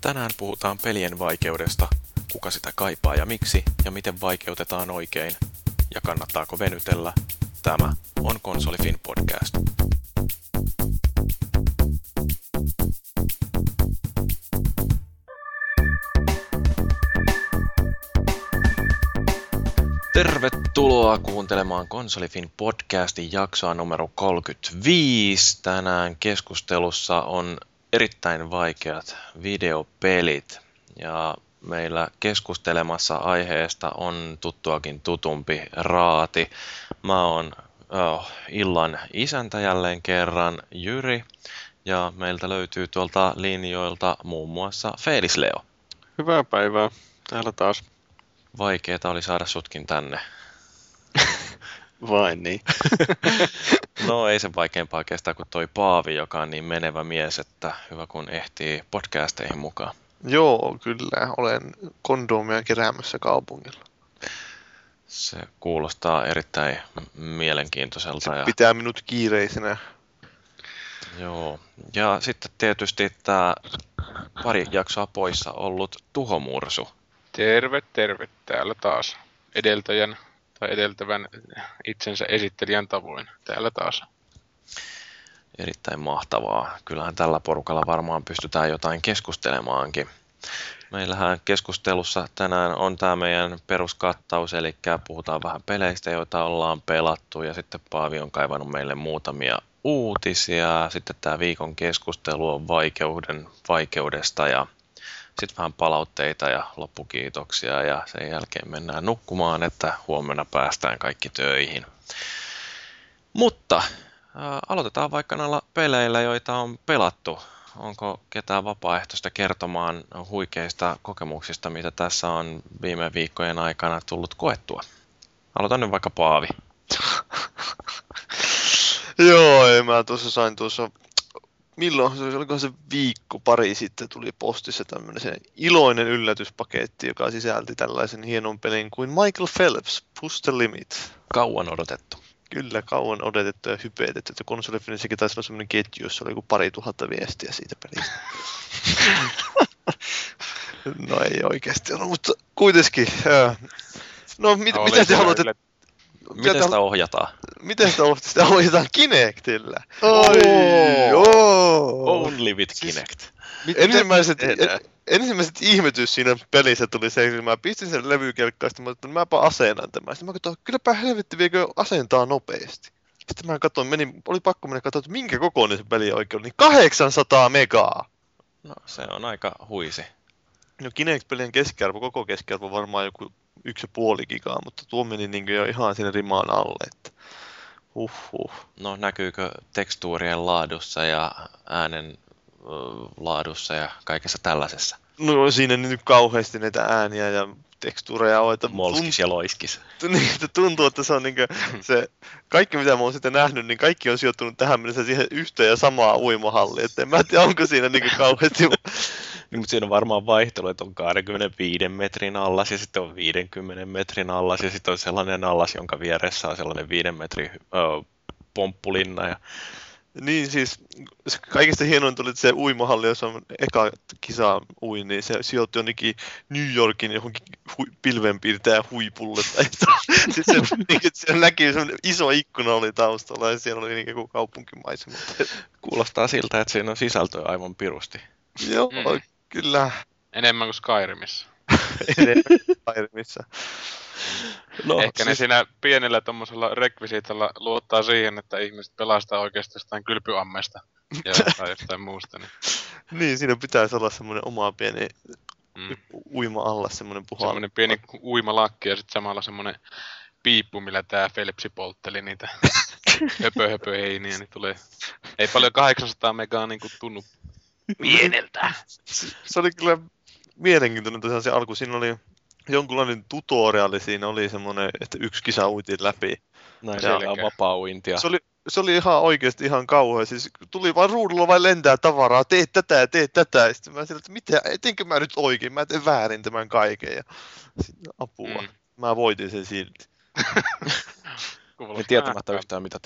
Tänään puhutaan pelien vaikeudesta, kuka sitä kaipaa ja miksi, ja miten vaikeutetaan oikein, ja kannattaako venytellä. Tämä on Konsolifin podcast. Tervetuloa kuuntelemaan Konsolifin podcastin jaksoa numero 35. Tänään keskustelussa on erittäin vaikeat videopelit ja meillä keskustelemassa aiheesta on tuttuakin tutumpi Raati. Mä oon illan isäntä jälleen kerran, Jyri, ja meiltä löytyy tuolta linjoilta muun muassa Felis Leo. Hyvää päivää, täällä taas. Vaikeeta oli saada sutkin tänne. Vain niin. No ei sen vaikeampaa kestää kuin toi Paavi, joka on niin menevä mies, että hyvä kun ehtii podcasteihin mukaan. Joo, kyllä. Olen kondomia keräämässä kaupungilla. Se kuulostaa erittäin mielenkiintoiselta. Se pitää minut kiireisenä. Joo. Ja sitten tietysti tämä pari jaksoa poissa ollut Tuhomursu. Terve, terve. Täällä taas edeltävän itsensä esittelijän tavoin. Täällä taas. Erittäin mahtavaa. Kyllähän tällä porukalla varmaan pystytään jotain keskustelemaankin. Meillähän keskustelussa tänään on tämä meidän peruskattaus, eli puhutaan vähän peleistä, joita ollaan pelattu, ja sitten Paavi on kaivannut meille muutamia uutisia. Sitten tämä viikon keskustelu on vaikeudesta, ja sitten vähän palautteita ja loppukiitoksia, ja sen jälkeen mennään nukkumaan, että huomenna päästään kaikki töihin. Mutta aloitetaan vaikka näillä peleillä, joita on pelattu. Onko ketään vapaaehtoista kertomaan huikeista kokemuksista, mitä tässä on viime viikkojen aikana tullut koettua? Aloitan nyt vaikka Paavi. Joo, mä sain milloin, olikohan se viikko pari sitten tuli postissa tämmöinen iloinen yllätyspaketti, joka sisälti tällaisen hienon pelin kuin Michael Phelps, Push the Limit. Kauan odotettu. Kyllä, kauan odotettu ja hypetetty, että konsolifinissakin taisi olla semmoinen ketju, jossa oli joku 2000 viestiä siitä pelistä. No ei oikeasti ollut, mutta kuitenkin. No, mitä te haluatte? Miten sitä ohjataan? Miten sitä ohjataan Kinectillä? Only with Kinect. Ensimmäiset ihmetys siinä pelissä tuli se, että mä pistin sen levykelkkaan, että mäpä aseenan tämän. Sitten mä katsoin, kylläpä helvetti viekö asentaa nopeasti. Sitten mä katsoin, oli pakko mennä katsoa, että minkä kokoinen se peli oikein oli. Niin 800 megaa! No se on aika huisi. No Kinect-pelien keskiarvo, koko keskiarvo varmaan joku 1,5 gigaa, mutta tuo meni niin jo ihan sinne rimaan alle, että No näkyykö tekstuurien laadussa ja äänen laadussa ja kaikessa tällaisessa? No siinä nyt kauheasti näitä ääniä ja tekstuureja on, että molskis ja loiskis. Tuntuu, että se on niinkö se, kaikki mitä mä oon sitten nähnyt, niin kaikki on sijoittunut tähän mennessä siihen yhteen ja samaa uimahalliin, että en mä tiedä, onko siinä niinkö kauheasti. Niin, mutta siinä on varmaan vaihtelu, että on 25 metrin allas ja sitten on 50 metrin allas ja sitten on sellainen allas, jonka vieressä on sellainen 5 metrin pomppulinna. Ja niin siis kaikista hienointa oli, että se uimahalli, jossa on eka kisa ui, niin se sijoittui jonnekin New Yorkin johonkin pilvenpiirtäjän huipulle. Sitten siellä näki semmoinen iso ikkuna oli taustalla ja siellä oli niin kuin kaupunkimaisema. Kuulostaa siltä, että siinä on sisältöä aivan pirusti. Joo, kyllä. Enemmän kuin Skyrimissa. Enemmän kuin Skyrimissa. No, ehkä ne siinä pienellä tommosella rekvisiitalla luottaa siihen, että ihmiset pelastaa oikeasti jostain kylpyammeesta ja jostain muusta. Niin, siinä pitäisi olla semmoinen oma pieni uima-allas, semmoinen puhallus. Semmoinen pieni uimalakki ja sitten samalla semmoinen piippu, millä tää Phelpsi poltteli niitä höpö-heiniä, niin tulee. Ei paljon 800 megaa niin kuin tunnu pieneltä. Se oli kyllä mielenkiintoinen tosiaan se alku. Siinä oli jonkunlainen tutoriali, siinä oli semmoinen, että yksi kisa uitiin läpi. Näin, se oli vapaa uintia. Se oli ihan oikeasti ihan kauhea. Siis tuli vaan ruudulla vain lentää tavaraa, teet tätä ja teet tätä. Ja sitten mä sanoin, että mitä, etenkö mä nyt oikein? Mä teen väärin tämän kaiken. Ja sitten apua. Mä voitin sen silti. Ei tietämättä yhtään mitä teit.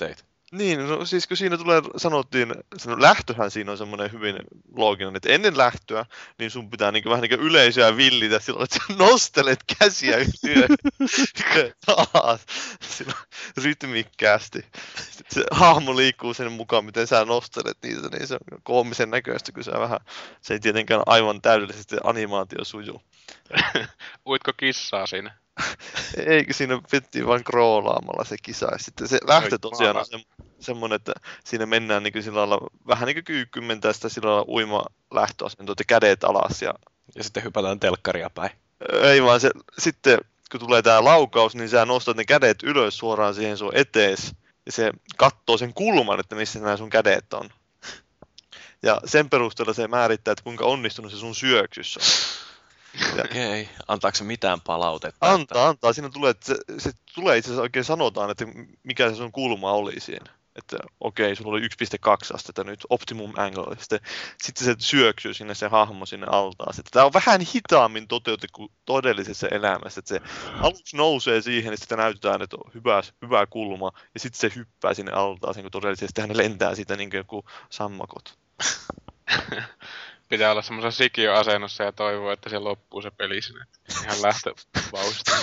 Niin, no siis kun siinä sanottiin, lähtöhän siinä on semmoinen hyvin looginen, että ennen lähtöä, niin sun pitää vähän niin kuin yleisöä villitä silloin, että sä nostelet käsiä ylös taas rytmikkäästi. Sitten se hahmo liikkuu sen mukaan, miten sä nostelet niitä, niin se on koomisen näköistä, kun se ei tietenkään aivan täydellisesti animaatio sujuu. Uitko kissaa siinä? Eikö siinä pittiin vain kroolaamalla se kisa. Ja sitten se lähtö tosiaan on semmoinen, että siinä mennään niin kuin sillä lailla, vähän niin kuin kyykkymentä sitä sillä lailla uima lähtöasentoa, että kädet alas. Ja sitten hypätään telkkaria päin. Ei vaan sitten kun tulee tää laukaus, niin sä nostat ne kädet ylös suoraan siihen sun etees. Ja se kattoo sen kulman, että missä nämä sun kädet on. Ja sen perusteella se määrittää, että kuinka onnistunut se sun syöksys on. Okei. Antaako se mitään palautetta? Antaa. Siinä tulee, että se tulee itse asiassa oikein sanotaan, että mikä se sun kulma oli siinä. Että okei, sulla oli 1,2 astetta nyt, optimum angle. Sitten se syöksyy sinne se hahmo sinne altaan. Tämä on vähän hitaammin toteutettu kuin todellisessa elämässä. Että se aluksi nousee siihen, ja sitten näytetään, että on hyvä kulma. Ja sitten se hyppää sinne altaan, kun todellisesti hän lentää siitä niin kuin joku sammakot. Pitää olla semmoisen sikiöasennossa ja toivoa, että se loppuu se peli sinne. Ihan lähtövauhista.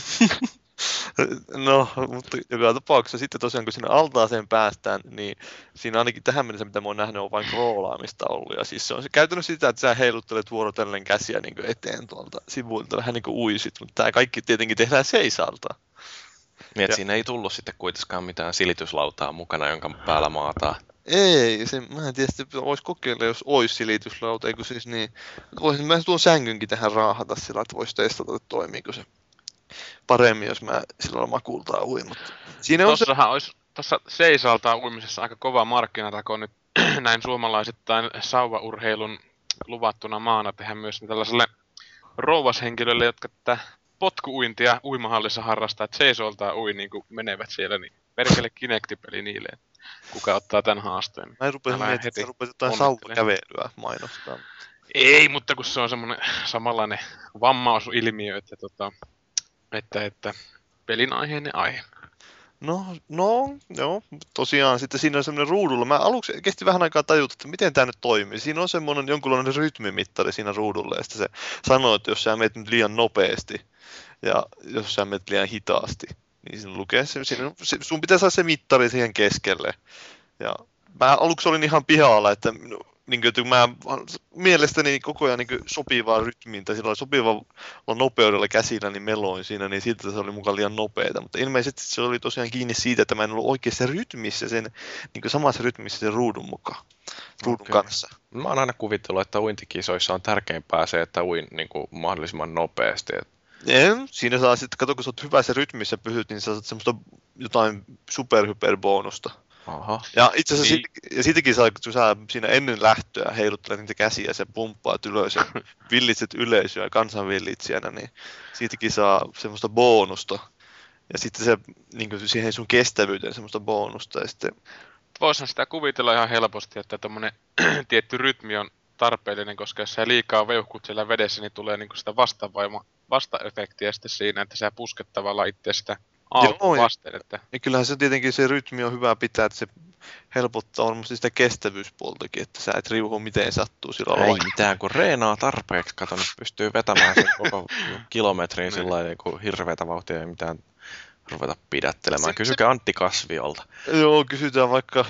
No, mutta joka tapauksessa sitten tosiaan, kun sinne altaaseen päästään, niin siinä ainakin tähän mennessä, mitä mä oon nähnyt, on vain kroolaamista ollut. Ja siis se on käytännössä sitä, että sä heiluttelet vuorotellen käsiä niin kuin eteen tuolta sivuilta, vähän niin kuin uisit, mutta tämä kaikki tietenkin tehdään seisalta. Niin, että siinä ei tullut sitten kuitenkaan mitään silityslautaa mukana, jonka päällä maataan. Ei, mä en tiedä, että vois kokeilla, jos olisi silityslauta, eikö siis niin. Voisin mä tuon sängynkin tähän raahata sillä, että vois testata, että toimiiko se paremmin, jos mä silloin makultaa uin. Mutta siinä on tossahan olisi tuossa seisaltaan uimisessa aika kova markkinatako nyt näin suomalaisittain sauvaurheilun luvattuna maana tehdä myös tällaiselle rouvashenkilölle, jotka tätä potkuuintia uimahallissa harrastaa, että seisoltaan ui niin kuin menevät siellä, niin perkele Kinecti-peli niille. Kuka ottaa tämän haasteen? Mä en rupea miettimään, että sä rupeat jotain sauvakävelyä mainostaa. Ei, mutta kun se on semmoinen samanlainen vammausilmiö, että pelin aiheinen aihe. No, joo, tosiaan sitten siinä on semmoinen ruudulla. Mä aluksi kesti vähän aikaa tajuta, että miten tämä nyt toimii. Siinä on semmoinen jonkunlainen rytmimittari siinä ruudulla, ja sitten se sanoo, että jos sä menet nyt liian nopeasti ja jos sä menet liian hitaasti, niin siinä lukee, sun pitää saada se mittari siihen keskelle. Ja mä aluksi olin ihan pihalla, että mä mielestäni koko ajan sopivaa rytmiin tai sopivalla nopeudella käsillä niin meloin siinä, niin siltä se oli mukaan liian nopeeta. Mutta ilmeisesti se oli tosiaan kiinni siitä, että mä en ollut oikeassa rytmissä, samassa rytmissä sen ruudun mukaan, ruudun kanssa. Mä oon aina kuvitellut, että uintikisoissa on tärkeämpää se, että uin mahdollisimman nopeasti. Siinä saa sitten, kato kun sä oot hyvässä rytmissä pysyt, niin sä saat semmoista jotain superhyperbonusta. Aha. Ja itse asiassa siitäkin saa, kun sä siinä ennen lähtöä heiluttelet niitä käsiä ja sä pumppaat ylös ja villitset yleisöä kansanvillitsijänä, niin siitäkin saa semmoista bonusta. Ja sitten se niin siihen sun kestävyyteen semmoista bonusta. Ja sitten voisihan sitä kuvitella ihan helposti, että tommonen tietty rytmi on tarpeellinen, koska jos sä liikaa veuhkut siellä vedessä, niin tulee niin sitä vastaefektiä sitten siinä, että sä pusket tavallaan itse sitä alkuun vasten. Että ja kyllähän se tietenkin se rytmi on hyvä pitää, että se helpottaa varmasti sitä kestävyyspuoltakin, että sä et riuhu miten sattuu sillä ei mitään, kun reenaa tarpeeksi, kato, niin pystyy vetämään sen koko kilometrin sillä lailla, kun hirveätä vauhtia ei mitään ruveta pidättelemään. Kysykää Antti Kasviolta. Joo, kysytään vaikka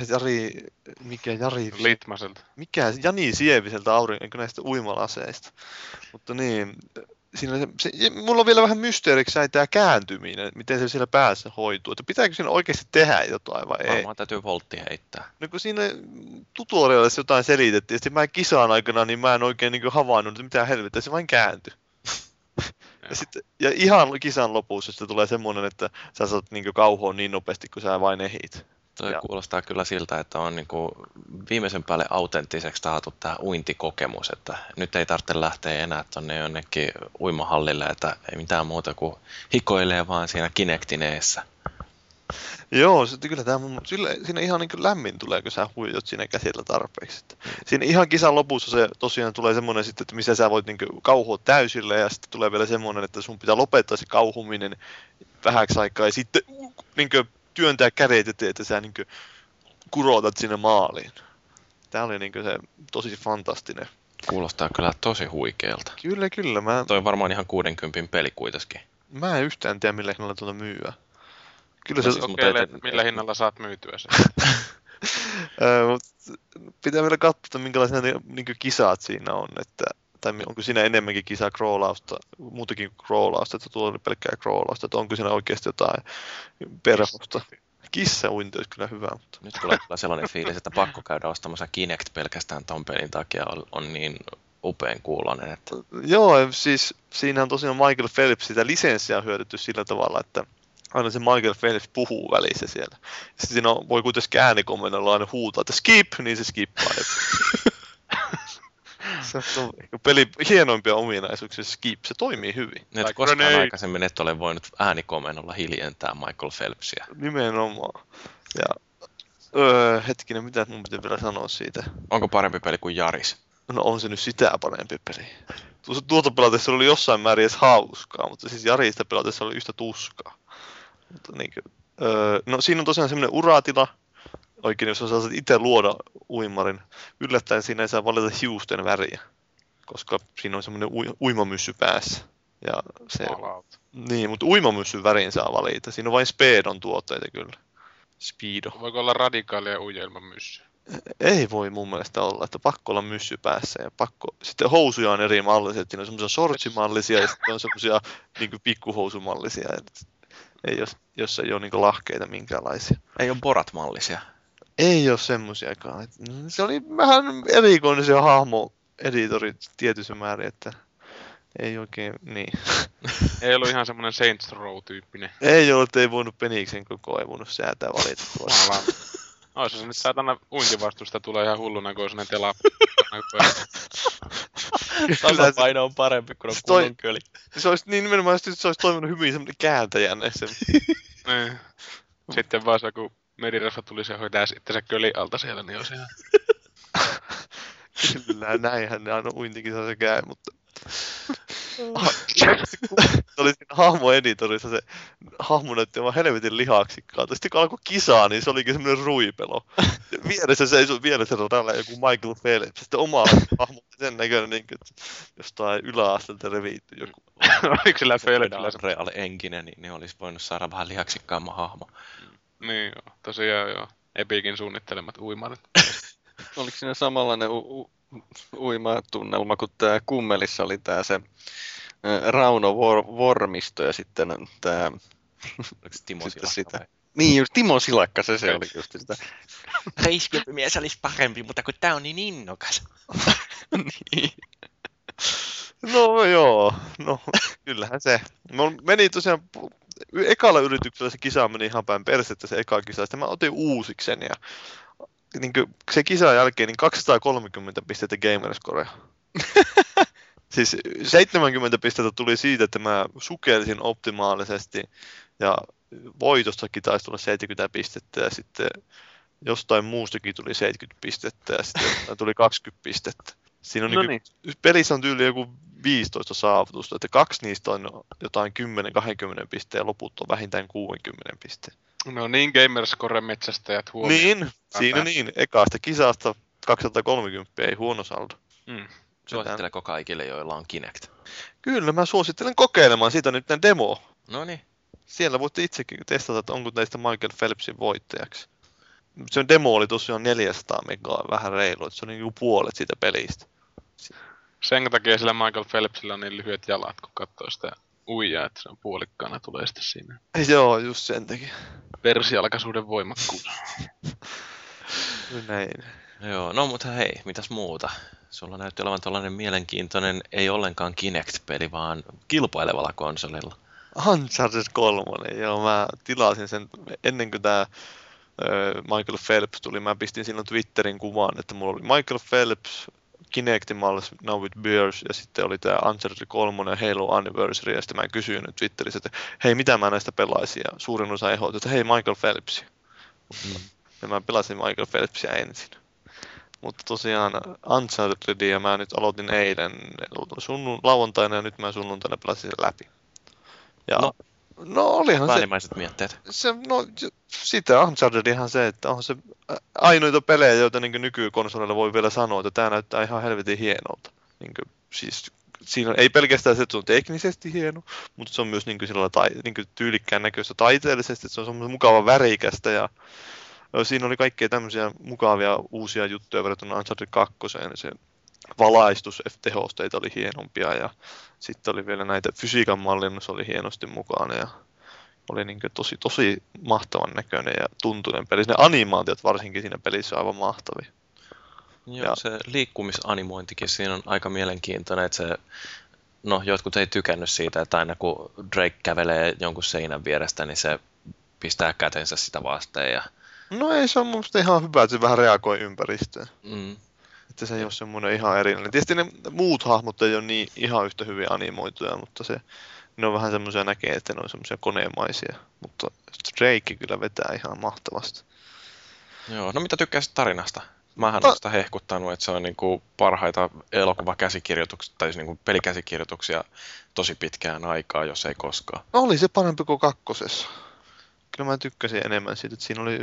Jari Litmaselta. Jani Sieviseltä näistä uimalaseista. Mutta niin, siinä mulla on vielä vähän mysteeriksi tämä kääntyminen, miten se siellä päässä hoituu. Että pitääkö siinä oikeasti tehdä jotain vai ei? Varmaan täytyy voltti heittää. No kun siinä tutorialissa jotain selitettiin, ja sitten mä kisaan aikana, niin mä en oikein havainnut, että mitä helvettiä, se vain kääntyi. Ja ihan kisan lopussa sitten tulee semmoinen, että sä saat kauhoon niin nopeasti, kun sä vain ehit. Toi kuulostaa kyllä siltä, että on viimeisen päälle autenttiseksi taattu tämä uintikokemus, että nyt ei tarvitse lähteä enää tuonne jonnekin uimahallille, että ei mitään muuta kuin hikoilee vaan siinä Kinectineessä. Joo, kyllä siinä ihan lämmin tulee, kun sä huijot siinä käsillä tarpeeksi. Siinä ihan kisan lopussa se tosiaan tulee semmoinen sitten, että missä sä voit kauhoa täysille ja sitten tulee vielä semmoinen, että sun pitää lopettaa se kauhuminen vähäksi aikaa ja sitten työntää kädet eteen, että sä kurotat sinne maaliin. Tää oli niinku se tosi fantastinen. Kuulostaa kyllä tosi huikealta. Kyllä. Toi on varmaan ihan 60 peli kuitenkin. Mä en yhtään tiedä, millä hinnalla tuota myyä. Kyllä No se... siis, Kokeile, millä hinnalla saat myytyä sen. Pitää vielä katsoa, minkälaisia ne niinku kisat siinä on. Tai onko siinä enemmänkin kisaa crawlausta, muutakin crawlausta, että tuolla oli pelkkää crawlausta, että onko siinä oikeasti jotain perhosta. Kissauinti olisi kyllä hyvä, mutta... Nyt tulee kyllä sellainen fiilis, että pakko käydä ostamassa Kinect pelkästään ton pelin takia on niin upean kuulonen, että... Joo, siis siinä on tosiaan Michael Phelps, sitä lisenssiä on hyödytty sillä tavalla, että aina se Michael Phelps puhuu välissä siellä. Sitten siinä voi kuitenkin äänikommennolla aina huutaa, että skip, niin se skippaa. Se on peli hienoimpia ominaisuuksia, skip, se toimii hyvin. Nyt koskaan aikaisemmin et ole voinut äänikomennolla hiljentää Michael Phelpsia. Nimenomaan. Ja hetkinen, mitä mun pitää vielä sanoa siitä? Onko parempi peli kuin Jaris? No on se nyt sitä parempi peli. Tuota pelatessa oli jossain määrin edes hauskaa, mutta siis Jarista pelatessa oli yhtä tuskaa. Mutta niin kuin, no siinä on tosiaan semmoinen uratila. Oikein, jos sä saat itse luoda uimarin. Yllättäen siinä ei saa valita hiusten väriä, koska siinä on semmoinen uimamyssy päässä. Ja se, niin, mutta uimamyssyn värin saa valita. Siinä on vain Speedon tuotteita kyllä. Speedo. Voiko olla radikaalia uija ilman myssyä? Ei voi mun mielestä olla, että pakko olla myssy päässä ja pakko... Sitten housuja on eri mallisia, siinä on semmoisia shortsimallisia ja sitten on semmoisia niin pikkuhousumallisia, jossa ei ole niin lahkeita minkäänlaisia. Ei ole Borat-mallisia. Ei ole semmoisiakaan. Se oli vähän erikoinen se hahmo-editori tietyssä määrin, että ei oikein niin. Ei ollut ihan semmoinen Saints Row-tyyppinen. Ei ollut, että ei voinut peniksen koko ei voinut säätää valitettavasti. Ois se nyt saatana uintivastusta tulee ihan hulluna, kun on sellainen tela. Tasapaino on parempi kuin on kunnon köli. Se olisi niin nimenomaan, että se olisi toiminut hyvin semmoinen kääntäjänne. Niin. Sitten vaan se, kun merireffa tuli se hoitaa itsensä köli alta siellä, niin olisi ihan... Kyllä, näinhän ne aina uintikisassa käy, mutta... Se oli siinä hahmoeditorissa, se hahmo näytti vaan helvetin lihaksikkaalta. Sitten kun alkoi kisaa, niin se olikin semmoinen ruipelo. Vieressä seisoi vieressä täällä joku Michael Phelps. Sitten oma hahmo sen näköinen, niin kuin jostain yläastelta revitty joku. Oliko sillä Phelpsillä se Real Enkinen, niin olisi voinut saada vähän lihaksikkaamman hahmo. Niin joo, tosiaan joo. Epicin suunnittelemat uimarit. Oliko siinä samanlainen uimatunnelma kuin tää Kummelissa oli tää se Rauno Vormisto ja sitten tää... Oliko se Timo Silakka vai? Niin just, Timo Silakka, se oli just sitä. Reiskiöpymies olisi parempi, mutta kun tää on niin innokas. Niin. No joo, no kyllähän se. Meni tosiaan, ekalla yrityksellä se kisa meni ihan päin persettä se eka kisa, sitten mä otin uusiksen ja niin se kisan jälkeen niin 230 pistettä gamerscorea. Siis 70 pistettä tuli siitä, että mä sukelsin optimaalisesti ja voitostakin taisi tulla 70 pistettä ja sitten jostain muustakin tuli 70 pistettä ja sitten tuli 20 pistettä. Siinä on no niin. Pelissä on tyyli joku 15 saavutusta, että 2 niistä on jotain 10-20 pisteen ja loput on vähintään 60 pisteen. No niin, gamerscore metsästäjät huomioon. Niin, siinä niin. Ekaasta kisasta 230 ei huono saldo. Suositteleko kaikille, joilla on Kinect? Kyllä, mä suosittelen kokeilemaan. Siitä nyt demo. Noniin. Siellä voitte itsekin testata, että onko teistä Michael Phelpsin voittajaksi. Se demo oli tosiaan 400 megaa, vähän reilu, että se oli niin kuin puolet siitä pelistä. Sen takia sillä Michael Phelpsillä on niin lyhyet jalat, kun katsoo sitä uijaa, että se on puolikkaana tulee sitten siinä. Joo, just sen takia. Persialkaisuuden voimakkuus. Näin. Joo, no mutta hei, mitäs muuta? Sulla näytti olevan tällainen mielenkiintoinen, ei ollenkaan Kinect-peli, vaan kilpailevalla konsolilla. Uncharted 3, joo, mä tilasin sen ennen kuin tää Michael Phelps tuli, mä pistin silloin Twitterin kuvaan, että mulla oli Michael Phelps, Kinectin mallis Now with Beers, ja sitten oli tää Uncharted 3 ja Halo Anniversary, ja sitten mä kysyin Twitterissä, että hei, mitä mä näistä pelaisin, ja suurin osa ehdotti, että hei, Michael Phelps. Ja mä pelasin Michael Phelpsia ensin. Mutta tosiaan Unchartedia mä nyt aloitin eilen lauantaina, ja nyt mä sunnuntaina pelasin sen läpi. Ja no, No olihan se, Päällimmäiset mietteet. sitä Unchartedihan se, että on se ainoita pelejä, joita niin nykykonsoleilla voi vielä sanoa, että tämä näyttää ihan helvetin hienolta. Niin kuin, siis siinä ei pelkästään se, että se on teknisesti hieno, mutta se on myös niin kuin tyylikkään näköistä taiteellisesti, että se on semmoinen mukava värikästä ja siinä oli kaikkea tämmöisiä mukavia uusia juttuja verrattuna Uncharted 2. Se valaistustehosteita oli hienompia ja sitten oli vielä näitä fysiikan mallinnus oli hienosti mukana ja oli niin tosi mahtavan näköinen ja tuntuinen peli. Ne animaatiot varsinkin siinä pelissä on aivan mahtavia. Joo, ja se liikkumisanimointikin siinä on aika mielenkiintoinen, että se, no jotkut ei tykännyt siitä, että aina kun Drake kävelee jonkun seinän vierestä, niin se pistää kätensä sitä vasten. Ja... No ei, se on mun mielestä ihan hyvä, että se vähän reagoi ympäristöön. Mm. Että se ei ole semmoinen ihan erillinen. Tietysti ne muut hahmot ei ole niin ihan yhtä hyvin animoituja, mutta ne on vähän semmoisia näkee, että ne on semmoisia koneemaisia. Mutta Drake kyllä vetää ihan mahtavasti. Joo, no mitä tykkäisit tarinasta? Mähän olen sitä hehkuttanut, että se on niinku parhaita elokuvakäsikirjoituksia, tai siis niinku pelikäsikirjoituksia tosi pitkään aikaa, jos ei koskaan. No oli se parempi kuin kakkosessa. Kyllä mä tykkäsin enemmän siitä, että siinä oli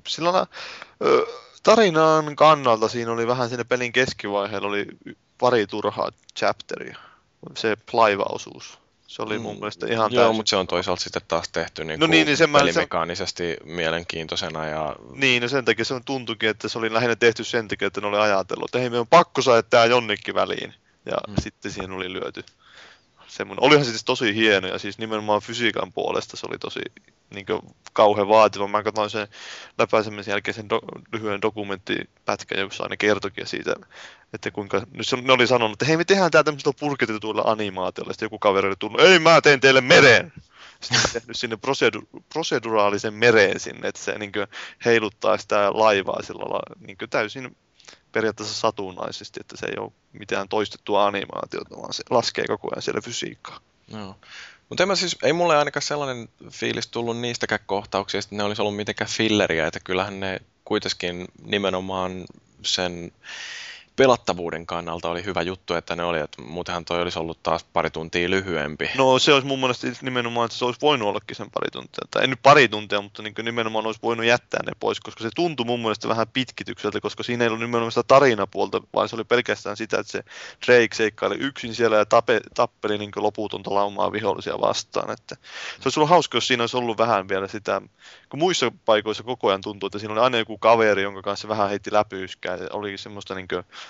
tarinan kannalta siinä oli vähän siinä pelin keskivaiheella oli pari turhaa chapteria. Se Plaiva-osuus. Se oli mun mielestä ihan täysin. Joo, mutta se on toisaalta sitten taas tehty pelimekaanisesti mielenkiintoisena. Ja... Niin, no sen takia se tuntuikin, että se oli lähinnä tehty sen takia, että ne oli ajatellut, että hei, me on pakko saada tää jonnekin väliin. Ja sitten siihen oli lyöty. Olihan se siis tosi hieno ja siis nimenomaan fysiikan puolesta se oli tosi niin kauhean vaativa. Mä katsoin sen läpäisemisen jälkeen sen lyhyen dokumenttipätkän, jossa aina kertokin siitä, että kuinka... Ne oli sanonut, että hei, me tehdään tää tämmöisellä purkitetuilla animaatioilla. Sitten joku kaveri oli tullut, ei, mä teen teille meren! Sitten tehnyt sinne proseduraalisen mereen sinne, että se niin heiluttaa sitä laivaa sillä niin täysin periaatteessa satunnaisesti, että se ei ole mitään toistettua animaatiota, vaan se laskee koko ajan siellä fysiikkaa. No. Mutta ei mulle ainakaan sellainen fiilis tullut niistäkään kohtauksista, että ne olisi ollut mitenkään filleriä, että kyllähän ne kuitenkin nimenomaan sen pelattavuuden kannalta oli hyvä juttu, että ne oli, että muutenhan toi olisi ollut taas pari tuntia lyhyempi. No se olisi mun mielestä nimenomaan, että se olisi voinut ollakin sen pari tuntia, tai ei nyt pari tuntia, mutta niin nimenomaan olisi voinut jättää ne pois, koska se tuntui mun mielestä vähän pitkitykseltä, koska siinä ei ollut nimenomaan sitä tarinapuolta, vaan se oli pelkästään sitä, että se Drake seikkaili yksin siellä ja tappeli niin loputonta laumaa vihollisia vastaan. Että se olisi ollut hauska, jos siinä olisi ollut vähän vielä sitä, kun muissa paikoissa koko ajan tuntuu, että siinä oli aina joku kaveri, jonka kanssa vähän heitti läpyyskää, ja oli semmoista niin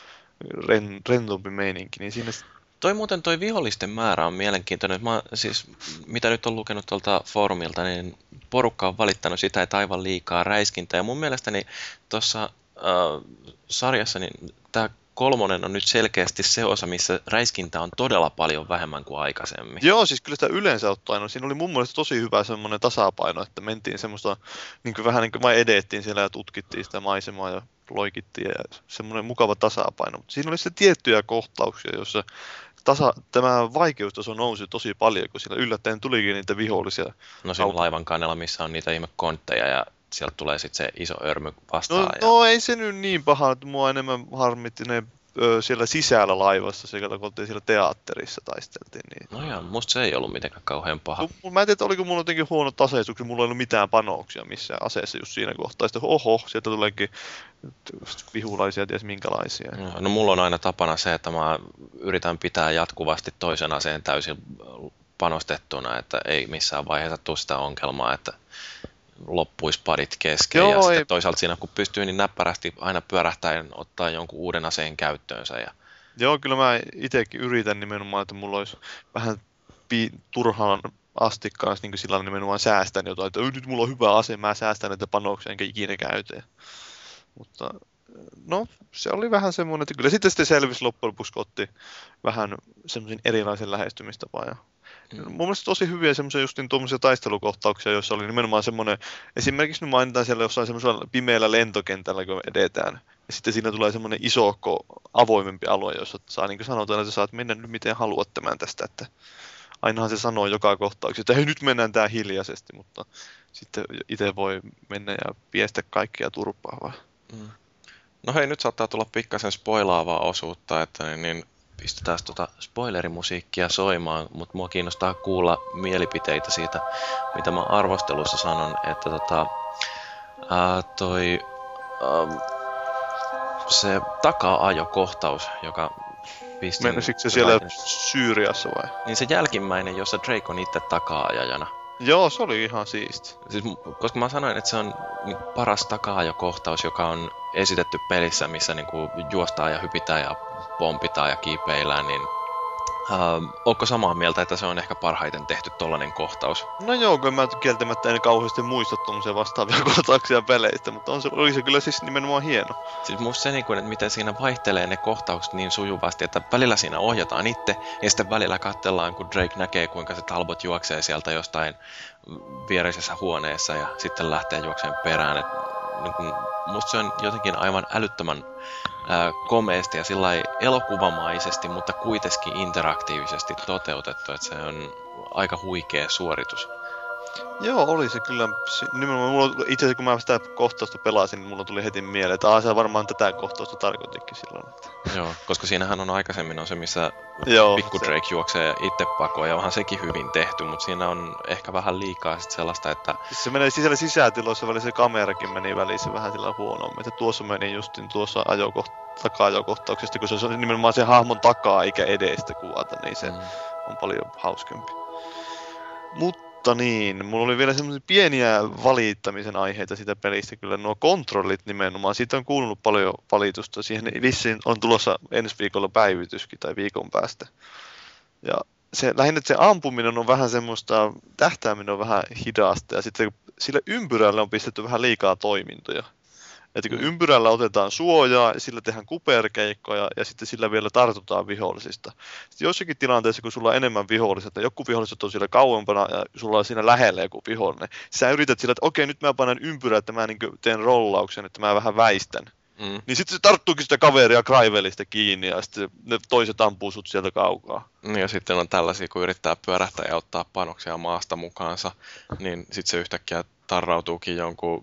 rentompi meininki, niin siinä... Toi vihollisten määrä on mielenkiintoinen. Mitä nyt on lukenut tuolta foorumilta, niin porukka on valittanut sitä, että aivan liikaa räiskintää. Ja mun mielestäni tuossa sarjassa niin tämä 3 on nyt selkeästi se osa, missä räiskintä on todella paljon vähemmän kuin aikaisemmin. Joo, siis kyllä sitä yleensä ottaen. Siinä oli mun mielestä tosi hyvä semmoinen tasapaino, että mentiin semmoista, vähän niin kuin vaan edettiin siellä ja tutkittiin sitä maisemaa ja loikittiin ja semmoinen mukava tasapaino. Mutta siinä oli se tiettyjä kohtauksia, joissa tämä vaikeustaso nousi tosi paljon, kun siellä yllättäen tulikin niitä vihollisia. No siinä laivan kannella, missä on niitä ihme kontteja ja sieltä tulee sitten se iso örmy vastaan. No ei se nyt niin paha, että mua enemmän harmitti ne siellä sisällä laivassa, kun oltiin siellä teatterissa taisteltiin. Niin. No joo, musta se ei ollut mitenkään kauhean paha. No, mä en tiedä, oliko mulla jotenkin huonot aseistukset, mulla ei ollut mitään panoksia missään aseessa just siinä kohtaa. Sitten sieltä tuleekin vihulaisia, ties minkälaisia. No mulla on aina tapana se, että mä yritän pitää jatkuvasti toisen aseen täysin panostettuna, että ei missään vaiheessa tule sitä ongelmaa, että loppuisi padit kesken. Joo, ja sitten toisaalta siinä kun pystyy niin näppärästi aina pyörähtäen ottaa jonkun uuden aseen käyttöönsä. Ja... Joo, kyllä mä itsekin yritän nimenomaan, että mulla olisi vähän turhaan asti kanssa niin sillä nimenomaan säästän jotain, että nyt mulla on hyvä ase, mä säästän näitä panoksia enkä ikinä käytä. Mutta no, se oli vähän semmoinen, että kyllä sitten selvisi loppujen lopuksi, kun otti vähän semmoisen erilaisen lähestymistapaa. Ja mun mielestä tosi hyviä semmoisia justiin tuommoisia taistelukohtauksia, joissa oli nimenomaan semmoinen, esimerkiksi nyt mainitaan siellä jossain semmoisella pimeällä lentokentällä, kun edetään. Ja sitten siinä tulee semmoinen isohko avoimempi alue, jossa saa niin kuin sanotaan, että saat mennä nyt miten haluat tämän tästä, että ainahan se sanoo joka kohtauksessa, että hei nyt mennään tää hiljaisesti, mutta sitten itse voi mennä ja piestä kaikkia turpaa vaan. No hei, nyt saattaa tulla pikkasen spoilaavaa osuutta, että niin pistetään spoilerimusiikkia soimaan, mutta mua kiinnostaa kuulla mielipiteitä siitä, mitä mä arvostelussa sanon, että se takaa-ajokohtaus, joka pistin... Menisikö se siellä Syyriassa vai? Niin se jälkimmäinen, jossa Drake on itse takaa-ajajana. Joo, se oli ihan siisti. Siis, koska mä sanoin, että se on niin paras takaa-ajokohtaus, joka on esitetty pelissä, missä niin juostaan ja hypitään ja pompitaan ja kiipeillään, niin ootko samaa mieltä, että se on ehkä parhaiten tehty tollanen kohtaus? No joo, kun mä kieltämättä en kauheasti muista tommosia vastaavia kohtauksia peleistä, mutta oli se kyllä siis nimenomaan hieno. Siis musta se, että miten siinä vaihtelee ne kohtaukset niin sujuvasti, että välillä siinä ohjataan itse, ja sitten välillä katsellaan, kun Drake näkee, kuinka se Talbot juoksee sieltä jostain viereisessä huoneessa, ja sitten lähtee juokseen perään. Musta se on jotenkin aivan älyttömän komeasti ja sillai elokuvamaisesti, mutta kuitenkin interaktiivisesti toteutettu, että se on aika huikea suoritus. Joo, oli se kyllä. Nimenomaan itse asiassa kun mä sitä kohtausta pelasin, niin mulla tuli heti mieleen, että se varmaan tätä kohtausta tarkoitikin silloin. Että... Joo, koska siinähän on aikaisemmin se, missä Pikku Drake juoksee itse pakoon, ja onhan sekin hyvin tehty, mutta siinä on ehkä vähän liikaa sit sellaista, että... Se menee sisällä sisätiloissa, välillä se kamerakin meni välissä vähän sillä huonommin, että tuossa meni justin tuossa taka-ajokohtauksesta, kun se on nimenomaan sen hahmon takaa eikä edestä kuvata, niin se on paljon hauskempi. Mutta niin, mulla oli vielä semmoisia pieniä valittamisen aiheita siitä pelistä, kyllä nuo kontrollit nimenomaan, siitä on kuulunut paljon valitusta, siihen vissiin on tulossa ensi viikolla päivityskin tai viikon päästä. Ja se, lähinnä se ampuminen on vähän semmoista, tähtääminen on vähän hidasta ja sitten sillä ympyrällä on pistetty vähän liikaa toimintoja. Että kun ympyrällä otetaan suojaa, sillä tehdään kuperkeikkoja ja sitten sillä vielä tartutaan vihollisista. Sitten jossakin tilanteessa, kun sulla on enemmän viholliset, että joku viholliset on siellä kauempana ja sulla on siinä lähellä joku vihollinen, sä yrität sillä, että okei, nyt mä panen ympyrää, että mä niin teen rollauksen, että mä vähän väistän. Niin sitten se tarttuukin sitä kaveria Kraivelista kiinni ja sitten ne toiset ampuu sut sieltä kaukaa. Ja sitten on tällaisia, kun yrittää pyörähtää ja ottaa panoksia maasta mukaansa, niin sitten se yhtäkkiä tarrautuukin jonkun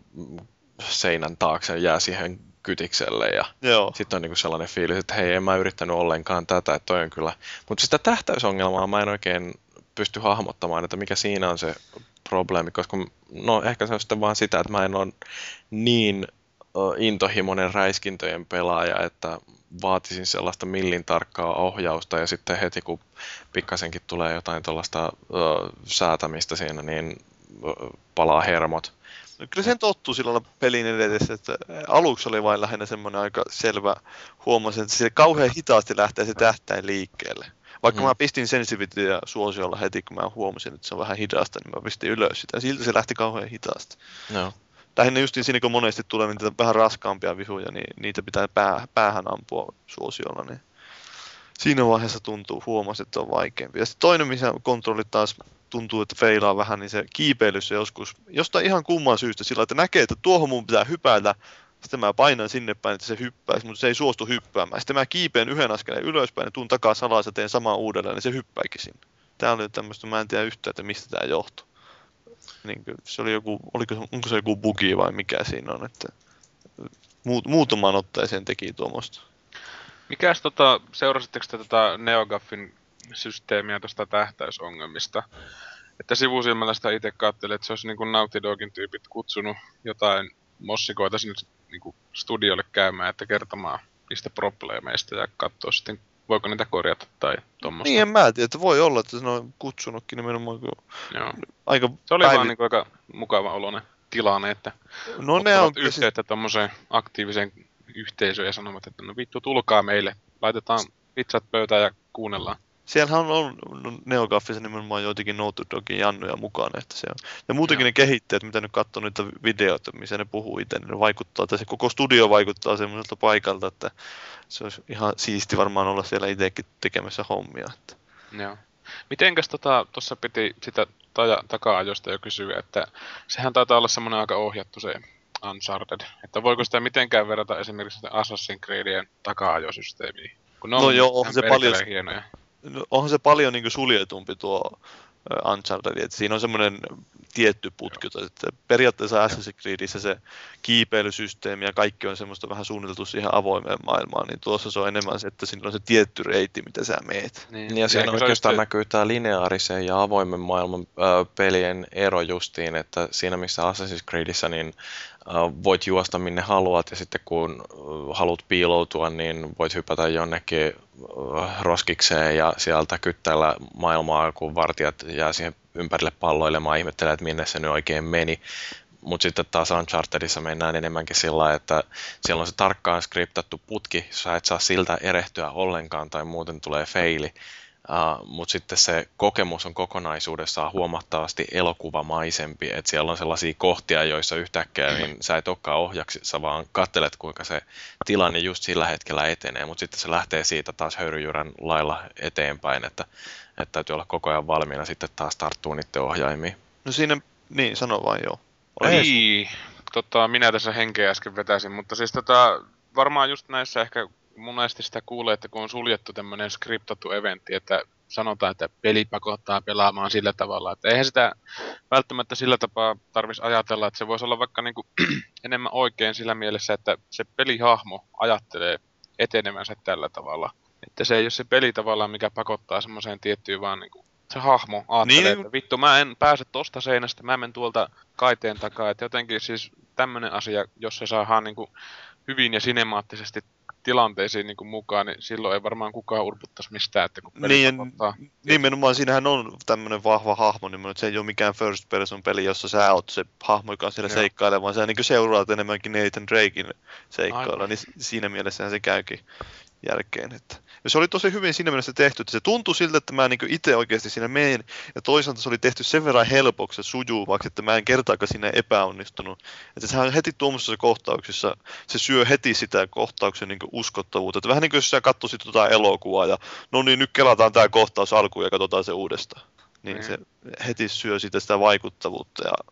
seinän taakse ja jää siihen kytikselle ja sitten on niinku sellainen fiilis, että hei, en mä yrittänyt ollenkaan tätä, että toi on kyllä. Mutta sitä tähtäysongelmaa mä en oikein pysty hahmottamaan, että mikä siinä on se probleemi, koska no ehkä se on sitten vaan sitä, että mä en ole niin intohimoinen räiskintöjen pelaaja, että vaatisin sellaista millin tarkkaa ohjausta ja sitten heti kun pikkasenkin tulee jotain tuollaista säätämistä siinä, niin palaa hermot. No, kyllä sen tottuu silloin pelin edetessä, että aluksi oli vain lähinnä semmoinen aika selvä huomasin, että se kauhean hitaasti lähtee se tähtäin liikkeelle. Vaikka mä pistin sensitivityä suosiolla heti, kun mä huomasin, että se on vähän hidasta, niin mä pistin ylös sitä. Silti se lähti kauhean hitaasti. No. Lähinnä justiin siinä, kun monesti tulee niitä vähän raskaampia vihuja, niin niitä pitää päähän ampua suosiolla. Niin siinä vaiheessa huomasi, että on vaikeampi. Ja sitten toinen, missä kontrollit taas tuntuu, että feilaa vähän, niin se kiipeilyssä joskus, jostain ihan kumman syystä sillä, että näkee, että tuohon mun pitää hypätä, sitten mä painan sinne päin, että se hyppäisi, mutta se ei suostu hyppäämään. Sitten mä kiipeen yhden askeleen ylöspäin ja tuun takaa salaa ja teen samaa uudelleen, niin se hyppääkin sinne. Tää oli tämmöistä, mä en tiedä yhtään, että mistä tää johtuu. Niin se oli joku, onko se joku bugi vai mikä siinä on, että muutamaan otteeseen teki tuommoista. Mikäs seurasitteko te NeoGAFin systeemiä tuosta tähtäysongelmista? Että sivusilmällä sitä itse katselin, että se olisi niin kuin Naughty Dogin tyypit kutsunut jotain mossikoita sinne niin kuin studiolle käymään, että kertomaan niistä probleemeista ja katsoa sitten, voiko niitä korjata tai tuommoista. Niin, en mä tiedä, että voi olla, että se on kutsunutkin nimenomaan aika se oli vaan niin kuin aika mukava oloinen tilanne, että no, ne on yhteyttä tommoseen aktiiviseen yhteisöön ja sanovat, että no vittu, tulkaa meille, laitetaan pizzat pöytään ja kuunnellaan. Siellähän on NeoGAFissa nimenomaan joitakin Naughty Dogin jannuja mukana, että se on. Ja muutenkin ne kehittäjät, mitä nyt katsoo niitä videoita, missä ne puhuu itse, niin ne vaikuttaa, tai se koko studio vaikuttaa semmoiselta paikalta, että se olisi ihan siisti varmaan olla siellä itsekin tekemässä hommia. Että. Joo. Mitenkäs tuossa piti sitä taka-ajosta jo kysyä, että sehän taitaa olla semmoinen aika ohjattu se Uncharted, että voiko sitä mitenkään verrata esimerkiksi Assassin's Creedien taka-ajosysteemiin? Kun ne on onhan se paljon hienoja. Onhan se paljon niin kuin suljetumpi tuo Uncharted, että siinä on semmoinen tietty putki. Että periaatteessa Assassin's Creedissä se kiipeilysysteemi ja kaikki on semmoista vähän suunniteltu siihen avoimeen maailmaan, niin tuossa se on enemmän se, että siinä on se tietty reitti, mitä sä meet. Niin, ja siinä oikeastaan näkyy tämä lineaarisen ja avoimen maailman pelien ero justiin, että siinä missä Assassin's Creedissä niin voit juosta minne haluat ja sitten kun haluat piiloutua, niin voit hypätä jonnekin roskikseen ja sieltä kyttäillä maailmaa, kun vartijat jää siihen ympärille palloilemaan, ihmettelee, että minne se nyt oikein meni. Mutta sitten taas Unchartedissa mennään enemmänkin sillä lailla, että siellä on se tarkkaan skriptattu putki, sä et saa siltä erehtyä ollenkaan tai muuten tulee feili. Mutta sitten se kokemus on kokonaisuudessaan huomattavasti elokuvamaisempi, että siellä on sellaisia kohtia, joissa yhtäkkiä niin sä et olekaan ohjaksissa, vaan katselet kuinka se tilanne just sillä hetkellä etenee, mutta sitten se lähtee siitä taas höyryjyrän lailla eteenpäin, että täytyy olla koko ajan valmiina sitten taas tarttuu niiden ohjaimiin. No siinä, niin sano vaan joo. Niin, minä tässä henkeä äsken vetäisin, mutta siis varmaan just näissä ehkä monesti sitä kuulee, että kun on suljettu tämmöinen skriptattu eventti, että sanotaan, että peli pakottaa pelaamaan sillä tavalla, että eihän sitä välttämättä sillä tapaa tarvitsisi ajatella, että se voisi olla vaikka niinku enemmän oikein sillä mielessä, että se pelihahmo ajattelee etenemänsä tällä tavalla. Että se ei ole se peli tavallaan, mikä pakottaa semmoiseen tiettyyn, vaan niinku se hahmo ajattelee, niin, että vittu mä en pääse tosta seinästä, mä menen tuolta kaiteen takaa, että jotenkin siis tämmöinen asia, jos se saadaan niinku hyvin ja sinemaattisesti tilanteisiin niin kuin mukaan, niin silloin ei varmaan kukaan urputtaisi mistään, että kun peli pakottaa. Nimenomaan siinähän on tämmöinen vahva hahmo, niin se ei ole mikään first person peli, jossa sä oot se hahmo, joka on siellä seikkailemaan, vaan sä niin seuraat enemmänkin Nathan Drakein seikkailla, niin siinä mielessähän se käykin jälkeen. Että. Ja se oli tosi hyvin siinä mielessä tehty, että se tuntui siltä, että mä niin itse oikeasti siinä menen, ja toisaalta se oli tehty sen verran helpoksi ja sujuvaksi, että mä en kertaakaan siinä epäonnistunut. Että sehän heti tuommoisessa kohtauksessa, se syö heti sitä kohtauksen niin uskottavuutta. Että vähän niin kuin jos sä katsoisit elokuvaa, ja no niin, nyt kelataan tää kohtaus alkuun ja katsotaan se uudestaan. Niin se heti syö sitä vaikuttavuutta ja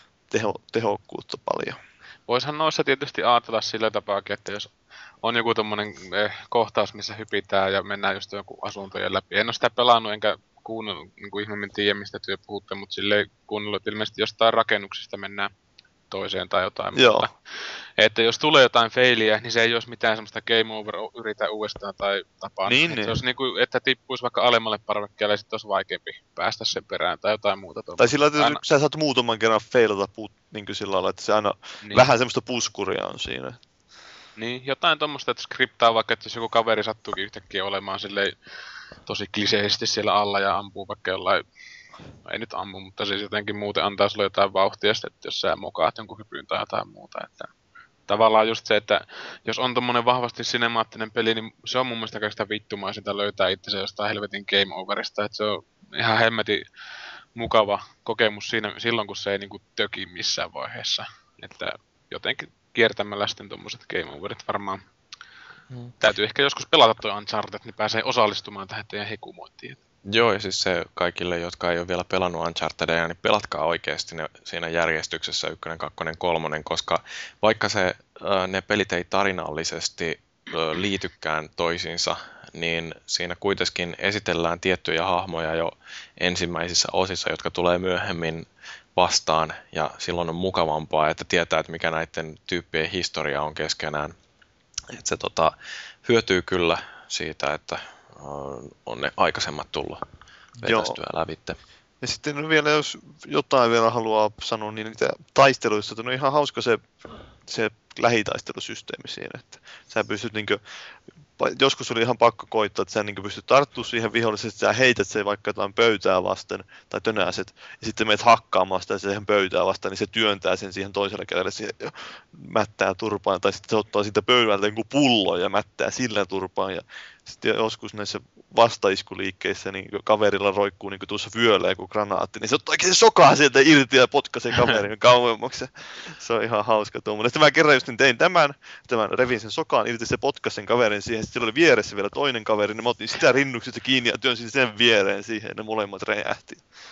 tehokkuutta paljon. Voisihan noissa tietysti ajatella sillä tapaakin, että jos on joku tommonen kohtaus, missä hypitään ja mennään just joku asuntojen läpi. En ole sitä pelannut enkä kuunnellut, niin kuin ihmeemmin tiedä, mistä työ puhutte, mutta silleen kuunnellut, että ilmeisesti jostain rakennuksista mennään toiseen tai jotain muuta. Että jos tulee jotain feiliä, niin se ei olisi mitään semmoista game over, yritä uudestaan tai tapaa. Niin. Se olisi niin kuin, että tippuisi vaikka alemmalle parvekkeelle ja sitten olisi vaikeampi päästä sen perään tai jotain muuta. Tai sillä tavalla, että sä saat muutaman kerran failata niin kuin sillä lailla, että se aina vähän semmoista puskuria on siinä. Niin, jotain tommoista, että skriptaa vaikka, että jos joku kaveri sattuukin yhtäkkiä olemaan silleen tosi kliseisesti siellä alla ja ampuu vaikka jollain, ei nyt ammu, mutta siis jotenkin muuten antaa sulle jotain vauhtia, että jos sä mokaat jonkun hypyn tai jotain muuta. Että tavallaan just se, että jos on tommonen vahvasti sinemaattinen peli, niin se on mun mielestä kaikista vittumaisinta löytää itsensä jostain helvetin game overista, että se on ihan hemmetin mukava kokemus siinä, silloin, kun se ei niinku töki missään vaiheessa, että jotenkin kiertämällä sitten tommoset game overit varmaan. Täytyy ehkä joskus pelata toi Uncharted, niin pääsee osallistumaan tähän teidän hekumointiin. Joo, ja siis se kaikille, jotka ei ole vielä pelannut Unchartedia, niin pelatkaa oikeasti ne siinä järjestyksessä 1, 2, 3, koska vaikka ne pelit ei tarinallisesti liitykään toisiinsa, niin siinä kuitenkin esitellään tiettyjä hahmoja jo ensimmäisissä osissa, jotka tulee myöhemmin vastaan, ja silloin on mukavampaa, että tietää, että mikä näiden tyyppien historia on keskenään. Että se hyötyy kyllä siitä, että on ne aikaisemmat tullut vetästyä lävitte. Ja sitten vielä, jos jotain vielä haluaa sanoa, niin niitä taisteluista, että on ihan hauska se lähitaistelusysteemi siinä, että sä pystyt joskus oli ihan pakko koittaa, että sä pystyt tarttumaan siihen viholliseen, että sä heität sen vaikka jotain pöytää vasten tai tönäset, ja sitten menet hakkaamaan sitä siihen pöytää vastaan, niin se työntää sen siihen toiselle kädelle siihen mättää turpaan, tai sitten se ottaa siitä pöydältä joku pullon ja mättää sillä turpaan, ja sitten joskus näissä vastaiskuliikkeissä niin kaverilla roikkuu niin tuossa vyöllä joku granaatti, niin se ottaa oikein sokaa sieltä irti ja potkaisee kaverin kauemmaksi. Se on ihan hauska tuommoinen. Sitten mä kerran just tein tämän revin sen sokaan irti, se potkasi sen kaverin siihen. Sitten sillä oli vieressä vielä toinen kaveri, niin mä otin sitä rinnuksesta kiinni ja työnsin sen viereen siihen, ne molemmat räjähti.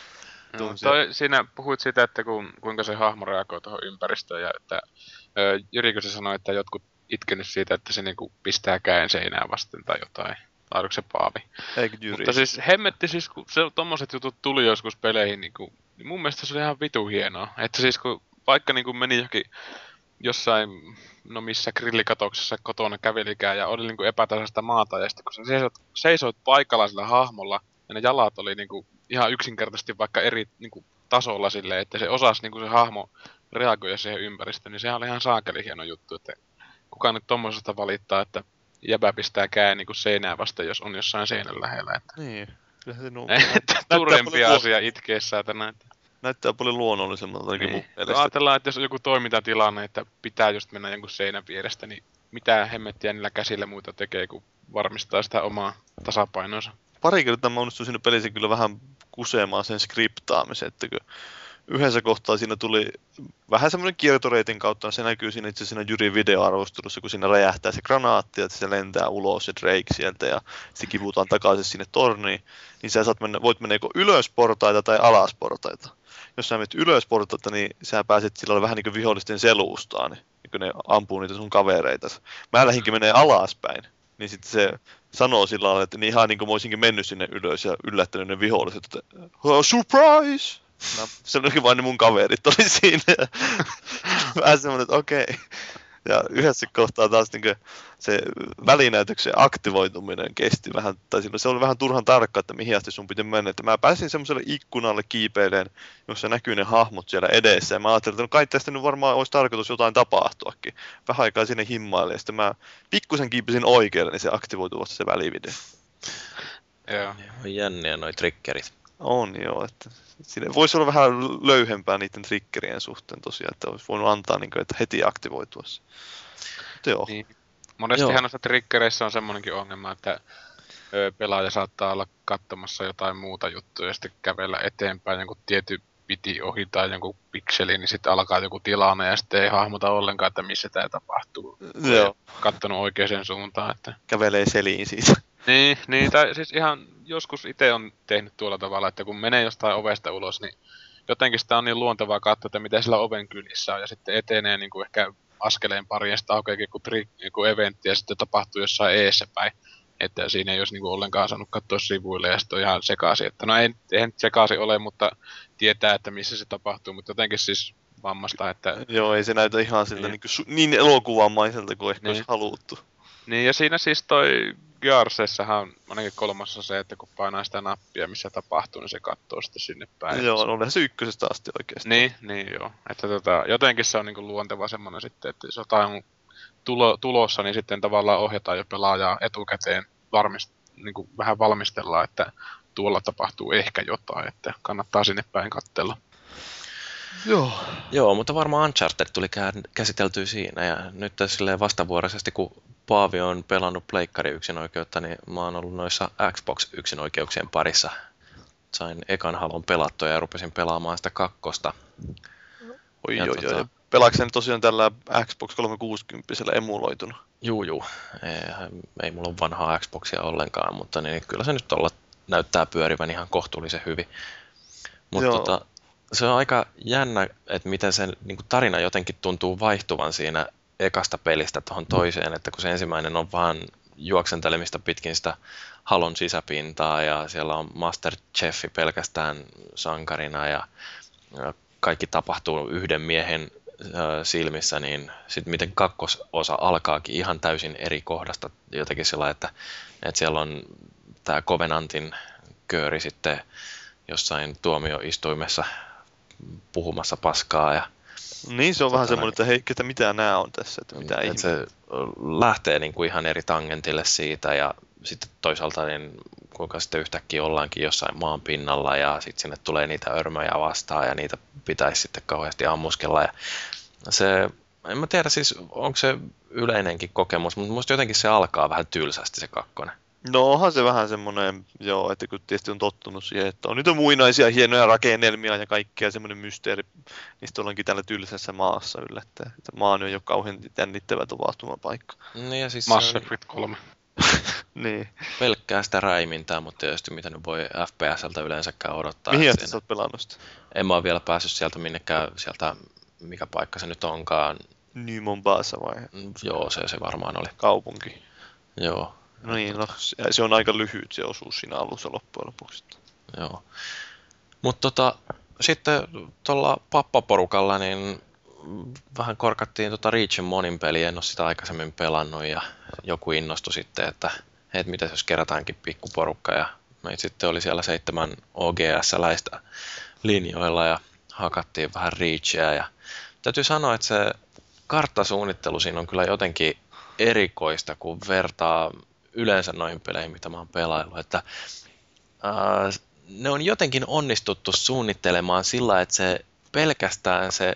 Siinä puhuit siitä, että kuinka se hahmo reagoi tuohon ympäristöön ja että Jyrikö se sanoi, että jotkut itkenyt siitä, että se niinku pistää käen seinään vasten tai jotain. Oliko se Paavi? Eikö Jyri? Mutta siis hemmetti, siis kun tommoset jutut tuli joskus peleihin niinku niin mun mielestä se oli ihan vitu hienoa. Että siis kun vaikka niin kuin meni johonkin jossain, no missä grillikatoksessa kotona kävelikään ja oli niin kuin epätasaista maata ja sitten kun sä seisoit paikalla sillä hahmolla ja ne jalat oli niin kuin ihan yksinkertaisesti vaikka eri niin kuin tasolla silleen, että se osasi niin kuin se hahmo reagoida siihen ympäristöön, niin sehän oli ihan saakeli hieno juttu, että kuka nyt tommosesta valittaa, että jäbä pistää käen niin kuin seinää vasta, jos on jossain seinän lähellä. Että Niin. Kyllä se turhempia asia itkeessä tänään. Näyttää paljon luonnollisemmalta ainakin mun mielestä. Ajatellaan, että jos on joku toimintatilanne, että pitää just mennä jonkun seinän vierestä, niin mitä hemmettiä niillä käsillä muuta tekee, kun varmistaa sitä omaa tasapainoansa. Pari kertaa mä onnistuin siinä pelissä kyllä vähän kusemaan sen skriptaamisen, että kun yhdessä kohtaa siinä tuli vähän semmoinen kiertoreitin kautta, se näkyy siinä itse siinä Jyrin videoarvostelussa, kun siinä räjähtää se granaatti, että se lentää ulos se Drake sieltä ja sitten kivutaan takaisin sinne torniin, niin sä voit mennä joko ylös portaita tai alas portaita. Jos sä menet ylös portaita, niin sä pääset sillä vähän niin kuin vihollisten selustaan, niin kun ne ampuu niitä sun kavereita. Mä lähdinkin menee alaspäin, niin sitten se sanoo sillä lailla, että niin ihan niin kuin mä olisinkin mennyt sinne ylös ja yllättänyt ne viholliset, että surprise! No, se olikin vain ne mun kaverit oli siinä. Vähän semmoinen, että okei. Ja yhdessä kohtaa taas niin se välinäytöksen aktivoituminen kesti vähän, tai se oli vähän turhan tarkka, että mihin asti sun piti mennä. Että mä pääsin semmoiselle ikkunalle kiipeileen, jossa näkyy ne hahmot siellä edessä. Ja mä ajattelin, että no kai tästä nyt varmaan olisi tarkoitus jotain tapahtuakin. Vähän aikaa sinne himmaille, ja sitten mä pikkusen kiipesin oikealle, niin se aktivoitui vasta se välivideo. Joo. Jänniä noi triggerit. On joo, että siinä voisi olla vähän löyhempää niiden triggerien suhteen tosiaan, että olisi voinut antaa niin kuin, että heti aktivoituessa. Mutta joo. Niin. Monestihan noissa triggereissä on semmonenkin ongelma, että pelaaja saattaa olla katsomassa jotain muuta juttua ja sitten kävellä eteenpäin jonkun tietyn piti ohi tai jonkun pikseli, niin sitten alkaa joku tilanne ja sitten ei hahmota ollenkaan, että missä tämä tapahtuu. Joo. Kattonut oikeaan suuntaan. Että... Kävelee seliin siitä. Niin, tai siis ihan joskus itse on tehnyt tuolla tavalla, että kun menee jostain ovesta ulos, niin jotenkin sitä on niin luontevaa katsoa, että mitä sillä oven kylissä on, ja sitten etenee niin kuin ehkä askeleen pari, ja sitten aukeakin joku eventti, ja sitten tapahtuu jossain eessä päin, että siinä ei olisi niin kuin ollenkaan saanut katsoa sivuille, ja sitten on ihan sekaisin, että no eihän sekaisin ole, mutta tietää, että missä se tapahtuu, mutta jotenkin siis vammasta, että... Joo, ei se näytä ihan siltä niin elokuvamaiselta kuin ehkä olisi haluttu. Niin, ja siinä siis toi Gearsessahan on ainakin kolmassa se, että kun painaa sitä nappia, missä tapahtuu, niin se katsoo sitten sinne päin. Joo, olihan se ykkösestä asti oikeasti. Niin joo. Että jotenkin se on niinku luonteva semmoinen sitten, että jos jotain on tulossa, niin sitten tavallaan ohjataan jo pelaajaa etukäteen niinku vähän valmistellaan, että tuolla tapahtuu ehkä jotain, että kannattaa sinne päin katsella. Joo, mutta varmaan Uncharted tuli käsiteltyä siinä, ja nyt silleen vastavuoroisesti, kun Paavi on pelannut pleikkari yksinoikeutta, niin mä oon ollut noissa Xbox yksinoikeuksien parissa. Sain ekan Halon pelattua ja rupesin pelaamaan sitä kakkosta. Oi. Pelaatko sen tosiaan tällä Xbox 360 emuloitunut? Juu. Ei mulla ole vanhaa Xboxia ollenkaan, mutta niin kyllä se nyt näyttää pyörivän ihan kohtuullisen hyvin. Mutta se on aika jännä, että miten se niin kuin tarina jotenkin tuntuu vaihtuvan siinä ekasta pelistä tuohon toiseen, että kun se ensimmäinen on vaan juoksentelemista pitkin sitä Halon sisäpintaa ja siellä on Master Chiefi pelkästään sankarina ja kaikki tapahtuu yhden miehen silmissä, niin sitten miten kakkososa alkaakin ihan täysin eri kohdasta jotenkin sillä, että siellä on tämä Covenantin kööri sitten jossain tuomioistuimessa puhumassa paskaa. Ja, niin se on vähän semmoinen, että hei, mitä nämä on tässä, että mitä ihmettä. Se lähtee niin kuin ihan eri tangentille siitä ja sitten toisaalta niin kuinka sitten yhtäkkiä ollaankin jossain maan pinnalla ja sitten sinne tulee niitä örmöjä vastaan ja niitä pitäisi sitten kauheasti ammuskella. Ja se, en mä tiedä siis, onko se yleinenkin kokemus, mutta musta jotenkin se alkaa vähän tylsästi se kakkonen. No onhan se vähän semmoinen, joo, että kun tietysti on tottunut siihen, että on niitä muinaisia hienoja rakennelmia ja kaikkea semmoinen mysteeri, niistä ollaankin täällä tylsässä maassa yllättäen. Maa on jo kauhean jännittävä tapahtumapaikka. Niin ja siis Mass Effect 3. Niin. Pelkkää sitä räimintää, mutta tietysti mitä nyt voi FPSltä yleensäkään odottaa. Mihin asti sä oot pelannut sitä? En mä ole vielä päässyt sieltä minnekään, mikä paikka se nyt onkaan. New Mombasa vai? Joo, se varmaan oli. Kaupunki. Joo. No niin, no, se on aika lyhyt se osuus siinä alussa loppujen lopuksi. Joo. Mutta sitten tuolla pappaporukalla niin vähän korkattiin Reachin monin peliä, en ole sitä aikaisemmin pelannut ja joku innostui sitten, että mitä jos kerätäänkin pikkuporukka ja meitä sitten oli siellä 7 OGS-läistä linjoilla ja hakattiin vähän Reachia ja täytyy sanoa, että se karttasuunnittelu siinä on kyllä jotenkin erikoista, kun vertaa yleensä noihin peleihin, mitä mä oon pelaillut, että ne on jotenkin onnistuttu suunnittelemaan sillä, että se pelkästään se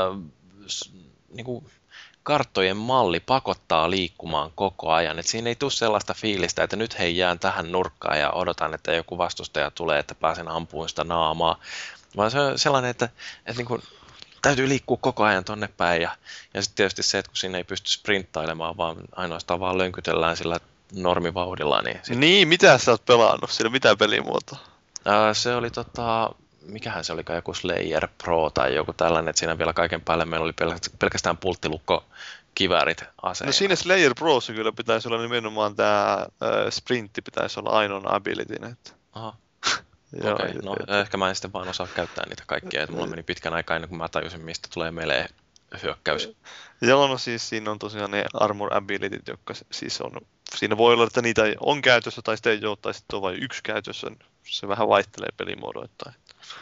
niinku karttojen malli pakottaa liikkumaan koko ajan. Et siinä ei tule sellaista fiilistä, että nyt hei jään tähän nurkkaan ja odotan, että joku vastustaja tulee, että pääsen ampumaan sitä naamaa. Vaan se on sellainen, että niinku täytyy liikkua koko ajan tonne päin. Ja sitten tietysti se, että kun siinä ei pysty sprinttailemaan, vaan ainoastaan vaan lönkytellään sillä normivauhdilla. Niin, mitä sä oot pelannut? Siinä mitä pelimuotoa? Se oli mikähän se olikaan, joku Slayer Pro tai joku tällainen, että siinä vielä kaiken päälle meillä oli pelkästään pulttilukko-kiväärit aseina. No siinä Slayer Prossa kyllä pitäisi olla nimenomaan tämä sprintti pitäisi olla ainoa ability. Aha. Okei, no ehkä mä en sitten vaan osaa käyttää niitä kaikkia, että mulla meni pitkän aikaa ennen kuin mä tajusin, mistä tulee melee hyökkäys. Joo, no siis siinä on tosiaan ne armor abilityt, jotka siis on, siinä voi olla, että niitä on käytössä tai sitten ei ole, tai sitten on vain yksi käytössä, se vähän vaihtelee pelimuodoittain.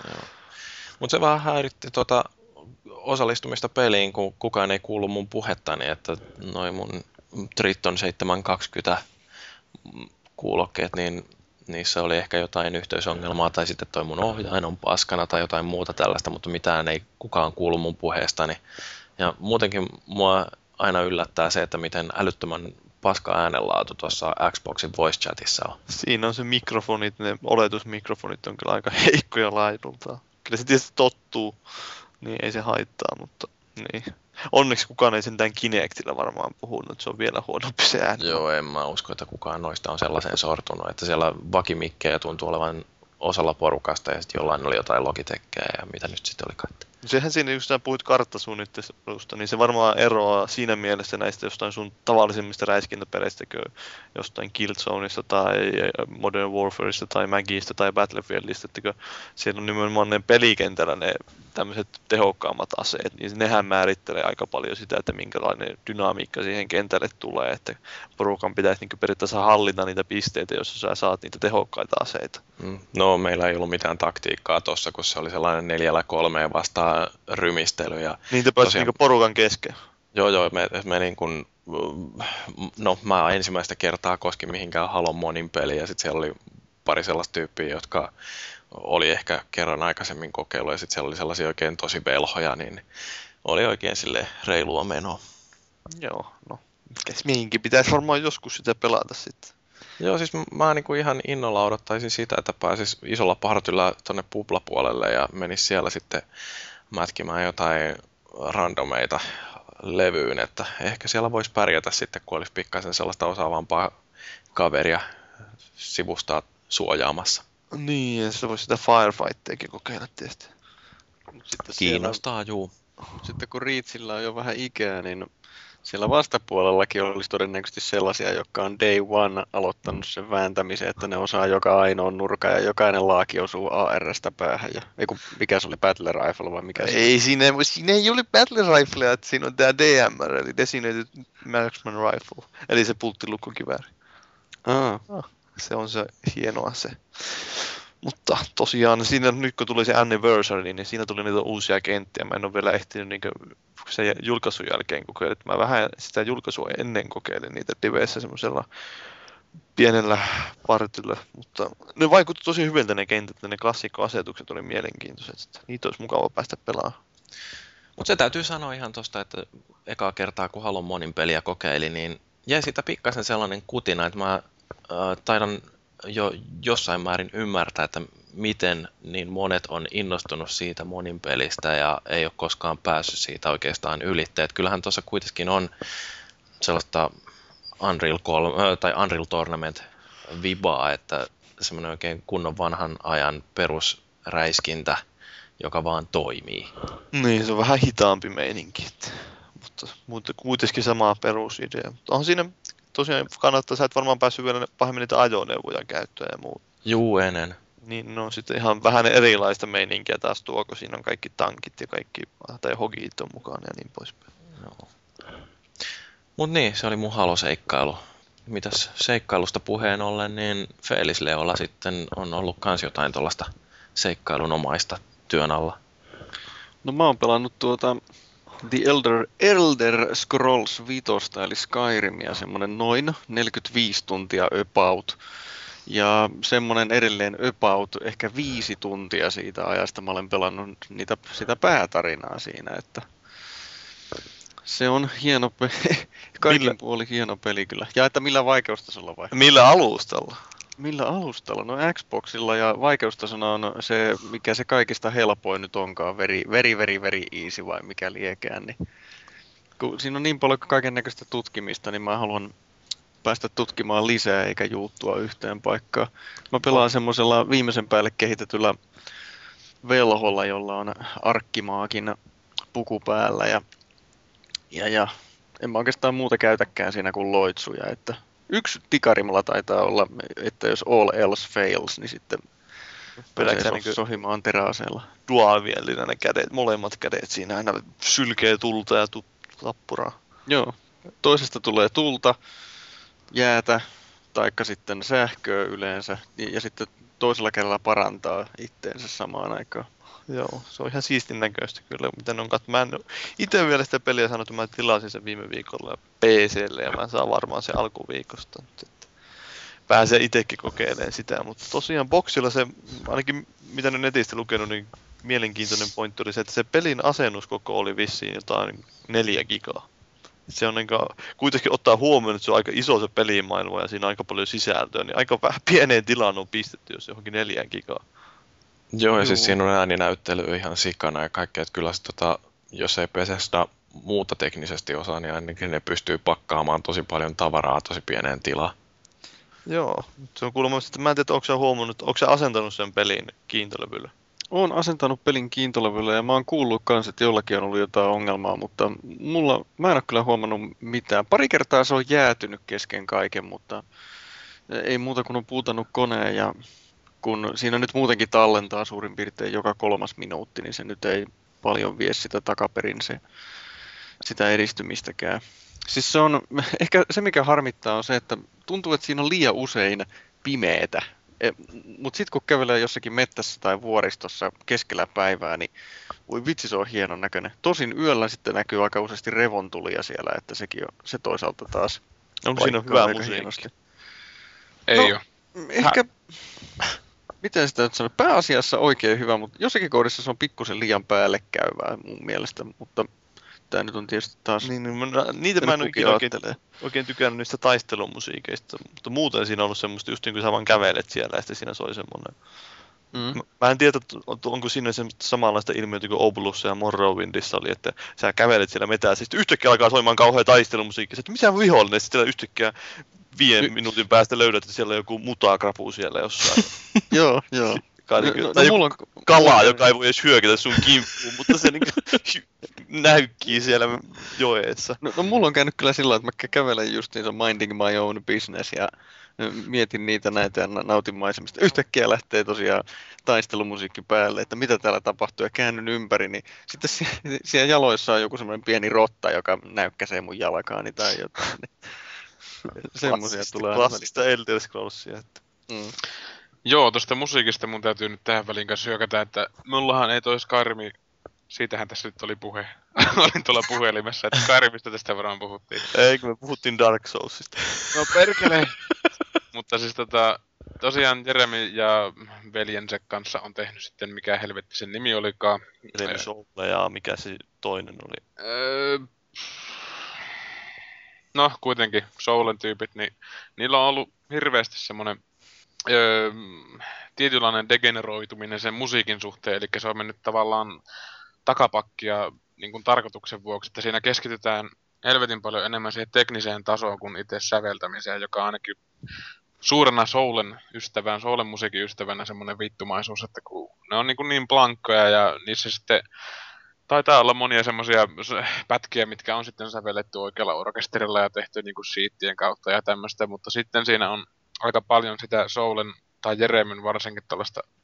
Mutta se vähän häiritti osallistumista peliin, kun kukaan ei kuulu mun puhettani, että noin mun Triton 720 kuulokkeet, niin niissä oli ehkä jotain yhteysongelmaa, tai sitten toi mun ohjain on paskana tai jotain muuta tällaista, mutta mitään ei kukaan kuulu mun puheestani. Ja muutenkin mua aina yllättää se, että miten älyttömän paska äänenlaatu tuossa Xboxin voice chatissa on. Siinä on se mikrofonit, ne oletusmikrofonit on kyllä aika heikkoja laidultaan. Kyllä se tietysti tottuu, niin ei se haittaa, mutta niin. Onneksi kukaan ei sentään Kinectillä varmaan puhunut, että se on vielä huonompi se ääni. Joo, en mä usko, että kukaan noista on sellaiseen sortunut, että siellä vakimikkejä tuntuu olevan osalla porukasta ja sitten jollain oli jotain Logitechia ja mitä nyt sitten olikaan. Sehän siinä, kun sä puhuit karttasuunnittelusta, niin se varmaan eroaa siinä mielessä näistä jostain sun tavallisimmista räiskintäpeleistä, jostain Killzoneista tai Modern Warfareista tai Magista tai Battlefieldista, että siellä on nimenomaan ne pelikentällä ne tämmöiset tehokkaammat aseet, niin nehän määrittelee aika paljon sitä, että minkälainen dynamiikka siihen kentälle tulee, että porukan pitäisi niin periaatteessa hallita niitä pisteitä, jos sä saat niitä tehokkaita aseita. No, meillä ei ollut mitään taktiikkaa tuossa, kun se oli sellainen 4-3 vastaan rymistely. Ja niin te pääsit niin porukan kesken? Joo, me niin kuin, no mä ensimmäistä kertaa koskin mihinkään Halon monin peliin ja sitten siellä oli pari sellaista tyyppiä, jotka oli ehkä kerran aikaisemmin kokeillut ja sitten siellä oli sellaisia oikein tosi velhoja, niin oli oikein sille reilua menoa. Joo, no mihinkin pitäisi varmaan joskus sitä pelata sitten. Joo, siis mä niin kuin ihan innolla odottaisin sitä, että pääsis isolla partylla tonne puplapuolelle ja menisi siellä sitten mätkimään jotain randomeita levyyn, että ehkä siellä voisi pärjätä sitten, kun olisi pikkasen sellaista osaavampaa kaveria sivusta suojaamassa. Niin, ja se voisi sitä firefightiakin kokeilla tietysti. Kiinnostaa, juu. Sitten kun Reachillä on jo vähän ikää, niin siellä vastapuolellakin olisi todennäköisesti sellaisia, jotka on day one aloittanut sen vääntämisen, että ne osaa joka ainoan nurkan ja jokainen laaki osuu AR:stä päähän. Ja, mikä se oli, Battle Rifle vai mikä se ei, siinä ei ole Battle Rifle, että siinä on tämä DMR, eli Designated Marksman Rifle, eli se pulttilukkokivääri. Se on se hieno ase. Mutta tosiaan siinä nyt kun tuli se Anniversary, niin siinä tuli niitä uusia kenttiä. Mä en ole vielä ehtinyt niin sen julkaisun jälkeen kokeilla. Mä vähän sitä julkaisua ennen kokeilin niitä diveissä semmoisella pienellä partilla. Mutta ne vaikutti tosi hyviltä ne kentät, ne klassikkoasetukset oli mielenkiintoiset. Niitä olisi mukava päästä pelaamaan. Mutta se täytyy sanoa ihan tosta, että ekaa kertaa kun Halon monin peliä kokeili, niin jäi siitä pikkasen sellainen kutina, että mä taidan jo jossain määrin ymmärtää, että miten niin monet on innostunut siitä monin pelistä ja ei ole koskaan päässyt siitä oikeastaan ylitteen. Kyllähän tuossa kuitenkin on sellaista Unreal Tournament vibaa, että semmoinen oikein kunnon vanhan ajan perusräiskintä, joka vaan toimii. Niin, se on vähän hitaampi meininki, mutta kuitenkin sama perusidea. Onhan siinä tosiaan kannattaa, sä et varmaan päässyt vielä pahemmin niitä ajoneuvoja käyttöön ja muuta. Juu, ennen. Niin no sitten ihan vähän erilaista meininkiä taas tuo, kun siinä on kaikki tankit ja kaikki, tai hogit on mukana ja niin poispäin. Joo. Mut niin, se oli mun Halo-seikkailu. Mitäs seikkailusta puheen ollen, niin Felis Leola sitten on ollut kans jotain tuollaista seikkailunomaista työn alla. No mä oon pelannut The Elder Scrolls 5, eli Skyrimia, semmonen noin 45 tuntia about. Ja semmonen edelleen about, ehkä 5 tuntia siitä ajasta mä olen pelannut sitä päätarinaa siinä, että se on hieno kaikin puoli hieno peli kyllä. Ja että millä vaikeustasolla vai? Millä alustalla? Millä alustalla? No Xboxilla, ja vaikeustasona on se, mikä se kaikista helpoin nyt onkaan, very easy vai mikä liekään. Niin. Kun siinä on niin paljon kaiken näköistä tutkimista, niin mä haluan päästä tutkimaan lisää eikä juuttua yhteen paikkaan. Mä pelaan semmoisella viimeisen päälle kehitetyllä velholla, jolla on arkkimaakin puku päällä ja en mä oikeastaan muuta käytäkään siinä kuin loitsuja, että yksi tikari mulla taitaa olla, että jos all else fails, niin sitten pääsee sohimaan teräaseella. Duaalviellinen ne kädet, molemmat kädet siinä aina sylkee tulta ja tappuraa. Joo, toisesta tulee tulta, jäätä, taikka sitten sähköä yleensä, ja sitten toisella kädellä parantaa itteensä samaan aikaan. Joo, se on ihan siistin näköistä kyllä, miten on mä en itse vielä sitä peliä sanonut, että mä tilasin sen viime viikolla PC:lle ja mä saan varmaan sen alkuviikosta. Että pääsee itsekin kokeilemaan sitä, mutta tosiaan boxilla se, ainakin mitä nyt netistä lukenut, niin mielenkiintoinen pointti oli se, että se pelin asennuskoko oli vissiin jotain 4 gigaa. Se on kuitenkin ottaa huomioon, että se on aika iso se pelimaailma ja siinä on aika paljon sisältöä, niin aika vähän pieneen tilaan on pistetty, jos johonkin 4 gigaa. Joo, ja siis siinä on ääninäyttely ihan sikana ja kaikkea, että kyllä jos ei Bethesda muuta teknisesti osaa, niin ainakin ne pystyy pakkaamaan tosi paljon tavaraa tosi pieneen tilaan. Joo, se on kuulemma, että mä en tiedä, onko sä huomannut, onko sä asentanut sen pelin kiintolevylle? Oon asentanut pelin kiintolevylle ja mä oon kuullut kans, että jollakin on ollut jotain ongelmaa, mutta mä en ole kyllä huomannut mitään. Pari kertaa se on jäätynyt kesken kaiken, mutta ei muuta kuin on puutannut koneen ja kun siinä nyt muutenkin tallentaa suurin piirtein joka 3 minuutti, niin se nyt ei paljon vie sitä takaperin sitä edistymistäkään. Siis se on, ehkä se mikä harmittaa on se, että tuntuu, että siinä on liian usein pimeetä. Mutta sitten kun kävelee jossakin mettässä tai vuoristossa keskellä päivää, niin voi vitsi, se on hienon näköinen. Tosin yöllä sitten näkyy aika useasti revontulia siellä, että sekin on se toisaalta taas. Onko siinä hyvä musiikki? Ei ole. Ehkä, miten sitä nyt sanoo, pääasiassa oikein hyvä, mutta jossakin kohdissa se on pikkusen liian päälle käyvää mun mielestä, mutta tämä nyt on tietysti taas... Niitä mä en ole oikein tykännyt niistä taistelumusiikeista, mutta muuten siinä on ollut semmoista, just niin kuin sä vaan kävelet siellä ja sitten siinä soi semmoinen. Mä en tiedä, onko siinä semmoista samanlaista ilmiötä kuin Oblussa ja Morrowindissa oli, että sä kävelet siellä metässä, sitten yhtäkkiä alkaa soimaan kauhean taistelumusiikki, että missä on vihollinen, sitten yhtäkkiä 5 minuutin päästä löydät, että siellä on joku mutakrapu siellä jossain. Joo. Tai joku kala, joka ei voi edes hyökätä sun kimppuun, mutta se näykkii siellä joeessa. No mulla on käynyt kyllä sillä tavalla, että mä kävelen just niin minding my own business ja mietin näitä ja nautin maisemista. Yhtäkkiä lähtee tosiaan taistelumusiikki päälle, että mitä täällä tapahtuu ja käännyn ympäri, niin sitten siellä jaloissa on joku semmoinen pieni rotta, joka näykkäsee mun jalkaani tai jotain. Semmoisia tulee aina. Klassista Elder Scrollsia. Joo, tuosta musiikista mun täytyy nyt tähän väliin kanssa hyökätä, että mullahan ei toi Skyrimi, siitähän tässä nyt oli puhe. Olin tuolla puhelimessa, että Skyrimistä tästä varmaan puhuttiin. Eikö me puhuttiin Dark Soulsista? No perkele! Mutta siis tosiaan Jeremy ja veljensä kanssa on tehnyt sitten, mikä helvetti sen nimi olikaan. Jeremy Soule ja mikä se toinen oli? No kuitenkin, Soulen tyypit, niin niillä on ollut hirveästi semmoinen tietynlainen degeneroituminen sen musiikin suhteen, eli se on mennyt tavallaan takapakkia niin kuin tarkoituksen vuoksi, että siinä keskitytään helvetin paljon enemmän siihen tekniseen tasoon kuin itse säveltämiseen, joka on ainakin suurena Soulen musiikin ystävänä semmoinen vittumaisuus, että kun ne on niin blankkoja ja niissä sitten taitaa olla monia semmoisia pätkiä, mitkä on sitten sävelletty oikealla orkesterilla ja tehty niin kuin siittien kautta ja tämmöistä, mutta sitten siinä on aika paljon sitä Soulen tai Jeremyn varsinkin tällaista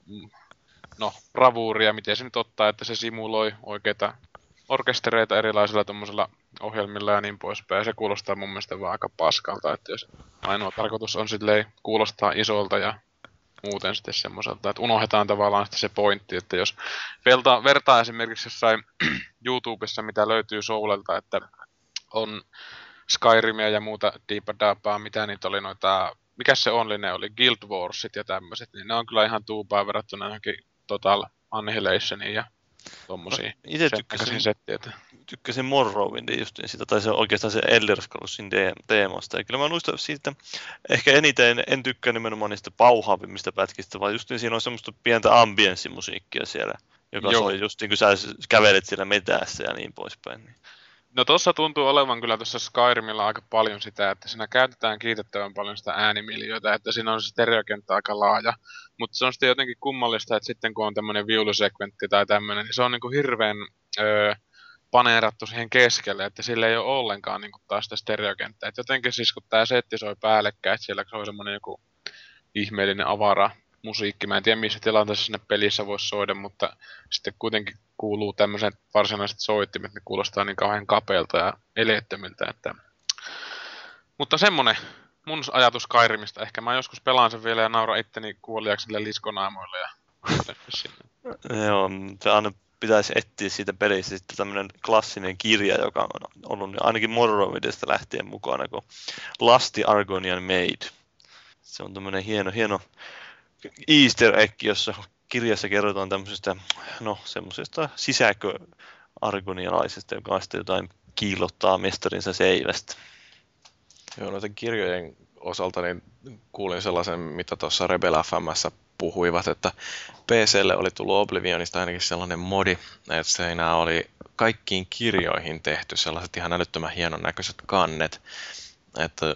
bravuuria, miten se nyt ottaa, että se simuloi oikeita orkestereita erilaisilla tommosilla ohjelmilla ja niin poispäin. Se kuulostaa mun mielestä vaan aika paskalta, että jos ainoa tarkoitus on silleen kuulostaa isolta ja muuten sitten semmoiselta, että unohdetaan tavallaan sitten se pointti, että jos vertaa esimerkiksi jossain YouTubessa, mitä löytyy Soulelta, että on Skyrimia ja muuta diipadapaa, mitä niitä oli noita, mikä se ne oli Guild Warsit ja tämmöiset, niin ne on kyllä ihan tuupaa verrattuna johonkin Total Annihilationiin ja tommosiin Itse tykkäsin Morrowindin justiin sitä, tai se oikeastaan se Elder Scrollsin teemasta. Ja kyllä mä muistan siitä, ehkä eniten en tykkää nimenomaan niistä pauhaavimmista pätkistä, vaan justiin siinä on semmoista pientä ambienssimusiikkia siellä, joka soi justiin, kun sä kävelet siellä metässä ja niin poispäin. Niin. No tossa tuntuu olevan kyllä tuossa Skyrimilla aika paljon sitä, että siinä käytetään kiitettävän paljon sitä äänimiljöitä, että siinä on se stereokenttä aika laaja. Mutta se on sitten jotenkin kummallista, että sitten kun on tämmöinen viulusekventti tai tämmöinen, niin se on niinku hirveän paneerattu siihen keskelle, että sillä ei ole ollenkaan niinku taas sitä stereokenttää. Et jotenkin siis kun tää setti soi päällekkäin, että siellä soi semmoinen joku ihmeellinen avara musiikki. Mä en tiedä missä tilanteessa sinne pelissä voisi soida, mutta sitten kuitenkin kuuluu tämmöiset varsinaiset soittimet, ne kuulostaa niin kauhean kapealta ja eleettömiltä. Että... Mutta semmonen mun ajatus Skyrimistä. Ehkä mä joskus pelaan sen vielä ja nauran itteni kuoliaksi niille liskonaamoille. Ja... Joo, se aina pitäisi etsiä siitä pelistä sitten tämmöinen klassinen kirja, joka on ollut ainakin Morrowindista lähtien mukana, kuin Lusty Argonian Maid. Se on tämmöinen hieno Easter egg, jossa kirjassa kerrotaan tämmöisestä, semmoisesta sisäkö-argonialaisesta, joka sitten jotain kiillottaa mestarinsa seivästä. Joo, noiden kirjojen osalta niin kuulin sellaisen, mitä tuossa Rebel FM:ssä puhuivat, että PC:lle oli tullut Oblivionista ainakin sellainen modi, että siinä oli kaikkiin kirjoihin tehty sellaiset ihan älyttömän hienon näköiset kannet, että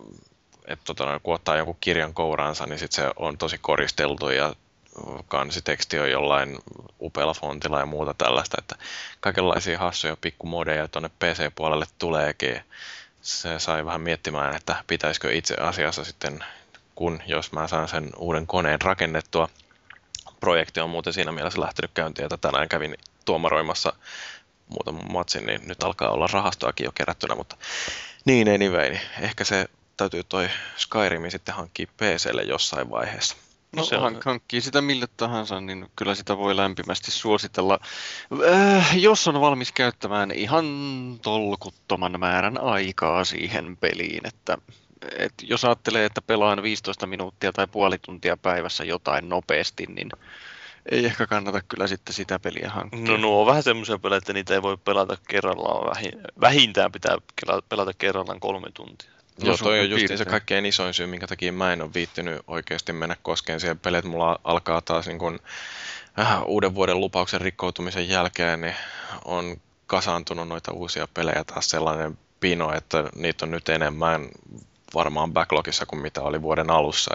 kun ottaa jonkun kirjan kouraansa, niin sit se on tosi koristeltu ja kansiteksti on jollain upealla fontilla ja muuta tällaista, että kaikenlaisia hassuja pikkumodeja tuonne PC-puolelle tuleekin. Se sai vähän miettimään, että pitäisikö itse asiassa sitten, jos mä saan sen uuden koneen rakennettua. Projekti on muuten siinä mielessä lähtenyt käyntiin, että tänään kävin tuomaroimassa muutaman matsin, niin nyt alkaa olla rahastoakin jo kerättynä, mutta niin anyway, ehkä se täytyy toi Skyrim sitten hankkia PC:lle jossain vaiheessa. No se hankkii sitä mille tahansa, niin kyllä sitä voi lämpimästi suositella, jos on valmis käyttämään ihan tolkuttoman määrän aikaa siihen peliin. Että jos ajattelee, että pelaan 15 minuuttia tai puoli tuntia päivässä jotain nopeasti, niin ei ehkä kannata kyllä sitten sitä peliä hankkia. No nuo on vähän semmoisia pelejä, että niitä ei voi pelata kerrallaan. Vähintään pitää pelata kerrallaan 3 tuntia. Joo, toi on just se kaikkein isoin syy, minkä takia mä en ole viittynyt oikeasti mennä koskeen siihen peliin, että mulla alkaa taas niin kun, uuden vuoden lupauksen rikkoutumisen jälkeen, niin on kasaantunut noita uusia pelejä taas sellainen pino, että niitä on nyt enemmän varmaan backlogissa kuin mitä oli vuoden alussa.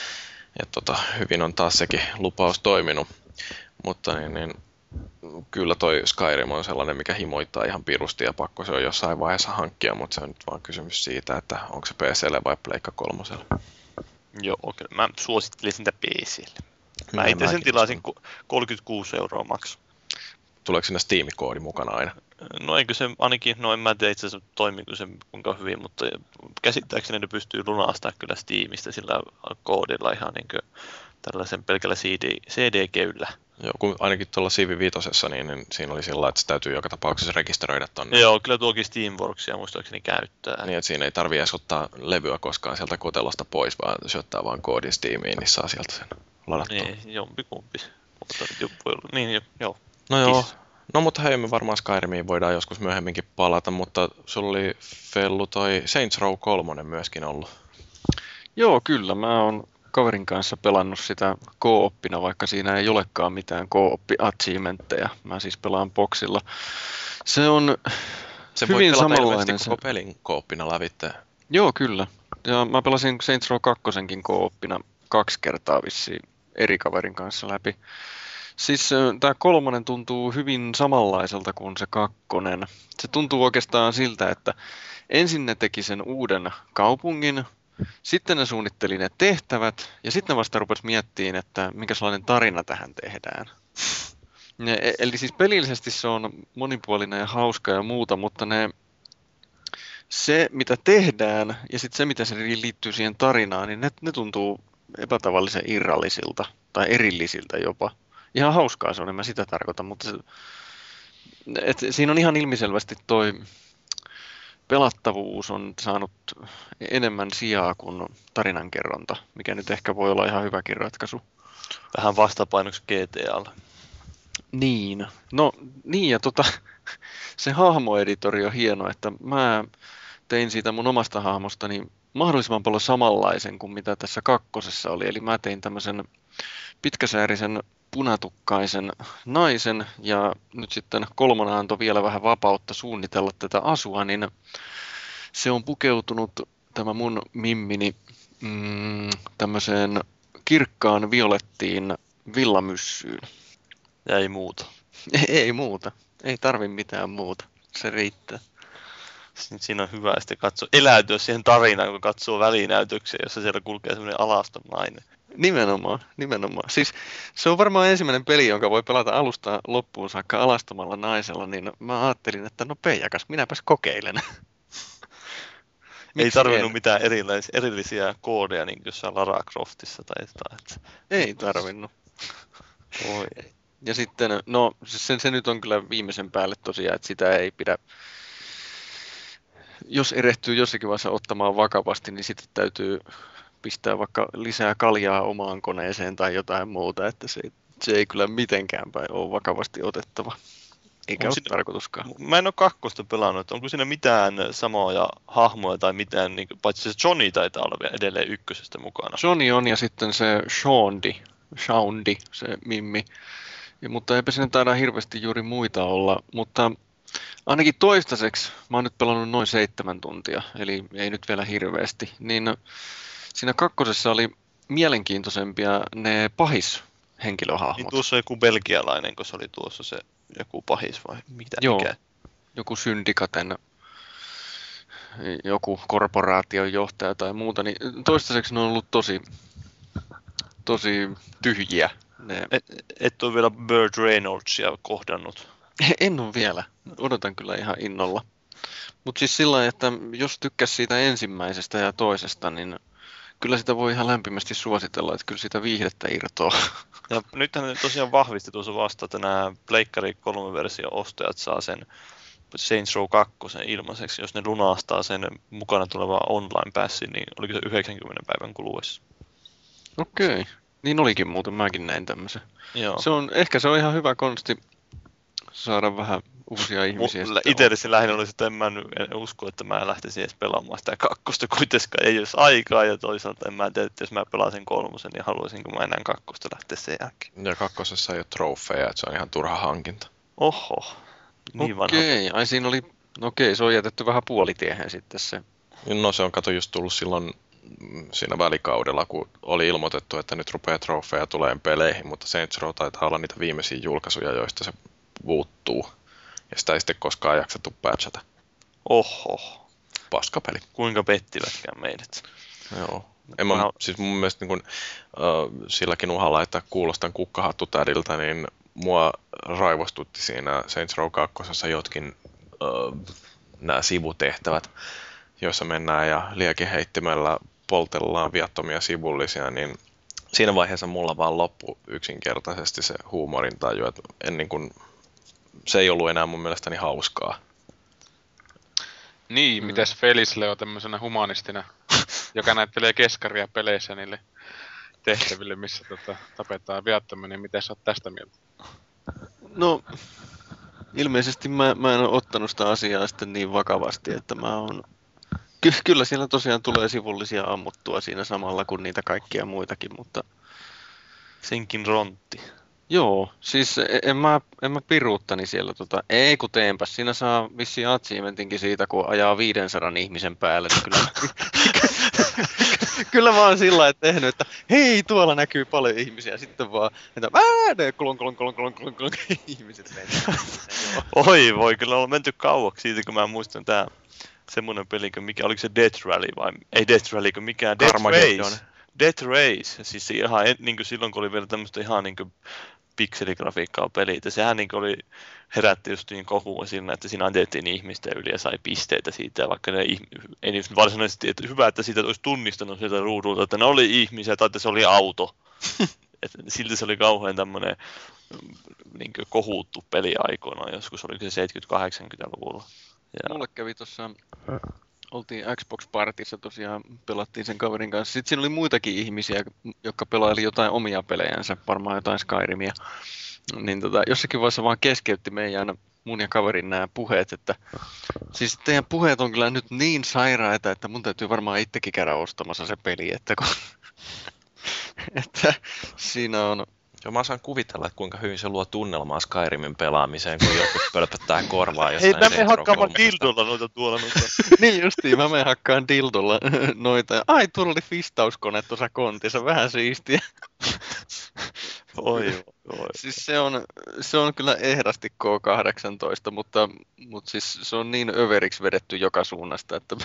Hyvin on taas sekin lupaus toiminut, mutta kyllä toi Skyrim on sellainen, mikä himoittaa ihan pirusti ja pakko se on jossain vaiheessa hankkia, mutta se on nyt vaan kysymys siitä, että onko se PC:lle vai Pleikka 3:lle. Joo, okei. Mä suosittelisin sitä PC:lle. Mä itse sen tilasin 36 € maksu. Tuleeko siinä Steam-koodi mukana aina? No eikö se ainakin, en mä tiedä itse asiassa toimiiko se kuinka hyvin, mutta käsittääkseni ne pystyy lunastamaan kyllä Steamista sillä koodilla ihan niin kuin tällaisen pelkällä CD-keyllä. Joo, kun ainakin tuolla Civ 5:ssa, niin siinä oli sillä, että se täytyy joka tapauksessa rekisteröidä tonne. Joo, kyllä tuokin Steamworksia muistaakseni käyttää. Niin, että siinä ei tarvitse edes ottaa levyä koskaan sieltä kotelosta pois, vaan syöttää vaan koodin Steamiin, niin saa sieltä sen ladattua. Niin, jompikumpi. Niin, joo. No joo. No mutta hei, me varmaan Skyrimiin voidaan joskus myöhemminkin palata, mutta sulla oli Fellu toi Saints Row 3 myöskin ollut. Joo, kyllä. Mä oon kaverin kanssa pelannut sitä co-oppina, vaikka siinä ei olekaan mitään co-oppi-achievementteja. Mä siis pelaan boxilla. Se on se hyvin voi samanlainen. Koko pelin co-oppina lävitte. Joo, kyllä. Ja mä pelasin Saints Row 2 co-oppina 2 kertaa vissiin eri kaverin kanssa läpi. Siis tämä 3 tuntuu hyvin samanlaiselta kuin se 2. Se tuntuu oikeastaan siltä, että ensin ne teki sen uuden kaupungin, Sitten ne suunnitteli ne tehtävät, ja sitten ne vasta rupesi miettimään, että minkälainen tarina tähän tehdään. Eli siis pelillisesti se on monipuolinen ja hauska ja muuta, mutta se mitä tehdään ja sitten se mitä se liittyy siihen tarinaan, niin ne tuntuu epätavallisen irrallisilta tai erillisiltä jopa. Ihan hauskaa se on, en mä sitä tarkoita, mutta siinä on ihan ilmiselvästi toi pelattavuus on saanut enemmän sijaa kuin tarinankerronta, mikä nyt ehkä voi olla ihan hyväkin ratkaisu. Vähän vastapainoksi GTAlle. Niin, no niin ja se hahmoeditori on hieno, että mä tein siitä mun omasta hahmostani mahdollisimman paljon samanlaisen kuin mitä tässä kakkosessa oli. Eli mä tein tämmöisen pitkäsäärisen punatukkaisen naisen ja nyt sitten kolmonen antoi vielä vähän vapautta suunnitella tätä asua, niin se on pukeutunut tämä mun mimmini tämmöiseen kirkkaan violettiin villamyssyyn. Ja ei muuta. Ei muuta. Ei tarvi mitään muuta. Se riittää. Siinä on hyvä sitten eläytyä siihen tarinaan, kun katsoo välinäytöksiä, jossa siellä kulkee semmoinen alaston nainen. Nimenomaan. Siis se on varmaan ensimmäinen peli, jonka voi pelata alusta loppuun saakka alastomalla naisella, niin mä ajattelin, että no peijakas, minäpäs kokeilen. Ei tarvinnut mitään erillisiä koodeja niin kuin jossain Lara Croftissa tai jotain. Ei tarvinnut. Oi. Ja sitten, no se nyt on kyllä viimeisen päälle tosiaan, että sitä ei pidä, jos erehtyy jossakin vaiheessa ottamaan vakavasti, niin sitten täytyy pistää vaikka lisää kaljaa omaan koneeseen tai jotain muuta, että se ei kyllä mitenkään päin ole vakavasti otettava. Eikä ole tarkoituskaan. Mä en ole kakkosta pelannut, että onko siinä mitään samoja hahmoja tai mitään, niin, paitsi se Johnny taitaa olla vielä edelleen ykkösestä mukana. Johnny on ja sitten se Shaundi, se mimmi. Mutta eipä siinä taida hirveästi juuri muita olla, mutta ainakin toistaiseksi, mä oon nyt pelannut noin 7 tuntia, eli ei nyt vielä hirveästi, niin siinä kakkosessa oli mielenkiintoisempia ne pahis-henkilöhahmot. Niin tuossa on joku belgialainen, kun se oli tuossa se joku pahis vai mitä? Joo, mikä? Joku syndikaten, joku korporaation johtaja tai muuta, niin toistaiseksi ne on ollut tosi tyhjiä. Et ole vielä Burt Reynoldsia kohdannut. En ole vielä. Odotan kyllä ihan innolla. Mutta siis sillä lailla, että jos tykkäs siitä ensimmäisestä ja toisesta, niin kyllä sitä voi ihan lämpimästi suositella, että kyllä sitä viihdettä irtoaa. Ja nythän tosiaan vahvisti tuossa vasta, että nämä Pleikkari 3-version ostajat saa sen Saints Row 2 ilmaiseksi, jos ne lunastaa sen mukana tulevan online passin, niin oliko se 90 päivän kuluessa. Okei. Niin olikin muuten, mäkin näin tämmöisen. Joo. Ehkä se on ihan hyvä konsti saada vähän uusia ihmisiä. Itsellesi lähinnä olisi, että en usko, että mä lähtisin edes pelaamaan sitä kakkosta, kuitenkaan ei olisi aikaa, ja toisaalta en mä tiedä, että jos mä pelaan sen 3, niin haluaisinko mä enää kakkosta lähteä sen jälkeen. Ja kakkosessa ei ole trofeja, että se on ihan turha hankinta. Oho, niin vanha. Ai siinä oli, se on jätetty vähän puolitiehen sitten se. No se on just tullut silloin siinä välikaudella, kun oli ilmoitettu, että nyt rupeaa trofeja tulee peleihin, mutta Saints Row taitaa olla niitä viimeisiä julkaisuja, joista se puuttuu. Ja sitä ei sitten koskaan jaksettu patchata. Oho. Paskapeli. Kuinka pettivätkään meidät. Joo. Siis mun mielestä niin kun, silläkin uhalla, että kuulostan kukkahattutädiltä, niin mua raivostutti siinä Saints Row 2 jotkin nämä sivutehtävät, joissa mennään ja liekinheittimellä poltellaan viattomia sivullisia, niin siinä vaiheessa mulla vaan loppui yksinkertaisesti se huumorintaju, että se ei ollut enää mun mielestäni hauskaa. Niin, mites Felisle on tämmöisenä humanistina, joka näyttelee keskaria peleissä niille tehtäville, missä tapetaan viattomia, niin miten sä oot tästä mieltä? No, ilmeisesti mä en ole ottanut sitä asiaa sitten niin vakavasti, että mä oon... Kyllä siellä tosiaan tulee sivullisia ammuttua siinä samalla kuin niitä kaikkia muitakin, mutta... Senkin rontti. Joo, siis en mä piruuttani siellä ei kun teenpäs, siinä saa vissiin achievementinkin siitä, kun ajaa 500 ihmisen päälle, niin kyllä mä oon sillä lailla tehnyt, että hei, tuolla näkyy paljon ihmisiä, sitten vaan, että klon, ihmiset menee. Oi voi, kyllä on menty kauaksi siitä, kun mä muistan tää semmoinen peli, oliko se Death Rally vai ei Death Rally, kun mikään Death Race. Death Race, siis ihan niin kuin silloin kun oli vielä tämmöistä ihan niin kuin pikseligrafiikkaa pelit, ja sehän niin kuin herätti just niin kohua siinä, että siinä ajettiin ihmisten yli ja sai pisteitä siitä, vaikka ne ei nyt varsinaisesti, että hyvä, että siitä olisi tunnistanut sieltä ruudulta, että ne oli ihmisiä tai että se oli auto. Että silti se oli kauhean tämmöinen niin kuin kohuttu peli aikoinaan, joskus oliko se 70-80-luvulla. Ja Mulle kävi tuossa, oltiin Xbox-partissa tosiaan, pelattiin sen kaverin kanssa. Sitten siinä oli muitakin ihmisiä, jotka pelaili jotain omia pelejänsä, varmaan jotain Skyrimia. Niin jossakin vaiheessa vaan keskeytti meidän mun ja kaverin nämä puheet, että siis teidän puheet on kyllä nyt niin sairaita, että mun täytyy varmaan itsekin käydä ostamassa se peli, että kun että siinä on. Joo, mä saan kuvitella, että kuinka hyvin se luo tunnelmaa Skyrimin pelaamiseen, kun joku pölpöttää korvaa jostain. Hei, mä menen hakkaamaan dildolla noita tuolla. Niin justiin, mä menen hakkaan dildolla noita. Ai, tuolla oli fistauskone tuossa kontissa, vähän siistiä. Oi. Siis se on kyllä ehdottomasti K18, mutta siis se on niin överiksi vedetty joka suunnasta, että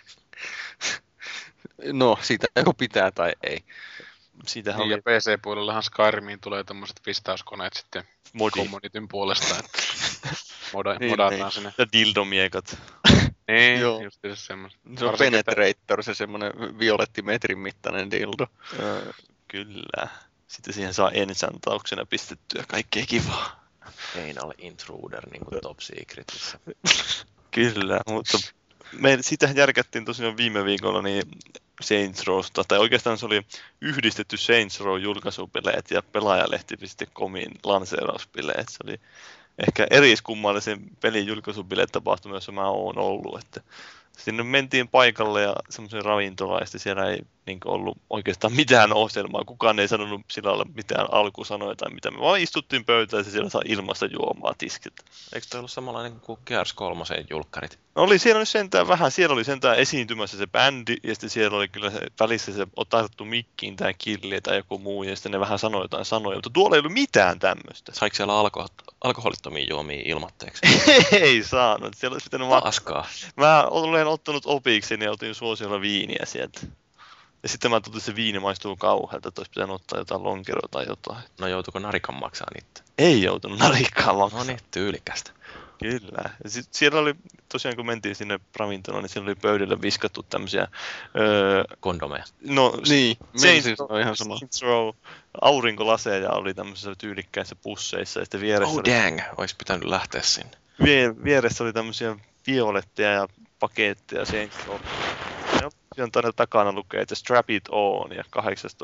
no, siitä joko pitää tai ei. Siitähän Niin, oli ja PC-puolellahan Skyrimiin tulee tommoset vistauskoneet sitten communityn puolesta, että modataan sinne. Ja dildomiekat. Niin, Joo. just semmoista. Se on Penetrator, se semmoinen violettimetrin mittainen dildo. Kyllä. Sitten siihen saa ensantauksena pistettyä kaikkea kivaa. Anal intruder, niin kuin Top Secretissä. Kyllä, mutta me sitähän järkättiin tosiaan viime viikolla niin Saints Rowsta, tai oikeastaan se oli yhdistetty Saints Row julkaisubileet ja pelaajalehti.comin lanseerausbileet. Se oli ehkä eriskummallisen pelin julkaisubileet tapahtuma, jossa mä oon ollut. Että sinne mentiin paikalle ja semmoisen ravintolaan, ja siellä ei niin ollut oikeastaan mitään ohjelmaa. Kukaan ei sanonut sillä olla mitään alkusanoja tai mitä. Me vaan istuttiin pöytään ja siellä saa ilmasta juomaa tiskiltä. Eikö toi ollut samanlainen kuin Gears 3 julkkarit? Oli siellä nyt sentään vähän. Siellä oli sentään esiintymässä se bändi, ja sitten siellä oli kyllä se, välissä se otettu mikkiin tämä killi tai joku muu, ja sitten ne vähän sanoi jotain sanoja, mutta tuolla ei ollut mitään tämmöistä. Saiko siellä alkoholittomia juomia ilmatteeksi? Ei saanut. Siellä olisi pitänyt Paskaa. Mä olen ottanut opiksi ja otin suosiolla viiniä sieltä. Ja sitten mä totesin, että se viini maistuu kauhealta, että olisi pitänyt ottaa jotain lonkeroa tai jotain. No joutuiko narikan maksaa niitä? Ei joutunut narikkaan maksaa. No niin, tyylikästä. Kyllä. Ja siellä oli, tosiaan kun mentiin sinne ravintolaan, niin siellä oli pöydälle viskattu tämmöisiä kondomeja. No, niin, siis on ihan sama. Saints Row aurinkolaseja oli tämmöisissä tyylikkäissä pusseissa. Ja sitten vieressä Oh dang, olisi pitänyt lähteä sinne. Vieressä oli tämmöisiä violetteja ja paketteja Saints Row. Ja tänne takana lukee, että Strap It On ja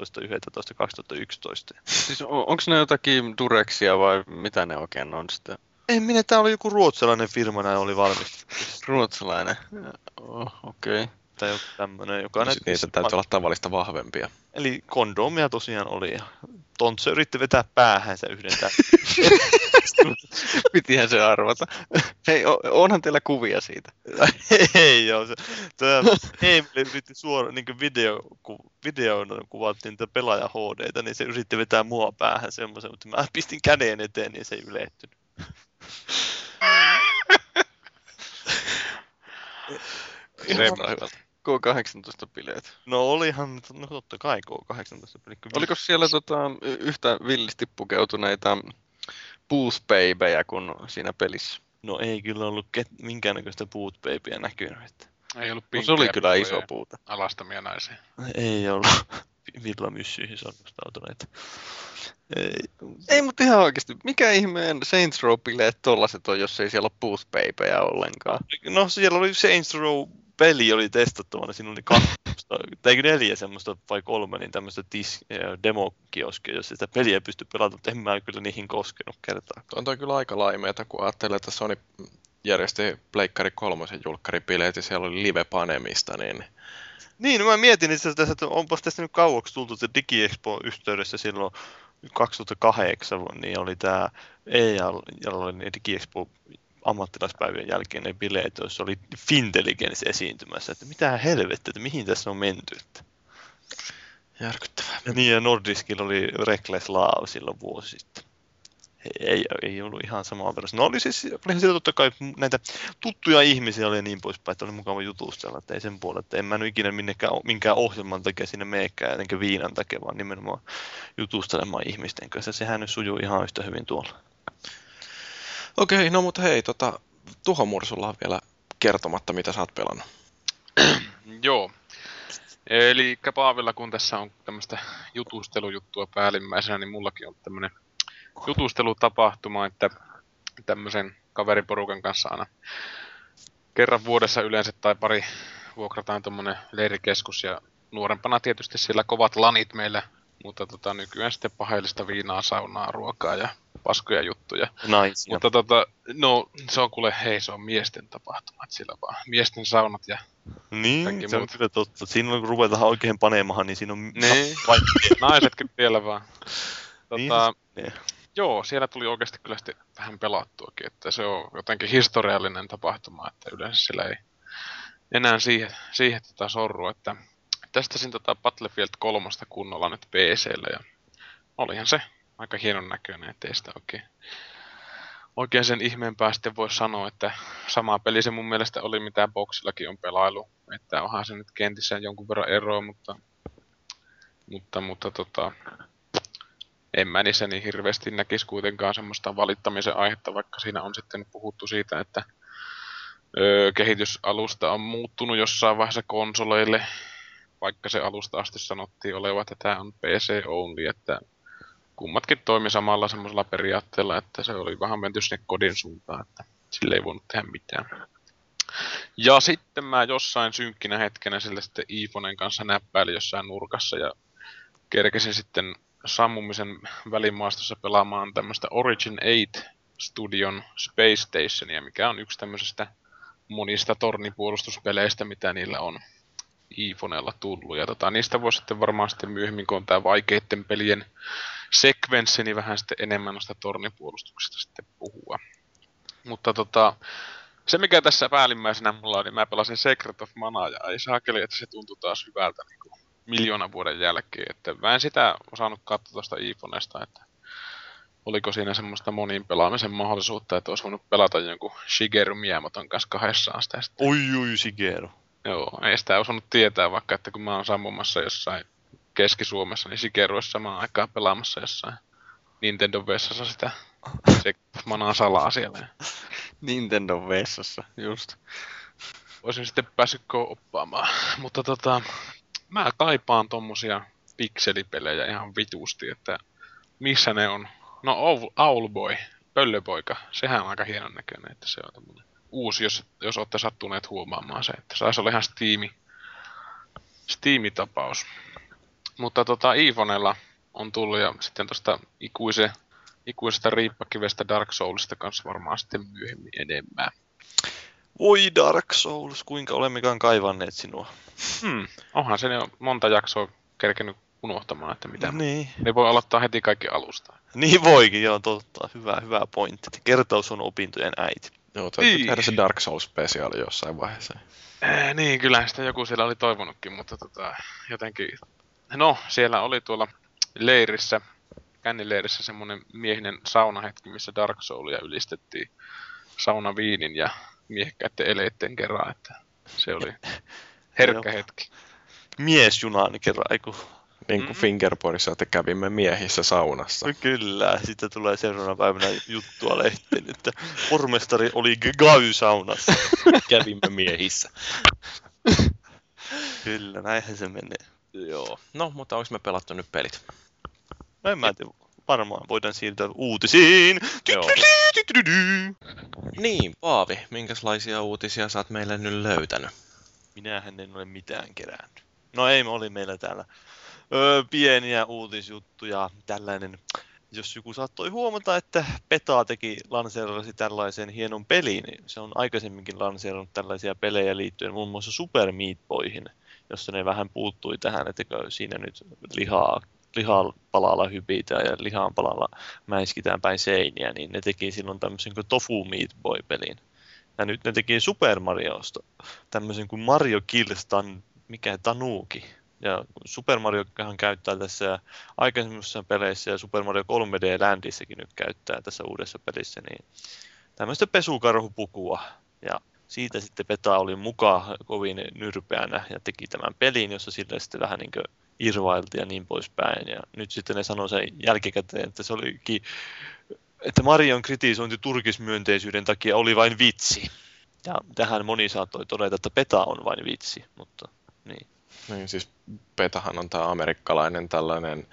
18.11.2011. Siis onko ne jotakin Durexia vai mitä ne oikein on sitten? En minä, tää oli joku ruotsalainen firma, näin oli valmistettu. Ruotsalainen? Okei. Okay. Tai joku tämmönen, joka Sitten niitä täytyy olla tavallista vahvempia. Eli kondomia tosiaan oli. Ja Tontse yritti vetää päähänsä yhden tämän. Pitihän se arvata. Hei, onhan teillä kuvia siitä? Ei joo. Emil yritti suoraan, niin kuin videona kuvattiin niitä pelaaja HD:tä, niin se yritti vetää mua päähän semmoisen, mutta mä pistin käden eteen, niin se ei ylehtynyt. K18-bileet. No olihan, no totta kai K18-bileet. Oliko siellä yhtä villisti pukeutuneita Booth Babyjä kuin siinä pelissä? No ei kyllä ollut minkäännäköistä Boot Babyä näkynyt. Ei ollut no, se oli kyllä iso puuta. Alastamia naisia. Ei ollut villamyssyihin sonnustautuneita. Ei, mutta ihan oikeasti. Mikä ihmeen Saints Row-bileet tollaset on, jos ei siellä ole Booth Babyjä ollenkaan? No siellä oli Saints Row-peli oli testattavana. Siinä oli 4 semmoista vai 3, niin tämmöistä demokioskia, jos sitä peliä pysty pelata, mutta en mä kyllä niihin koskenut kertaa. On toi kyllä aika laimeeta, kun ajattelee, että Sony järjesti Pleikkari 3 julkkaribileet ja siellä oli live-panemista, niin... Niin, no mä mietin itse asiassa, että onpas tästä nyt kauaksi tultu se DigiExpo-yhteydessä silloin 2008, niin oli tää jolla oli ne DigiExpo ammattilaispäivien jälkeen ne bileet, joissa oli Fintelligence esiintymässä, että mitä helvettiä, että mihin tässä on menty. Että... Järkyttävää. Ja niin, ja Nordiskilla oli Reckless Love silloin vuosi sitten. ei ollut ihan samaa verran. No olihan siellä totta kai näitä tuttuja ihmisiä oli ja niin poispäin, että oli mukava jutustella, että ei sen puolella, että en mä nyt ikinä minkään ohjelman takia sinne meekään, jotenkin viinan takia, vaan nimenomaan jutustelemaan ihmisten kanssa. Sehän nyt sujuu ihan yhtä hyvin tuolla. Okei, no mutta hei, Tuho Mursulla on vielä kertomatta, mitä sä oot pelannut. Joo. Eli Paavilla, kun tässä on tämmöistä jutustelujuttua päällimmäisenä, niin mullakin on tämmöinen jutustelutapahtuma, että tämmöisen kaveriporukan kanssa aina kerran vuodessa yleensä tai pari vuokrataan tommonen leirikeskus ja nuorempana tietysti siellä kovat lanit meillä, mutta nykyään sitten paheellista viinaa, saunaa, ruokaa ja paskoja juttuja. Naisia. Mutta no se on kuule, hei se on miesten tapahtuma, että siellä vaan miesten saunat ja niin, se on kyllä totta. Siinä kun ruvetaan oikein panemahan, niin siinä on vain naisetkin vielä vaan. Niin. Joo, siellä tuli oikeasti kyllä sitten vähän pelattuakin, että se on jotenkin historiallinen tapahtuma, että yleensä siellä ei enää siihen sorru, että testasin Battlefield 3 kunnolla nyt PC:llä ja olihan se aika hienon näköinen, ettei sitä oikein sen ihmeempää sitten voi sanoa, että sama peli se mun mielestä oli, mitä boxillakin on pelailu, että onhan se nyt kentissä jonkun verran eroa, mutta en mä niissä niin hirveästi näkisi kuitenkaan semmoista valittamisen aihetta, vaikka siinä on sitten puhuttu siitä, että kehitysalusta on muuttunut jossain vaiheessa konsoleille, vaikka se alusta asti sanottiin olevan, että tämä on PC only, että kummatkin toimi samalla semmoisella periaatteella, että se oli vähän menty sinne kodin suuntaan, että sille ei voinut tehdä mitään. Ja sitten mä jossain synkkinä hetkenä sille sitten iPhoneen kanssa näppäilin jossain nurkassa ja kerkesin sitten sammumisen välimaastossa pelaamaan tämmöistä Origin 8 Studion Space Stationia, mikä on yksi tämmöisistä monista tornipuolustuspeleistä, mitä niillä on iPhoneella tullut. Ja niistä voi sitten varmaan sitten myöhemmin, kun on tää vaikeitten pelien sekvenssi, niin vähän sitten enemmän noista tornipuolustuksista sitten puhua. Mutta se mikä tässä päällimmäisenä mulla on, niin mä pelasin Secret of Mana ja ei saakeli, että se tuntui taas hyvältä niin kuin miljoonan vuoden jälkeen. Että mä en sitä osannut katsoa tuosta iPhonesta, että oliko siinä semmoista monin pelaamisen mahdollisuutta, että olisi voinut pelata jonkun Shigeru Miyamoton kanssa kahdessaan sitä sitten. Oi Shigeru. Joo, ei sitä osannut tietää, vaikka että kun mä oon sammumassa jossain Keski-Suomessa, niin Shigeru olisi samaan aikaan pelaamassa jossain Nintendo-vessassa sitä Manaa salaa siellä. Nintendo-vessassa, just. Olisin sitten päässyt oppaamaan, mutta mä kaipaan tommosia pikselipelejä ihan vitusti, että missä ne on. No Owlboy, Pöllöpoika, sehän on aika hienon näköinen, että se on tommonen uusi, jos olette sattuneet huomaamaan se, että saisi olla ihan Steam-tapaus. Mutta iPhonella on tullut ja sitten tosta ikuisesta riippakivestä Dark Soulsista kanssa varmaan sitten myöhemmin enemmän. Voi Dark Souls, kuinka olemmekaan kaivanneet sinua. Onhan se jo monta jaksoa kerkenyt unohtamaan, että mitä niin. Ne voi aloittaa heti kaikki alusta. Niin voikin, joo, totta. Hyvä pointti. Kertaus on opintojen äiti. Joo, täytyy tehdä se Dark Souls-spesiaali jossain vaiheessa. Niin, kyllä sitä joku siellä oli toivonutkin, mutta jotenkin... No, siellä oli tuolla kännileirissä semmonen miehinen saunahetki, missä Dark Soulia ylistettiin saunaviinin ja miehekkäiden eleitten kerran, että se oli herkkä hetki. Miesjunani kerran, eiku. Niin kuin Fingerboardissa, että kävimme miehissä saunassa. Kyllä, sitten tulee seuraavana päivänä juttua lehteen, että pormestari oli Gay-saunassa. Kävimme miehissä. Kyllä, näinhän se menee. Joo. No, mutta onko me pelattu nyt pelit? No en mä tiedä. Varmaan voidaan siirtyä uutisiin. Joo. Niin, Paavi, minkälaisia uutisia sä oot meille nyt löytänyt? Minähän en ole mitään kerännyt. No ei, oli meillä täällä pieniä uutisjuttuja, tällainen, jos joku saattoi huomata, että PETA lanseerasi tällaisen hienon pelin, niin se on aikaisemminkin lanseerannut tällaisia pelejä liittyen muun muassa Super Meat Boyhin, jossa ne vähän puuttui tähän, että siinä nyt lihaa palalla hypitään ja lihan palalla mäiskitään päin seiniä, niin ne teki silloin tämmöisen kuin Tofu Meat Boy-pelin. Ja nyt ne teki Super Mariosta tämmöisen kuin Mario Kills Tanuki. Ja Super Mariohan käyttää tässä aikaisemmissa peleissä ja Super Mario 3D Landissakin nyt käyttää tässä uudessa pelissä, niin tämmöistä pesukarhupukua. Ja siitä sitten Peta oli mukaan kovin nyrpeänä ja teki tämän pelin, jossa sille sitten vähän niin kuin irvailtiin ja niin poispäin. Ja nyt sitten ne sanoi sen jälkikäteen, että se olikin, että Marion kritisointi turkismyönteisyyden takia oli vain vitsi. Ja tähän moni saattoi todeta, että Peta on vain vitsi, mutta niin. Niin siis PETAhan on tämä amerikkalainen tällainen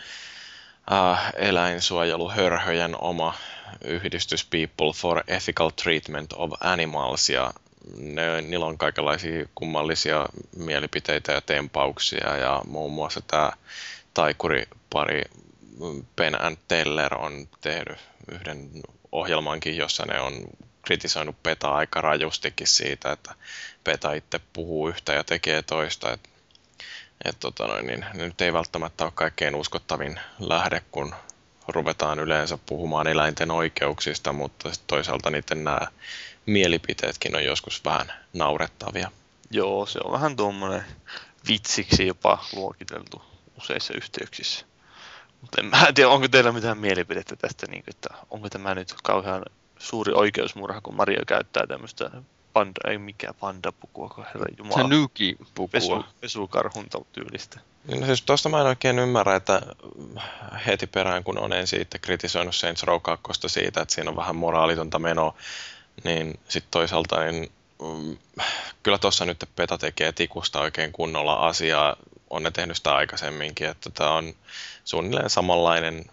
eläinsuojeluhörhöjen oma yhdistys People for Ethical Treatment of Animals, ja niillä on kaikenlaisia kummallisia mielipiteitä ja tempauksia, ja muun muassa tämä taikuripari Penn and Teller on tehnyt yhden ohjelmankin, jossa ne on kritisoinut PETAa aika rajustikin siitä, että PETA itse puhuu yhtä ja tekee toista. Niin nyt ei välttämättä ole kaikkein uskottavin lähde, kun ruvetaan yleensä puhumaan eläinten oikeuksista, mutta toisaalta niiden nämä mielipiteetkin on joskus vähän naurettavia. Joo, se on vähän tuommoinen vitsiksi jopa luokiteltu useissa yhteyksissä. Mutta en mä tiedä, onko teillä mitään mielipidettä tästä, niin, että onko tämä nyt kauhean suuri oikeusmurha, kun Mario käyttää tämmöistä pandapukua, kun herra jumala. Tanuki-pukua. Pesukarhun tyylistä. No siis tuosta mä en oikein ymmärrä, että heti perään, kun on ensin itse kritisoinut Saints Row 2 siitä, että siinä on vähän moraalitonta menoa, niin sitten toisaalta niin, kyllä tuossa nyt PETA tekee tikusta oikein kunnolla asiaa. On ne tehnyt sitä aikaisemminkin, että tämä on suunnilleen samanlainen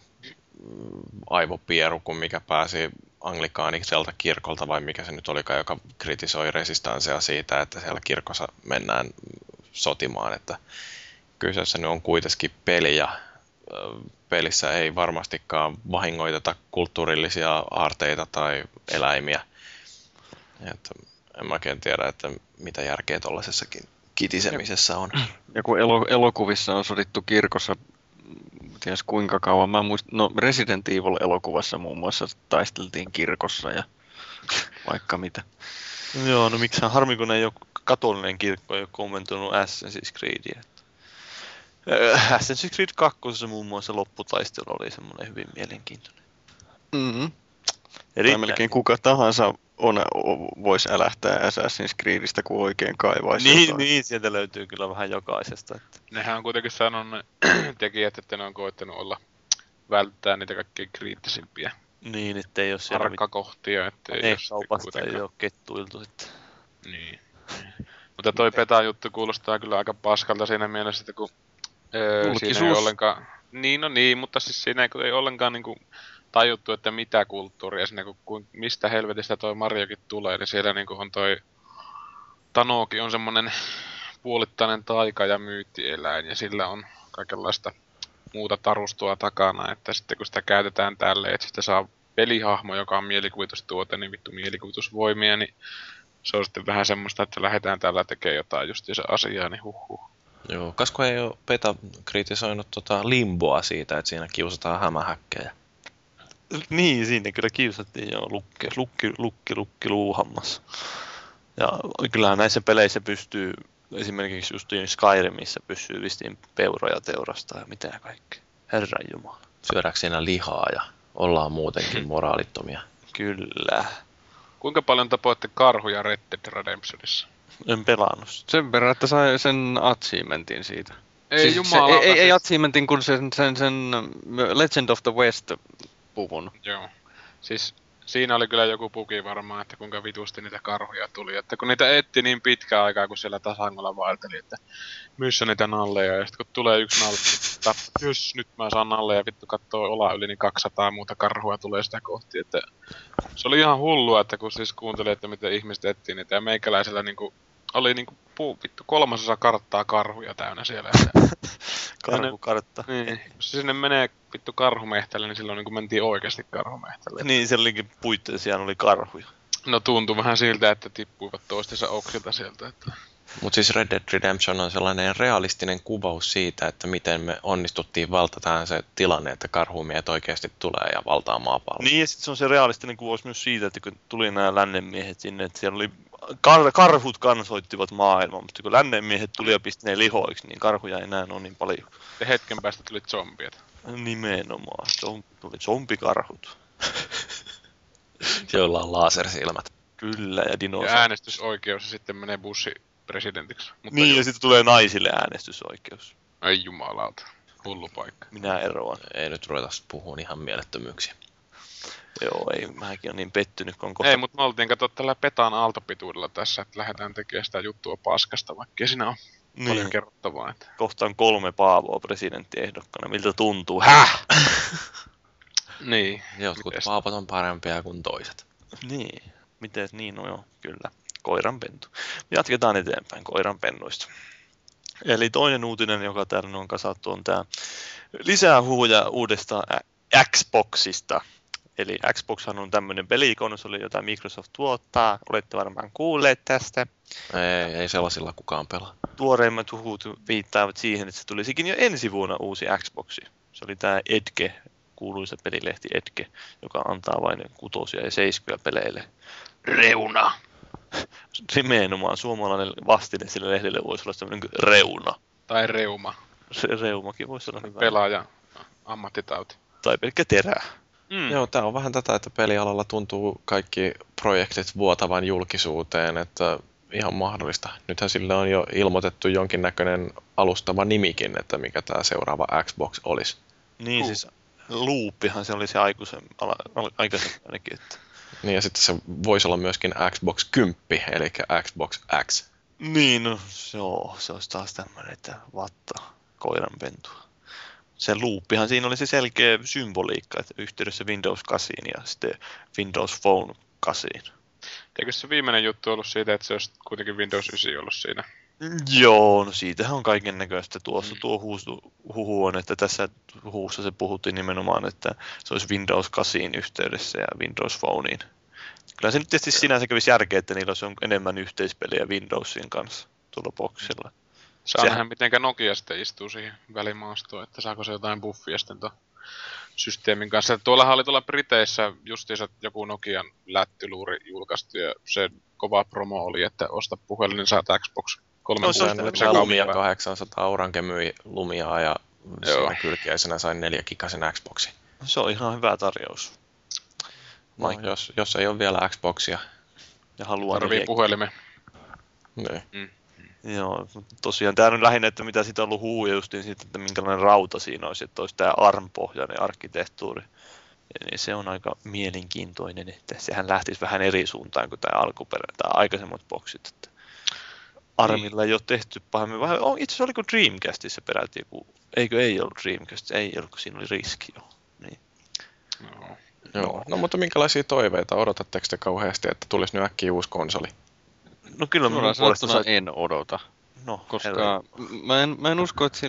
aivopieru kuin mikä pääsi anglikaaniselta kirkolta, vai mikä se nyt olikaan, joka kritisoi resistanssia siitä, että siellä kirkossa mennään sotimaan. Että kyseessä nyt on kuitenkin peli, ja pelissä ei varmastikaan vahingoiteta kulttuurillisia aarteita tai eläimiä. Että en mä oikein tiedä, että mitä järkeä tuollaisessakin kitisemisessä on. Ja kun elokuvissa on sodittu kirkossa, ties kuinka kauan, mä muistan, no Resident Evil-elokuvassa muun muassa taisteltiin kirkossa ja vaikka mitä. Joo, no miksään harmi, kun ei ole katolinen kirkko, ei ole kommentoinut Assassin's Creedia. Assassin's Creed 2 muun muassa lopputaistelu oli semmoinen hyvin mielenkiintoinen. Mm-hmm. Tai melkein kuka tahansa voisi älähtää Assassin's Creedistä, kun oikein kaivaisi jotain. Niin, sieltä löytyy kyllä vähän jokaisesta. Että. Nehän on kuitenkin sanonut tekijät, että ne on koettanut välttää niitä kaikkein kriittisimpiä. Niin, ettei ole siellä arkakohtia, ettei kaupasta ei ole kettuiltu. Että. Niin. Mutta toi PETA juttu kuulostaa kyllä aika paskalta siinä mielessä, että kun siinä ei ollenkaan. Niin, mutta siis siinä ei ollenkaan niinku tajuttu, että mitä kulttuuria siinä, kun mistä helvetistä toi Mariokin tulee, niin siellä niinku on toi Tanoki on semmonen puolittainen taika- ja myyttieläin, ja sillä on kaikenlaista muuta tarustoa takana, että sitten kun sitä käytetään tälleen, että sitten saa pelihahmo, joka on mielikuvitustuote, niin vittu mielikuvitusvoimia, niin se on sitten vähän semmoista, että lähdetään tällä tekemään jotain justiinsa asiaa, niin huhhuh. Joo, kasko ei ole PETA kritisoinut Limboa siitä, että siinä kiusataan hämähäkkejä. Niin, siinä kyllä kiusattiin jo lukki luuhammas. Ja kyllähän näissä peleissä pystyy, esimerkiksi just Skyrimissä pystyy vistiin peuroja teurastaa ja mitä kaikkea. Herran jumala. Syödäänkö siinä lihaa ja ollaan muutenkin moraalittomia? Kyllä. Kuinka paljon tapoitte karhuja Red Dead Redemptionissa? En pelannut. Sen verran, että sai sen achievementin siitä. Ei siis jumalauta. Ei achievementin, kun sen Legend of the West -puvun. Joo. Siis siinä oli kyllä joku puki varmaan, että kuinka vitusti niitä karhuja tuli. Että kun niitä etti niin pitkään aikaa, kun siellä tasangolla vaelteli, että missä niitä nalleja. Ja sitten kun tulee yksi nalle, että jos nyt mä saan nalleja ja vittu kattoo olaa yli, niin 200 muuta karhua tulee sitä kohti. Että se oli ihan hullua, että kun siis kuuntelin, että miten ihmiset etsii niitä. Ja meikäläisellä niinku oli niinku vittu 3/3 karttaa karhuja täynnä siellä. Karhukartta. Niin. Jos sinne menee vittu karhumehtälle, niin silloin niin mentiin oikeasti karhumehtälle. Niin, siellä olikin puitteen sijaan oli karhuja. No tuntui vähän siltä, että tippuivat toistensa oksilta sieltä. Että. Mutta siis Red Dead Redemption on sellainen realistinen kuvaus siitä, että miten me onnistuttiin välttämään se tilanne, että karhumiehet oikeasti tulee ja valtaa maapallon. Niin, ja sitten se on se realistinen kuvaus myös siitä, että kun tuli nämä lännenmiehet sinne, että siellä oli karhut kansoittivat maailman, mutta kun lännen miehet tuli ja pisti ne lihoiksi, niin karhuja ei enää ole niin paljon. Ja hetken päästä tuli zombiet. Nimenomaan. Tuli zombikarhut. Joilla on lasersilmät. Kyllä, ja Ja dinosaurus. äänestysoikeus ja sitten menee bussi presidentiksi. Mutta Niin, ja sitten tulee naisille äänestysoikeus. Ei jumalauta. Hullu paikka. Minä eroan. Ei nyt ruveta puhua ihan mielettömyyksiä. Joo, ei, mäkin on niin pettynyt, kun on kohta... Ei, mutta me oltiin katsoa tällä petaan aaltopituudella tässä, että lähdetään tekemään sitä juttua paskasta, vaikka siinä on paljon niin, kerrottavaa. Että... kohta on 3 Paavoa presidenttiehdokkaana. Miltä tuntuu? Häh? Niin. Jotkut Mites? paapat on parempia kuin toiset. Niin, miten niin, no joo, kyllä. Koiranpentu. Jatketaan eteenpäin koiranpennuista. Eli toinen uutinen, joka täällä on kasattu, on tämä lisää huhuja uudesta Xboxista. Eli Xboxhan on tämmöinen pelikonsoli, jota Microsoft tuottaa. Olette varmaan kuulleet tästä. Ei sellaisilla kukaan pelaa. Tuoreimmat huhut viittaavat siihen, että se tulisikin jo ensi vuonna uusi Xboxi. Se oli tämä Edge, kuuluisa pelilehti Edge, joka antaa vain 6 ja 7 peleille. Reuna. Nimenomaan suomalainen vastine sille lehdelle voisi olla semmoinen kuin reuna. Tai reuma. Reumakin voisi olla hyvä. Pelaaja ammattitauti. Tai pelkkä terä. Joo, tää on vähän tätä, että pelialalla tuntuu kaikki projektit vuotavan julkisuuteen, että ihan mahdollista. Nythän sille on jo ilmoitettu jonkinnäköinen alustava nimikin, että mikä tämä seuraava Xbox olisi. Niin siis Loopihan se oli se aikaisemmin ainakin. Että... Niin ja sitten se voisi olla myöskin Xbox 10, eli Xbox X. Niin, no se olisi taas tämmöinen, että koiranpentua. Se Loopihan siinä oli se selkeä symboliikka, että yhteydessä Windows 8 ja sitten Windows Phone 8. Eikö se viimeinen juttu ollut siitä, että se olisi kuitenkin Windows 9 ollut siinä? Joo, no siitähän on kaiken näköistä. Tuossa tuo huhu on, että tässä huhussa se puhuttiin nimenomaan, että se olisi Windows 8 yhteydessä ja Windows Phoneen. Kyllä se nyt tietysti sinänsä kävisi järkeä, että niillä olisi enemmän yhteispeliä Windowsin kanssa tuolla boxilla. Saa nähdä, mitenkä Nokia sitten istuu siihen välimaastoon, että saako se jotain buffia sitten tuon systeemin kanssa. Tuollahan oli tuolla Briteissä justiinsa joku Nokian lättyluuri julkaistu ja se kova promo oli, että osta puhelin, niin saat Xbox 360 No, Lumia 800 Orange myi Lumiaa ja siinä kylkiäisenä sain 4 gigasen Xboxin. Se on ihan hyvä tarjous. No, jos ei ole vielä Xboxia. Ja haluaa tarvii puhelimen. Niin. Joo, tosiaan tämä on lähinnä, että mitä siitä on ollut huuja justiin siitä, että minkälainen rauta siinä olisi, että olisi tämä ARM-pohjainen arkkitehtuuri. Niin se on aika mielenkiintoinen, että sehän lähtisi vähän eri suuntaan kuin tämä alkuperäinen, tai aikaisemmat boksit. Että ARMilla ei ole tehty pahemmin. Itse asiassa oliko Dreamcastissa peräti joku, ei ollut Dreamcast, ei ollut, kun siinä oli riski jo. Niin. Joo. No mutta minkälaisia toiveita? Odotatteko te kauheasti, että tulisi nyt äkkiä uusi konsoli? No kyllä minun puolestani en odota, no, koska mä en usko, että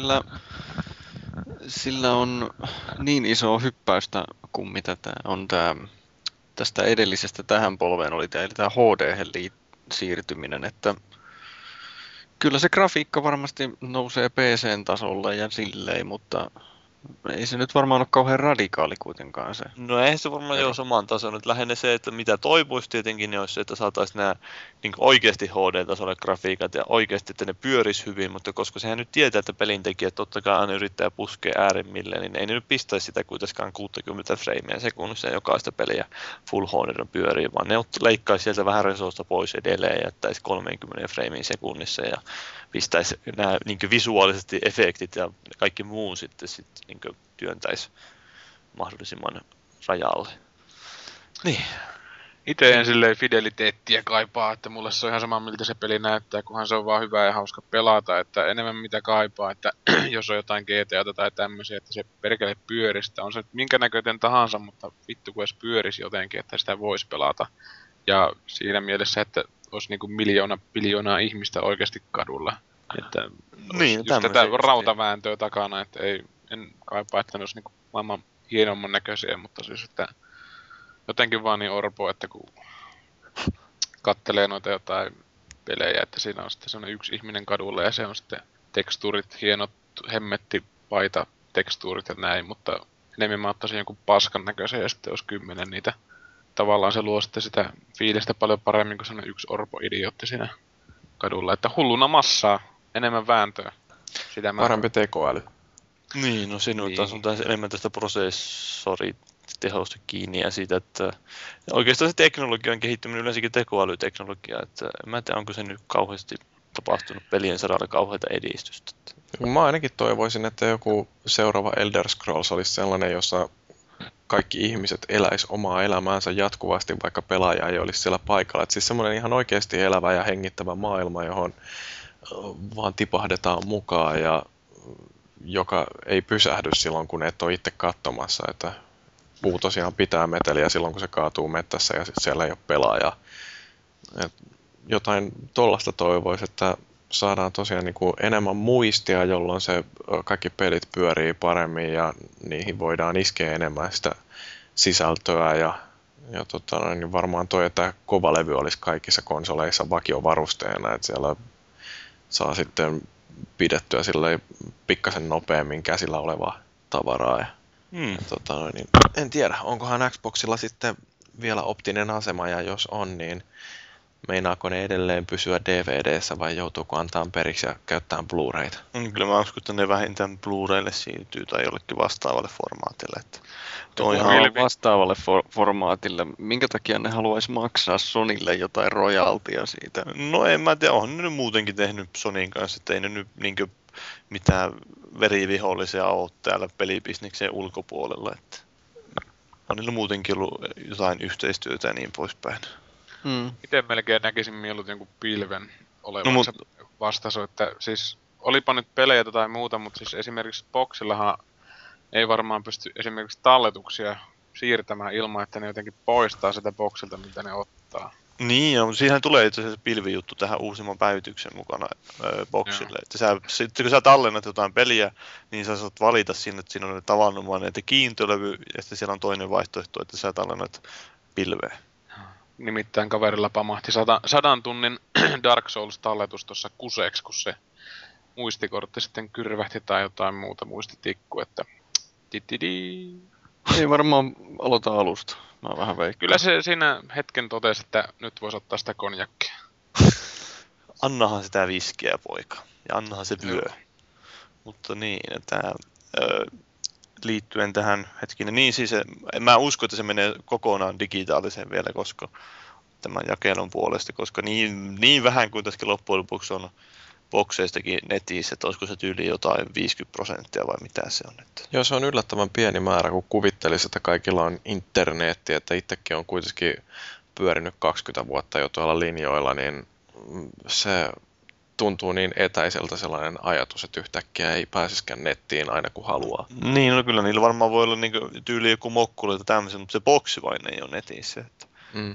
sillä on niin iso hyppäystä kuin mitä tästä edellisestä tähän polveen oli tämä HD siirtyminen, että kyllä se grafiikka varmasti nousee PC:n tasolle ja silleen, mutta ei se nyt varmaan ole kauhean radikaali kuitenkaan se. No eihän se varmaan ole saman tason. Että lähinnä se, että mitä toivoisi tietenkin, niin olisi se, että saataisiin nämä niin oikeasti HD-tasolle grafiikat ja oikeasti, että ne pyörisi hyvin, mutta koska sehän nyt tietää, että pelintekijät totta kai aina yrittää puskea äärimmilleen, niin ei ne nyt pistäisi sitä kuitenkaan 60 freimiä sekunnissa ja jokaista peliä Full HD pyörii, vaan ne leikkaisi sieltä vähän resourcesta pois edelleen ja jättäisi 30 freimiin sekunnissa ja pistäisi nämä niin visuaalisesti efektit ja kaikki muu sitten niin työntäisi mahdollisimman rajalle. Niin. Itse en silleen fideliteettiä kaipaa, että mulle se on ihan sama miltä se peli näyttää, kunhan se on vaan hyvä ja hauska pelata, että enemmän mitä kaipaa, että jos on jotain GTAta tai tämmöisiä, että se perkele pyöristä, on se minkä näköinen tahansa, mutta vittu kun edes pyörisi jotenkin, että sitä voisi pelata. Ja siinä mielessä, että olisi niinku biljoonaa ihmistä oikeasti kadulla. Että niin, just tätä rautavääntöä takana, että en kaipaa, että ne olisi niinku maailman hienomman näköisiä, mutta siis, että jotenkin vaan niin orpo, että kun kattelee noita jotain pelejä, että siinä on sitten sellainen yksi ihminen kadulla ja se on sitten tekstuurit, hienot hemmettipaita tekstuurit ja näin, mutta enemmän mä ottaisin jonkun paskan näköisen ja sitten olisi 10 niitä tavallaan se luo sitten sitä fiilistä paljon paremmin kuin sellainen yksi orpo-idiootti siinä kadulla. Että hulluna massaa, enemmän vääntöä. Sitä mä... Parempi tekoäly. Niin, no siinä Niin. taas on taas enemmän tästä prosessoritehosta kiinni ja siitä, että oikeastaan se teknologia on kehittyminen yleensäkin tekoälyteknologia, että en mä tiedä, onko se nyt kauheasti tapahtunut pelien saralla kauheita edistystä. Mä ainakin toivoisin, että joku seuraava Elder Scrolls olisi sellainen, jossa kaikki ihmiset eläis omaa elämäänsä jatkuvasti, vaikka pelaaja ei olisi siellä paikalla. Että siis semmoinen ihan oikeasti elävä ja hengittävä maailma, johon vaan tipahdetaan mukaan ja joka ei pysähdy silloin, kun et ole itse katsomassa. Että puu tosiaan pitää meteliä silloin, kun se kaatuu mettässä ja sitten siellä ei ole pelaajaa. Et jotain tollasta toivoisi, että saadaan tosiaan niin kuin enemmän muistia, jolloin se kaikki pelit pyörii paremmin ja niihin voidaan iskeä enemmän sitä sisältöä ja niin varmaan toi, että kovalevy olisi kaikissa konsoleissa vakiovarusteena, että siellä saa sitten pidettyä silleen pikkasen nopeammin käsillä olevaa tavaraa. Ja, niin, en tiedä, onkohan Xboxilla sitten vielä optinen asema ja jos on, niin meinaako ne edelleen pysyä DVD:ssä vai joutuuko antaa periksi ja käyttää Blu-rayta? Kyllä mä uskon, että ne vähintään Blu-raylle siirtyy tai jollekin vastaavalle formaatille. Että Toi ihan vastaavalle formaatille. Minkä takia ne haluaisi maksaa Sonylle jotain royaltia siitä? No en mä tiedä, on ne nyt muutenkin tehnyt Sonyn kanssa, että ei ne nyt niinkö mitään verivihollisia ole täällä pelibisniksen ulkopuolella. Että on niillä muutenkin ollut jotain yhteistyötä ja niin poispäin. Itse melkein näkisin mieluiten jonkun pilven olevansa vastaso, että siis olipa nyt pelejä tai muuta, mutta siis esimerkiksi Boxillahan ei varmaan pysty esimerkiksi talletuksia siirtämään ilman, että ne jotenkin poistaa sitä Boxilta, mitä ne ottaa. Niin, ja siihen tulee itse asiassa pilvijuttu tähän uusimman päivityksen mukana Boxille. Että sitten kun sä tallennat jotain peliä, niin sä saat valita sinne, että siinä on tavanomainen että kiintolevy, ja sitten siellä on toinen vaihtoehto, että sä tallennat pilveä. Nimittäin kaverilla pamahti 100 tunnin Dark Souls-talletus tuossa kuseeksi, kun se muistikortti sitten kyrvähti tai jotain muuta muistitikku, että Ei varmaan aloita alusta. Mä vähän veikkaan. Kyllä se siinä hetken totesi, että nyt voisi ottaa sitä konjakkia. Annahan sitä viskiä, poika. Ja annahan se vyö. Mutta niin, että liittyen tähän hetkinen, niin siis mä uskon, että se menee kokonaan digitaaliseen vielä, koska tämän jakelun puolesta, koska niin vähän kuin tässäkin loppujen lopuksi on bokseistakin netissä, että olisiko se tyyli jotain 50% vai mitä se on. Että. Joo, se on yllättävän pieni määrä, kun kuvittelisi, että kaikilla on internetti, että itsekin on kuitenkin pyörinyt 20 vuotta jo tuolla linjoilla, niin se tuntuu niin etäiseltä sellainen ajatus, että yhtäkkiä ei pääsiskään nettiin aina kun haluaa. Niin, no kyllä niillä varmaan voi olla niin tyyli joku mokkulu tai tämmöisen, mutta se boksi vain ei ole netissä. Että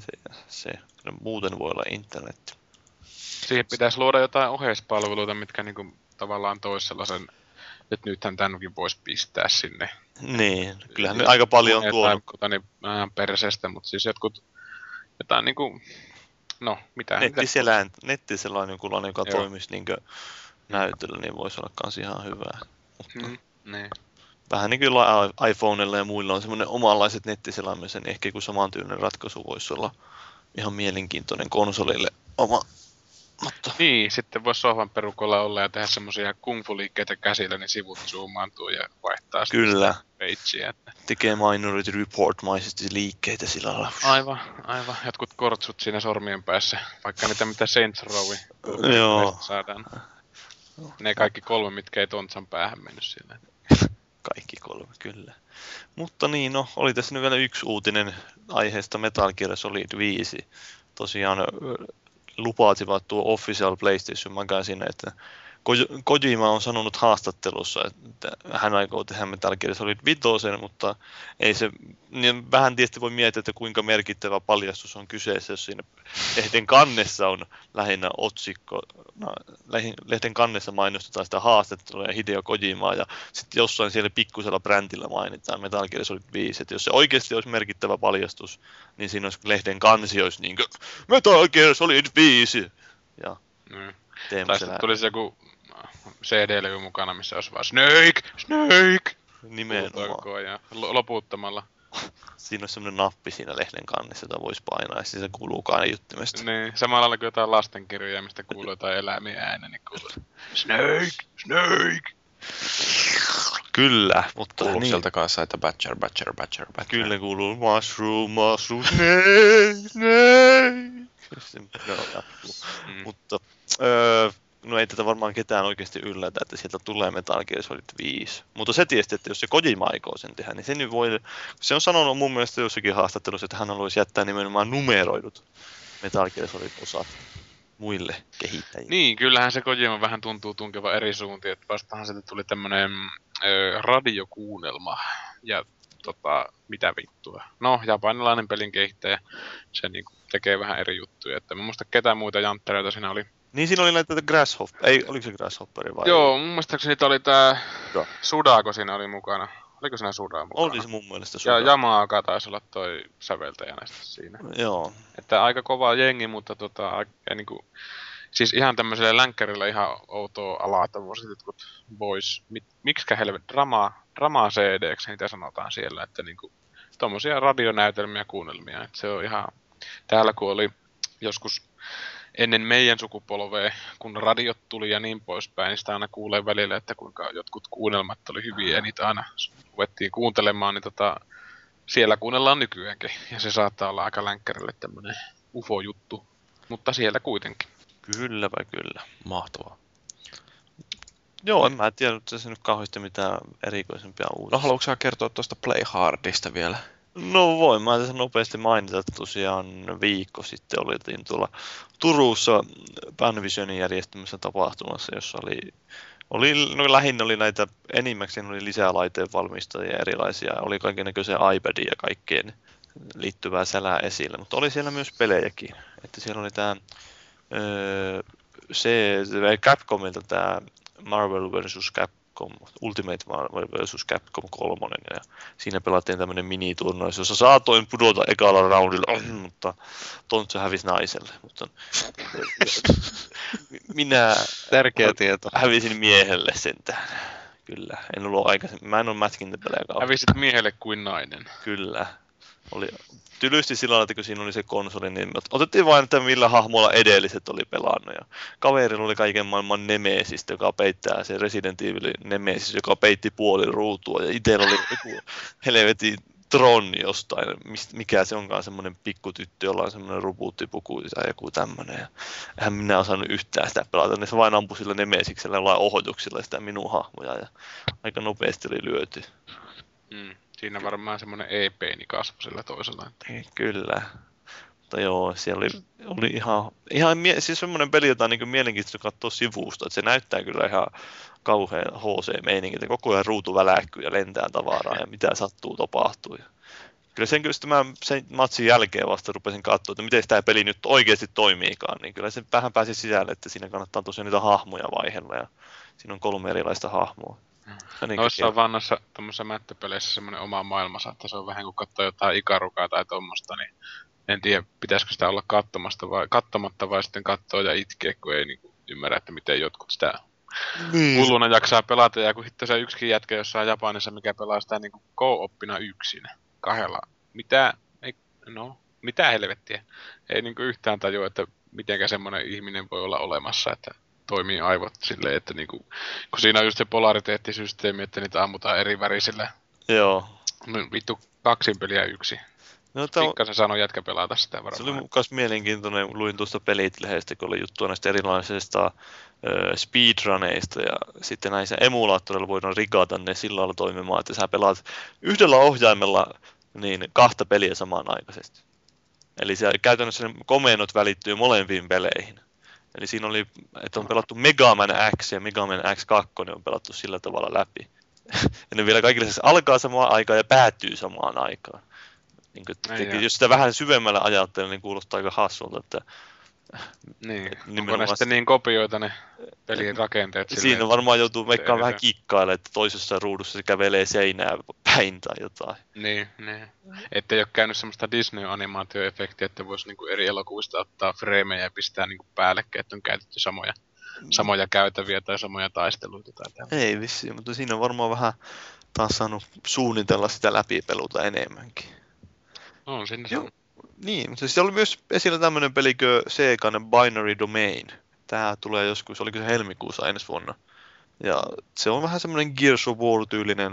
se muuten voi olla internetti. Siihen pitäisi luoda jotain oheispalveluita, mitkä niinku tavallaan tois sellaisen, että nythän tämänkin voisi pistää sinne. Niin, kyllähän ne aika paljon on tuonut. Niin vähän perseestä, mutta siis jotkut jotain niinku, no mitä. Nettisellainen jonkunlainen, joka toimisi niinkö näytöllä, niin voisi olla kans ihan hyvää. Niin. Vähän niin kuin jollain iPhoneilla ja muilla on semmoinen omanlaiset nettiselaamisen, niin ehkä joku samantyylinen ratkaisu voisi olla ihan mielenkiintoinen konsolille oma. Mutta. Niin, sitten voisi sohvan perukolla olla ja tehdä semmosia kung-fu-liikkeitä käsillä, niin sivut zoomaantuu ja vaihtaa kyllä. Pagea. Tekee Minority Report-maisesti liikkeitä sillä lailla. Aivan. Jotkut kortsut siinä sormien päässä, vaikka niitä mitä Saints Rowi saadaan. Ne kaikki 3, mitkä ei Tontsan päähän mennyt sillä. Kaikki 3, kyllä. Mutta niin, no, oli tässä nyt vielä yksi uutinen aiheesta Metal Gear Solid 5. Tosiaan lupaativat tuo Official PlayStation Magazine, että Kojima on sanonut haastattelussa, että hän aikoo tehdä Metal Gear Solid 5, mutta ei se, niin vähän tietysti voi miettiä, että kuinka merkittävä paljastus on kyseessä, jos siinä lehden kannessa on lähinnä otsikko, lehden kannessa mainostetaan sitä haastattelua ja Hideo Kojimaa, ja sitten jossain siellä pikkusella brändillä mainitaan Metal Gear Solid 5, että jos se oikeasti olisi merkittävä paljastus, niin siinä olisi lehden kansi olisi niin kuin Metal Gear Solid 5, ja tai sitten tulisi joku CD-levy mukana, missä olisi vaan Snake! Nimenomaan. Ja loputtamalla. Siinä on semmoinen nappi siinä lehden kannessa, jota voisi painaa, ja siis se kuuluu kaiuttimesta. Niin, samalla lailla kuin jotain lastenkirjoja, mistä kuuluu jotain eläimiä äänä, niin kuuluu Snake, Snake! Kyllä, mutta Kuuluuko niin. sieltä kanssa, että Badger? Kyllä kuuluu mushroom, snake, snake. Se jatkuu. Mutta no ei tätä varmaan ketään oikeasti yllätä, että sieltä tulee Metal Gear Solid 5. Mutta se tiesi, että jos se Kojima aikoo sen tehdä, niin se nyt voi... Se on sanonut mun mielestä jossakin haastattelussa, että hän haluaisi jättää nimenomaan numeroidut Metal Gear Solid-osat muille kehittäjille. Niin, kyllähän se Kojima vähän tuntuu tunkevan eri suuntiin, että vastahan sieltä tuli tämmönen radiokuunnelma ja mitä vittua. No, japanilainen pelin kehittäjä, se niinku tekee vähän eri juttuja, että mä muista ketään muita janttereita siinä oli. Niin siinä oli näitä Grasshopper, ei, oliko se Grasshopperi vai? Joo, mun muistaakseni niitä oli tää Joo. Sudako siinä oli mukana. Oliko siinä Suda mukana? Oli se mun mielestä Ja Suda. Yamaaka taisi olla toi säveltäjänä siinä. Joo. Että aika kova jengi, mutta ja niinku, siis ihan tämmöiselle länkkärille ihan outoa alaa tommoset jotkut boys, miksikä helvet, drama CD-ksi niitä sanotaan siellä, että niinku tommosia radionäytelmiä kuunnelmia, että se on ihan, täällä kun oli joskus ennen meidän sukupolvea, kun radiot tuli ja niin poispäin, niin sitä aina kuulee välillä, että kuinka jotkut kuunnelmat oli hyviä ja niitä aina ruvettiin kuuntelemaan, niin siellä kuunnellaan nykyäänkin. Ja se saattaa olla aika länkkärille tämmönen UFO-juttu, mutta siellä kuitenkin. Kylläpä kyllä. Mahtavaa. Joo, en mä tiedä, että se nyt kauheasti mitään erikoisempia No uutisia. haluatko sä kertoa tuosta Play Hardista vielä? No voin mä tässä nopeasti mainita, että tosiaan viikko sitten oltiin tuolla Turussa Panvisionin järjestämässä tapahtumassa, jossa no lähinnä oli näitä, enimmäkseen oli lisää laiteen valmistajia erilaisia, oli kaikennäköisiä iPadia ja kaikkeen liittyvää sälää esillä, mutta oli siellä myös pelejäkin, että siellä oli tää Capcomilta tää Marvel vs. Capcom, Ultimate Marvel vs. Capcom 3, ja siinä pelattiin tämmönen miniturnaus, jossa saatoin pudota ekalla roundilla, mutta Tontsa hävisi naiselle, mutta minä Tärkeä tieto. hävisin miehelle sentään. Kyllä, en ollut aikaisemmin, mä en ole mätkintäpelejä kautta. Hävisit miehelle kuin nainen. Kyllä. Oli tylysti sillä lailla, että kun siinä oli se konsoli, niin otettiin vain, että millä hahmolla edelliset oli pelannut. Ja kaverilla oli kaiken maailman Nemesis, joka peittää se Resident Evil Nemesis, joka peitti puoli ruutua. Ja itsellä oli joku helvetin Tron jostain, mikä se onkaan semmoinen pikkutyttö, jolla on semmoinen rubuuttipuku tai joku tämmöinen. Ja eihän minä osannut yhtään sitä pelata, niin se vain ampui sillä Nemesiksellä jollain ohjuksilla sitä minun hahmoja. Ja aika nopeasti oli lyöty. Siinä varmaan semmonen EP-ni kasvoi sillä toisella. Kyllä. Mutta joo, siellä oli ihan siis semmoinen peli, jota on niin mielenkiintoista katsoa sivusta, että se näyttää kyllä ihan kauhean HC-meininki, että koko ajan ruutu välähkyy ja lentää tavaraa ja mitä sattuu tapahtuu. Ja kyllä sen matsin jälkeen vasta rupesin katsoa, että miten tämä peli nyt oikeasti toimiikaan, niin kyllä se vähän pääsi sisälle, että siinä kannattaa tosiaan niitä hahmoja vaihella ja siinä on 3 erilaista hahmoa. Noissa on vaan noissa tommosissa mättöpeleissä semmonen oma maailmansa, että se on vähän kuin katsoo jotain Ikarukaa tai tommosta, niin en tiedä, pitäisikö sitä olla katsomatta vai sitten katsoa ja itkeä, kun ei niinku ymmärrä, että miten jotkut sitä hulluna jaksaa pelata, ja kun hitto se yksikin jätkä jossain Japanissa, mikä pelaa sitä niinku co-oppina yksin, 2. Mitä helvettiä. Ei niinku yhtään tajua, että mitenkä semmonen ihminen voi olla olemassa, että toimii aivot silleen, että niinku, kun siinä on just se polariteettisysteemi, että niitä ammutaan eri värisillä. Joo. No vittu 2 peliä 1. No, Pikkasen sanoi jätkä pelata sitä varmaan. Se oli myös mielenkiintoinen, luin tuosta Pelit-lehdestä, kun oli juttua näistä erilaisista speedruneista ja sitten näissä emulaattoreilla voidaan rigata ne sillä lailla toimimaan, että sä pelaat yhdellä ohjaimella niin 2 peliä samanaikaisesti. Eli siellä käytännössä ne komennot välittyy molempiin peleihin. Eli siinä oli, että on pelattu Mega Man X ja Mega Man X2 on pelattu sillä tavalla läpi. Ja ne vielä kaikille se alkaa samaan aikaan ja päättyy samaan aikaan. Niin, jos sitä vähän syvemmällä ajattelee, niin kuulostaa aika hassulta, että niin, onko ne sitten niin kopioita ne pelin rakenteet? Siinä varmaan joutuu meikkaan vähän kikkailemaan, että toisessa ruudussa se kävelee seinää päin tai jotain. Niin. Että ei ole käynyt semmoista Disney-animaatioefektiä, että voisi niinku eri elokuvista ottaa freimejä ja pistää niinku päällekkäin, että on käytetty samoja käytäviä tai samoja taisteluita tai tämmöistä. Ei vissiin, mutta siinä on varmaan vähän taas saanut suunnitella sitä läpipeluta enemmänkin. On sinne Joo. Niin, mutta siis oli myös esillä tämmöinen pelikö Segan Binary Domain. Tää tulee joskus, oliko se helmikuussa ensi vuonna. Ja se on vähän semmoinen Gears of War-tyylinen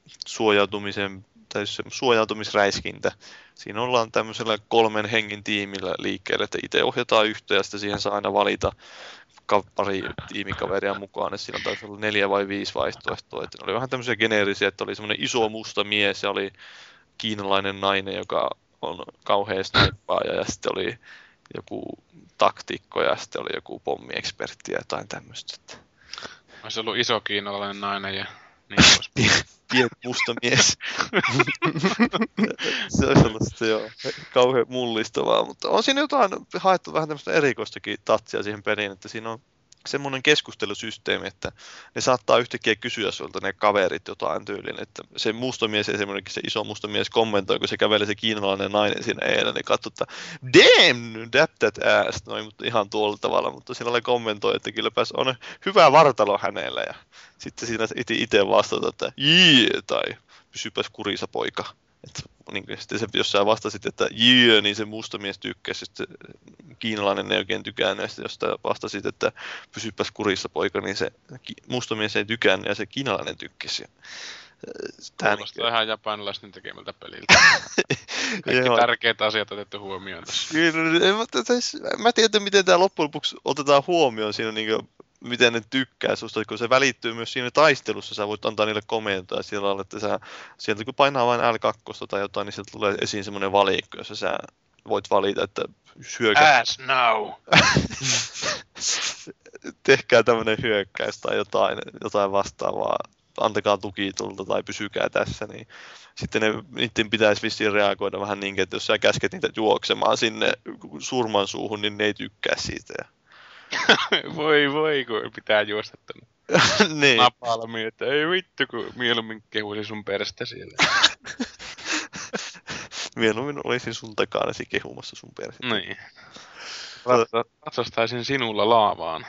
suojautumisräiskintä. Siinä ollaan tämmöisellä 3 hengen tiimillä liikkeelle, että itse ohjataan yhtä ja sitten siihen saa aina valita pari tiimikaveria mukaan. Että siinä taisi olla 4 vai 5 vaihtoehtoa. Että ne oli vähän tämmöisiä geneerisiä, että oli semmoinen iso musta mies ja oli kiinalainen nainen, joka on kauhea snaippaaja ja sitten oli joku taktikko ja sitten oli joku pommiekspertti ja jotain tämmöistä. Olisi ollut iso kiinalainen nainen ja niin pois. Pieni musta mies. Se olisi ollut sitten jo kauhean mullistavaa, mutta on siinä jotain haettu vähän tämmöistä erikoistakin tatsia siihen peliin, että siinä on semmoinen keskustelusysteemi, että ne saattaa yhtäkkiä kysyä sulta ne kaverit jotain tyylin, että se mustamies ja semmoinenkin se iso mustamies kommentoi, kun se kävelee se kiinalainen nainen siinä edellä, niin katsoo, että damn, dap that ass, noin, mutta ihan tuolla tavalla, mutta sillä kommentoi, että kylläpäs on hyvä vartalo hänellä, ja sitten siinä itse vastata, että jee, tai pysypäs kurissa poika. Että niin sitten se, jos sä vastasit, että jee, niin se mustamies tykkäsi, sitten kiinalainen ei oikein tykännyt, ja sitten jos sä vastasit, että pysypäs kurissa poika, niin se mustamies ei tykännyt, ja se kiinalainen tykkäsi. Kuulostaa ihan japanilaisten tekemältä peliltä. Kaikki tärkeät asiat otettu huomioon tässä. Kyllä, mä tiedän, miten tämä loppujen lopuksi otetaan huomioon siinä, niin kuin, miten ne tykkää susta, kun se välittyy myös siinä taistelussa, sä voit antaa niille komentoja sillä lailla, että sä, sieltä kun painaa vain L2 tai jotain, niin sieltä tulee esiin semmoinen valikko, jossa sä voit valita, että hyökää. As now! Tehkää tämmöinen hyökkäys tai jotain vastaavaa. Antakaa tukitulta tai pysykää tässä, niin sitten niiden pitäisi vissiin reagoida vähän niin, että jos sä käsket niitä juoksemaan sinne surman suuhun, niin ne ei tykkää siitä. voi, kun pitää juosta tänne. Niin. Napalmiin, että ei vittu, kun mieluummin kehuisi sun perästä siellä. Mieluummin olisin sun takanasi kehumassa sun perästä. Niin. Katsostaisin sinulla laavaan.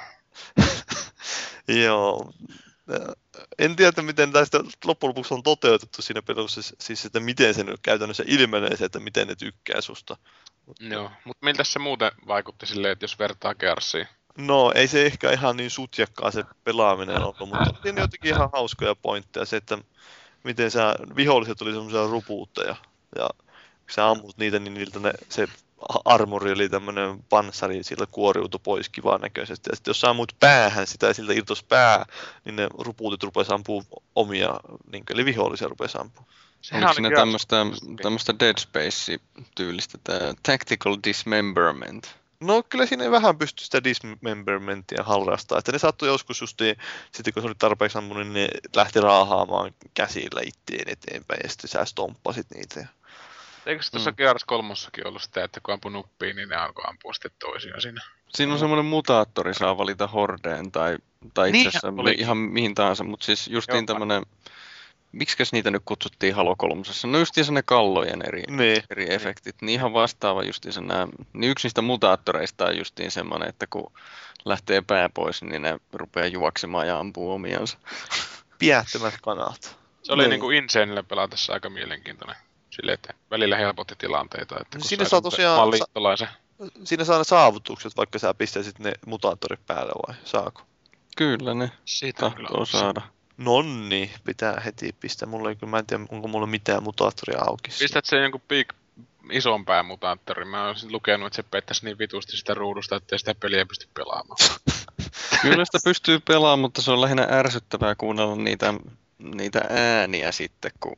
Joo. En tiedä, miten tästä loppujen lopuksi on toteutettu siinä pelussa, siis että miten se nyt käytännössä ilmenee se, että miten ne tykkää susta. Joo, mutta miltä se muuten vaikutti silleen, että jos vertaa Gearsiin? No, ei se ehkä ihan niin sutjakkaa se pelaaminen ollut, mutta siinä jotenkin ihan hauskoja pointteja. Se, että miten viholliset oli semmoisia rupuutteja ja kun sä ammut niitä, niin niiltä se armori oli tämmönen panssari, sillä kuoriutui pois kivan näköisesti. Ja sitten jos sä ammut päähän sitä ja siltä irtosi pää, niin ne rupuutit rupesi ampua omia, niin eli vihollisia rupesi ampua. Oliko siinä tämmöistä Dead Space-tyylistä, tämä Tactical Dismemberment? No kyllä siinä vähän pystyi sitä dismembermentia harrastaa, että ne saattoi joskus justiin, sitten kun se oli tarpeeksi ammunut, niin ne lähti raahaamaan käsillä itteen eteenpäin ja sitten sä stomppasit niitä. Eikö se tuossa Gears 3:ssakin ollut sitä, että kun ampui nuppiin, niin ne alkoi ampua sitten toisiaan siinä? Siinä on semmoinen mutaattori, saa valita hordeen tai itse asiassa ihan mihin tahansa, mutta siis justiin tämmöinen, miksikäs niitä nyt kutsuttiin Halo 3:ssa? No justiinsa ne kallojen eri efektit, niin ihan vastaava justiinsa nämä, niin yksi niistä mutaattoreista on justiin semmoinen, että kun lähtee pää pois, niin ne rupeaa juoksemaan ja ampuu omiansa. Piähtömät kanat. Se oli niinku Insanelle pelatessa aika mielenkiintoinen. Silleen, että välillä helpotti tilanteita, että kun siinä saa tosiaan liittolaisen. Siinä saa ne saavutukset, vaikka sä pistäisit ne mutaattorit päälle vai saako? Kyllä ne siitä tahtoo saada. Nonni, pitää heti pistää. Mä en tiedä, onko mulla mitään mutaattoria auki. Pistät sen jonkun ison pään mutaattori. Mä olisin lukenut, että se pettäisi niin vitusti sitä ruudusta, ettei sitä peliä pysty pelaamaan. Kyllä sitä pystyy pelaamaan, mutta se on lähinnä ärsyttävää kuunnella niitä ääniä sitten, kun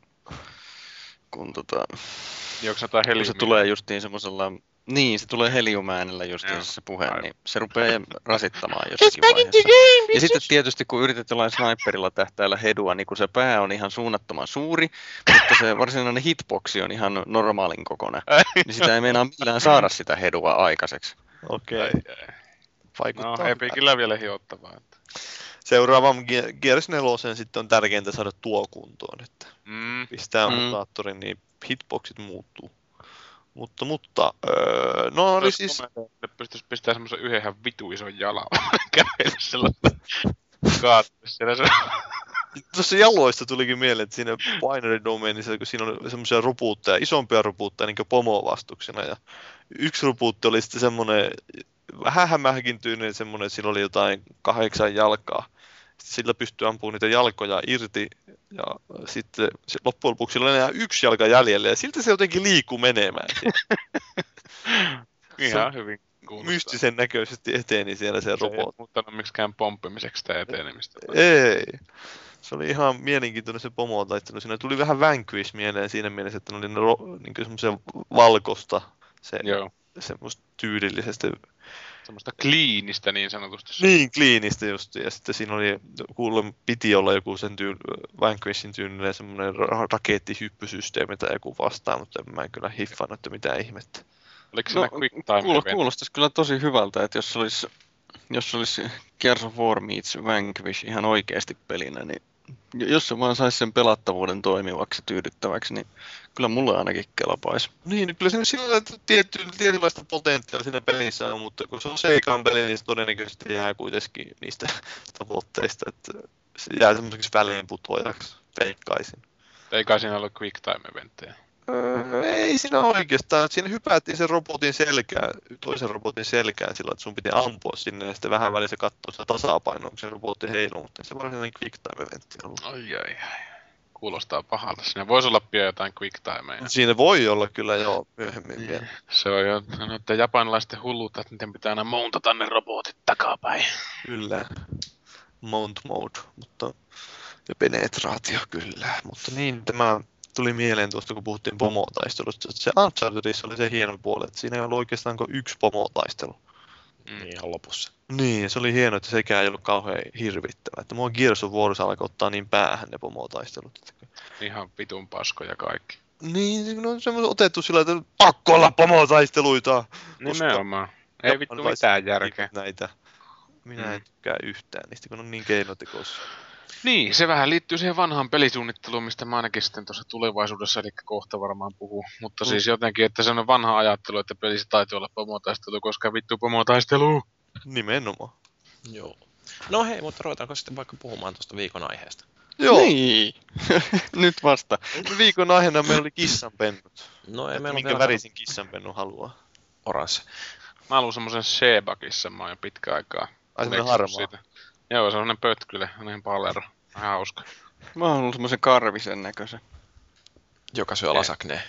se tulee justiin semmoisella, niin se tulee heliumäänellä justiin se puhe, niin se rupeaa rasittamaan jossakin vaiheessa. Ja sitten tietysti kun yrität jollain sniperilla tähtäällä hedua, niin kun se pää on ihan suunnattoman suuri, mutta se varsinainen hitboxi on ihan normaalin kokoinen, niin sitä ei meinaa millään saada sitä hedua aikaiseksi. Okei. Vaikuttaa. No, Epicillä vielä hiottavaa. Seuraavan Gears 4 sitten on tärkeintä saada tuo kuntoon, että pistää mutaattorin, niin hitboxit muuttuu. Mutta no oli siis... Pystyis pistää semmosen yhden ihan vitu ison jalan kävellä sellaista kaattua siellä se... Tuossa jaloista tulikin mieleen, että siinä Binary Domainissa, kun siinä oli semmoisia robotteja, isompia robotteja, niin kuin pomovastuksena. Ja yksi robotti oli sitten semmoinen vähän hämähäkin tyyninen semmoinen, että sillä oli jotain 8 jalkaa. Sitten sillä pystyi ampumaan niitä jalkoja irti. Ja sitten loppujen lopuksi sillä oli enää 1 jalka jäljellä ja siltä se jotenkin liikkuu menemään. Ihan hyvin kuulostaa. Mystisen näköisesti eteni siellä se robotti. Se ei muuttanut miksikään pomppimiseksi sitä etenemistä. Ei. Se oli ihan mielenkiintoinen se pomotaistelu. Siinä tuli vähän Vanquish mieleen siinä mielessä, että ne oli niin semmoisia valkosta. Semmoista tyylillisesti. Semmoista kliinistä niin sanotusti. Niin, kliinistä just. Ja sitten siinä oli, piti olla joku sen Vanquishin tyylinen semmoinen rakettihyppysysteemi tai joku vastaan, mutta mä en kyllä hiffannut, että mitään ihmettä. Oliko siinä quick time event? Kuulostaisi kyllä tosi hyvältä, että jos olisi Gears of War meets Vanquish ihan oikeasti pelinä, niin jos se vaan saisi sen pelattavuuden toimivaksi ja tyydyttäväksi, niin kyllä mulle ainakin kelpaisi. Niin, kyllä siinä sillä tietynlaista potentiaalia siinä pelissä on, mutta kun se on Seikan peli, niin se todennäköisesti jää kuitenkin niistä tavoitteista, että se jää semmoiseksi väliinputoajaksi, veikkaisin. Ei kai siinä ollut quick time eventtejä. Ei siinä oikeastaan. Siinä hypättiin sen robotin selkään, toisen robotin selkään sillä, että sun piti ampua sinne ja sitten vähän välissä katsoa sitä tasapainoa, kun se robotti heiluu, mutta se varsinainen quick time eventti ollut. Ai. Kuulostaa pahalta. Siinä voisi olla pian jotain quick timeja. Siinä voi olla kyllä jo myöhemmin vielä. Se on jo, että japanilaisten hulluutta, että miten pitää aina mountata ne robotit takapäin. Kyllä. Mount mode, mutta ja penetraatio kyllä. Mutta niin, tämä tuli mieleen tuosta, kun puhuttiin pomotaistelusta. Se Unchartedissa oli se hieno puoli, että siinä ei ollut oikeastaan kuin 1 pomotaistelu. Ihan lopussa. Niin, se oli hieno, että sekään ei ollut kauhean hirvittävä. Että mua Gears of War alkoi ottaa niin päähän ne pomotaistelut. Ihan vitun paskoja kaikki. Niin, ne on semmoinen otettu sillä, että pakko olla pomotaisteluita! Nimenomaan. Ei vittu mitään järkeä. Näitä. Minä en tykkää yhtään niistä, kun on niin keinotekoisia. Niin, se vähän liittyy siihen vanhaan pelisuunnitteluun, mistä mä ainakin sitten tuossa tulevaisuudessa, eli kohta varmaan puhuu. Mutta siis jotenkin, että se on vanha ajattelu, että pelissä täytyy olla pomotaistelu, koska vittu pomotaistelu! Nimenomaan. Joo. No hei, mutta ruvetaanko sitten vaikka puhumaan tuosta viikon aiheesta? Joo. Niin. Nyt vasta. Viikon aiheena meillä oli kissanpennut. No ei meillä minkä värisin kissanpennu haluaa? Oranssi. Mä haluan semmosen Sheba-kissan, mä oon jo pitkä aikaa. Ai semmonen harmaa. Joo, semmonen pötkyle, on ihan palero. Ihan hauska. Mä haluan semmosen karvisen näköisen. Joka syö lasakneen.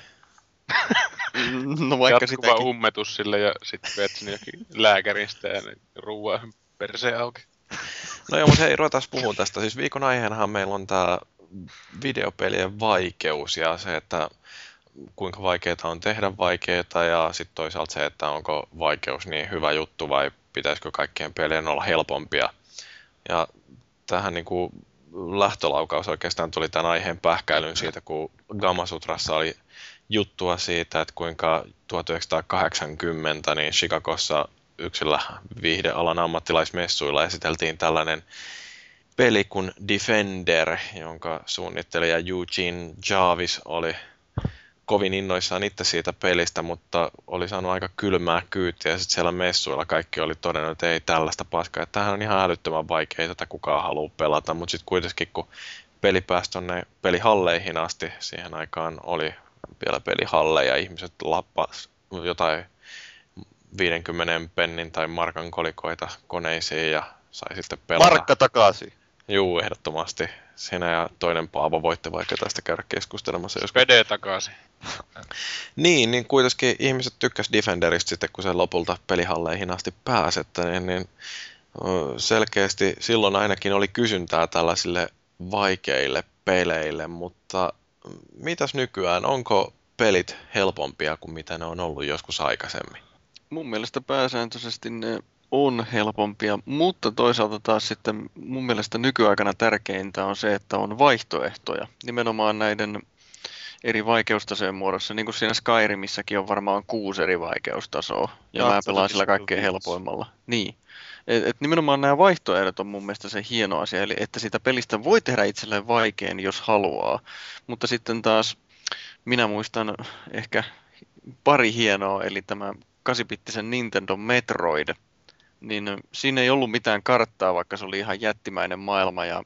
No vaikka jatkuva sitäkin. ummetus sille ja sit veet sinne jokin lääkäristä ja ruuaa perseen auki. No joo, mutta hei, ruvetaan puhumaan tästä. Siis viikon aiheenahan meillä on tää videopelien vaikeus ja se, että kuinka vaikeaa on tehdä vaikeita ja sitten toisaalta se, että onko vaikeus niin hyvä juttu vai pitäisikö kaikkien pelien olla helpompia. Ja tähän niin kuin lähtölaukaus oikeastaan tuli tämän aiheen pähkäilyn siitä, kun Gamasutrassa oli juttua siitä, että kuinka 1980 niin Chicagossa yksillä viihdealan ammattilaismessuilla esiteltiin tällainen peli kuin Defender, jonka suunnittelija Eugene Jarvis oli kovin innoissaan itse siitä pelistä, mutta oli saanut aika kylmää kyytiä ja sitten siellä messuilla kaikki oli todennut, että ei tällaista paskaa, että tämähän on ihan älyttömän vaikea, tätä kukaan haluaa pelata, mutta sitten kuitenkin kun peli pääsi tuonne pelihalleihin asti, siihen aikaan oli vielä pelihalleja, ihmiset lappas jotain 50 pennin tai markan kolikoita koneisiin ja sai sitten pelata. Markka takaisin. Juu, ehdottomasti. Sinä ja toinen Paavo voitte vaikka tästä käydä keskustelemassa. Spede takaisin. Niin kuitenkin ihmiset tykkäs Defenderistä sitten, kun se lopulta pelihalleihin asti pääsi, että niin selkeästi silloin ainakin oli kysyntää tällaisille vaikeille peleille, mutta mitäs nykyään, onko pelit helpompia kuin mitä ne on ollut joskus aikaisemmin? Mun mielestä pääsääntöisesti ne on helpompia, mutta toisaalta taas sitten mun mielestä nykyaikana tärkeintä on se, että on vaihtoehtoja. Nimenomaan näiden eri vaikeustasojen muodossa, niin kuin siinä Skyrimissäkin on varmaan 6 eri vaikeustasoa, ja mä pelaan sillä kaikkein helpoimmalla. Niin. Et nimenomaan nämä vaihtoehdot on mun mielestä se hieno asia, eli että sitä pelistä voi tehdä itselleen vaikein, jos haluaa, mutta sitten taas minä muistan ehkä pari hienoa, eli tämä 8-bittisen Nintendo Metroid, niin siinä ei ollut mitään karttaa, vaikka se oli ihan jättimäinen maailma ja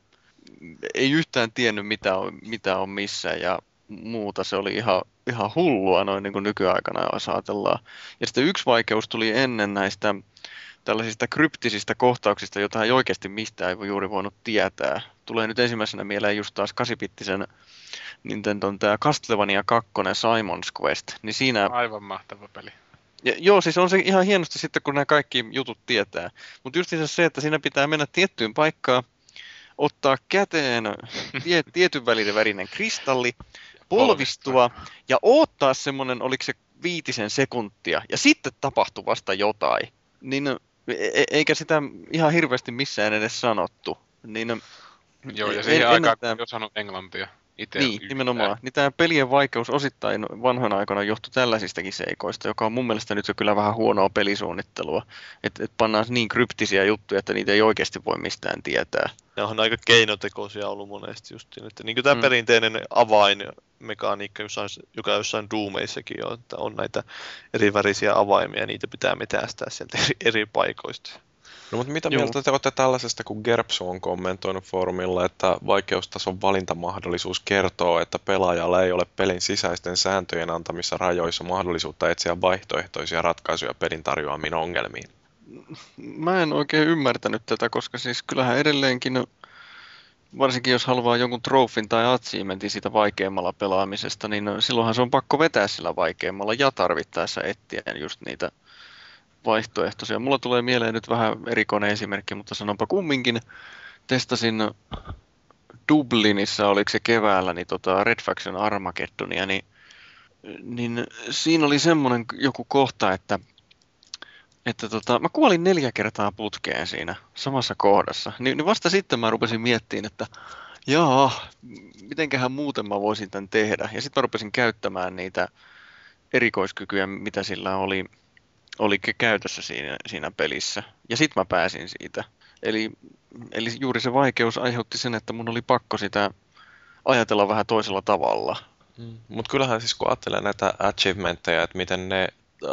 ei yhtään tiennyt mitä on missä ja muuta. Se oli ihan hullua noin niin kuin nykyaikana jos ajatellaan. Ja sitten yksi vaikeus tuli ennen näistä tällaisista kryptisistä kohtauksista, jota ei oikeasti mistään ei juuri voinut tietää. Tulee nyt ensimmäisenä mieleen just taas 8-bittisen Nintendon tämä Castlevania 2 Simon's Quest. Niin siinä... Aivan mahtava peli. Ja, joo, siis on se ihan hienosti sitten, kun nämä kaikki jutut tietää. Mutta just se, että siinä pitää mennä tiettyyn paikkaan, ottaa käteen tietyn värinen kristalli, polvistua ja odottaa semmoinen, oliko se 5 sekuntia, ja sitten tapahtui vasta jotain. Niin, eikä sitä ihan hirveästi missään edes sanottu. Niin, joo, ja siihen aikaan ei osannut englantia. Niin, nimenomaan. Niin tämä pelien vaikeus osittain vanhoina aikoina johtui tällaisistakin seikoista, joka on mun mielestä nyt jo kyllä vähän huonoa pelisuunnittelua. Että pannaan niin kryptisiä juttuja, että niitä ei oikeasti voi mistään tietää. Ne on aika keinotekoisia ollut monesti justiin. Että niin kuin tämä perinteinen avainmekaniikka, joka jossain Doomeissakin on, että on näitä eri värisiä avaimia ja niitä pitää metästää sieltä eri paikoista. No mutta mitä mieltä te olette tällaisesta, kun Gerpsu on kommentoinut foorumilla, että vaikeustason valintamahdollisuus kertoo, että pelaajalla ei ole pelin sisäisten sääntöjen antamissa rajoissa mahdollisuutta etsiä vaihtoehtoisia ratkaisuja pelin tarjoamiin ongelmiin? Mä en oikein ymmärtänyt tätä, koska siis kyllähän edelleenkin, varsinkin jos haluaa jonkun trofin tai achievementin siitä vaikeammalla pelaamisesta, niin silloinhan se on pakko vetää sillä vaikeammalla ja tarvittaessa etsiä just niitä vaihtoehtoisia. Mulla tulee mieleen nyt vähän erikoinen esimerkki, mutta sanonpa kumminkin. Testasin Dublinissa, oliko se keväällä, niin Red Faction Armageddonia, niin siinä oli semmoinen joku kohta, että mä kuolin 4 kertaa putkeen siinä samassa kohdassa. Niin vasta sitten mä rupesin miettimään, että mitenköhän muuten mä voisin tämän tehdä. Ja sitten mä rupesin käyttämään niitä erikoiskykyjä, mitä sillä oli käytössä siinä pelissä. Ja sit mä pääsin siitä. Eli juuri se vaikeus aiheutti sen, että mun oli pakko sitä ajatella vähän toisella tavalla. Mutta kyllähän siis kun ajattelee näitä achievementteja, että miten ne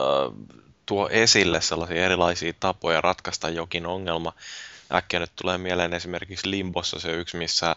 tuo esille sellaisia erilaisia tapoja ratkaista jokin ongelma. Äkkiä nyt tulee mieleen esimerkiksi Limbossa se yksi, missä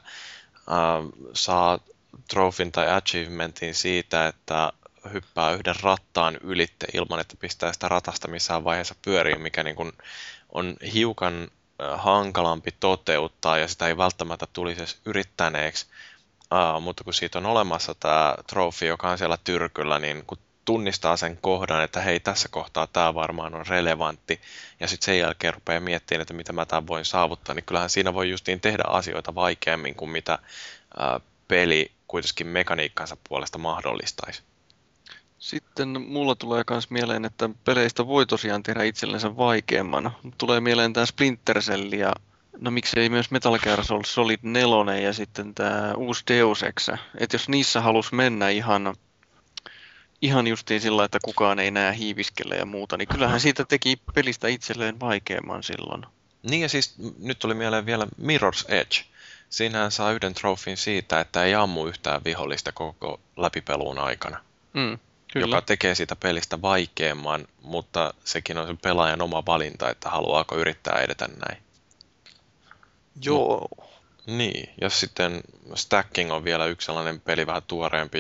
saa trofin tai achievementin siitä, että hyppää yhden rattaan ylitte ilman, että pistää sitä ratasta missään vaiheessa pyöriin, mikä niin kuin on hiukan hankalampi toteuttaa ja sitä ei välttämättä tulisi edes yrittäneeksi, mutta kun siitä on olemassa tämä trofi, joka on siellä tyrkyllä, niin kun tunnistaa sen kohdan, että hei, tässä kohtaa tämä varmaan on relevantti ja sitten sen jälkeen rupeaa miettimään, että mitä mä tämän voin saavuttaa, niin kyllähän siinä voi justiin tehdä asioita vaikeammin kuin mitä peli kuitenkin mekaniikkansa puolesta mahdollistaisi. Sitten mulla tulee myös mieleen, että peleistä voi tosiaan tehdä itsellensä vaikeamman. Tulee mieleen tämä Splinter Cell ja no miksei myös Metal Gear Solid 4 ja sitten tämä uusi Deus Ex. Että jos niissä halus mennä ihan justiin sillä, että kukaan ei näe hiiviskellä ja muuta, niin kyllähän siitä teki pelistä itselleen vaikeamman silloin. Niin ja siis nyt tuli mieleen vielä Mirror's Edge. Siinähän saa yhden trofin siitä, että ei ammu yhtään vihollista koko läpipeluun aikana. Kyllä. Joka tekee siitä pelistä vaikeamman, mutta sekin on sen pelaajan oma valinta, että haluaako yrittää edetä näin. Joo. Niin, ja sitten Stacking on vielä yksi sellainen peli vähän tuoreempi,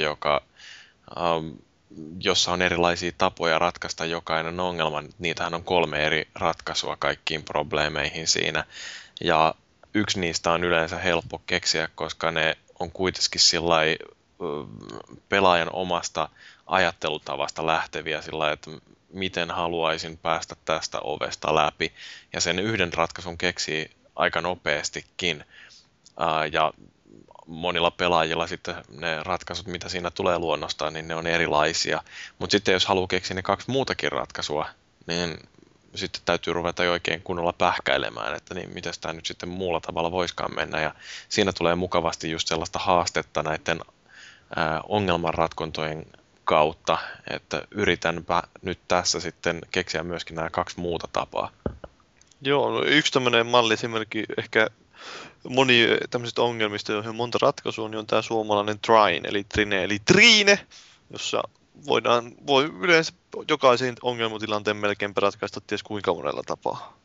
jossa on erilaisia tapoja ratkaista jokainen ongelma. Niitähän on 3 eri ratkaisua kaikkiin probleemeihin siinä. Ja yksi niistä on yleensä helppo keksiä, koska ne on kuitenkin sillai pelaajan omasta ajattelutavasta lähteviä sillä, että miten haluaisin päästä tästä ovesta läpi. Ja sen yhden ratkaisun keksii aika nopeastikin. Ja monilla pelaajilla sitten ne ratkaisut, mitä siinä tulee luonnostaan, niin ne on erilaisia. Mutta sitten jos haluaa keksiä ne 2 muutakin ratkaisua, niin sitten täytyy ruveta jo oikein kunnolla pähkäilemään, että niin, miten tämä nyt sitten muulla tavalla voiskaan mennä. Ja siinä tulee mukavasti just sellaista haastetta näiden ongelmanratkontojen kautta, että yritänpä nyt tässä sitten keksiä myöskin nämä 2 muuta tapaa. Joo, no yksi tämmöinen malliesimerkki ehkä moni tämmöisistä ongelmista, joihin on monta ratkaisua, niin on tämä suomalainen Trine, eli Trine, jossa voi yleensä jokaisen ongelmatilanteen melkein ratkaista ties kuinka monella tapaa.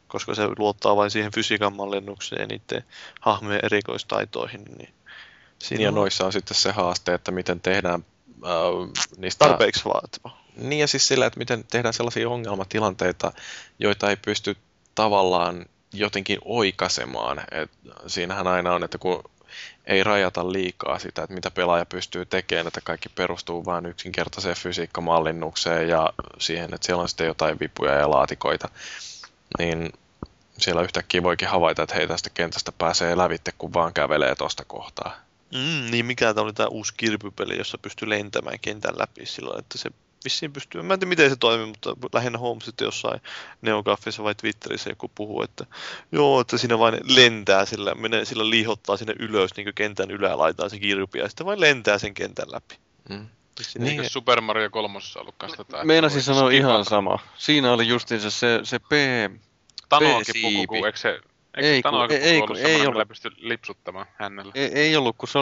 koska se luottaa vain siihen fysiikan mallinnukseen ja niiden hahmojen erikoistaitoihin. Niin Niin ja noissa on sitten se haaste, että miten tehdään niistä... Tarpeeksi vaativa. Niin ja siis sillä, että miten tehdään sellaisia ongelmatilanteita, joita ei pysty tavallaan jotenkin oikaisemaan. Et siinähän aina on, että kun ei rajata liikaa sitä, että mitä pelaaja pystyy tekemään, että kaikki perustuu vain yksinkertaiseen fysiikkamallinnukseen ja siihen, että siellä on sitten jotain vipuja ja laatikoita, niin siellä yhtäkkiä voikin havaita, että hei, tästä kentästä pääsee lävitte, kun vaan kävelee tuosta kohtaa. Niin mikä tämä oli tämä uusi kirpypeli, jossa pystyy lentämään kentän läpi sillä että se vissiin pystyy, mä en tiedä miten se toimii, mutta lähinnä huomasin, että jossain Neogaffissa vai Twitterissä joku puhuu, että joo, että siinä vain lentää sillä, menee sillä liihottaa sinne ylös niin kuin kentän ylälaitaan se kirpi ja sitten vain lentää sen kentän läpi. Niin, eikö Super Mario 3 ollut kanssa tätä? Meinasin sanoa ihan sama. Siinä oli justiinsa se Tanoakin puhuu, eikö se... Eikö Tanoakin ollut semmoinen, millä pystyi lipsuttamaan hänellä? Ei ollut, kun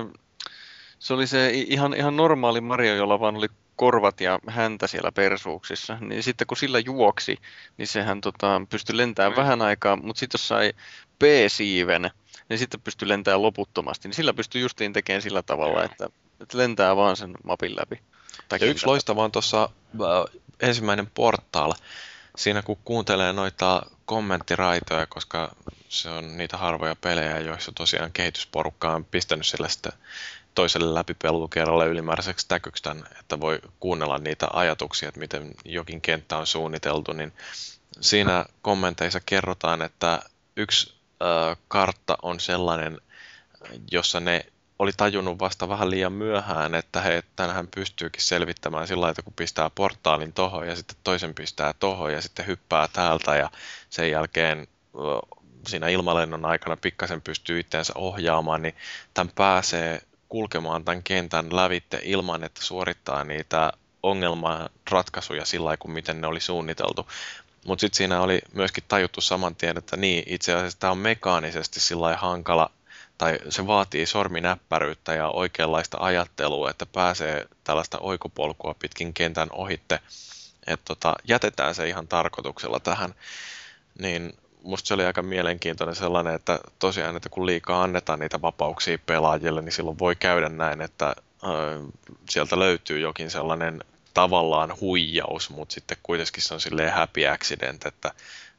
se oli se ihan normaali Mario, jolla vaan oli korvat ja häntä siellä persuuksissa. Niin sitten kun sillä juoksi, niin sehän pystyi lentämään vähän aikaa, mutta sitten jos sai B-siiven, niin sitten pystyi lentämään loputtomasti. Niin sillä pystyi justiin tekemään sillä tavalla, että lentää vaan sen mapin läpi. Ja yksi loistava on tuossa ensimmäinen Portal. Siinä kun kuuntelee noita kommenttiraitoja, koska se on niitä harvoja pelejä, joissa tosiaan kehitysporukka on pistänyt sillä sitten toiselle läpipelukerralle ylimääräiseksi täkyksi tämän, että voi kuunnella niitä ajatuksia, että miten jokin kenttä on suunniteltu, niin siinä kommenteissa kerrotaan, että yksi kartta on sellainen, jossa ne oli tajunnut vasta vähän liian myöhään, että he tänähän pystyykin selvittämään sillä lailla, kun pistää portaalin tohon ja sitten toisen pistää tohon ja sitten hyppää täältä ja sen jälkeen siinä ilmalennon aikana pikkasen pystyy itseensä ohjaamaan, niin tämän pääsee kulkemaan tämän kentän lävitte ilman, että suorittaa niitä ongelmanratkaisuja sillä lailla, kuin miten ne oli suunniteltu. Mutta sitten siinä oli myöskin tajuttu saman tien, että niin, itse asiassa tämä on mekaanisesti sillä lailla hankala, tai se vaatii sorminäppäryyttä ja oikeanlaista ajattelua, että pääsee tällaista oikopolkua pitkin kentän ohitte, että jätetään se ihan tarkoituksella tähän, niin musta se oli aika mielenkiintoinen sellainen, että tosiaan, että kun liikaa annetaan niitä vapauksia pelaajille, niin silloin voi käydä näin, että sieltä löytyy jokin sellainen tavallaan huijaus, mutta sitten kuitenkin se on silleen happy accident, että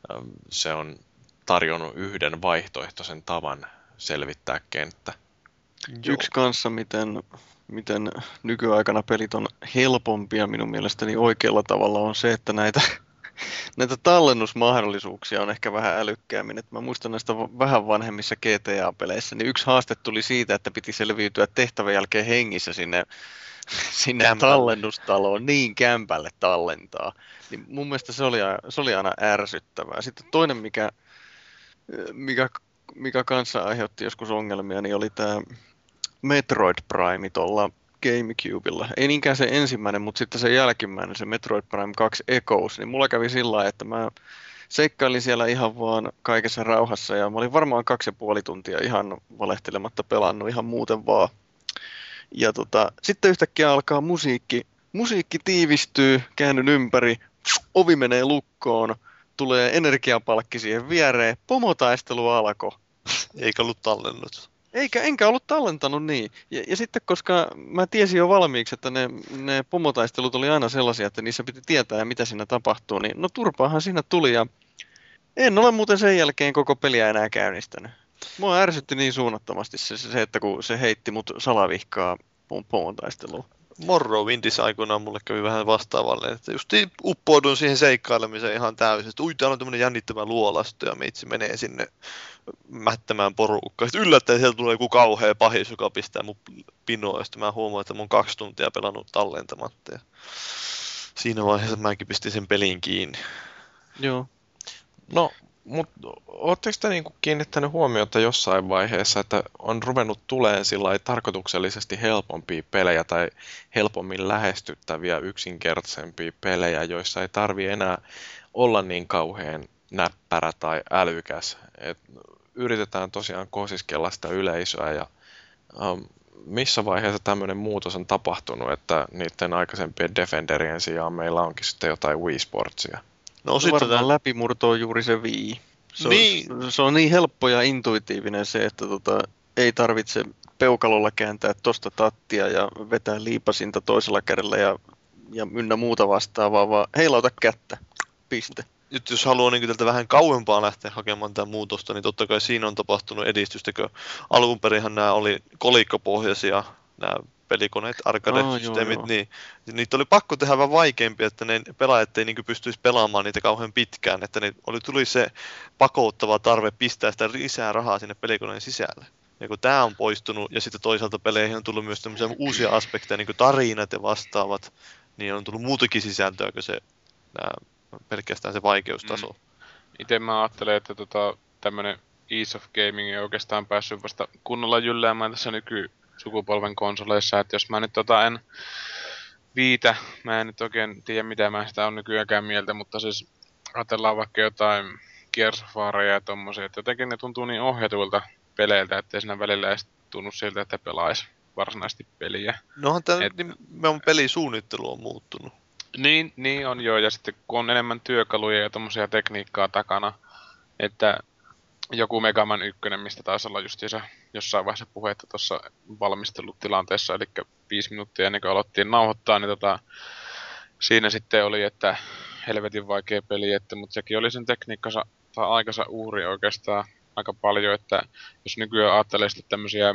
se on tarjonnut yhden vaihtoehtoisen tavan selvittää kenttä. Yksi kanssa, miten nykyaikana pelit on helpompia minun mielestäni oikealla tavalla on se, että näitä tallennusmahdollisuuksia on ehkä vähän älykkäämmin. Et mä muistan näistä vähän vanhemmissa GTA-peleissä, niin yksi haaste tuli siitä, että piti selviytyä tehtävän jälkeen hengissä sinne tallennustaloon, niin kämpälle tallentaa. Niin mun mielestä se oli aina ärsyttävää. Sitten toinen, mikä kanssa aiheutti joskus ongelmia, niin oli tämä Metroid Prime tuolla GameCubella. Ei niinkään se ensimmäinen, mutta sitten se jälkimmäinen, se Metroid Prime 2 Echoes, niin mulla kävi sillä lailla, että mä seikkailin siellä ihan vaan kaikessa rauhassa ja mä olin varmaan 2,5 tuntia ihan valehtelematta pelannut ihan muuten vaan. Ja sitten yhtäkkiä alkaa musiikki. Musiikki tiivistyy, käännyn ympäri, ovi menee lukkoon, tulee energiapalkki siihen viereen, pomotaistelu alkoi. Eikä ollut tallennut. Enkä ollut tallentanut niin. Ja sitten koska mä tiesin jo valmiiksi, että ne pomotaistelut oli aina sellaisia, että niissä piti tietää mitä siinä tapahtuu, niin no turpaahan siinä tuli ja en ole muuten sen jälkeen koko peliä enää käynnistänyt. Mua ärsytti niin suunnattomasti se, että kun se heitti mut salavihkaa pomotaisteluun. Morrowindissä aikoinaan mulle kävi vähän vastaavalle, että just uppoudun siihen seikkailemiseen ihan täysin, että täällä on tämmöinen jännittävä luolasto ja meitsi menee sinne mättämään porukkaa. Sitten yllättäen sieltä tulee joku kauhea pahis, joka pistää mun pinoa, ja sitten mä huomaan, että mä oon 2 tuntia pelannut tallentamatta. Ja siinä vaiheessa mäkin pistin sen pelin kiinni. Joo. No, mutta ootteko te niinku kiinnittänyt huomiota jossain vaiheessa, että on ruvennut tulemaan sillä tarkoituksellisesti helpompia pelejä tai helpommin lähestyttäviä yksinkertaisempia pelejä, joissa ei tarvi enää olla niin kauhean näppärä tai älykäs. Et yritetään tosiaan kosiskella sitä yleisöä ja missä vaiheessa tämmöinen muutos on tapahtunut, että niiden aikaisempien Defenderien sijaan meillä onkin sitten jotain Wii Sportsia? No Se varmaan osittain läpimurto on juuri se Wii. Niin. Se on niin helppo ja intuitiivinen se, että ei tarvitse peukalolla kääntää tosta tattia ja vetää liipasinta toisella kädellä ja ynnä muuta vastaavaa, vaan heilauta kättä. Piste. nyt jos haluaa niin tältä vähän kauempaa lähteä hakemaan tätä muutosta, niin totta kai siinä on tapahtunut edistystä, kun alunperinhan nämä oli kolikkopohjaisia, nämä pelikoneet, arcade-systeemit, niin niitä oli pakko tehdä vähän vaikeampia, että ne pelaajat ei niin pystyisi pelaamaan niitä kauhean pitkään, että tuli se pakouttava tarve pistää sitä lisää rahaa sinne pelikoneen sisälle. Ja kun tämä on poistunut, ja sitten toisaalta peleihin on tullut myös tämmöisiä uusia aspekteja, niin kuin tarinat ja vastaavat, niin on tullut muutakin sisältöä kuin pelkästään se vaikeustaso. Itse mä ajattelen, että tämmönen Ease of Gaming ei oikeastaan päässyt vasta kunnolla jylläämään tässä nykysukupolven konsoleissa, että jos mä nyt en viitä, mä en nyt oikein tiedä mitä mä sitä on nykyäänkään mieltä, mutta siis ajatellaan vaikka jotain Gears of Waria ja tommosia, että jotenkin ne tuntuu niin ohjatuilta peleiltä, ettei siinä välillä edes tunnu siltä, että pelaisi varsinaisesti peliä. Nohan tämä pelisuunnittelu on muuttunut. Niin on joo, ja sitten kun on enemmän työkaluja ja tommosia tekniikkaa takana, että joku Mega Man 1, mistä taisi olla justiinsa jossain vaiheessa puhetta tuossa valmistelutilanteessa, eli 5 minuuttia ennen kuin aloittiin nauhoittaa, niin siinä sitten oli, että helvetin vaikea peli, mutta sekin oli sen tekniikkansa tai aikansa uhri oikeastaan aika paljon, että jos nykyään ajattelee sitten tämmöisiä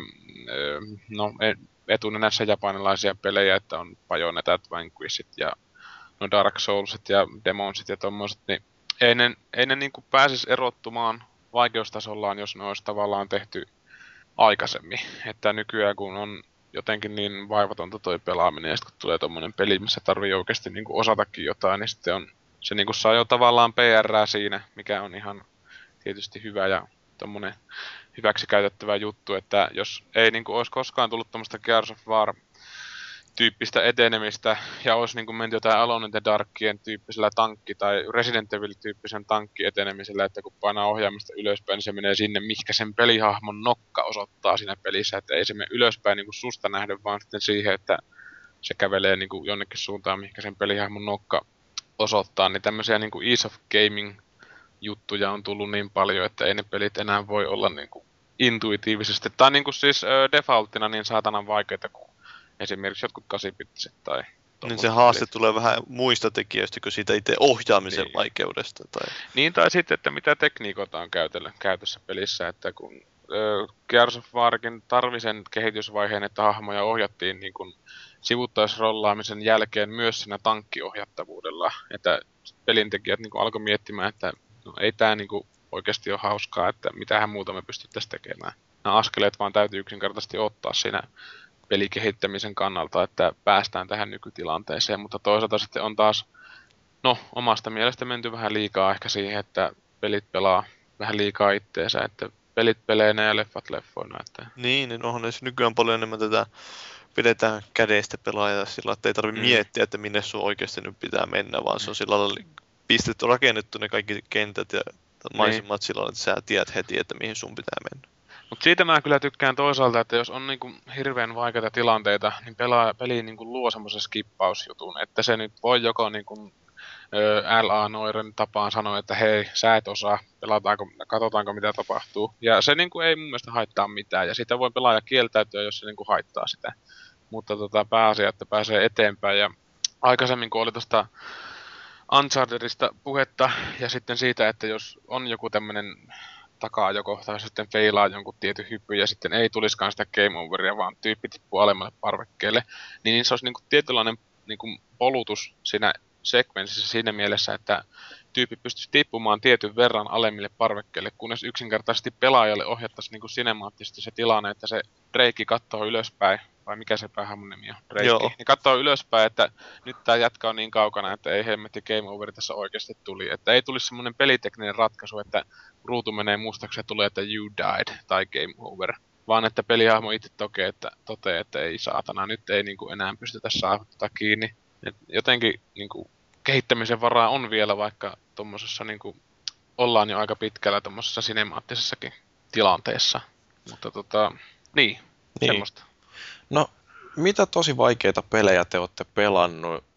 etunenässä japanilaisia pelejä, että on Bayonetat, Vanquishit ja Dark Soulsit ja Demonsit ja tommoset, niin ei ne niinku pääsis erottumaan vaikeustasollaan, jos ne olisi tavallaan tehty aikaisemmin. Että nykyään kun on jotenkin niin vaivatonta toi pelaaminen, ja sitten kun tulee tommonen peli, missä tarvii oikeasti niinku osatakin jotain, niin sitten se niinku saa jo tavallaan PR:ää siinä, mikä on ihan tietysti hyvä ja tommonen hyväksi käytettävä juttu, että jos ei niinku olisi koskaan tullut tommoista Gears of War tyyppistä etenemistä ja olisi niin kuin menty jotain Alone in the Darkien tyyppisellä tankki tai Resident Evil tyyppisen tankki etenemisellä, että kun painaa ohjaamista ylöspäin, niin se menee sinne, mihinkä sen pelihahmon nokka osoittaa siinä pelissä, että ei se mene ylöspäin niin kuin susta nähden, vaan sitten siihen, että se kävelee niin kuin jonnekin suuntaan, mihinkä sen pelihahmon nokka osoittaa, niin tämmöisiä niin kuin Ease of Gaming juttuja on tullut niin paljon, että ei ne pelit enää voi olla niin kuin intuitiivisesti, tai niin kuin siis defaulttina niin saatanan vaikeita kuin esimerkiksi jotkut 8-bittiset tai... Niin se haaste tulee vähän muista tekijöistä kuin siitä itse ohjaamisen vaikeudesta. Niin, tai sitten, että mitä tekniikoita on käytössä pelissä, että kun Gears of Warkin tarvi sen kehitysvaiheen, että hahmoja ohjattiin niin kuin sivuttaisrollaamisen jälkeen myös siinä tankkiohjattavuudella, että pelintekijät niin kuin alkoi miettimään, että no, ei tämä niin kuin oikeasti ole hauskaa, että mitähän muuta me pystyttäisiin tekemään. Nämä askeleet vaan täytyy yksinkertaisesti ottaa siinä pelikehittämisen kannalta, että päästään tähän nykytilanteeseen, mutta toisaalta sitten on taas, omasta mielestä menty vähän liikaa ehkä siihen, että pelit pelaa vähän liikaa itteensä, että pelit peleinä ja leffat leffoina. Että... Niin onhan ne nykyään paljon enemmän tätä pidetään kädestä pelaajaa sillä, että ei tarvitse miettiä, että minne sun oikeasti nyt pitää mennä, vaan se on sillä lailla pistetty, rakennettu ne kaikki kentät ja maisemat sillä lailla, että sä tiedät heti, että mihin sun pitää mennä. Mutta siitä mä kyllä tykkään toisaalta, että jos on niinku hirveän vaikeita tilanteita, niin peli niinku luo semmoisen skippausjutun, että se nyt voi joko niinku L.A. Noiren tapaan sanoa, että hei, sä et osaa, katsotaanko mitä tapahtuu. Ja se niinku ei mun mielestä haittaa mitään, ja siitä voi pelaaja kieltäytyä, jos se niinku haittaa sitä. Mutta pääasia, että pääsee eteenpäin, ja aikaisemmin kun oli tuosta Unchartedista puhetta, ja sitten siitä, että jos on joku tämmönen takaa joko tai sitten feilaa jonkun tietyn hyppy ja sitten ei tulisikaan sitä game overia, vaan tyyppi tippuu alemmalle parvekkeelle, niin se olisi niinku tietynlainen niinku polutus siinä sekvenssissä siinä mielessä, että tyyppi pystyisi tippumaan tietyn verran alemmille parvekkeelle, kunnes yksinkertaisesti pelaajalle ohjattaisiin niinku sinemaattisesti se tilanne, että se Drake katsoo ylöspäin, vai mikä se päähahmon nimi on? Drake. Niin katsoo ylöspäin, että nyt tää jätkä on niin kaukana, että ei hemmetti game overi tässä oikeasti tuli. Että ei tulisi semmoinen pelitekninen ratkaisu, että ruutu menee mustaksi ja tulee, että you died tai game over. Vaan että pelihahmo itse toteaa, että ei saatana, nyt ei niinku enää pystytä saavuttaa kiinni. Et jotenkin niinku kehittämisen varaa on vielä, vaikka tommosessa niinku ollaan jo aika pitkällä tommosessa sinemaattisessakin tilanteessa. Mutta niin, semmoista. No, mitä tosi vaikeita pelejä te olette pelannut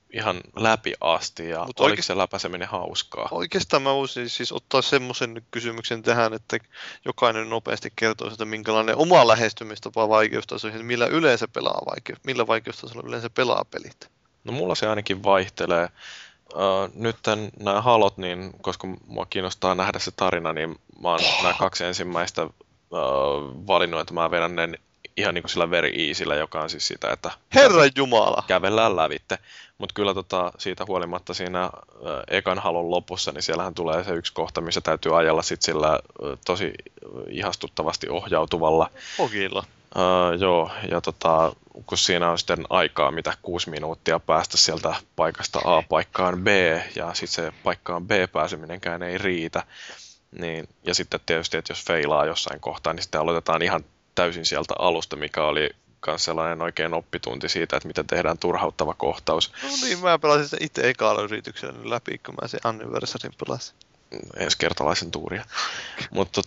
ihan läpi asti ja Mut oliko se läpäiseminen hauskaa? Oikeastaan mä voisin siis ottaa semmoisen kysymyksen tähän, että jokainen nopeasti kertoisi, että minkälainen oma lähestymistapa vaikeustasoihin, millä yleensä pelaa millä vaikeustasolla yleensä pelaa pelit. No mulla se ainakin vaihtelee. Nyt nämä halot, niin koska mua kiinnostaa nähdä se tarina, niin mä oon nämä 2 ensimmäistä valinnut, että mä vedän ne ihan niin kuin sillä very easyllä, joka on siis sitä, että Herran Jumala! kävellään lävitte. Mutta kyllä siitä huolimatta siinä ekan halon lopussa, niin siellähän tulee se yksi kohta, missä täytyy ajella sit sillä tosi ihastuttavasti ohjautuvalla. Ogilla. Joo, ja kun siinä on sitten aikaa, mitä 6 minuuttia päästä sieltä paikasta A paikkaan B, ja sitten se paikkaan B pääseminenkään ei riitä, niin, ja sitten tietysti, että jos feilaa jossain kohtaa, niin sitten aloitetaan ihan täysin sieltä alusta, mikä oli myös sellainen oikein oppitunti siitä, että miten tehdään turhauttava kohtaus. No niin, mä pelasin sen itse ekalla yrityksellä läpi, kun mä sen Anniversarin pelasin. Ensikertalaisen tuuria. Mutta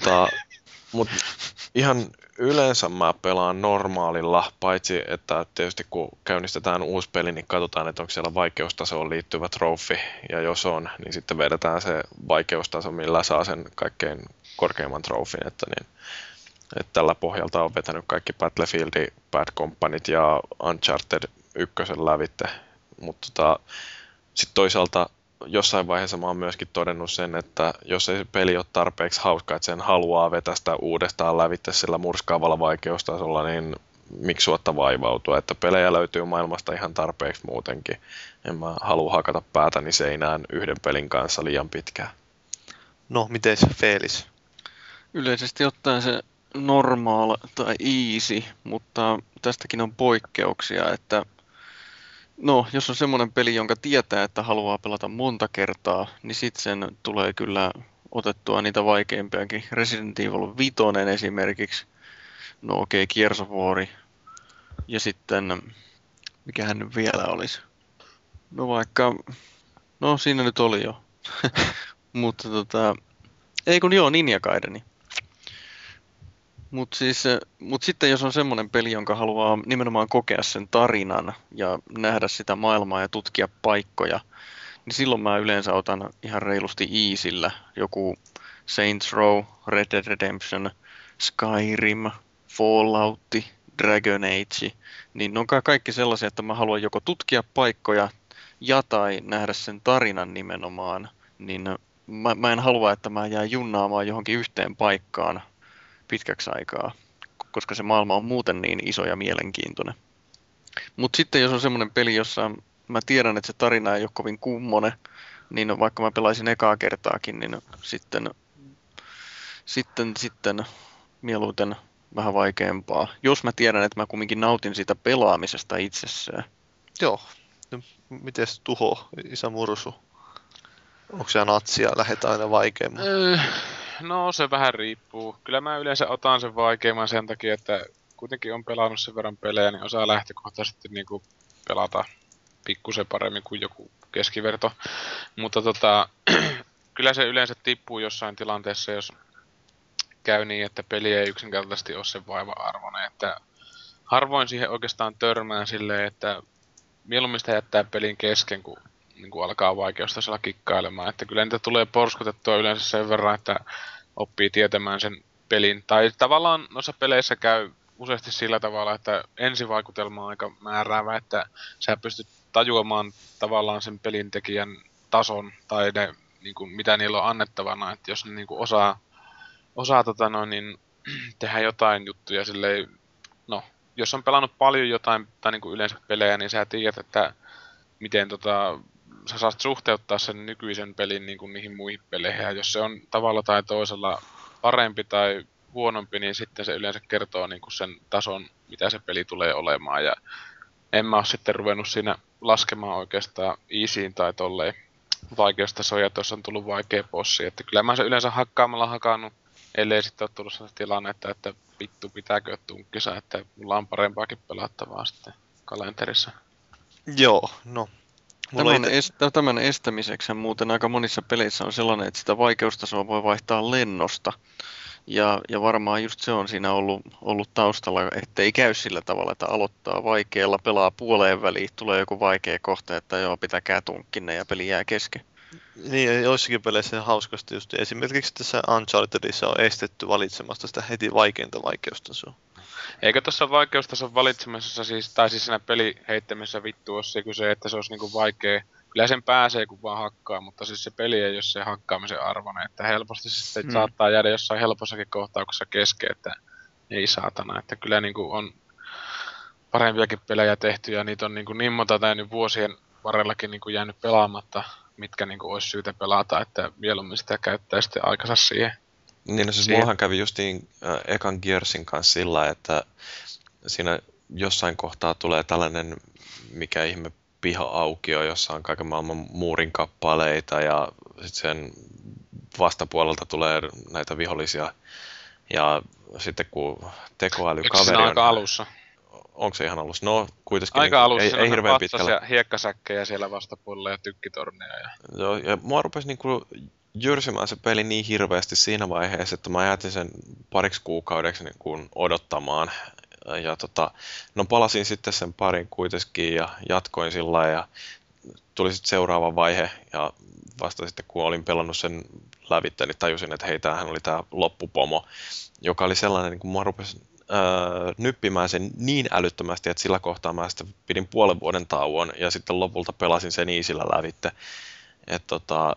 ihan yleensä mä pelaan normaalilla, paitsi että tietysti kun käynnistetään uusi peli, niin katsotaan, että onko siellä vaikeustasoon liittyvä trofi, ja jos on, niin sitten vedetään se vaikeustaso, millä saa sen kaikkein korkeimman trofin, että tällä pohjalta on vetänyt kaikki Battlefield, Bad Companyt ja Uncharted 1 lävitte, mutta sitten toisaalta jossain vaiheessa mä oon myöskin todennut sen, että jos ei se peli ole tarpeeksi hauska, että sen haluaa vetästä uudestaan lävitte sillä murskaavalla vaikeustasolla, niin miksi suotta vaivautua, että pelejä löytyy maailmasta ihan tarpeeksi muutenkin. En mä halua hakata päätäni seinään yhden pelin kanssa liian pitkään. No, miten se Feelis? Yleisesti ottaen se normaal tai easy, mutta tästäkin on poikkeuksia, että no, jos on semmoinen peli, jonka tietää, että haluaa pelata monta kertaa, niin sitten sen tulee kyllä otettua niitä vaikeimpiakin. Resident Evil 5 esimerkiksi, no okei, Gears of War, ja sitten, mikähän nyt vielä olisi? No vaikka, no siinä nyt oli jo, mutta ei kun joo, Ninja Gaideni. Mutta sitten jos on semmoinen peli, jonka haluaa nimenomaan kokea sen tarinan ja nähdä sitä maailmaa ja tutkia paikkoja, niin silloin mä yleensä otan ihan reilusti easyllä joku Saints Row, Red Dead Redemption, Skyrim, Fallout, Dragon Age, niin ne on kaikki sellaisia, että mä haluan joko tutkia paikkoja ja tai nähdä sen tarinan nimenomaan, niin mä en halua, että mä jään junnaamaan johonkin yhteen paikkaan pitkäksi aikaa, koska se maailma on muuten niin iso ja mielenkiintoinen. Mutta sitten jos on semmoinen peli, jossa mä tiedän, että se tarina ei ole kovin kummonen, niin vaikka mä pelaisin ekaa kertaakin, niin sitten mieluiten vähän vaikeampaa. Jos mä tiedän, että mä kumminkin nautin siitä pelaamisesta itsessään. Joo. No, mites Tuho, isä Mursu? Onko se natsia lähdetään aina vaikeammin? No se vähän riippuu. Kyllä mä yleensä otan sen vaikeimman sen takia, että kuitenkin on pelannut sen verran pelejä, niin osaa lähtökohtaisesti niinku pelata pikkusen paremmin kuin joku keskiverto. Mutta kyllä se yleensä tippuu jossain tilanteessa, jos käy niin, että peli ei yksinkertaisesti ole sen vaiva-arvoinen. Että harvoin siihen oikeastaan törmään silleen, että mieluummin sitä jättää pelin kesken, kun niin alkaa vaikeustasolla kikkailemaan. Että kyllä niitä tulee porskutettua yleensä sen verran, että oppii tietämään sen pelin. Tai tavallaan noissa peleissä käy useasti sillä tavalla, että ensivaikutelma on aika määräävä, että sä pystyt tajuamaan tavallaan sen pelintekijän tason tai ne, niin kuin, mitä niillä on annettavana. Että jos ne niin kuin osaa niin, tehdä jotain juttuja silleen, no, jos on pelannut paljon jotain tai niin kuin yleensä pelejä, niin sä tiedät, että miten sä saat suhteuttaa sen nykyisen pelin niin kuin niihin muihin peleihin. Ja jos se on tavalla tai toisella parempi tai huonompi, niin sitten se yleensä kertoo niin kuin sen tason, mitä se peli tulee olemaan. Ja en mä ole sitten ruvennut siinä laskemaan oikeastaan easyin tai tolleen vaikeustasoja, että jos on tullut vaikea bossi. Että kyllä mä se yleensä hakkaamalla hakannut, ellei sitten ole tullut sellaista tilannetta, että vittu pitääkö tunkkisa, että mulla on parempaakin pelattavaa sitten kalenterissa. Joo, no. Tämän estämiseksi muuten aika monissa peleissä on sellainen, että sitä vaikeustasoa voi vaihtaa lennosta. Ja varmaan just se on siinä ollut taustalla, ettei käy sillä tavalla, että aloittaa vaikealla, pelaa puoleen väliin, tulee joku vaikea kohta, että joo, pitäkää tunkkinne ja peli jää kesken. Niin, ja joissakin peleissä hauskasti just esimerkiksi tässä Unchartedissa on estetty valitsemasta sitä heti vaikeinta vaikeustasoa. Eikö tuossa vaikeustason valitsemisessa siis, tai siis siinä peliheittämisessä vittu ole se kyse, että se olisi niinku vaikea. Kyllä sen pääsee, kun vaan hakkaa, mutta siis se peli ei ole se hakkaamisen arvoinen, että helposti sitten saattaa jäädä jossain helpossakin kohtauksessa kesken, että ei saatana, että kyllä niinku on parempiakin pelejä tehty ja niitä on niin monta nyt vuosien varrellakin niinku jäänyt pelaamatta, mitkä niinku olisi syytä pelata, että mieluummin sitä käyttää sitten aikansa siihen. Niin, no siis mullahan kävi justiin ekan Gearsin kanssa sillä, että siinä jossain kohtaa tulee tällainen mikä ihme piha-aukio, jossa on kaiken maailman muurin kappaleita ja sitten sen vastapuolelta tulee näitä vihollisia ja sitten kun tekoälykaveri on... aika alussa? Onko se ihan alussa? No, kuitenkin aika niin, alussa, ei hirveän pitkällä. Ja hiekkasäkkejä siellä vastapuolella ja tykkitorneja. Joo, ja mua rupesi niinku jyrsimään se peli niin hirveästi siinä vaiheessa, että mä jätin sen pariksi kuukaudeksi niin kuin odottamaan. Ja no palasin sitten sen parin kuitenkin ja jatkoin sillä ja tuli sitten seuraava vaihe ja vasta sitten kun olin pelannut sen lävitse, niin tajusin, että hei, tämähän oli tämä loppupomo, joka oli sellainen, niin kuin mua rupesi nyppimään sen niin älyttömästi, että sillä kohtaa mä sitten pidin puolen vuoden tauon ja sitten lopulta pelasin sen easillä lävitse. Että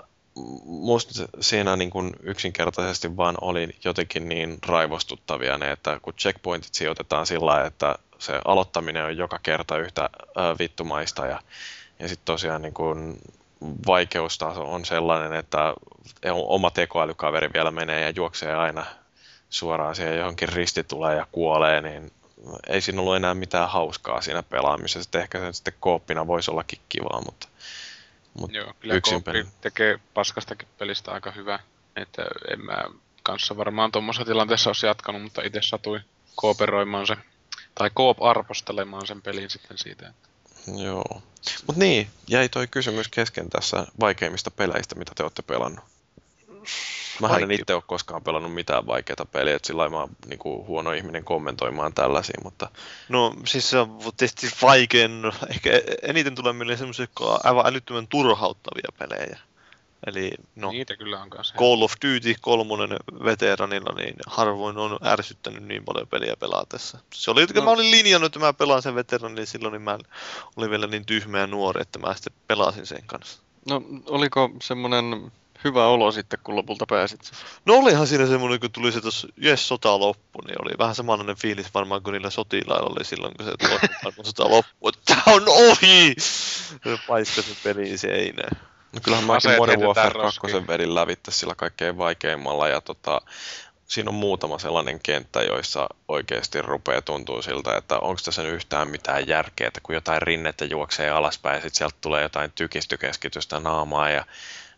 musta siinä niin kuin yksinkertaisesti vaan oli jotenkin niin raivostuttavia ne, että kun checkpointit sijoitetaan sillä lailla, että se aloittaminen on joka kerta yhtä vittumaista ja sitten tosiaan niin kuin vaikeustaso on sellainen, että oma tekoälykaveri vielä menee ja juoksee aina suoraan siihen johonkin ristituleen ja kuolee, niin ei siinä ollut enää mitään hauskaa siinä pelaamisessa. Ehkä se sitten kooppina voisi ollakin kivaa, mutta joo, kyllä kooppi tekee paskastakin pelistä aika hyvä. Että en mä kanssa varmaan tuommoisessa tilanteessa olisi jatkanut, mutta itse satuin kooperoimaan sen, tai koop-arvostelemaan sen pelin sitten siitä. Että... Joo. Mut niin, jäi toi kysymys kesken tässä vaikeimmista peleistä, mitä te olette pelannut. Mähän en itse ole koskaan pelannut mitään vaikeita peliä, että sillä lailla mä oon niinku huono ihminen kommentoimaan tällaisia, mutta... No siis se on tietysti vaikein, ehkä eniten tulee mieleen semmoisia, jotka on aivan älyttömän turhauttavia pelejä. Eli no, niitä kyllä on kanssa. Call of Duty 3 veteranilla, niin harvoin on ärsyttänyt niin paljon peliä pelaatessa. Se oli, mä olin linjannut, että mä pelaan sen veteranilla, silloin niin mä olin vielä niin tyhmä ja nuori, että mä sitten pelasin sen kanssa. No, oliko semmoinen hyvä olo sitten, kun lopulta pääsit? No olihan siinä semmoinen, kun tuli se tuossa sota loppu, niin oli vähän samanlainen fiilis varmaan kuin niillä sotilailla oli silloin, kun se sota loppu, että tää on ohi! Se paiskasi peliin seinään. No kyllähän mäkin Modern Warfare 2 vedin lävitse sillä kaikkein vaikeimmalla ja siinä on muutama sellainen kenttä, joissa oikeasti rupeaa tuntua siltä, että onko tässä yhtään mitään järkeä, että kun jotain rinnettä juoksee alaspäin ja sitten sieltä tulee jotain tykistökeskitystä naamaa ja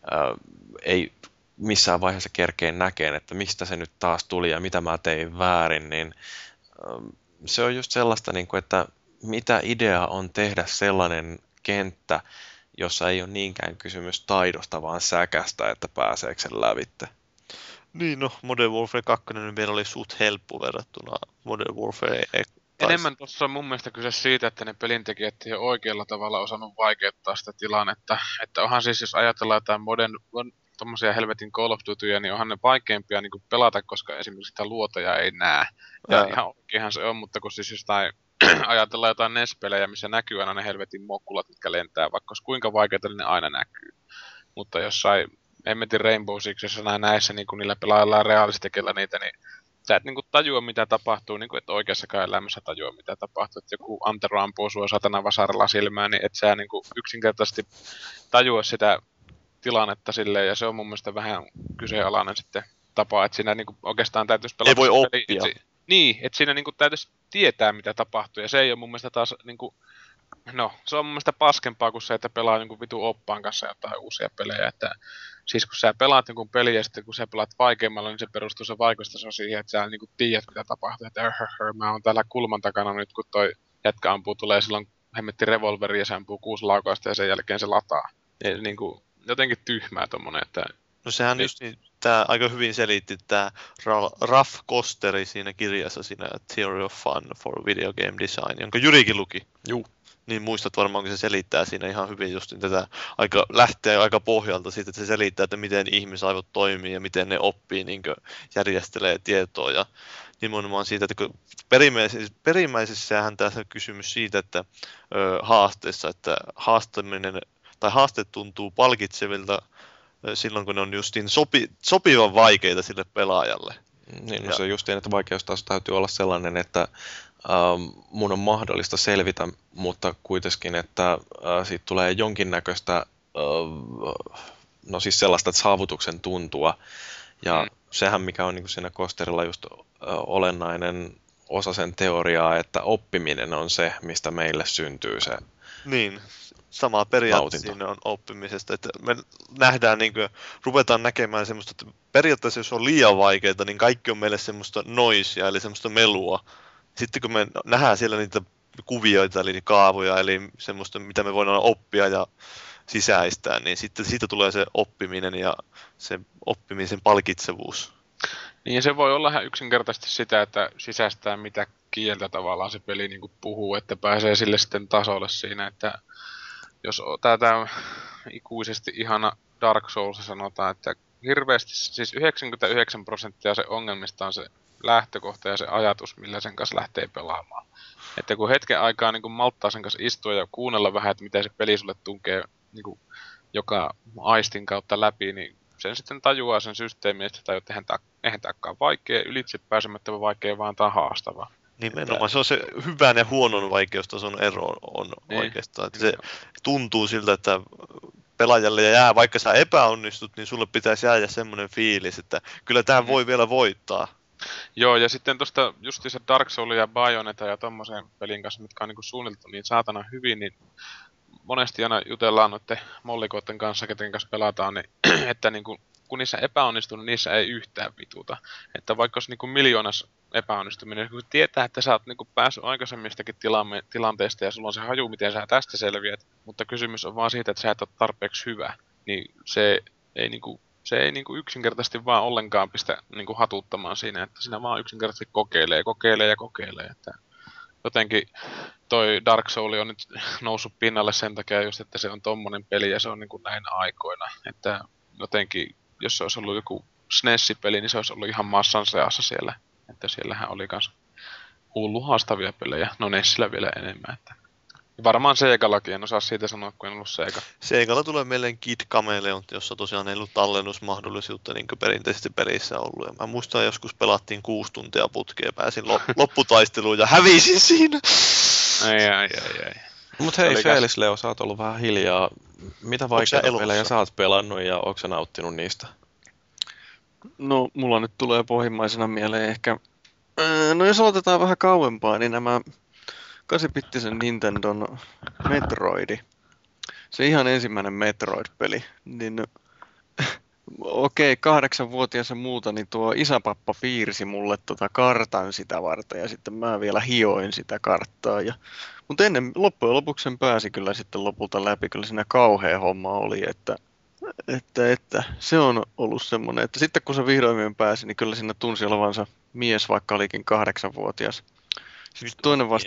ei missään vaiheessa kerkeen näkeen, että mistä se nyt taas tuli ja mitä mä tein väärin, niin se on just sellaista, että mitä idea on tehdä sellainen kenttä, jossa ei ole niinkään kysymys taidosta, vaan säkästä, että pääseekö sen lävitte. Niin, no Modern Warfare 2 vielä oli suht helppo verrattuna Modern Warfare. Enemmän tuossa on mun mielestä kyse siitä, että ne pelintekijät ei ole oikealla tavalla osannut vaikeuttaa sitä tilannetta. Että onhan siis, jos ajatellaan jotain tommosia helvetin Call of Dutyja, niin onhan ne vaikeimpia niin kuin pelata, koska esimerkiksi sitä luotoja ei näe. Ja ihan oikeinhan se on, mutta kun siis jostain ajatellaan jotain NES-pelejä, missä näkyy aina ne helvetin mokkulat, mitkä lentää, vaikka olisi kuinka vaikeita, niin ne aina näkyy. Mutta jossain hemmetin Rainbow Sixissä näissä, niin kun niillä pelaillaan reaalistikellä niitä, niin sä et niinku tajua, mitä tapahtuu, niinku et oikeassakaan elämässä tajua, mitä tapahtuu. Et joku Antero ampuu sua satana vasaralla silmään, niin et sä niinku yksinkertaisesti tajua sitä tilannetta silleen, ja se on mun mielestä vähän kyseenalainen sitten tapa, että siinä niinku oikeastaan täytyisi pelata... Ei voi oppia. Niin, että siinä niinku täytyisi tietää, mitä tapahtuu, ja se ei ole mun mielestä taas niinku... No, se on mun mielestä paskempaa kuin se, että pelaa jonkun vitu oppaan kanssa jotain uusia pelejä, että siis kun sä pelaat jonkun pelin ja sitten kun sä pelaat vaikeimmalla, niin se perustuu se vaikeustaso siihen, että sä niinku tiedät, mitä tapahtuu, että mä oon täällä kulman takana nyt, kun toi jätkä ampuu, tulee silloin hemmetti revolveri ja se ampuu 6 laukausta ja sen jälkeen se lataa. Eli niinku jotenkin tyhmää tommonen, että... No sehän just niin, tämä aika hyvin selitti tämä Ralph Kosteri siinä kirjassa, siinä Theory of Fun for Video Game Design, jonka Jyrikin luki. Juu. Niin muistat varmaan, kun se selittää siinä ihan hyvin just tätä, lähtee aika pohjalta siitä, että se selittää, että miten ihmisaivot toimii ja miten ne oppii, niin järjestelee tietoa. Ja nimenomaan siitä, että kun perimmäisessähän tässä on kysymys siitä, että haasteessa, että haastaminen tai haasteet tuntuu palkitsevilta silloin, kun ne on justiin sopivan vaikeita sille pelaajalle. Niin, no se on justiin, että vaikeustaso täytyy olla sellainen, että mun on mahdollista selvitä, mutta kuitenkin, että siitä tulee jonkinnäköistä, no siis sellaista saavutuksen tuntua. Ja sehän, mikä on niin kuin siinä Kosterilla just olennainen osa sen teoriaa, että oppiminen on se, mistä meille syntyy se niin. Sama periaate siinä on oppimisesta, että me nähdään, niin kuin, ruvetaan näkemään semmoista, että periaatteessa jos on liian vaikeaa, niin kaikki on meille semmoista noisia, eli semmoista melua. Sitten kun me nähdään siellä niitä kuvioita, eli kaavoja, eli semmoista, mitä me voidaan oppia ja sisäistää, niin sitten siitä tulee se oppiminen ja se oppimisen palkitsevuus. Niin se voi olla ihan yksinkertaisesti sitä, että sisäistää mitä kieltä tavallaan se peli niin kuin puhuu, että pääsee sille sitten tasolle siinä, että jos tämä ikuisesti ihana Dark Souls sanotaan, että hirveästi, siis 99% se ongelmista on se lähtökohta ja se ajatus, millä sen kanssa lähtee pelaamaan. Että kun hetken aikaa niin kun malttaa sen kanssa istua ja kuunnella vähän, että miten se peli sulle tunkee niin kun joka aistin kautta läpi, niin sen sitten tajuaa sen systeemiä, että tajuu, että eihän tämä vaikea, ylitse pääsemättä vaikea, vaan tämä on haastava. Nimenomaan, se on se hyvän ja huonon vaikeustason ero on niin, oikeastaan. Että se tuntuu siltä, että pelaajalle jää, vaikka sä epäonnistut, niin sulle pitäisi jäädä semmoinen fiilis, että kyllä tämä voi vielä voittaa. Joo, ja sitten tuosta justiinsa Dark Souls ja Bayonetta ja tommosen pelin kanssa, mitkä on niinku suunniteltu niin saatana hyvin, niin monesti aina jutellaan noiden mollikoiden kanssa, keten kanssa pelataan, niin että niinku, kun niissä epäonnistuu, niin niissä ei yhtään vituta. Että vaikka olisi niinku miljoonas epäonnistuminen, kun tietää, että sä oot niinku päässyt aikaisemmistakin tilanteesta ja sulla on se haju, miten sä tästä selviät, mutta kysymys on vaan siitä, että sä et ole tarpeeksi hyvä, niin se ei niinku yksinkertaisesti vaan ollenkaan pistä niinku hatuttamaan siinä, että siinä vaan yksinkertaisesti kokeilee. Että jotenkin toi Dark Souls on nyt noussut pinnalle sen takia just, että se on tommonen peli ja se on niinku näin aikoina. Että jotenkin, jos se olisi ollut joku SNES-peli, niin se olisi ollut ihan massan seassa siellä. Että siellähän oli kans hullu haastavia pelejä, no NESillä vielä enemmän. Että varmaan Segallakin, en osaa siitä sanoa, kun en ollut Sega. Segalla tulee mieleen Kid Chameleon, jossa tosiaan ei ollut tallennusmahdollisuutta niin kuin perinteisesti pelissä ollut. Ja mä muistan, joskus pelattiin 6 tuntia putkea, pääsin lopputaisteluun ja hävisin siinä. Ai. Mut hei Felis Leo, sä oot ollut vähän hiljaa. Mitä vaikeita pelejä sä oot pelannut ja ootko sä nauttinut niistä? No, mulla nyt tulee pohjimmaisena mieleen ehkä. No jos aloitetaan vähän kauempaa, niin nämä 8-bittisen Nintendon Metroidi. Se ihan ensimmäinen Metroid-peli. Niin okei, 8-vuotias ja muuta, niin tuo isäpappa piirsi mulle kartan sitä varten ja sitten mä vielä hioin sitä karttaa. Mutta ennen loppujen lopuksi sen pääsi kyllä sitten lopulta läpi. Kyllä siinä kauhea homma oli, että se on ollut semmoinen, että sitten kun se vihdoin pääsi, niin kyllä siinä tunsi olevansa mies, vaikka olikin 8-vuotias. Sitten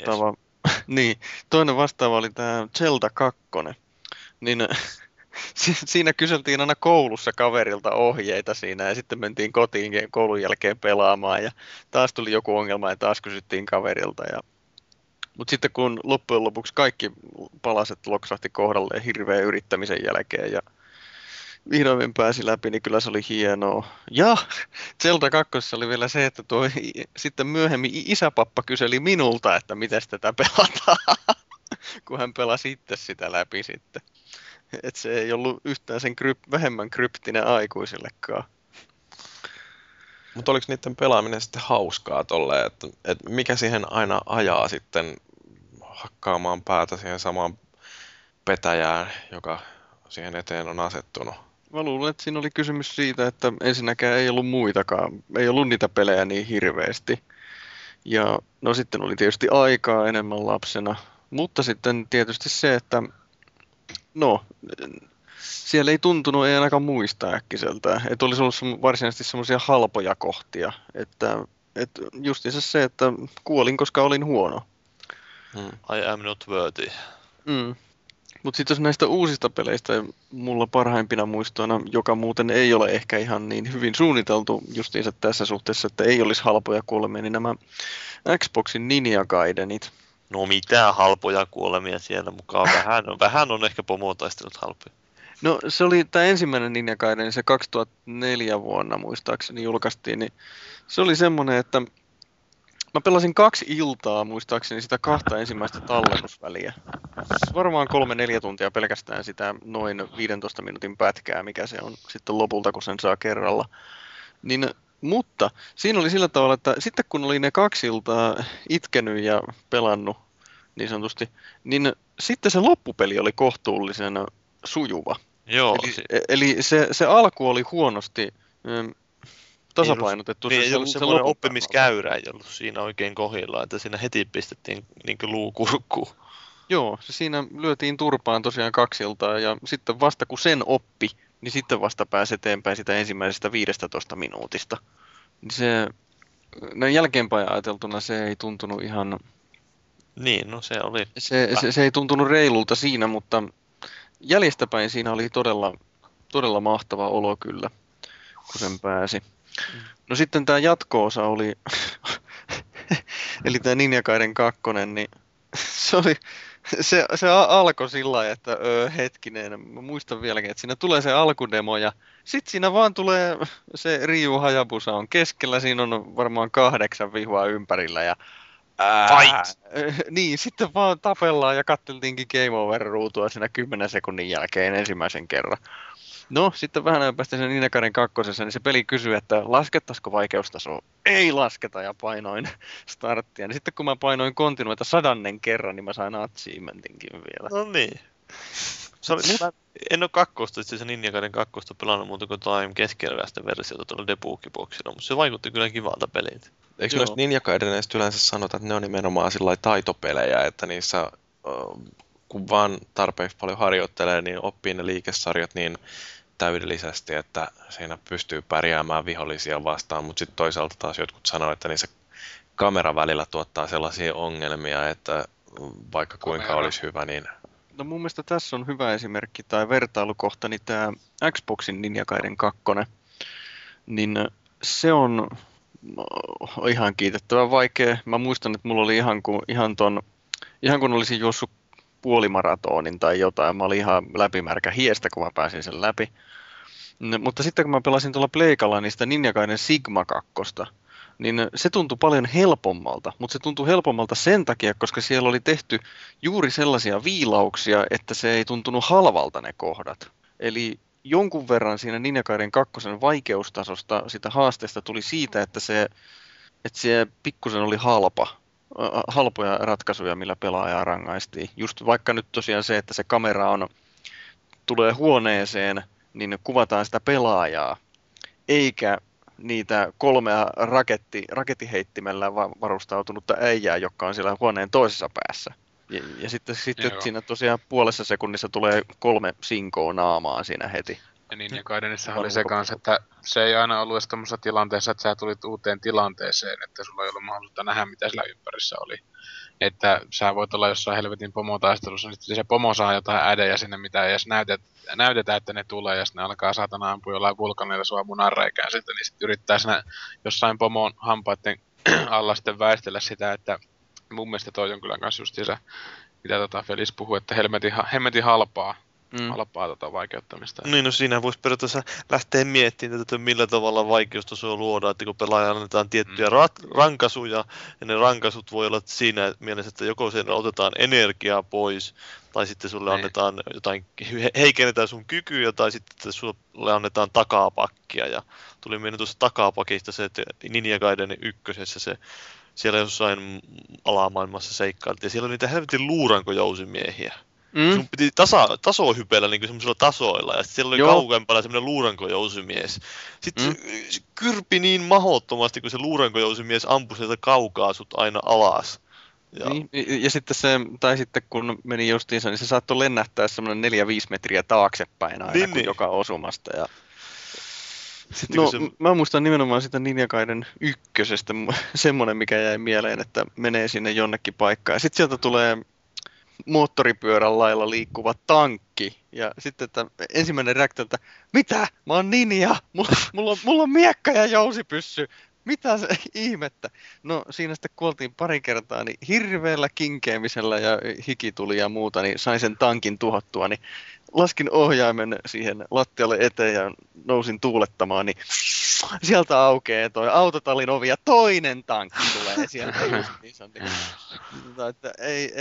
toinen vastaava oli tämä Zelda 2. Niin siinä kyseltiin aina koulussa kaverilta ohjeita siinä ja sitten mentiin kotiin koulun jälkeen pelaamaan ja taas tuli joku ongelma ja taas kysyttiin kaverilta. Mutta sitten kun loppujen lopuksi kaikki palaset loksahti kohdalleen hirveän yrittämisen jälkeen ja vihdoin pääsi läpi, niin kyllä se oli hienoa. Ja Zelda 2 oli vielä se, että sitten myöhemmin isäpappa kyseli minulta, että miten tätä pelataan, kun hän pelasi itse sitä läpi sitten. Että se ei ollut yhtään sen vähemmän kryptinen aikuisillekaan. Mutta oliko niiden pelaaminen sitten hauskaa tolleen, että mikä siihen aina ajaa sitten hakkaamaan päätä siihen samaan petäjään, joka siihen eteen on asettunut? Mä luulen, että siinä oli kysymys siitä, että ensinnäkään ei ollut muitakaan, ei ollut niitä pelejä niin hirveästi. Ja no sitten oli tietysti aikaa enemmän lapsena, mutta sitten tietysti se, että no, siellä ei tuntunut, ei ainakaan muista äkkiseltään, että olisi ollut varsinaisesti semmoisia halpoja kohtia, että justiinsa se, että kuolin, koska olin huono. I am not worthy. Mutta sitten jos näistä uusista peleistä mulla parhaimpina muistoina, joka muuten ei ole ehkä ihan niin hyvin suunniteltu justiinsa tässä suhteessa, että ei olisi halpoja kuolemia, niin nämä Xboxin Ninja Gaidenit. No mitään halpoja kuolemia siellä mukaan. Vähän on ehkä pomotaistelut halpoja. No se oli tämä ensimmäinen Ninja Gaiden, se 2004 vuonna muistaakseni julkaistiin, niin se oli semmoinen, että mä pelasin 2 iltaa muistaakseni sitä 2 ensimmäistä tallennusväliä. Varmaan 3-4 tuntia pelkästään sitä noin 15 minuutin pätkää, mikä se on sitten lopulta, kun sen saa kerralla. Mutta siinä oli sillä tavalla, että sitten kun oli ne 2 iltaa itkenyt ja pelannut niin sanotusti, niin sitten se loppupeli oli kohtuullisen sujuva. Joo. Eli se alku oli huonosti tasapainotettu. Ei ollut semmoinen oppimiskäyrä, ei ollut siinä oikein kohdillaan, että siinä heti pistettiin niin luu kurkkuun. Joo, se siinä lyötiin turpaan tosiaan 2 iltaa ja sitten vasta kun sen oppi, niin sitten vasta pääsi eteenpäin sitä ensimmäisestä 15 minuutista. Näin jälkeenpäin ajateltuna se ei tuntunut ihan... Niin, no se oli... Se ei tuntunut reilulta siinä, mutta jäljestäpäin siinä oli todella mahtava olo kyllä, kun sen pääsi. No sitten tämä jatko-osa oli, eli tämä Ninja Gaiden 2, niin se alkoi sillä lailla, että hetkinen, mä muistan vieläkin, että siinä tulee se alkudemo ja sitten siinä vaan tulee se Ryu Hayabusa on keskellä, siinä on varmaan 8 vihua ympärillä ja niin, sitten vaan tapellaan ja katteltiinkin Game Over-ruutua siinä 10 sekunnin jälkeen ensimmäisen kerran. No, sitten vähän ajan päästä sen Ninja Gaiden 2, niin se peli kysyy, että laskettaisiko vaikeustasoa? Ei lasketa, ja painoin starttia. Niin sitten kun mä painoin kontinuita 100 kerran, niin mä sain achievementinkin vielä. No niin. En ole kakkosta, itse asiassa Ninja Gaiden 2 pelannut muuta kuin Time keskielväistä versiota tuolla Debuggy-boxilla, mutta se vaikutti kyllä kivalta peliltä. Eikö noista Ninja Gaideneista yleensä sanota, että ne on nimenomaan sillä taitopelejä, että niissä kun vaan tarpeeksi paljon harjoittelee, niin oppii ne liikesarjat niin täydellisesti, että siinä pystyy pärjäämään vihollisia vastaan, mutta sitten toisaalta taas jotkut sanoo, että niissä kamera välillä tuottaa sellaisia ongelmia, että vaikka kuinka olisi hyvä, niin... No mun mielestä tässä on hyvä esimerkki tai vertailukohta, niin tämä Xboxin Ninja Gaiden 2, niin se on ihan kiitettävän vaikea. Mä muistan, että mulla oli ihan kun olisin juossut puolimaratonin tai jotain, mä olin ihan läpimärkä hiestä, kun mä pääsin sen läpi. Mutta sitten kun mä pelasin tuolla Pleikalla niistä Ninja Gaiden Sigma 2, niin se tuntui paljon helpommalta, mutta se tuntui helpommalta sen takia, koska siellä oli tehty juuri sellaisia viilauksia, että se ei tuntunut halvalta ne kohdat. Eli jonkun verran siinä Ninja Gaiden 2 vaikeustasosta, sitä haasteesta tuli siitä, että se pikkusen oli halpoja ratkaisuja, millä pelaajaa rangaistiin. Just vaikka nyt tosiaan se, että se kamera tulee huoneeseen, niin kuvataan sitä pelaajaa, eikä niitä 3 rakettiheittimellä varustautunutta äijää, joka on siellä huoneen toisessa päässä. Ja sitten siinä tosiaan puolessa sekunnissa tulee 3 sinkoa naamaan siinä heti. Ja Ninja Gaidenissa oli se kanssa, että se ei aina ollut edes tommosessa tilanteessa, että sä tulit uuteen tilanteeseen, että sulla ei ollut mahdollisuutta nähdä, mitä sillä ympärissä oli. Että sä voit olla jossain helvetin pomotaistelussa, niin sitten se pomo saa jotain ädejä sinne, mitä ei edes näytetään, että ne tulee, ja sitten ne alkaa saatana ampua jollain vulkaneilla sua munanreikään sitten, niin sitten yrittää siinä jossain pomon hampaiden alla sitten väistellä sitä, että mun mielestä toi on kyllä kans justiinsa, mitä Felis puhuu, että hemmetin halpaa vaikeuttamista. Niin, no siinä voisi periaatteessa lähteä miettimään, että millä tavalla vaikeustasoa luodaan, että kun pelaajalle annetaan tiettyjä rankasuja, ja ne rankasut voi olla siinä mielessä, että joko siellä otetaan energiaa pois, tai sitten sulle annetaan jotain, heikennetään sun kykyä, tai sitten että sulle annetaan takapakkia, ja tuli mieleen tuossa takapakista se, että Ninja Gaiden 1. Siellä jossain alamaailmassa seikkailtiin, ja siellä oli niitä helvetin luurankojousimiehiä. Sun piti tasohypeillä niinku semmoisilla tasoilla, ja sitten siellä oli kauempana semmoinen luurankojousimies. Sitten se kyrpi niin mahdottomasti, kun se luurankojousimies ampui sieltä kaukaa sut aina alas. Ja, Niin, ja sitten se, tai sitten kun meni justiinsa, niin se saattoi lennähtää semmoinen 4-5 metriä taaksepäin aina, kun joka osumasta. Ja... sitten No, kun se, mä muistan nimenomaan sitä Ninja Gaiden ykkösestä semmoinen, mikä jäi mieleen, että menee sinne jonnekin paikkaan. Ja sitten sieltä tulee moottoripyörän lailla liikkuva tankki. Ja sitten että ensimmäinen reaktio, että mitä? Mä oon ninja! Mulla on miekka ja jousipyssy! Mitä se ihmettä? No siinä sitten kuoltiin pari kertaa, niin hirveällä kinkeämisellä ja hiki tuli ja muuta, niin sain sen tankin tuhottua, niin laskin ohjaimen siihen lattialle eteen ja nousin tuulettamaan, niin sieltä aukeaa toi autotallin ovi ja toinen tankki tulee sieltä justiinsa. Niin, että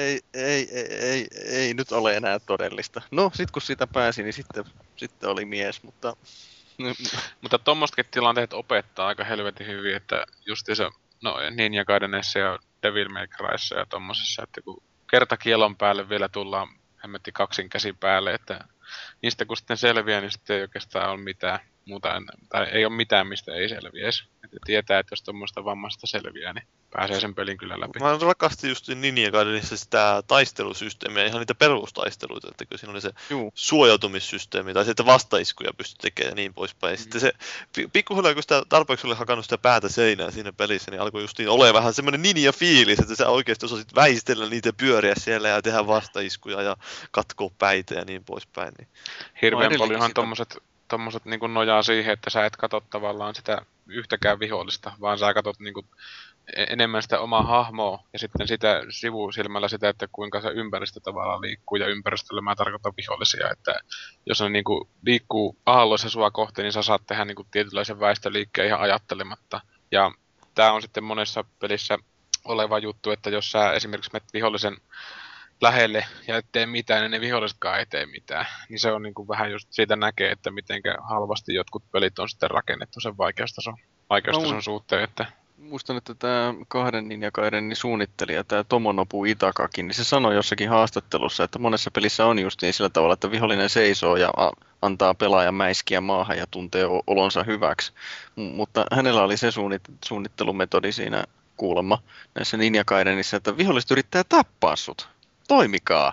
ei nyt ole enää todellista. No, sit kun sitä pääsi, niin sitten oli mies, mutta... Mutta tommostakin tilanteet opettaa aika helvetin hyvin, että justiinsa Ninja Gaidenissa ja Devil May Cryssa ja tommosissa, että kun kertakielon päälle vielä tullaan hemmetti kaksin käsi päälle, että niistä kun sitten selviää, niin sitten ei oikeastaan ole mitään muuta, tai ei ole mitään, mistä ei selviäisi. Että tietää, että jos tuommoista vammasta selviää, niin pääsee sen pelin kyllä läpi. mä rakastin just Ninja Gaidenissa sitä taistelusysteemiä, ihan niitä perustaisteluita, että kun siinä oli se suojautumissysteemi, tai se, että vastaiskuja pystyi tekemään ja niin poispäin. Sitten se, pikkuhiljaa kun sitä tarpeeksi oli hakannut sitä päätä seinään siinä pelissä, niin alkoi just olemaan vähän semmoinen ninja-fiilis, että sä oikeasti osasit väistellä niitä pyöriä siellä ja tehdä vastaiskuja ja katkoa päitä ja niin poispäin. Niin. Hirveän paljonhan tommoset niin kuin nojaa siihen, että sä et katso tavallaan sitä yhtäkään vihollista, vaan sä katot niin kuin enemmän sitä omaa hahmoa ja sitten sitä sivusilmällä sitä, että kuinka se ympäristö tavallaan liikkuu, ja ympäristöllä mä tarkoitan vihollisia, että jos ne niin kuin liikkuu aalloissa sua kohti, niin sä saat tehdä niin kuin tietynlaisen väistöliikkeen ihan ajattelematta. Ja tää on sitten monessa pelissä oleva juttu, että jos sä esimerkiksi menet vihollisen lähelle ja et tee mitään, niin ne vihollisetkaan ei tee mitään. Niin se on niin kuin vähän just siitä näkee, että mitenkä halvasti jotkut pelit on sitten rakennettu sen vaikeustason suhteen. Että... Muistan, että tämä kahden Ninja Gaiden suunnittelija, tämä Tomonobu Itagaki, niin se sanoi jossakin haastattelussa, että monessa pelissä on just niin sillä tavalla, että vihollinen seisoo ja antaa pelaajan mäiskiä maahan ja tuntee olonsa hyväksi. Mutta hänellä oli se suunnittelumetodi siinä kuulemma näissä Ninja Gaidenissa, että viholliset yrittää tappaa sut. Toimikaa.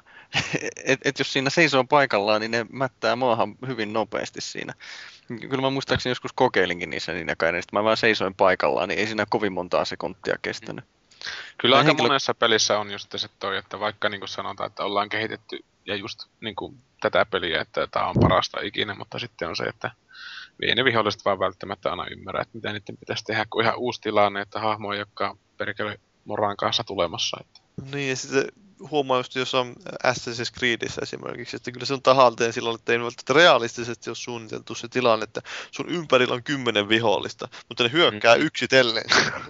Et jos siinä seisoo paikallaan, niin ne mättää maahan hyvin nopeasti siinä. Kyllä mä muistaakseni joskus kokeilinkin niissä Ninja Gaidenissa, mä vaan seisoin paikallaan, niin ei siinä kovin montaa sekuntia kestänyt. Kyllä aika monessa pelissä on just se toi, että vaikka niin kuin sanotaan, että ollaan kehitetty ja just niin kuin tätä peliä, että tämä on parasta ikinä, mutta sitten on se, että ei ne viholliset vaan välttämättä aina ymmärrä, että mitä niiden pitäisi tehdä, kun ihan uusi tilanne, että hahmo ei olekaan perkele Moran kanssa tulemassa. Että. Niin, ja sitten huomaa just, jos on Assassin's Creedissä esimerkiksi, että kyllä se on tahalteen silloin, että ei välttämättä realistisesti ole suunniteltu se tilanne, että sun ympärillä on 10 vihollista, mutta ne hyökkää yksitellen.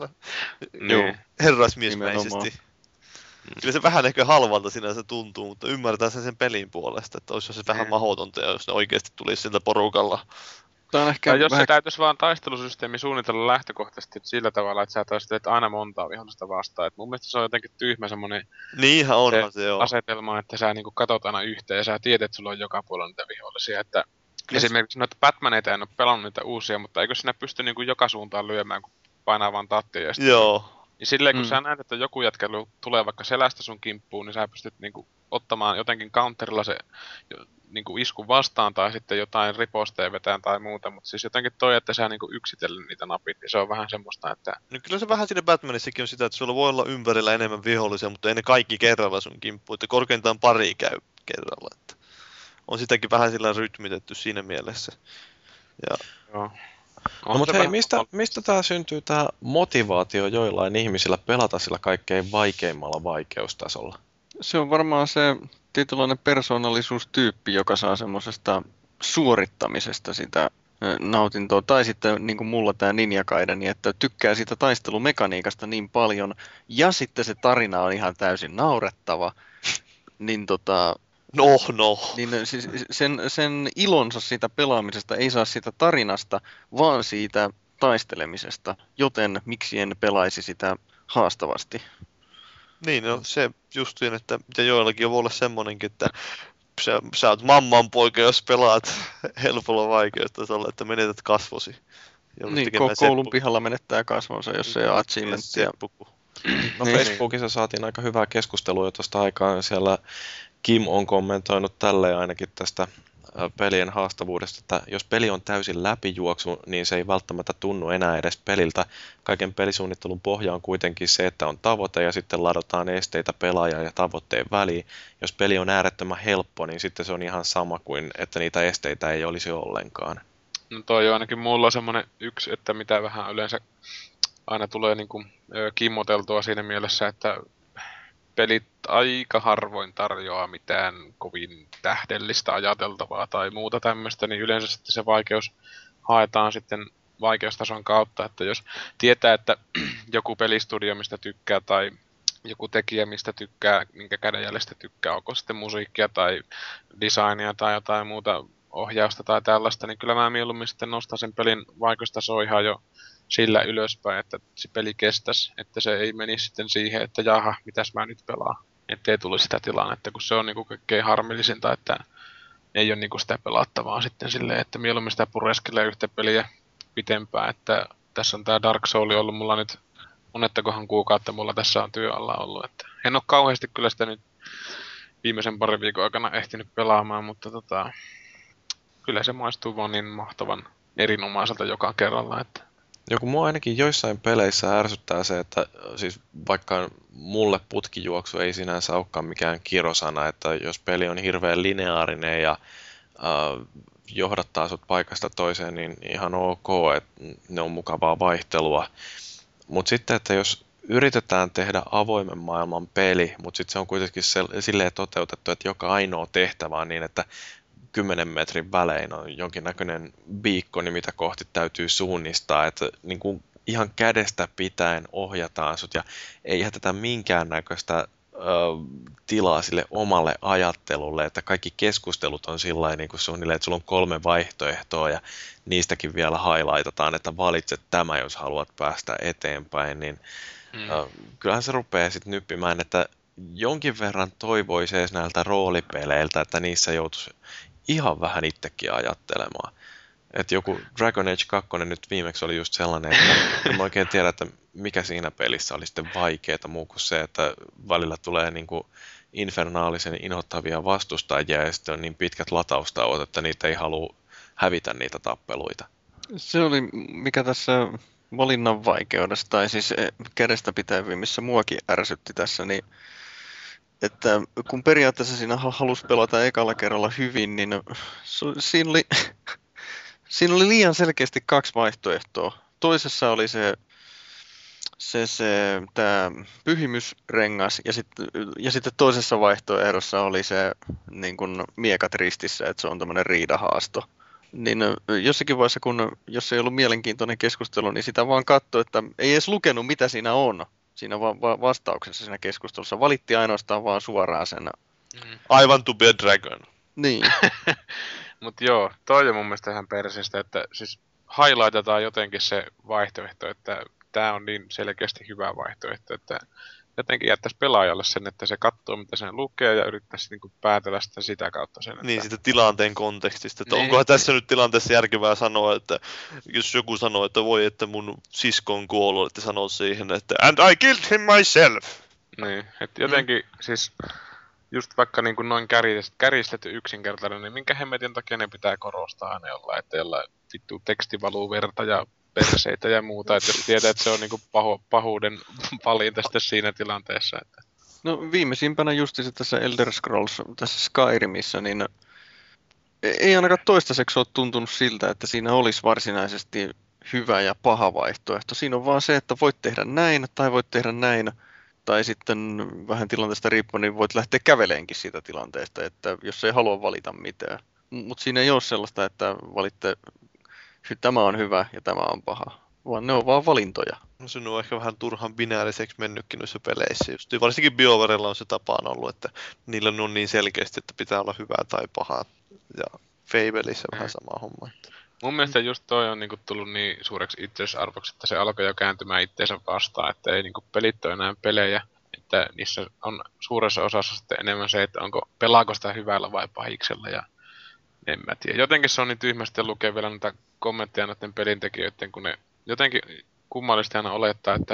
Joo. Herrasmiesmäisesti. Kyllä se vähän ehkä halvalta sinänsä tuntuu, mutta ymmärretään sen pelin puolesta, että olisi se vähän mahdotonta, jos ne oikeasti tulisi siltä porukalla. Jos se täytyisi vaan taistelusysteemi suunnitella lähtökohtaisesti sillä tavalla, että sä taistelet aina montaa vihollista vastaan. Et mun mielestä se on jotenkin tyhmä semmonen niinhän onhan se asetelma, että sä niinku katot aina yhteen ja sä tiedät, että sulla on joka puolella niitä vihollisia. Että esimerkiksi noita Batmaneita en ole pelannut niitä uusia, mutta eikö sinä pysty niinku joka suuntaan lyömään, kun painaa vaan tattia. Joo. Niin silleen, kun sä näet, että joku jätkä tulee vaikka selästä sun kimppuun, niin sä pystyt niinku ottamaan jotenkin counterilla se niinku iskun vastaan tai sitten jotain riposteen vetään tai muuta, mutta siis jotenkin toi, että sä niinku yksitellen niitä napit, niin se on vähän semmoista, että... No kyllä se vähän siinä Batmanissakin on sitä, että sulla voi olla ympärillä enemmän vihollisia, mutta ei ne kaikki kerralla sun kimppuun, että korkeintaan pari käy kerralla, että on sitäkin vähän sillä rytmitetty siinä mielessä. Ja... Joo. No, mutta hei, mistä tää syntyy tää motivaatio joillain ihmisillä pelata sillä kaikkein vaikeimmalla vaikeustasolla? Se on varmaan se tietynlainen persoonallisuustyyppi, joka saa semmoisesta suorittamisesta sitä nautintoa. Tai sitten niin kuin mulla tämä Ninja Gaiden, että tykkää siitä taistelumekaniikasta niin paljon. Ja sitten se tarina on ihan täysin naurettava. Niin Niin siis sen ilonsa siitä pelaamisesta ei saa siitä tarinasta, vaan siitä taistelemisesta. Joten miksi en pelaisi sitä haastavasti? Niin, no se justiin, että joillakin voi olla semmonenkin, että sä oot mamman poika, jos pelaat helpolla vaikeustasolla, että menetät kasvosi. Niin, koulun pihalla menettää kasvonsa, jos ei ole achievementtia. No Niin. Facebookissa saatiin aika hyvää keskustelua jo tuosta aikaa. Siellä Kim on kommentoinut tälleen ainakin tästä pelien haastavuudesta, että jos peli on täysin läpijuoksu, niin se ei välttämättä tunnu enää edes peliltä. Kaiken pelisuunnittelun pohja on kuitenkin se, että on tavoite ja sitten ladataan esteitä pelaajan ja tavoitteen väliin. Jos peli on äärettömän helppo, niin sitten se on ihan sama kuin, että niitä esteitä ei olisi ollenkaan. No toi on ainakin mulla semmonen yksi, että mitä vähän yleensä aina tulee niinku kimmoteltua siinä mielessä, että pelit aika harvoin tarjoaa mitään kovin tähdellistä ajateltavaa tai muuta tämmöistä, niin yleensä sitten se vaikeus haetaan sitten vaikeustason kautta, että jos tietää, että joku pelistudio, mistä tykkää, tai joku tekijä, mistä tykkää, minkä kädenjäljestä tykkää, onko sitten musiikkia tai designia tai jotain muuta ohjausta tai tällaista, niin kyllä mä mieluummin sitten nostan sen pelin vaikeustasoa ihan jo sillä ylöspäin, että se peli kestäisi, että se ei menisi sitten siihen, että jaha, mitäs mä nyt pelaan. Ettei tulisi sitä tilannetta, kun se on niinku kaikkein harmillisinta, että ei ole niinku sitä pelattavaa sitten silleen, että mieluummin sitä pureskelee yhtä peliä pitempään, että tässä on tää Dark Soul ollut mulla nyt monettakohan kuukautta mulla tässä on työ alla ollut, että en ole kauheasti kyllä sitä nyt viimeisen parin viikon aikana ehtinyt pelaamaan, mutta kyllä se maistuu vaan niin mahtavan erinomaiselta joka kerralla, että Joku mua ainakin joissain peleissä ärsyttää se, että siis vaikka mulle putkijuoksu ei sinänsä olekaan mikään kirosana, että jos peli on hirveän lineaarinen ja johdattaa sut paikasta toiseen, niin ihan ok, että ne on mukavaa vaihtelua. Mutta sitten, että jos yritetään tehdä avoimen maailman peli, mutta sitten se on kuitenkin silleen toteutettu, että joka ainoa tehtävä on niin, että 10 metrin välein on jonkinnäköinen biikkoni, mitä kohti täytyy suunnistaa, että niin kuin ihan kädestä pitäen ohjataan sut ja ei jätetä minkäännäköistä tilaa sille omalle ajattelulle, että kaikki keskustelut on sillain niin kuin suunnilleen, että sulla on 3 vaihtoehtoa ja niistäkin vielä highlightataan, että valitset tämä, jos haluat päästä eteenpäin, niin kyllähän se rupeaa sitten nyppimään, että jonkin verran toivoisi edes näiltä roolipeleiltä, että niissä joutuisi ihan vähän itsekin ajattelemaan. Että joku Dragon Age 2 nyt viimeksi oli just sellainen, että en oikein tiedä, että mikä siinä pelissä oli sitten vaikeaa muu kuin se, että välillä tulee niinku infernaalisen inhottavia vastustajia ja sitten on niin pitkät lataustauot, että niitä ei halua hävitä niitä tappeluita. Se oli, mikä tässä valinnan vaikeudessa, tai siis kädestä pitävimmissä muakin ärsytti tässä, niin että kun periaatteessa siinä halusi pelata ekalla kerralla hyvin, niin siinä oli liian selkeästi 2 vaihtoehtoa. Toisessa oli tämä pyhimysrengas ja sitten toisessa vaihtoehdossa oli se niin kuin miekat ristissä, että se on tämmöinen riidahaasto. Niin jossakin vaiheessa, jos ei ollut mielenkiintoinen keskustelu, niin sitä vaan katsoi, että ei edes lukenut mitä siinä on. Siinä vastauksessa siinä keskustelussa valitti ainoastaan vaan suoraan sen. Aivan to be a dragon. Niin. Mut joo, toi on mun mielestä ihan perseestä, että siis highlightetaan jotenkin se vaihtoehto, että tää on niin selkeästi hyvä vaihtoehto, että jotenkin jättäisi pelaajalle sen, että se katsoo mitä sen lukee ja yrittäisi niinku päätellä sitä kautta sen. Että Niin, sitä tilanteen kontekstista, että niin. onkohan tässä nyt tilanteessa järkevää sanoa, että jos joku sanoo, että voi, että mun sisko on kuollut, että sanoo siihen, että and I killed him myself. Niin, että jotenkin siis just vaikka niin kuin noin kärjistetty yksinkertainen, niin minkä hemmetin takia ne pitää korostaa aina jollain, että jollain vittu teksti valuu verta ja perseitä ja muuta, että jos tietää, että se on niin kuin pahuuden valinta sitten siinä tilanteessa. Että. No viimeisimpänä justiinsa tässä Elder Scrolls, tässä Skyrimissä, niin ei ainakaan toistaiseksi ole tuntunut siltä, että siinä olisi varsinaisesti hyvä ja paha vaihtoehto. Siinä on vaan se, että voit tehdä näin tai voit tehdä näin. Tai sitten vähän tilanteesta riippuen, niin voit lähteä käveleenkin siitä tilanteesta, että jos ei halua valita mitään. Mutta siinä ei ole sellaista, että valitte, tämä on hyvä ja tämä on paha, vaan ne on vaan valintoja. No se on ehkä vähän turhan binääriseksi mennytkin noissa peleissä. Just, varsinkin BioWarella on se tapaan ollut, että niillä on niin selkeästi, että pitää olla hyvää tai pahaa. Ja Fableissä vähän sama homma. Mun mielestä just toi on niinku tullut niin suureksi itseisarvoksi, että se alkoi jo kääntymään itteensä vastaan, että ei niinku pelit ole enää pelejä, että niissä on suuressa osassa sitten enemmän se, että pelaako sitä hyvällä vai pahiksella ja en mä tiedä. Jotenkin se on niin tyhmästi lukea vielä noita kommentteja noiden pelintekijöiden, kun ne jotenkin kummallisesti aina olettaa, että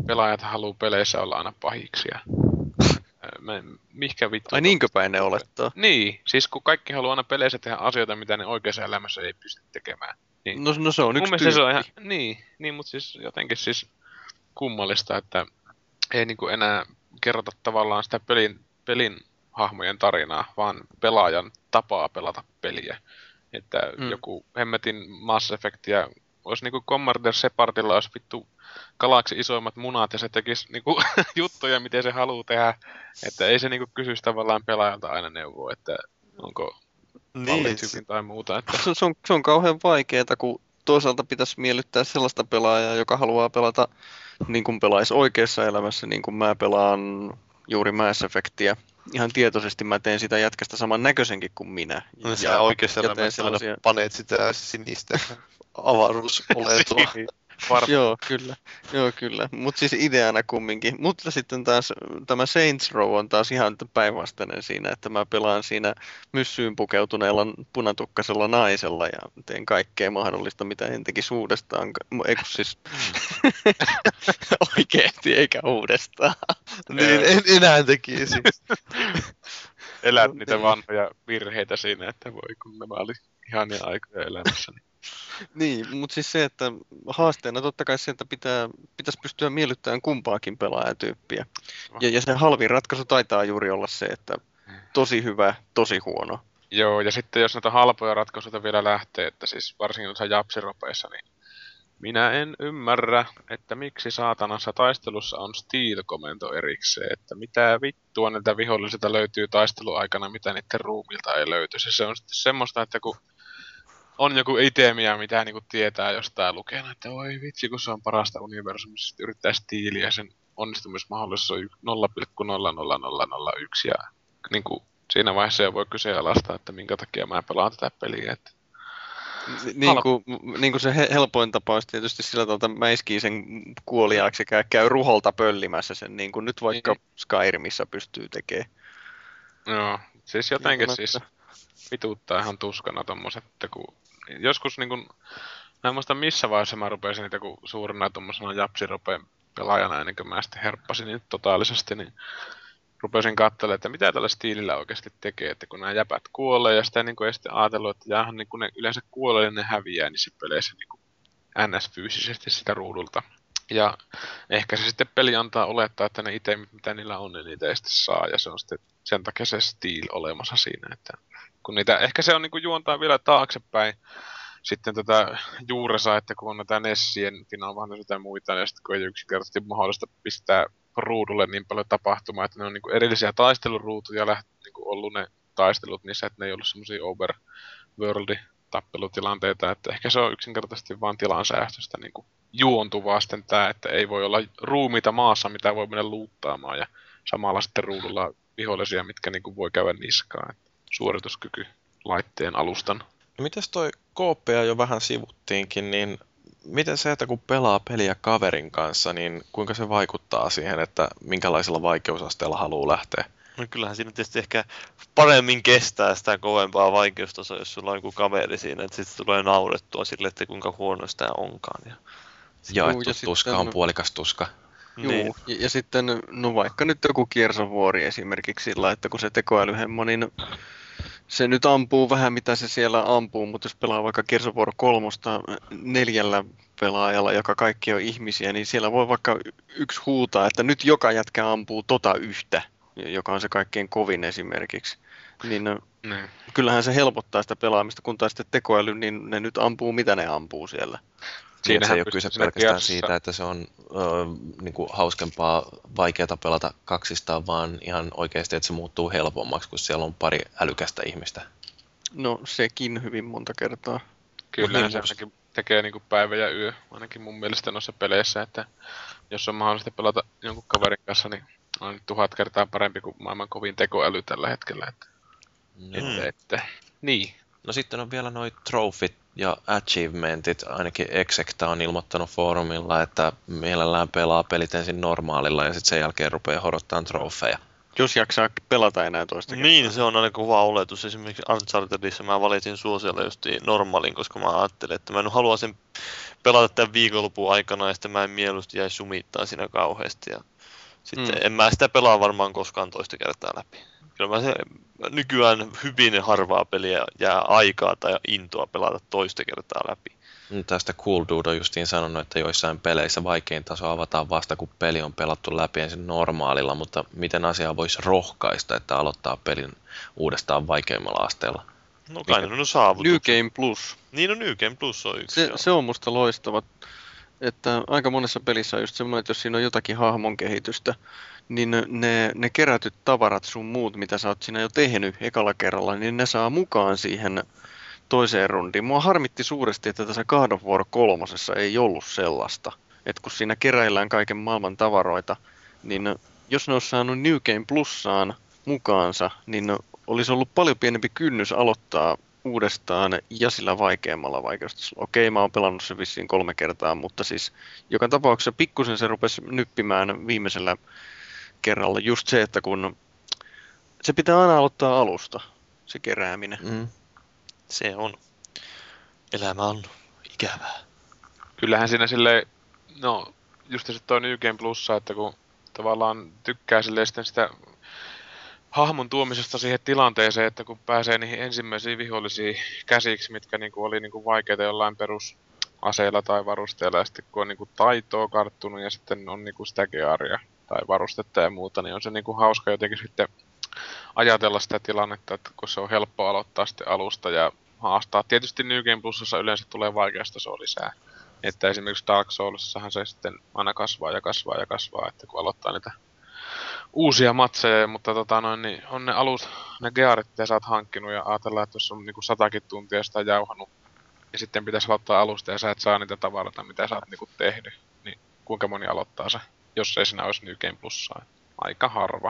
pelaajat haluaa peleissä olla aina pahiksi. Ja, mihkä vittu... Ai niinkö päin ne olettaa? Niin, siis kun kaikki haluaa aina peleissä tehdä asioita, mitä ne oikeassa elämässä ei pysty tekemään. Niin. No se on yksi Mun tyyppi. se on ihan, niin, mutta siis jotenkin siis kummallista, että ei niinku enää kerrota tavallaan sitä pelin hahmojen tarinaa, vaan pelaajan tapaa pelata peliä. Että joku hemmetin Mass Effectia olisi niinku Commander Shepardilla olisi vittu galaksi isoimmat munat ja se tekisi niinku juttuja, miten se haluaa tehdä. Että ei se niinku kysyisi tavallaan pelaajalta aina neuvoa, että onko Niin, hyvin tai muuta. Että... Se on kauhean vaikeaa, kun toisaalta pitäisi miellyttää sellaista pelaajaa, joka haluaa pelata niin kuin pelaisi oikeassa elämässä, niin kuin mä pelaan juuri Mass Effectia. Ihan tietoisesti mä teen sitä jätkästä saman näköisenkin kuin minä. no sä oikeassa elämässä aina paneet sitä sinistä avaruusoletoa. Joo, kyllä. Mutta siis ideana kumminkin. Mutta sitten taas tämä Saints Row on taas ihan päinvastainen siinä, että mä pelaan siinä myssyyn pukeutuneella punatukkaisella naisella ja teen kaikkea mahdollista, mitä en tekisi uudestaan. Ei kun siis oikeesti eikä uudestaan. Niin, en enää tekisi. Elät niitä vanhoja virheitä siinä, että voi kun nämä oli ihania aikoja elämässäni. Niin, mutta siis se, että haasteena totta kai se, että pitäisi pystyä miellyttämään kumpaakin pelaajatyyppiä. Ja se halvin ratkaisu taitaa juuri olla se, että tosi hyvä, tosi huono. Joo, ja sitten jos näitä halpoja ratkaisuja vielä lähtee, että siis varsinkin noissa japsiropeissa, niin minä en ymmärrä, että miksi saatanassa taistelussa on steal-komento erikseen, että mitä vittua niiltä vihollisilta löytyy taisteluaikana, mitä niiden ruumilta ei löytyisi. Se on sitten semmoista, että kun on joku itemiä, mitä niinku tietää jostain lukena, että oi vitsi, kun se on parasta universumista, sitten yrittää stiiliä, sen onnistumismahdollisuus on 0,00001 ja niinku siinä vaiheessa jo voi kyseenalaistaa, että minkä takia mä pelaan tätä peliä. Että... Niin kuin se helpoin tapaus tietysti sillä tavalla, että mäiskii sen kuoliaaksi sekä käy ruholta pöllimässä sen, niin kuin nyt vaikka Skyrimissä pystyy tekemään. Joo, siis jotenkin siis vituttaa ihan tuskana tommoset, että kun joskus niin kun, mä en muista missä vaiheessa mä rupesin niitä kun suurena tommosena japsiropeen pelaajana ennen kuin mä sitten herppasin niin totaalisesti, niin rupesin katselemaan, että mitä tällä stiilillä oikeasti tekee, että kun nämä jäpät kuolee ja sitä niin kuin ei sitten ajatellut, että jaahan niin kun ne yleensä kuolee ja ne häviää niissä peleissä niin kuin NS-fyysisesti sitä ruudulta. Ja ehkä se sitten peli antaa olettaa, että ne itemit, mitä niillä on, niin niitä ei sitten saa. Ja se on sitten sen takia se stiil olemassa siinä. Että kun niitä, ehkä se on niin kuin juontaa vielä taaksepäin sitten tätä juurensa, että kun on näitä Nessien Final Fantasy ja muita, ja sitten kun ei yksinkertaisesti mahdollista pistää ruudulle niin paljon tapahtumaa, että ne on niin kuin erillisiä taisteluruutuja niin kuin ollut ne taistelut niissä, että ne ei ollut semmoisia overworld-tappelutilanteita, että ehkä se on yksinkertaisesti vaan tilansäästöstä niin kuin juontuvaa sitten tämä, että ei voi olla ruumiita maassa, mitä voi mennä luuttaamaan, ja samalla sitten ruudulla vihollisia, mitkä niin kuin voi käydä niskaan, että suorituskyky laitteen alustan. No mites toi kooppia jo vähän sivuttiinkin, niin miten se, että kun pelaa peliä kaverin kanssa, niin kuinka se vaikuttaa siihen, että minkälaisella vaikeusasteella haluaa lähteä? No kyllähän siinä tietysti ehkä paremmin kestää sitä kovempaa vaikeustasoa, jos sulla on joku kaveri siinä, että sitten tulee naurettua sille, että kuinka huono sitä onkaan. Jaettu tuska on puolikas tuska. Joo, niin. Ja sitten no vaikka nyt joku kiersovuori esimerkiksi sillä, että kun se tekoälyhemmo, niin se nyt ampuu vähän mitä se siellä ampuu, mutta jos pelaa vaikka Gears of War 3 4 pelaajalla, joka kaikki on ihmisiä, niin siellä voi vaikka yksi huutaa, että nyt joka jätkä ampuu tota yhtä, joka on se kaikkein kovin esimerkiksi. Niin kyllähän se helpottaa sitä pelaamista, kun taas sitten tekoäly, niin ne nyt ampuu mitä ne ampuu siellä. Siinähän se ei ole kyse pelkästään siitä, että se on niinku hauskempaa, vaikeata pelata kaksistaan, vaan ihan oikeasti, että se muuttuu helpommaksi, kun siellä on pari älykästä ihmistä. No sekin hyvin monta kertaa. Kyllähän se ainakin tekee niinku päivä ja yö, ainakin mun mielestä noissa peleissä, että jos on mahdollista pelata jonkun kaverin kanssa, niin on 1000 kertaa parempi kuin maailman kovin tekoäly tällä hetkellä. Että. Niin. No sitten on vielä noi trofit ja achievementit, ainakin Execta on ilmoittanut foorumilla, että mielellään pelaa pelit ensin normaalilla ja sitten sen jälkeen rupeaa horottamaan trofeja. Jos jaksaa pelata enää toista Niin, se on aina kova oletus. Esimerkiksi Unchartedissa mä valitsin suosiolla justiin normaalin, koska mä ajattelin, että mä en halua sen pelata tämän viikonlopun aikana, ja sitten mä en mieluusti jäi sumittaa siinä kauheasti. Ja sitten en mä sitä pelaa varmaan koskaan toista kertaa läpi. Kyllä mä se nykyään hyvin harvaa peliä jää aikaa tai intoa pelata toista kertaa läpi. Tästä Cool Dude on justiin sanonut, että joissain peleissä vaikein taso avataan vasta, kun peli on pelattu läpi ensin normaalilla, mutta miten asiaa voisi rohkaista, että aloittaa pelin uudestaan vaikeimmalla asteella? No kai ne on saavutukset. New Game Plus. Niin on New Game Plus on yksi. Se on musta loistava, että aika monessa pelissä on just semmoinen, että jos siinä on jotakin hahmon kehitystä, niin ne kerätyt tavarat sun muut, mitä sä oot siinä jo tehnyt ekalla kerralla, niin ne saa mukaan siihen toiseen rundiin. Mua harmitti suuresti, että tässä God of War 3 ei ollut sellaista. Että kun siinä keräillään kaiken maailman tavaroita, niin jos ne olisi saanut New Game Plussaan mukaansa, niin olisi ollut paljon pienempi kynnys aloittaa uudestaan ja sillä vaikeammalla vaikeustasolla. Okei, mä oon pelannut sen vissiin 3 kertaa, mutta siis joka tapauksessa pikkusen se rupesi nyppimään viimeisellä kerralla just se, että kun se pitää aina aloittaa alusta, se kerääminen. Se on. Elämä on ikävää. Kyllähän siinä silleen, no just se toi New Game Plussa, että kun tavallaan tykkää silleen sitten sitä hahmon tuomisesta siihen tilanteeseen, että kun pääsee niihin ensimmäisiin vihollisiin käsiksi, mitkä niinku oli niinku vaikeita jollain perusaseella tai varusteella, ja sitten kun on niinku taitoa karttunut ja sitten on niinku sitä gearia tai varustetta ja muuta, niin on se niinku hauska jotenkin sitten ajatella sitä tilannetta, että kun se on helppo aloittaa sitten alusta ja haastaa. Tietysti New Game Plusassa yleensä tulee vaikeastasoa lisää. Että esimerkiksi Dark Soulsissahan se sitten aina kasvaa ja kasvaa ja kasvaa, että kun aloittaa niitä uusia matseja, mutta niin on ne gearit, mitä sä oot hankkinut ja ajatellaan, että jos on niinku 100 tuntia sitä jauhanut ja sitten pitäisi aloittaa alusta ja sä et saa niitä tavaroita, mitä sä oot niinku tehnyt, niin kuinka moni aloittaa se, jos ei siinä olisi New Game Plussaa? Aika harva.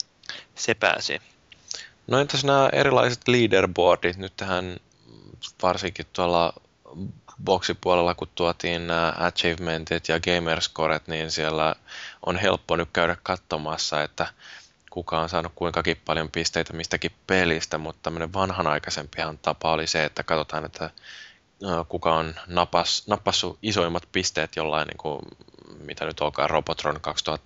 Se pääsee. No entäs nämä erilaiset leaderboardit? Nyt tähän varsinkin tuolla boksipuolella, kun tuotiin nämä achievementit ja gamerscoret, niin siellä on helppo nyt käydä katsomassa, että kuka on saanut kuinkakin paljon pisteitä mistäkin pelistä, mutta tämmöinen vanhanaikaisempihan tapa oli se, että katsotaan, että kuka on nappassut isoimmat pisteet jollain, niin kuin, mitä nyt onkaan, Robotron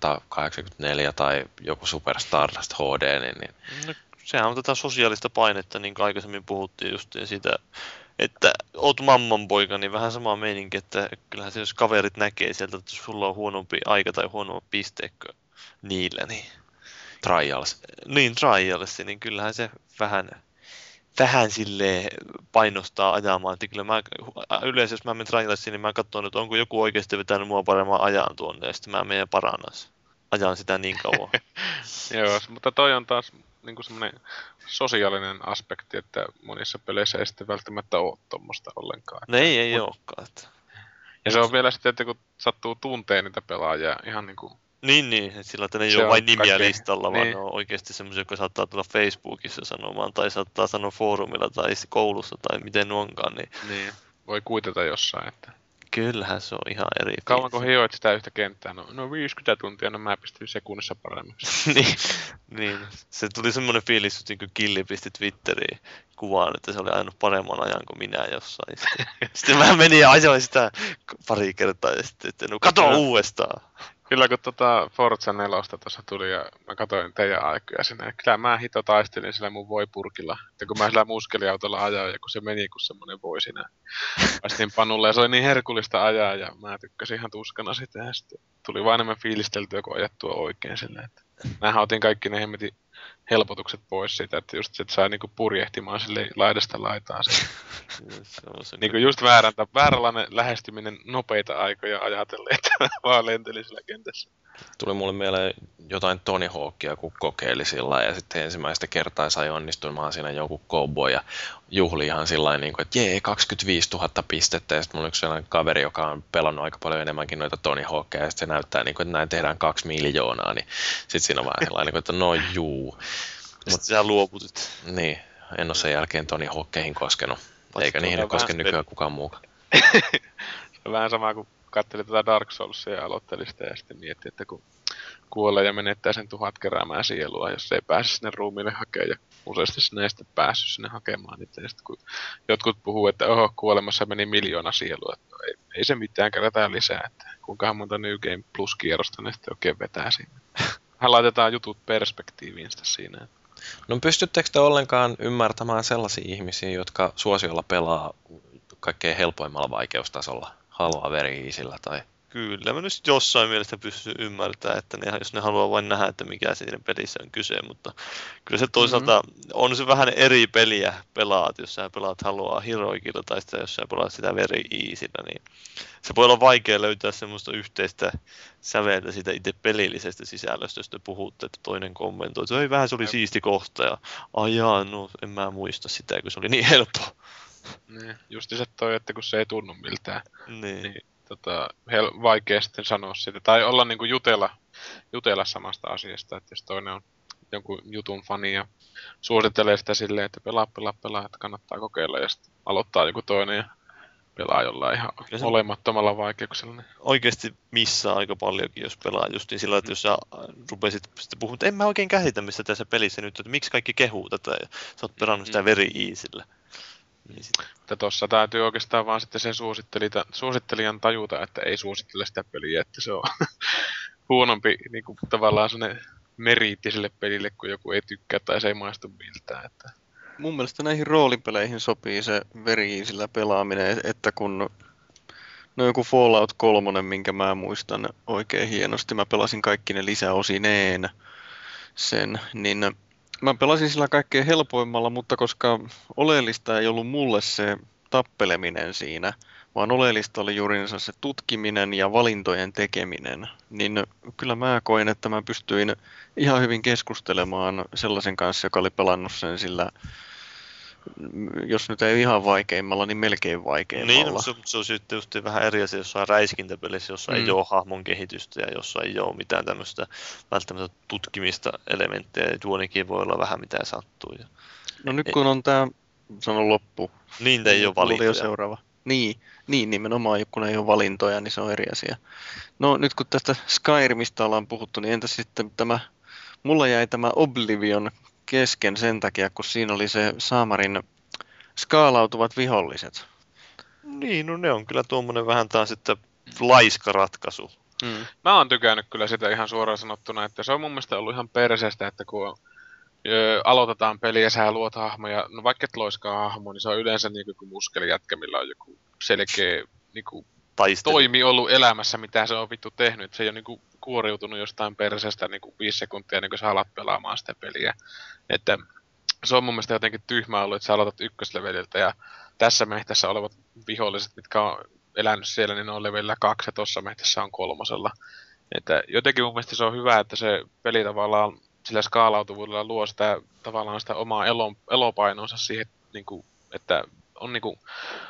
2084 tai joku Super Stardust HD. Niin. No, sehän on tätä sosiaalista painetta, niin kuin aikaisemmin puhuttiin just siitä, että oot mammonpoika, niin vähän sama meininki, että kyllähän se, jos kaverit näkee sieltä, että sulla on huonompi aika tai huonompi piste kuin niillä, niin Trials. Niin, Trials, niin kyllähän se vähän silleen painostaa ajamaan. Että kyllä mä yleensä, jos mä menen Trialsiin, niin mä katson, että onko joku oikeasti vetänyt mua paremman ajan tuonne, ja sitten mä menen parannan ajan sitä niin kauan. Joo, mutta toi on taas niinku semmoinen sosiaalinen aspekti, että monissa peleissä ei sitten välttämättä ole tuommoista ollenkaan. No ei olekaan. Ja se on vielä sitten, että kun sattuu tuntee niitä pelaajia ihan niinku... Niin, että sillä että ne ei ole vain nimiä listalla, vaan ne on oikeasti semmoisia, jotka saattaa tulla Facebookissa sanomaan, tai saattaa sanoa foorumilla, tai koulussa, tai miten onkaan. Niin, voi kuitata jossain, että... Kyllähän se on ihan eri. Kauanko hioit sitä yhtä kenttää? No 50 tuntia, no mä pystyn sekunnissa paremmaksi. niin, se tuli semmoinen fiilis, että niin Killi pisti Twitteriin kuvaan, että se oli ajanut paremman ajan kuin minä jossain. Sitten mä menin ja ajoin sitä pari kertaa ja sitten, että no kato uudestaan. Kyllä kun Forza 4 tuossa tuli ja mä katsoin teidän aikoja sinne, kyllä mä hito taistelin sillä mun voipurkilla. Että kun mä sillä muskeliautolla ajoin ja kun se meni kun semmonen voi siinä. Päästin panulle ja se oli niin herkullista ajaa ja mä tykkäsin ihan tuskana sitä ja sitten tuli vaan enemmän fiilisteltyä kuin ajattua oikein silleen. Mähän otin kaikki ne hemmetin helpotukset pois siitä, että just sit saa niinku purjehtimaan sille laidasta laitaan se. Niinku just vääränlainen lähestyminen nopeita aikoja ajatellen, että vaan lenteli sillä kentässä. Tuli mulle mieleen jotain Tony Hawkia, kun kokeili sillä ja sitten ensimmäistä kertaa sai onnistumaan siinä joku cowboy ja juhli ihan sillä niin että jee, 25 000 pistettä ja sitten mulla on yksi sellainen kaveri, joka on pelannut aika paljon enemmänkin noita Tony Hawkia ja sitten se näyttää niin kuin, että näin tehdään 2 miljoonaa, niin sitten siinä on vähän sellainen, että no juu. Mutta sä luovutit. Niin, en ole sen jälkeen Tony Hawkkeihin koskenut, eikä niihin koske nykyään kukaan muukaan. Se on vähän sama kuin katselin tätä Dark Soulsia ja aloittelin sitä ja sitten mietin, että kun kuolee ja menettää sen 1000 keräämää sielua, jos ei pääse sinne ruumiille hakemaan. Ja useasti sinne ei sitten päässyt sinne hakemaan niitä. Ja sitten kun jotkut puhuu, että kuolemassa meni 1 000 000 sielua, että ei se mitään, kerätään lisää. Että kuinkahan monta New Game Plus-kierrosta ne sitten oikein vetää siinä. Hän laitetaan jutut perspektiiviin sitä siinä. No pystyttekö te ollenkaan ymmärtämään sellaisia ihmisiä, jotka suosiolla pelaa kaikkein helpoimmalla vaikeustasolla, Haloa Very Easyllä tai... Kyllä, mä nyt jossain mielessä pystyn ymmärtämään, että jos ne haluaa vain nähdä, että mikä siinä pelissä on kyse, mutta kyllä se toisaalta on se vähän eri peliä pelaat, jos sä pelaat Haloa Heroicilla tai sitten jos sä pelaat sitä Very Easyllä, niin se voi olla vaikea löytää semmoista yhteistä säveltä siitä itse pelillisestä sisällöstä, jos te puhutte, että toinen kommentoi, että ei vähän se oli siisti kohta ja ajaa, no en mä muista sitä, kun se oli niin helppo. Niin, justi se toi, että kun se ei tunnu miltään. Niin vaikea sitten sanoa sitä. Tai olla niinku jutella samasta asiasta, että jos toinen on jonkun jutun fani ja suosittelee sitä silleen, että pelaa, että kannattaa kokeilla ja sitten aloittaa joku toinen ja pelaa jollain ihan olemattomalla vaikeuksella. Oikeasti missaa aika paljonkin, jos pelaa justiin sillä, että jos sä rupesit sitten puhumaan, että en mä oikein käsitä, missä tässä pelissä nyt, että miksi kaikki kehuu tätä ja sä oot pelannut sitä Very Easyllä. Että tossa täytyy oikeastaan vaan sitten sen suosittelijan tajuta, että ei suosittele sitä peliä, että se on huonompi niinku tavallaan sellainen meriitti sille pelille, kun joku ei tykkää tai se ei maistu miltään. Että... Mun mielestä näihin roolipeleihin sopii se Very Easyllä pelaaminen, että kun no joku Fallout 3, minkä mä muistan oikein hienosti, mä pelasin kaikki ne lisäosineen sen, niin mä pelasin sillä kaikkein helpoimmalla, mutta koska oleellista ei ollut mulle se tappeleminen siinä, vaan oleellista oli juurinsa se tutkiminen ja valintojen tekeminen, niin kyllä mä koin, että mä pystyin ihan hyvin keskustelemaan sellaisen kanssa, joka oli pelannut sen sillä, jos nyt ei ihan vaikeimmalla, niin melkein vaikeimmalla. Niin, se on sitten just vähän eri asia jossain räiskintäpelissä, jossa ei ole hahmon kehitystä ja jossa ei ole mitään tämmöistä välttämättä tutkimista elementtejä, ja juonikin voi olla vähän mitä sattuu. No nyt kun on tämä, sanon loppu. Niin, ei ole valintoja. Seuraava. Niin, nimenomaan, kun ei ole valintoja, niin se on eri asia. No nyt kun tästä Skyrimistä ollaan puhuttu, niin entäs sitten mulla jäi tämä Oblivion kesken sen takia, kun siinä oli se Saamarin skaalautuvat viholliset. Niin, no ne on kyllä tuommoinen vähän taas sitten laiska ratkaisu. Mä oon tykännyt kyllä sitä ihan suoraan sanottuna, että se on mun mielestä ollut ihan perseestä, että kun aloitetaan peliä ja sä luot hahmoja, no vaikka et loiskaan hahmoa, niin se on yleensä niin kuin muskelijätkä, millä on joku selkeä niin kuin toimi ollut elämässä, mitä se on vittu tehnyt. Se ei ole niin kuin kuoriutunut jostain perseestä niin kuin 5 sekuntia, niin kuin sä alat pelaamaan sitä peliä. Että se on mun mielestä jotenkin tyhmää ollut, että sä aloitat ykkösleveliltä ja tässä mehtässä olevat viholliset, mitkä on elänyt siellä, niin ne on levelillä 2 ja tossa mehtässä on 3. Että jotenkin mun mielestä se on hyvä, että se peli tavallaan sillä skaalautuvuudella luo sitä tavallaan sitä omaa elopainonsa siihen, niin kuin, että on niin kuin,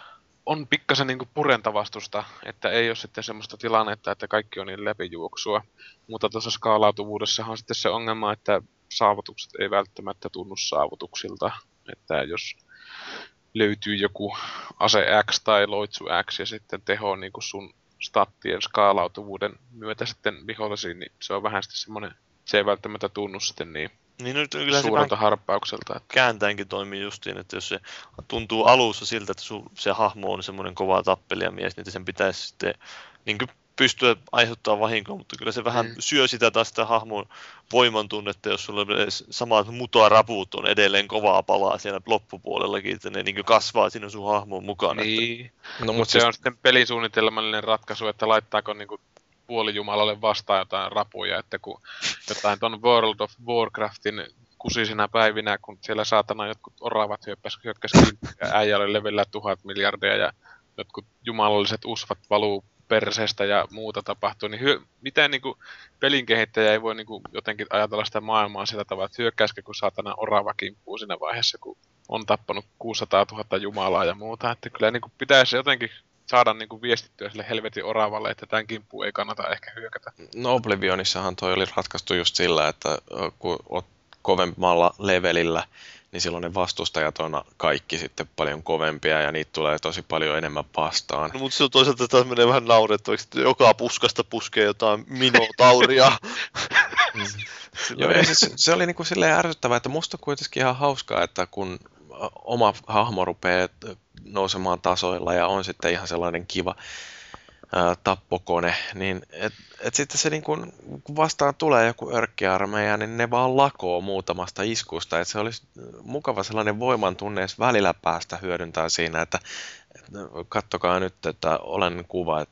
on pikkasen niin kuin purentavastusta, että ei ole sitten semmoista tilannetta, että kaikki on niin läpijuoksua. Mutta tuossa skaalautuvuudessahan on sitten se ongelma, että saavutukset ei välttämättä tunnu saavutuksilta. Että jos löytyy joku ase X tai loitsu X ja sitten teho niin kuin sun stattien skaalautuvuuden myötä sitten vihollisiin, niin se on vähän sitten semmoinen, se ei välttämättä tunnu sitten niin suurelta harppaukselta. Että... Kääntäenkin toimii justiin, että jos se tuntuu alussa siltä, että se hahmo on semmoinen kova tappelijamies, niin sen pitäisi sitten niin kuin pystyä aiheuttamaan vahinkoa, mutta kyllä se vähän syö sitä taas sitä hahmon voimantunnetta, jos sulla samat mutaraput on edelleen kovaa palaa siellä loppupuolellakin, että ne niin kuin kasvaa siinä sun hahmon mukana. Niin, no, mutta se on sitten pelisuunnitelmallinen ratkaisu, että laittaako niinku puolijumalalle vastaan jotain rapuja, että kun jotain ton World of Warcraftin kusisina päivinä, kun siellä saatana jotkut oravat hyökkäs ja äijä oli levellä 1000 miljardia ja jotkut jumalalliset usvat valuu perseestä ja muuta tapahtuu, niin miten niinku pelin kehittäjä ei voi niinku jotenkin ajatella sitä maailmaa sillä tavalla, että hyökkäisikö kun saatana orava kimppuu siinä vaiheessa, kun on tappanut 600 000 jumalaa ja muuta, että kyllä niinku pitäisi jotenkin saada niinku viestittyä sille helvetin oravalle, että tämän kimppuun ei kannata ehkä hyökätä. No Oblivionissahan toi oli ratkaistu just sillä, että kun oot kovemmalla levelillä, niin silloin ne vastustajat on kaikki sitten paljon kovempia ja niitä tulee tosi paljon enemmän vastaan. No, mutta se on toisaalta taas menee vähän naurettavaksi, että joka puskasta puskee jotain minotauria. Joo, ja siis se oli niinku silleen ärsyttävää, että musta kuitenkin ihan hauskaa, että kun oma hahmo rupeaa nousemaan tasoilla ja on sitten ihan sellainen kiva tappokone, niin et sitten se niin kun vastaan tulee joku örkkiarmeija, niin ne vaan lakoo muutamasta iskusta. Et se olisi mukava sellainen voimantunne edes välillä päästä hyödyntää siinä, että kattokaa nyt, että olen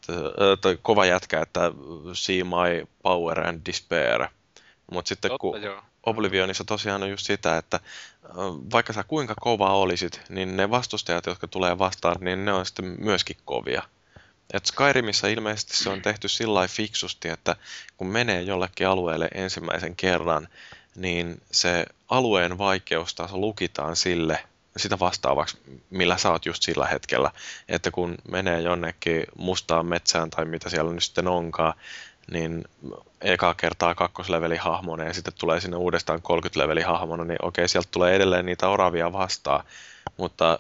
toi kova jätkä, että see my power and despair. Mutta sitten kun Oblivionissa tosiaan on just sitä, että vaikka sä kuinka kova olisit, niin ne vastustajat, jotka tulee vastaan, niin ne on sitten myöskin kovia. Et Skyrimissa ilmeisesti se on tehty sillä lailla fiksusti, että kun menee jollekin alueelle ensimmäisen kerran, niin se alueen vaikeustaso lukitaan sitä vastaavaksi, millä sä oot just sillä hetkellä. Että kun menee jonnekin mustaan metsään tai mitä siellä nyt sitten onkaan, niin eka kertaa 2-levelin hahmona ja sitten tulee sinne uudestaan 30-levelin hahmona, niin okei, sieltä tulee edelleen niitä oravia vastaan, mutta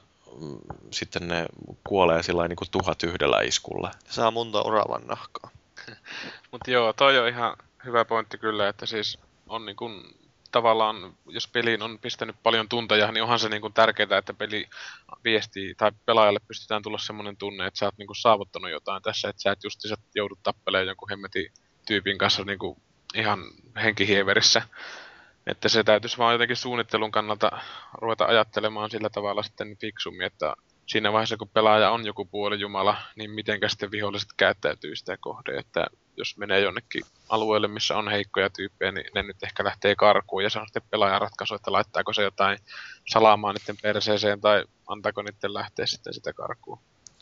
sitten ne kuolee sillä niin kuin 1001 iskulla. Saa monta oravan nahkaa. Mutta joo, toi on ihan hyvä pointti kyllä, että siis on niin kuin, tavallaan, jos peliin on pistänyt paljon tunteja, niin onhan se niin kuin tärkeää, että peli viestii tai pelaajalle pystytään tulla semmoinen tunne, että sä oot niin kuin saavuttanut jotain tässä, että sä et just joudut tappelemaan jonkun hemmetin tyypin kanssa niin kuin ihan henkihieverissä. Että se täytyisi vaan jotenkin suunnittelun kannalta ruveta ajattelemaan sillä tavalla sitten fiksummin, että siinä vaiheessa kun pelaaja on joku puolijumala, niin mitenkä sitten viholliset käyttäytyy sitä kohde, että jos menee jonnekin alueelle, missä on heikkoja tyyppejä, niin ne nyt ehkä lähtee karkuun ja se on sitten pelaajan ratkaisu, että laittaako se jotain salaamaan niiden perseeseen tai antaako niiden lähteä sitten sitä karkuun.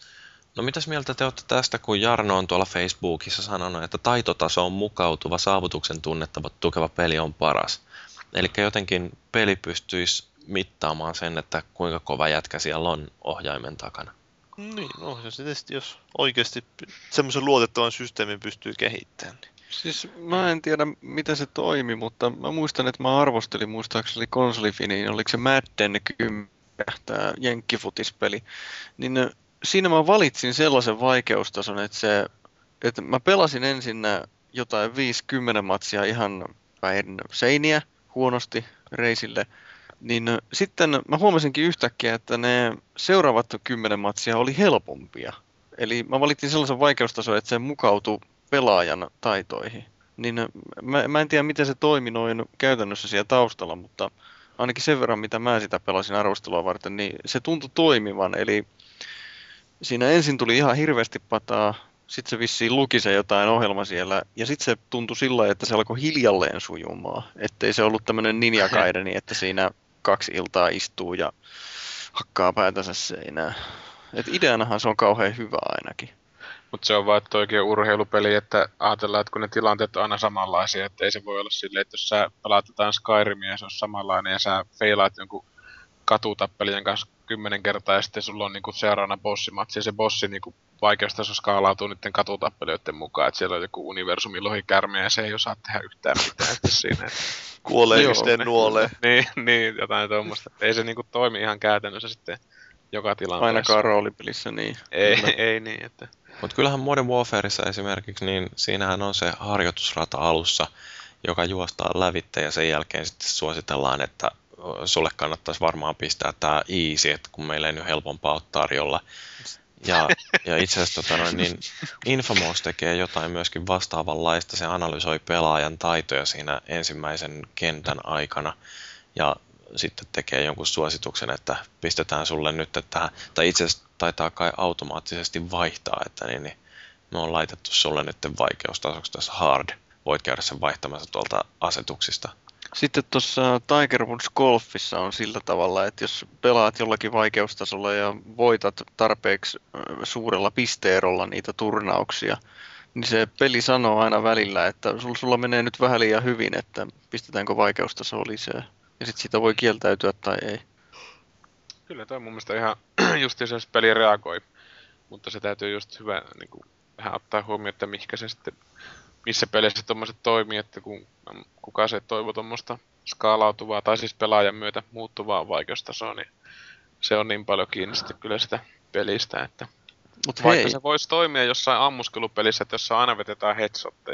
No mitäs mieltä te olette tästä, kun Jarno on tuolla Facebookissa sanonut, että taitotaso on mukautuva, saavutuksen tunnettava, tukeva peli on paras. Eli jotenkin peli pystyisi mittaamaan sen, että kuinka kova jätkä siellä on ohjaimen takana. Niin, no se tietysti, jos oikeasti semmoisen luotettavan systeemin pystyy kehittämään. Niin. Siis mä en tiedä, miten se toimi, mutta mä muistan, että mä arvostelin muistaakseni konsolifiniin, oliko se Madden 10, tämä jenkkifutispeli, niin siinä mä valitsin sellaisen vaikeustason, että mä pelasin ensin jotain 5-10 matsia ihan päin seiniä huonosti reisille, niin sitten mä huomasinkin yhtäkkiä, että ne seuraavat 10 matsia oli helpompia. Eli mä valitsin sellaisen vaikeustason, että se mukautui pelaajan taitoihin. Niin mä en tiedä, miten se toimi noin käytännössä siellä taustalla, mutta ainakin sen verran, mitä mä sitä pelasin arvostelua varten, niin se tuntui toimivan. Eli siinä ensin tuli ihan hirveästi pataa, sitten se vissiin luki se jotain ohjelma siellä, ja sitten se tuntui sillä lailla, että se alkoi hiljalleen sujumaan. Ettei se ollut tämmöinen Ninja Gaideni, että siinä 2 iltaa istuu ja hakkaa päätänsä seinään. Et ideanahan se on kauhean hyvä ainakin. Mutta se on vaan, että oikein urheilupeli, että ajatellaan, että kun ne tilanteet on aina samanlaisia, että ei se voi olla silleen, että jos sä pelaat jotain Skyrimia ja se on samanlainen ja sä feilaat jonkun katutappelijan kanssa 10 kertaa ja sitten sulla on niinku seuraavana bossimatsi ja se bossi niinku vaikeustaso skaalautuu niiden katutappelijoiden mukaan, että siellä on joku universumin lohikärme ja se ei osaa tehdä yhtään mitään siinä. Kuolee yhteen nuoleen. niin, jotain tuommoista. Ei se niinku toimi ihan käytännössä sitten joka tilanteessa. Ainakaan roolipelissä niin. Ei niin, että... Mutta kyllähän Modern Warfareissa esimerkiksi, niin siinähän on se harjoitusrata alussa, joka juostaan lävitse ja sen jälkeen sitten suositellaan, että sulle kannattaisi varmaan pistää tämä easy, että kun meillä ei nyt helpompaa ole tarjolla. Ja itse asiassa niin Infamous tekee jotain myöskin vastaavanlaista, se analysoi pelaajan taitoja siinä ensimmäisen kentän aikana ja sitten tekee jonkun suosituksen, että pistetään sulle nyt tähän, tai itse asiassa taitaa kai automaattisesti vaihtaa, että niin, me on laitettu sulle nyt vaikeustasoksi tässä hard. Voit käydä sen vaihtamassa tuolta asetuksista. Sitten tuossa Tiger Woods Golfissa on sillä tavalla, että jos pelaat jollakin vaikeustasolla ja voitat tarpeeksi suurella pisteerolla niitä turnauksia, niin se peli sanoo aina välillä, että sulla menee nyt vähän liian hyvin, että pistetäänkö vaikeustasoa lisää. Ja sitten siitä voi kieltäytyä tai ei. Kyllä toi mun mielestä ihan just jos peli reagoi, mutta se täytyy just hyvä niin kuin, vähän ottaa huomioon, että missä peleissä tommoset toimii, että kun kuka se toivoo tommoista skaalautuvaa tai siis pelaajan myötä muuttuvaa vaikeustasoa, niin se on niin paljon kiinni sitten kyllä sitä pelistä, että vaikka se voisi toimia jossain ammuskelupelissä, että jossa aina vetetään headshotteja,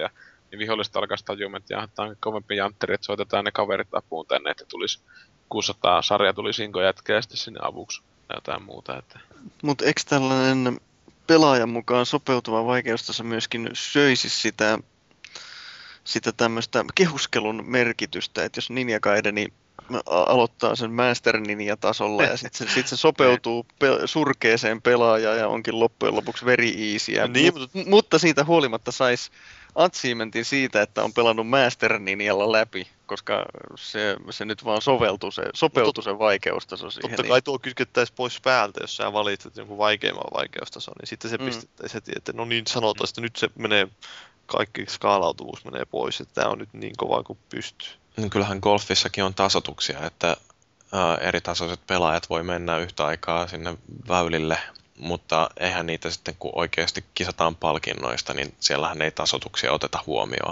niin viholliset alkaisi tajumaan, että jaha, tämä on kovempi jantteri, että soitetaan ne kaverit apuun tänne, että tulisi 600 sarja tuli sinko jätkää sitten sinne avuksi tai jotain muuta. Että... Mutta eikö tällainen pelaajan mukaan sopeutuva vaikeustaso myöskin söisi sitä tämmöistä kehuskelun merkitystä, että jos Ninja Gaideni aloittaa sen Master Ninja-tasolla ja sitten se sopeutuu surkeeseen pelaajaan ja onkin loppujen lopuksi very easyä, niin, mutta siitä huolimatta saisi achievementin siitä, että on pelannut Master Ninjalla läpi, koska se nyt vaan sopeutui se vaikeustaso siihen. Totta kai tuo kytkettäisiin pois päältä, jos sä valitset jonkun vaikeimman vaikeustason, niin sitten se pistettäisiin heti, että no niin sanotaan, että nyt se menee, kaikki skaalautuvuus menee pois, että tämä on nyt niin kova kuin pystyy. Kyllähän golfissakin on tasoituksia, että eri tasoiset pelaajat voi mennä yhtä aikaa sinne väylille, mutta eihän niitä sitten, kun oikeasti kisataan palkinnoista, niin siellähän ei tasoituksia oteta huomioon.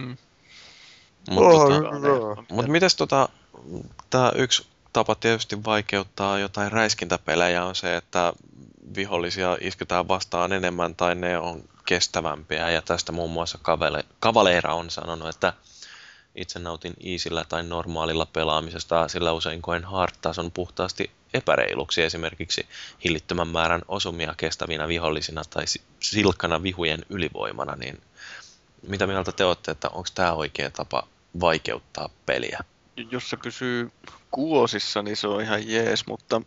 Mutta mites tämä yksi tapa tietysti vaikeuttaa jotain räiskintäpelejä on se, että vihollisia isketään vastaan enemmän tai ne on kestävämpiä, ja tästä muun muassa Cavaleira on sanonut, että itse nautin easyllä tai normaalilla pelaamisesta, sillä usein koen hard-tason puhtaasti epäreiluksi, esimerkiksi hillittömän määrän osumia kestävinä vihollisina tai silkkana vihujen ylivoimana, niin mitä mieltä te olette, että onko tämä oikea tapa vaikeuttaa peliä? Jos se pysyy kuosissa, niin se on ihan jees, mutta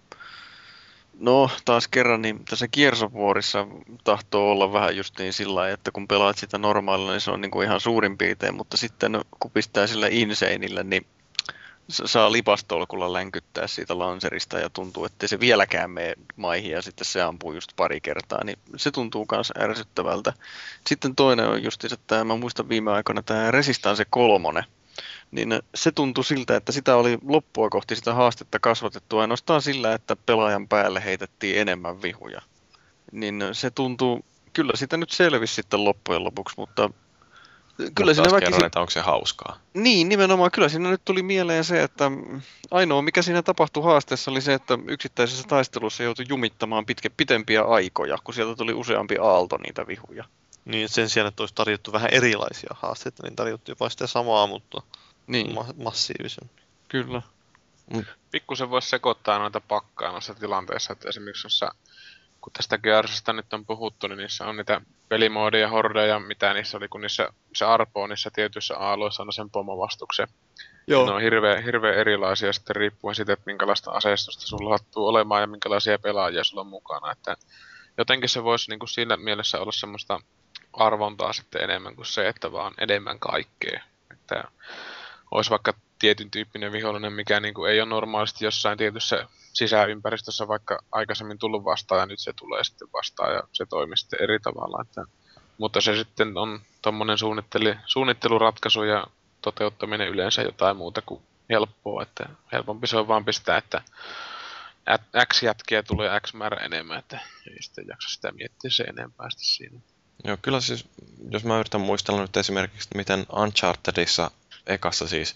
no taas kerran, niin tässä Gears of Warissa tahtoo olla vähän just niin sillä lailla, että kun pelaat sitä normaalilla, niin se on niin kuin ihan suurin piirtein, mutta sitten kun pistää sillä Insaneille, niin saa lipastolkulla länkyttää siitä lanserista ja tuntuu, ettei se vieläkään mene maihin ja sitten se ampuu just pari kertaa, niin se tuntuu myös ärsyttävältä. Sitten toinen on just että mä muistan viime aikoina tämä Resistance 3, niin se tuntui siltä, että sitä oli loppua kohti sitä haastetta kasvatettu ainoastaan sillä, että pelaajan päälle heitettiin enemmän vihuja. Niin se tuntuu, kyllä sitä nyt selvisi sitten loppujen lopuksi, mutta kyllä siinä kerron, että onko se hauskaa. Niin, nimenomaan. Kyllä siinä nyt tuli mieleen se, että ainoa mikä siinä tapahtui haasteessa oli se, että yksittäisessä taistelussa joutui jumittamaan pitempiä aikoja, kun sieltä tuli useampi aalto niitä vihuja. Niin sen sijaan, että olisi tarjottu vähän erilaisia haasteita, niin tarjottiin jopa sitä samaa, mutta niin. Massiivisemmin. Kyllä. Pikkusen voisi sekoittaa noita pakkaa noissa tilanteissa, että esimerkiksi jossa, kun tästä Gearsista nyt on puhuttu, niin niissä on niitä pelimoodeja, hordeja, mitä niissä oli, kun niissä se arpoo niissä tietyissä aalloissa on sen pomovastuksen. Joo. Ne on hirveän erilaisia sitten riippuen siitä, että minkälaista aseistusta sulla sattuu olemaan ja minkälaisia pelaajia sulla on mukana. Että jotenkin se voisi niin kuin siinä mielessä olla semmoista arvontaa sitten enemmän kuin se, että vaan enemmän kaikkea. Että olisi vaikka tietyn tyyppinen vihollinen, mikä niin kuin ei ole normaalisti jossain tietyssä sisäympäristössä vaikka aikaisemmin tullut vastaan ja nyt se tulee sitten vastaan ja se toimii sitten eri tavalla. Että, mutta se sitten on tommonen suunnitteluratkaisu ja toteuttaminen yleensä jotain muuta kuin helppoa. Että helpompi se on vaan pistää, että X jätkiä tulee X määrä enemmän, että ei sitten jaksa sitä miettiä se enempää siinä. Joo, kyllä siis, jos mä yritän muistella nyt esimerkiksi, miten Unchartedissa ekassa siis,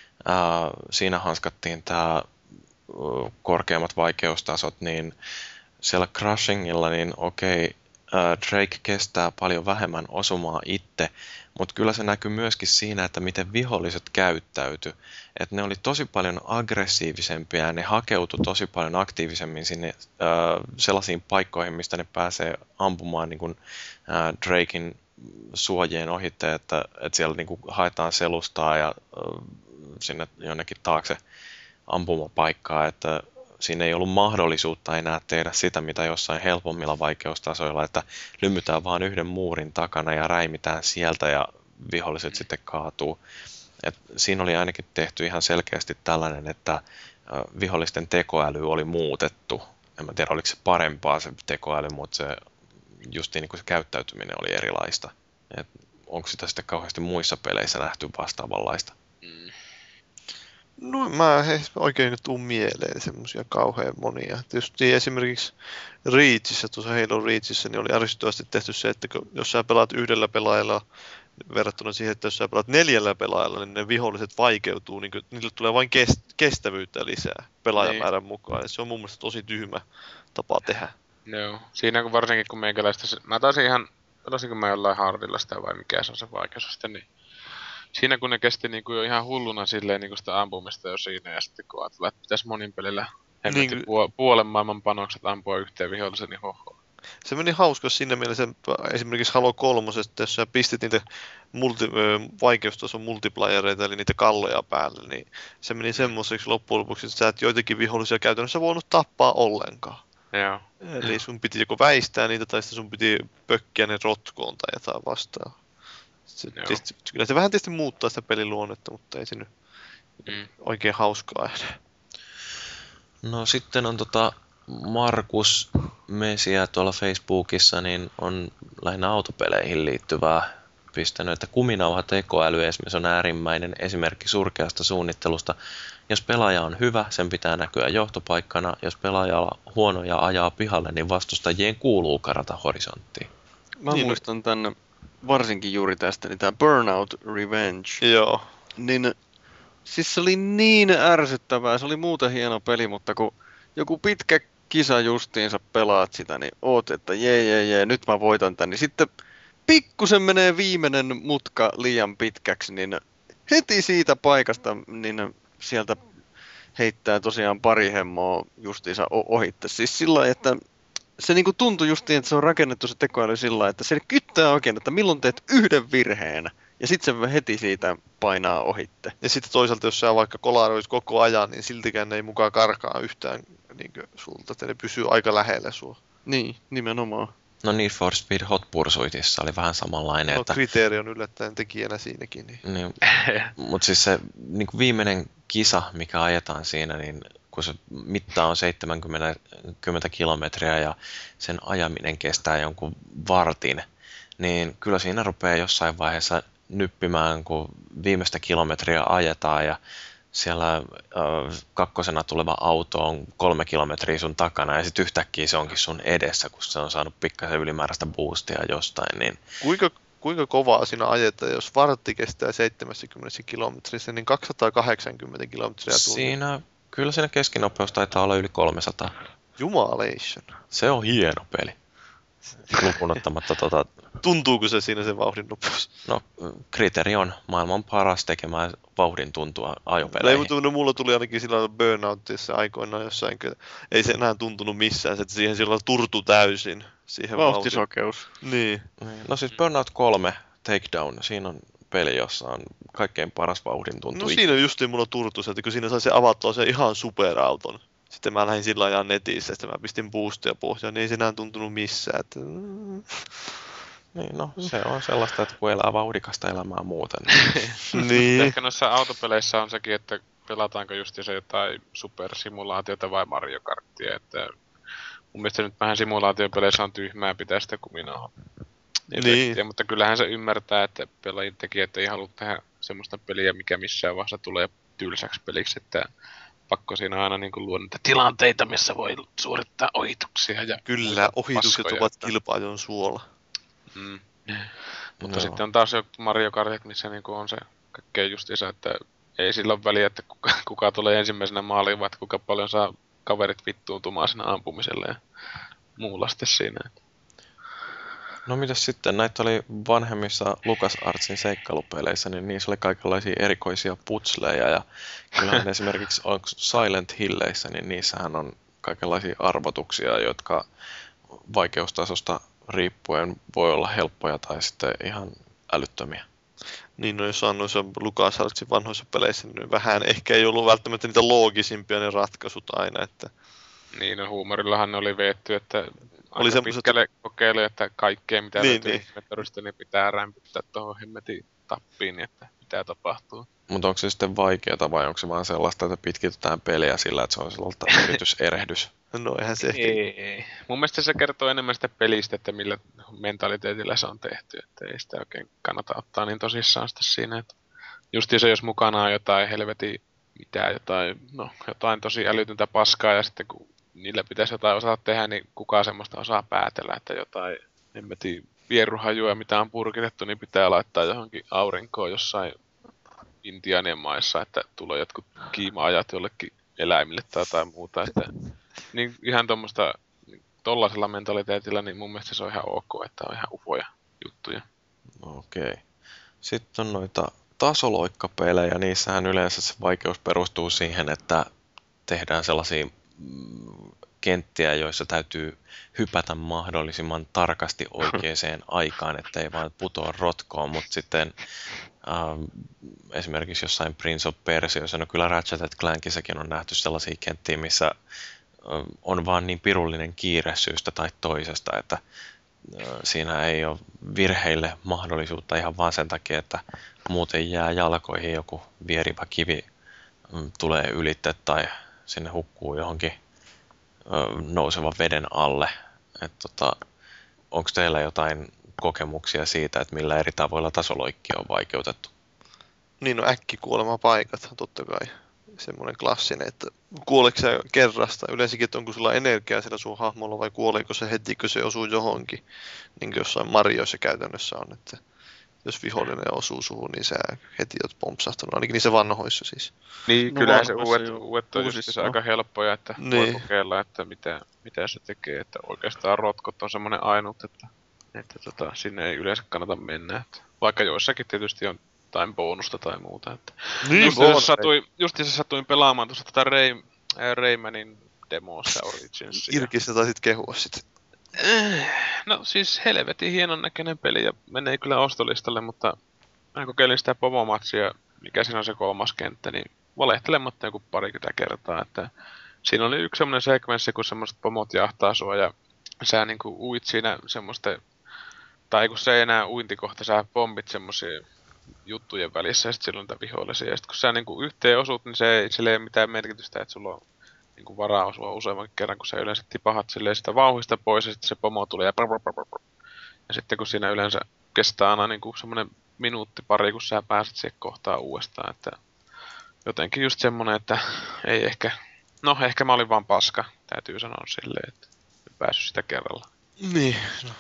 siinä hanskattiin tämä korkeammat vaikeustasot, niin siellä Crushingilla, niin okei, Drake kestää paljon vähemmän osumaa itse, mutta kyllä se näkyy myöskin siinä, että miten viholliset käyttäytyi. Että ne oli tosi paljon aggressiivisempia ja ne hakeutui tosi paljon aktiivisemmin sinne sellaisiin paikkoihin, mistä ne pääsee ampumaan niin kuin, Draken suojien ohitte, että siellä niin kuin haetaan selustaa ja sinne jonnekin taakse ampumapaikkaa, että siinä ei ollut mahdollisuutta enää tehdä sitä, mitä jossain helpommilla vaikeustasoilla, että lymytään vaan yhden muurin takana ja räimitään sieltä ja viholliset sitten kaatuu. Et siinä oli ainakin tehty ihan selkeästi tällainen, että vihollisten tekoäly oli muutettu. En mä tiedä, oliko se parempaa se tekoäly, mutta se, justiin niin kuin se käyttäytyminen oli erilaista. Et onko sitä sitten kauheasti muissa peleissä nähty vastaavanlaista? No mä oikein nyt tuu mieleen semmosia kauhean monia. Tietysti esimerkiksi Reachissä, tuossa Halo Reachissä, niin oli ärsyttävästi tehty se, että jos sä pelaat yhdellä pelaajalla verrattuna siihen, että jos sä pelaat 4 pelaajalla, niin ne viholliset vaikeutuu, niin niille tulee vain kestävyyttä lisää pelaajamäärän mukaan. Ja se on mun mielestä tosi tyhmä tapa tehdä. Joo, siinä kun varsinkin kun meikäläistä, mä taisin ihan pelasinko mä jollain hardilla sitä vai mikä se on se vaikeusaste, niin siinä kun ne kesti niinku jo ihan hulluna silleen niinku sitä ampumista jo siinä, ja sitten kun ajatellaan, että pitäisi monin pelillä hemmetti Niin. puolen maailman panokset ampua yhteen vihollisen, niin hoho. Se meni hauska siinä mielessä, esimerkiksi Halo 3, jos sä pistit niitä vaikeustason multiplayereita, eli niitä kalloja päälle, niin se meni semmoiseksi loppujen lopuksi, että sä et joitakin vihollisia käytännössä voinut tappaa ollenkaan. Joo. Eli sun piti joko väistää niitä, tai sitten sun piti pökkiä ne rotkoon tai jotain vastaan. Kyllä se vähän tietysti muuttaa sitä pelin luonnetta, mutta ei se nyt oikein hauskaa enää. No sitten on Markus Mesia tuolla Facebookissa, niin on lähinnä autopeleihin liittyvää pistänyt, että kuminauha tekoäly esimerkiksi on äärimmäinen esimerkki surkeasta suunnittelusta. Jos pelaaja on hyvä, sen pitää näkyä johtopaikkana. Jos pelaaja on huono ja ajaa pihalle, niin vastustajien kuuluu karata horisonttiin. Mä muistan tän varsinkin juuri tästä, niin tää Burnout Revenge. Joo. Niin, siis se oli niin ärsyttävää, se oli muuten hieno peli, mutta kun joku pitkä kisa justiinsa pelaat sitä, niin oot, että jee, nyt mä voitan tän, niin sitten pikkusen menee viimeinen mutka liian pitkäksi, niin heti siitä paikasta, niin sieltä heittää tosiaan pari hemmoa justiinsa ohitte. Siis sillä lailla, että se niinku tuntui justiin, että se on rakennettu se tekoäly sillä lailla, että se kyttää oikein, että milloin teet yhden virheen, ja sitten se heti siitä painaa ohitte. Ja sitten toisaalta, jos sä vaikka kolaroit koko ajan, niin siltikään ne ei mukaan karkaa yhtään niin sulta, että ne pysyy aika lähellä sua. Niin, nimenomaan. No Need for Speed Hot Pursuitissa oli vähän samanlainen. No että kriteeri on yllättäen tekijänä siinäkin. Niin, mutta siis se niin kuin viimeinen kisa, mikä ajetaan siinä, niin kun se mitta on 70 kilometriä ja sen ajaminen kestää jonkun vartin, niin kyllä siinä rupeaa jossain vaiheessa nyppimään, kun viimeistä kilometriä ajetaan ja siellä kakkosena tuleva auto on 3 kilometriä sun takana ja sitten yhtäkkiä se onkin sun edessä, kun se on saanut pikkasen ylimääräistä boostia jostain. Niin Kuinka kovaa siinä ajetaan, jos vartti kestää 70 kilometrissä, niin 280 kilometriä tuntia? Siinä, kyllä siinä keskinopeus taitaa olla yli 300. Jumalation. Se on hieno peli. Lukuun ottamatta Tuntuuko se siinä se vauhdin nopeus? No, kriteeri on maailman paras tekemään vauhdin tuntua Ei, ajopeleihin. mutta mulla tuli ainakin sillä Burnoutissa aikoinaan jossain, ei se enää tuntunut missään, että siihen silloin turtu täysin. Siihen Vauhtisokeus. Niin. No siis Burnout 3 Takedown, siinä on peli, jossa on kaikkein paras vauhdin tuntu. No siinä justiin mulla turtus, että kun siinä sai se avattua se ihan superauton. Sitten mä lähdin sillä ajan netissä, että mä pistin boostia pohjaan, niin ei se enää tuntunut missään. Että... Niin, no se on sellaista, että kun elää vauhdikasta elämää muuten. Niin. Ehkä noissa autopeleissä on sekin, että pelataanko justiinsa jotain supersimulaatiota vai Mario Karttia, että mun mielestä nyt vähän simulaatiopeleissä on tyhmää pitää sitä kuminaa. Niin. Mutta kyllähän se ymmärtää, että pelaajien tekijät ei halua tehdä semmoista peliä, mikä missään vaiheessa tulee tylsäksi peliksi, että pakko siinä aina niin kuin luoda niitä tilanteita, missä voi suorittaa ohituksia. Ja kyllä, ohitukset ovat kilpa-ajon suola. Mutta sitten on taas jo Mario Kartit, missä niin kuin on se kaikkein justiinsa, että ei sillä ole väliä, että kuka tulee ensimmäisenä maaliin, vaan kuinka paljon saa kaverit vittuuntumaan siinä ampumiselle ja muulla sitten siinä. No mitäs sitten, näitä oli vanhemmissa LucasArtsin seikkailupeleissä, niin niissä oli kaikenlaisia erikoisia putsleja ja kyllähän esimerkiksi Silent Hilleissä, niin niissähän on kaikenlaisia arvotuksia, jotka vaikeustasosta riippuen voi olla helppoja tai sitten ihan älyttömiä. Niin, no jos on noissa LucasArtsin vanhoissa peleissä, niin vähän ehkä ei ollut välttämättä niitä loogisimpia ne ratkaisut aina, että... Niin, no huumorillahan ne oli veetty, että oli semmoiset... pitkälle kokeilu, että kaikkea mitä löytyy niin. ihmettorista, niin pitää rämpyttää tuohon hemmetin tappiin, niin että mitä tapahtuu. Mutta onko se sitten vaikeaa vai onko se vaan sellaista, että pitkitetään peliä sillä, että se on sellaista yrityserehdys? No eihän se ehkä... Ei. Mun mielestä se kertoo enemmän sitä pelistä, että millä mentaliteetillä se on tehty, että ei sitä oikein kannata ottaa niin tosissaan sitä siinä, että justiin se, jos mukana on jotain helvetin jotain tosi älytöntä paskaa ja sitten kun niillä pitäisi jotain osata tehdä, niin kukaan semmoista osaa päätellä, että jotain vieruhajua, mitä on purkitettu, niin pitää laittaa johonkin aurinkoon jossain Intianien maissa, että tulee jotkut kiima-ajat jollekin eläimille tai jotain muuta. Että, niin ihan tuollaisella mentaliteetillä, niin mun mielestä se on ihan ok, että on ihan ufoja. juttuja. Okei. Sitten on noita tasoloikkapelejä. Niissähän yleensä se vaikeus perustuu siihen, että tehdään sellaisia kenttiä, joissa täytyy hypätä mahdollisimman tarkasti oikeaan aikaan, ettei vaan putoa rotkoon, mutta sitten esimerkiksi jossain Prince of Persiassa, no kyllä Ratchet & Clankissakin on nähty sellaisia kenttiä, missä on vaan niin pirullinen kiire syystä tai toisesta, että siinä ei ole virheille mahdollisuutta ihan vaan sen takia, että muuten jää jalkoihin joku vierivä kivi tulee ylitte tai sinne hukkuu johonkin nousevan veden alle. Onko teillä jotain kokemuksia siitä, että millä eri tavoilla tasoloikkia on vaikeutettu? Niin no äkkikuolemapaikat, totta kai. Semmoinen klassinen, että kuoleeko se kerrasta? Yleensäkin, että onko sulla energiaa siellä sun hahmolla vai kuoleeko se heti, kun se osuu johonkin? Niin kuin jossain Marioissa käytännössä on, että jos vihollinen osuu suhun, niin sä heti oot pompsahtanut, ainakin niissä vanhoissa siis. Niin, No kyllä se vanhoissa uudet on uusissa. just aika helppoja, että voi Niin. kokeilla, että mitä se tekee. Että oikeastaan rotkot on semmoinen ainut, että sinne ei yleensä kannata mennä. Että vaikka joissakin tietysti on jotain bonusta tai muuta. Että Niin, justiinsa satuin pelaamaan tuossa Raymanin demossa Originsia. Irkistä taisit kehua sit. No siis helvetin hienon näköinen peli ja menee kyllä ostolistalle, mutta mä kokeilin sitä pomomatsia, mikä siinä on se 3. kenttä, niin valehtelematta joku parikymmentä kertaa, että siinä oli yksi semmoinen sekvenssi, kun semmoiset pomot jahtaa sua ja sä niinku uit siinä semmoisten, tai kun se ei enää uintikohta, sä pommit semmosia juttujen välissä ja sit silloin niitä vihollisia. Ja sit kun sä niinku yhteen osut, niin sillä ei ole mitään merkitystä, että sulla on niinku varaa osua useamman kerran, kun sä yleensä tipahat silleen sitä vauhista pois ja sitten se pomo tulee ja ja sitten kun siinä yleensä kestää aina niinku semmonen minuutti pari, kun sä pääset siihen kohtaan uudestaan, että jotenkin just semmonen, että ei ehkä, no ehkä mä olin vaan paska, täytyy sanoa silleen, että en päässyt sitä kerralla. Niin, no,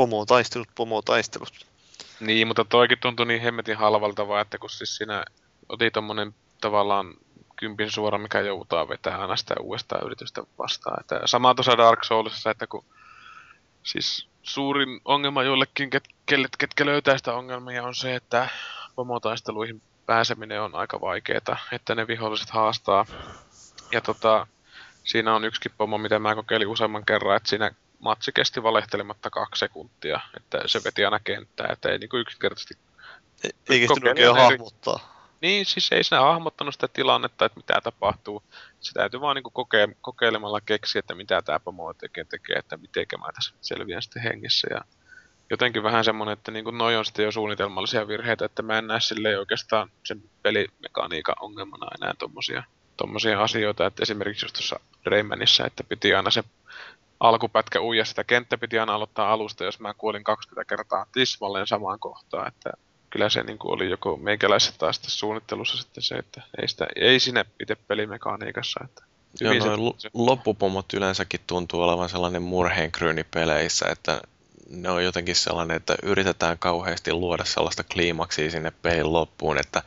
pomotaistelut. Niin, mutta toikin tuntui niin hemmetin halvalta vaan, että kun siis siinä otin tommonen tavallaan kympin suora, mikä joutaa vetää aina sitä uudestaan yritystä vastaan. Että sama tuossa Dark Soulsissa, että kun siis suurin ongelma joillekin, ketkä löytää sitä ongelmia, on se, että pomotaisteluihin pääseminen on aika vaikeeta, että ne viholliset haastaa. Ja siinä on yksikin pomo, mitä mä kokeilin useamman kerran, että siinä matsi kesti valehtelematta 2 sekuntia, että se veti aina kenttää, että ei niinku yksinkertaisesti Ei kestänyt oikein hahmottaa. Niin, siis ei siinä hahmottanut sitä tilannetta, että mitä tapahtuu. Se täytyy vaan niinku kokeilemalla keksiä, että mitä tää pomo tekee, että mitenkä mä tässä selviän sitten hengissä. Ja jotenkin vähän semmonen, että niinku noi on sitten jo suunnitelmallisia virheitä, että mä en näe silleen oikeastaan sen pelimekaniikan ongelmana enää tommosia asioita. Että esimerkiksi just tuossa Raymanissa, että piti aina se alkupätkä uija sitä kenttä piti aina aloittaa alusta, jos mä kuolin 20 kertaa tismalleen samaan kohtaan, että kyllä se niinku oli joko meikäläisessä tai sitten suunnittelussa sitten se, että ei siinä itse pelimekaniikassa. Että Joo, noin loppupomot yleensäkin tuntuu olevan sellainen murheenkryyni peleissä, että ne on jotenkin sellainen, että yritetään kauheasti luoda sellaista kliimaksia sinne pelin loppuun, että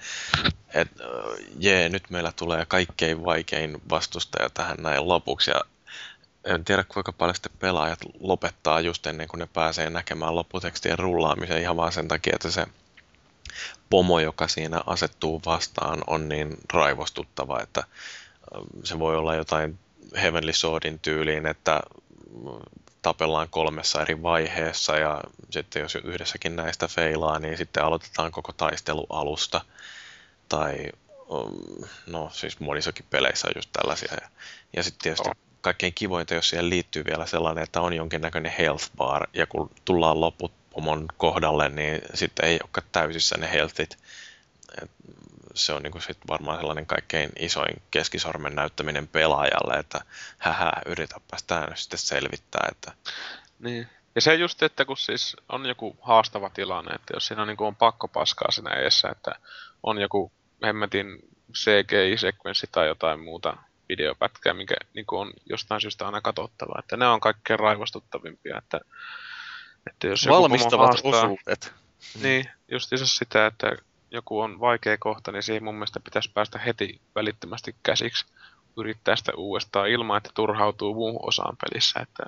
nyt meillä tulee kaikkein vaikein vastustaja tähän näin lopuksi, ja en tiedä kuinka paljon sitten pelaajat lopettaa just ennen kuin ne pääsee näkemään lopputekstien rullaamisen ihan vaan sen takia, että se pomo, joka siinä asettuu vastaan, on niin raivostuttava, että se voi olla jotain Heavenly Swordin tyyliin, että tapellaan 3 eri vaiheessa ja sitten jos yhdessäkin näistä feilaa, niin sitten aloitetaan koko taistelu alusta. Tai no siis monissakin peleissä on just tällaisia. Ja sitten tietysti kaikkein kivointa, jos siihen liittyy vielä sellainen, että on jonkinnäköinen health bar, ja kun tullaan loppupomon kohdalle, niin sitten ei olekaan täysissä ne healthit. Se on niin kuin sit varmaan sellainen kaikkein isoin keskisormen näyttäminen pelaajalle, että yritäpäs tää nyt sitten selvittää. Että... Niin. Ja se just, että kun siis on joku haastava tilanne, että jos siinä on pakko paskaa siinä edessä, että on joku hemmetin CGI-sekvenssi tai jotain muuta videopätkää, mikä niin on jostain syystä aina katsottava, että ne on kaikkein raivostuttavimpia, että jos joku valmistavat haastaa, osuudet. Niin, justiinsa sitä, että joku on vaikea kohta, niin siihen mun mielestä pitäisi päästä heti välittömästi käsiksi, yrittää sitä uudestaan ilman, että turhautuu muuhun osaan pelissä, että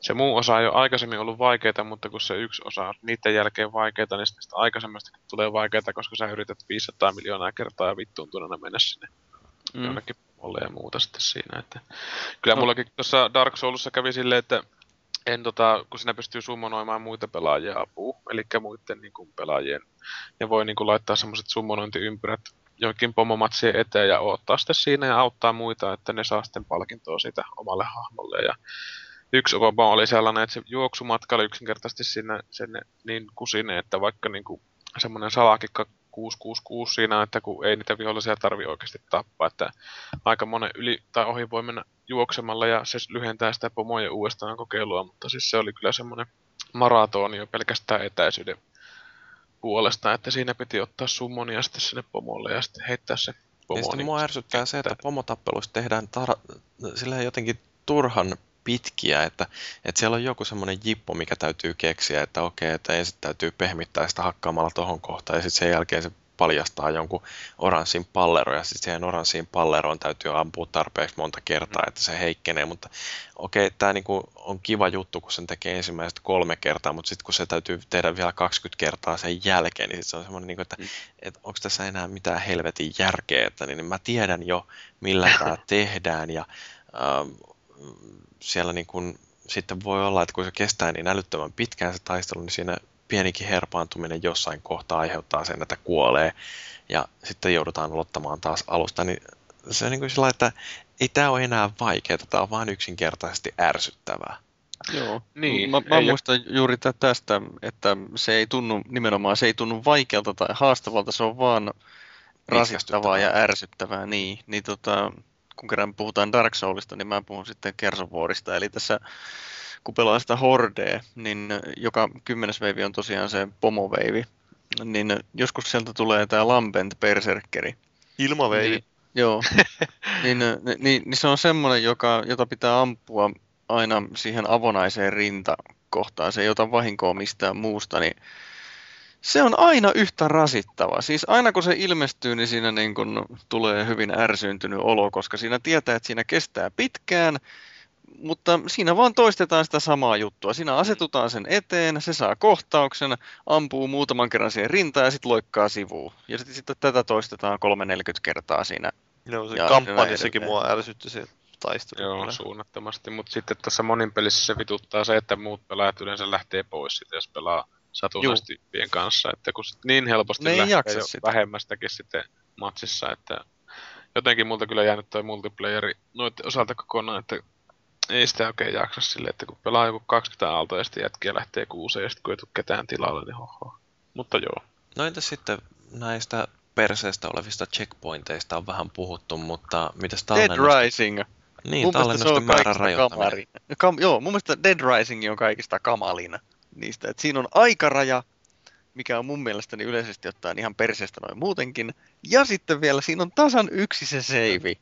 se muu osa ei ole aikaisemmin ollut vaikeaa, mutta kun se yksi osa on niiden jälkeen vaikeaa, niin sitä aikaisemmastakin tulee vaikeaa, koska sä yrität 500 miljoonaa kertaa ja vittuuntuneena mennä sinne jonnekin puolelle ja muuta sitten siinä. Että kyllä mullakin tuossa Dark Soulsissa kävi silleen, että kun siinä pystyy summonoimaan muita pelaajia apuun, eli muiden niin kuin, pelaajien, ja voi niin kuin, laittaa semmoiset summonointiympyrät joihinkin pomomatsien eteen ja odottaa sitten siinä ja auttaa muita, että ne saa sitten palkintoa siitä omalle hahmolle. Ja yksi pomo oli sellainen, että se juoksumatka oli yksinkertaisesti sinne niin kusinen, että vaikka niin kuin, semmoinen salakikka 666 siinä, että kun ei niitä vihollisia tarvitse oikeasti tappaa, että aika monen yli tai ohi voi mennä juoksemalla ja se lyhentää sitä pomojen uudestaan kokeilua, mutta siis se oli kyllä semmoinen maratoni jo pelkästään etäisyyden puolesta, että siinä piti ottaa summonia sitten sinne pomolle ja sitten heittää se pomo. Ja sitten mua ärsyttää se, että pomotappeluista tehdään silleen jotenkin turhan pitkiä, että siellä on joku semmoinen jippo, mikä täytyy keksiä, että okei, että ensin täytyy pehmittää sitä hakkaamalla tohon kohtaan ja sitten sen jälkeen se paljastaa jonkun oranssin palleron ja sitten siihen oranssiin palleroon täytyy ampua tarpeeksi monta kertaa, että se heikkenee, mutta okei, tämä niinku on kiva juttu, kun sen tekee ensimmäiset 3 kertaa, mutta sitten kun se täytyy tehdä vielä 20 kertaa sen jälkeen, niin sit se on semmoinen, niinku, että onko tässä enää mitään helvetin järkeä, että niin mä tiedän jo, millä tämä tehdään ja siellä niin kun, sitten voi olla, että kun se kestää niin älyttömän pitkään se taistelu, niin siinä pienikin herpaantuminen jossain kohtaa aiheuttaa sen, että kuolee ja sitten joudutaan aloittamaan taas alusta, niin se on niin kuin sillä, että ei tämä ole enää vaikeaa, tämä on vaan yksinkertaisesti ärsyttävää. Joo, niin. Mä muistan juuri tästä, että se ei tunnu vaikealta tai haastavalta, se on vaan rasittavaa ja ärsyttävää, niin kun kerran puhutaan Dark Soulista, niin mä puhun sitten Gears of Warista. Eli tässä, kun pelaa sitä Hordea, niin joka 10. veivi on tosiaan se pomoveivi. Niin joskus sieltä tulee tää Lambent Berserkeri. Ilmaveivi. Niin, joo. niin se on semmoinen, jota pitää ampua aina siihen avonaiseen rintakohtaan. Se ei ota vahinkoa mistään muusta, niin se on aina yhtä rasittava. Siis aina kun se ilmestyy, niin siinä niin kun tulee hyvin ärsyyntynyt olo, koska siinä tietää, että siinä kestää pitkään, mutta siinä vaan toistetaan sitä samaa juttua. Siinä asetutaan sen eteen, se saa kohtauksen, ampuu muutaman kerran siihen rintaan ja sitten loikkaa sivuun. Ja sitten tätä toistetaan 30-40 kertaa siinä. No se kampanjassakin mua ärsytti se taistelu. Joo, suunnattomasti, mutta sitten tuossa monin pelissä se vituttaa se, että muut pelaajat yleensä lähtee pois sitten, jos pelaa satunnastyyppien kanssa, että kun niin helposti lähtee jo sitä vähemmästäkin sitten matsissa, että jotenkin multa kyllä jäänyt toi multiplayeri noiden osalta kokonaan, että ei sitä oikein jaksa silleen, että kun pelaa joku 20 aaltoa ja sitten jätkiä lähtee kuuseen ja sitten kun ei tule ketään tilalle, niin hoho. Mutta joo. No entäs sitten näistä perseestä olevista checkpointeista on vähän puhuttu, mutta mitäs tallennusta? Dead Rising. Niin, tallennusten määrän rajoittaminen. Joo, mun mielestä Dead Rising on kaikista kamalin niistä. Et siinä on aikaraja, mikä on mun mielestäni yleisesti ottaen ihan perseestä noin muutenkin. Ja sitten vielä siinä on tasan yksi se save.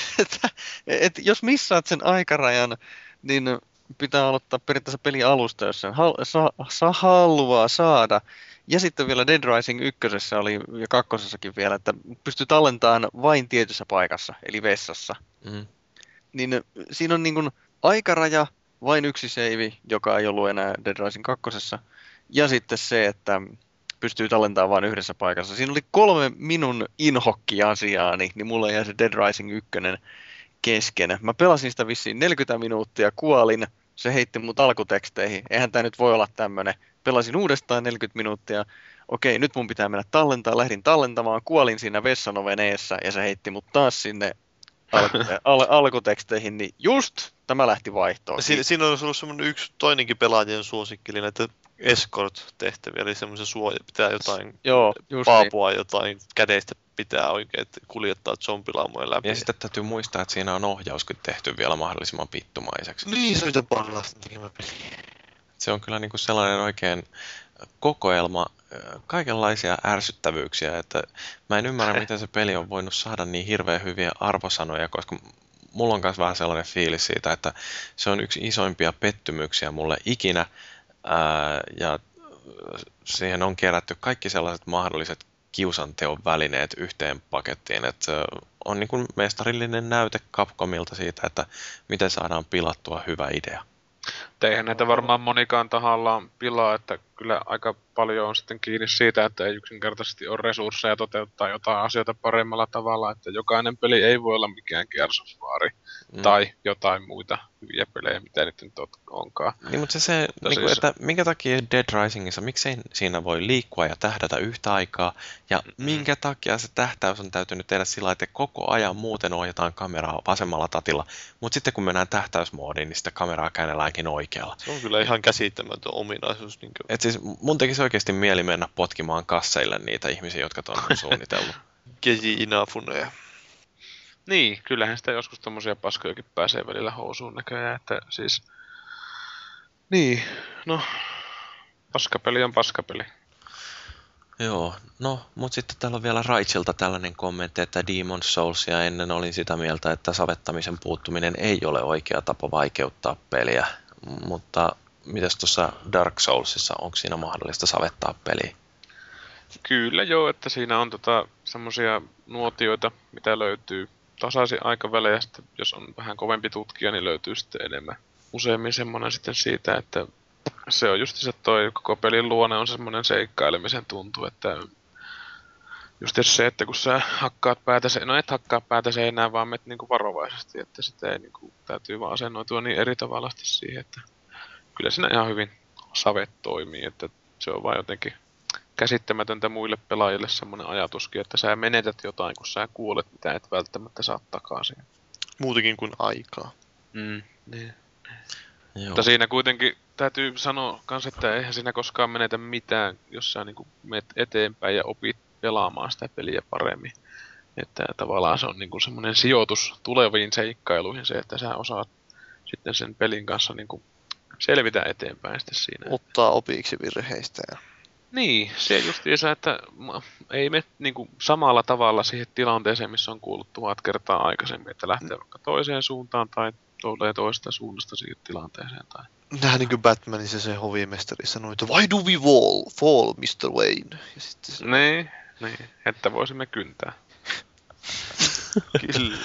et jos missaat sen aikarajan, niin pitää aloittaa periaatteessa peli alusta, jos sen haluaa saada. Ja sitten vielä Dead Rising 1 oli ja 2 vielä, että pystyy tallentamaan vain tietyssä paikassa, eli vessassa. Niin siinä on niin kuin aikaraja, vain yksi save, joka ei ollut enää Dead Rising 2. Ja sitten se, että pystyy tallentamaan vain yhdessä paikassa. Siinä oli 3 minun inhokki-asiaani, niin mulla jäi se Dead Rising 1 kesken. Mä pelasin sitä vissiin 40 minuuttia, kuolin, se heitti mut alkuteksteihin. Eihän tää nyt voi olla tämmönen. Pelasin uudestaan 40 minuuttia. Okei, nyt mun pitää mennä tallentaa. Lähdin tallentamaan, kuolin siinä vessanoven eessä ja se heitti mut taas sinne alkuteksteihin, niin just tämä lähti vaihtoon. Siinä on ollut semmoinen yksi toinenkin pelaajien suosikki, eli näitä escort-tehtäviä, eli semmoisen suoja, pitää jotain paapua, niin. Jotain kädeistä pitää oikein kuljettaa zombilaumojen läpi. Ja sitten täytyy muistaa, että siinä on ohjauskin tehty vielä mahdollisimman pittumaiseksi. Niin, se on mitä parasta tekemään peliä. Se on kyllä niinku sellainen oikein kokoelma kaikenlaisia ärsyttävyyksiä, että mä en ymmärrä, miten se peli on voinut saada niin hirveän hyviä arvosanoja, koska mulla on myös vähän sellainen fiilis siitä, että se on yksi isoimpia pettymyksiä mulle ikinä, ja siihen on kerätty kaikki sellaiset mahdolliset kiusanteon välineet yhteen pakettiin, että se on niin kuin mestarillinen näyte Capcomilta siitä, että miten saadaan pilattua hyvä idea. Eihän näitä varmaan monikaan tahallaan pilaa, että kyllä aika paljon on sitten kiinni siitä, että ei yksinkertaisesti ole resursseja toteuttaa jotain asioita paremmalla tavalla, että jokainen peli ei voi olla mikään Gears of War tai jotain muita hyviä pelejä, mitä nyt onkaan. Niin, mutta se niin kuin, että minkä takia Dead Risingissa, miksei siinä voi liikkua ja tähdätä yhtä aikaa, ja minkä takia se tähtäys on täytynyt tehdä sillä, että koko ajan muuten ohjataan kameraa vasemmalla tatilla, mutta sitten kun mennään tähtäysmoodiin, niin sitä kameraa käännelläänkin oikealla. Se on kyllä ihan käsittämätön ominaisuus. Niin et siis mun tekisi oikeasti mieli mennä potkimaan kasseille niitä ihmisiä, jotka tuon on suunnitellut. Keji Inafuneja. Niin, kyllähän sitä joskus tommosia paskojakin pääsee välillä housuun näköjään, että siis... Niin, no... Paskapeli on paskapeli. Joo, no, mutta sitten täällä on vielä Raitsilta tällainen kommentti, että Demon's Soulsia ennen olin sitä mieltä, että savettamisen puuttuminen ei ole oikea tapa vaikeuttaa peliä, mutta mitäs tuossa Dark Soulsissa, onko siinä mahdollista savettaa peliä? Kyllä joo, että siinä on semmosia nuotioita, mitä löytyy tasaisin aikavälein, ja sitten jos on vähän kovempi tutkija, niin löytyy sitten enemmän. Useimmin semmoinen sitten siitä, että se on just se toi koko pelin luonne on semmoinen seikkailemisen tuntu, että just se, että kun sä hakkaat päätä, no et hakkaa päätä seinään, vaan menet niinku varovaisesti, että sitä ei niinku, täytyy vaan asennoitua niin eri tavalla siihen, että kyllä siinä ihan hyvin savet toimii, että se on vaan jotenkin käsittämätöntä muille pelaajille semmoinen ajatuskin, että sä menetät jotain, kun sä kuolet, mitä et välttämättä saa takaisin. Muutenkin kuin aikaa. Niin. Joo. Mutta siinä kuitenkin täytyy sanoa kans, että eihän siinä koskaan menetä mitään, jos sä niinku menet eteenpäin ja opit pelaamaan sitä peliä paremmin. Että tavallaan se on niinku semmoinen sijoitus tuleviin seikkailuihin se, että sä osaat sitten sen pelin kanssa niinku selvitä eteenpäin sitten siinä. Ottaa opiksi virheistä. Ja... Niin, se justiinsa, että ei me niinku samalla tavalla siihen tilanteeseen, missä on kuullut 1000 kertaa aikaisemmin, että lähtee vaikka toiseen suuntaan tai tulee toista suunnasta siihen tilanteeseen. Tai... Nähdään niin kuin Batmanissa se hovimestari sanoi, että why do we fall, Mr. Wayne? Ja sitten se... Niin, että voisimme kyntää. Kyllä.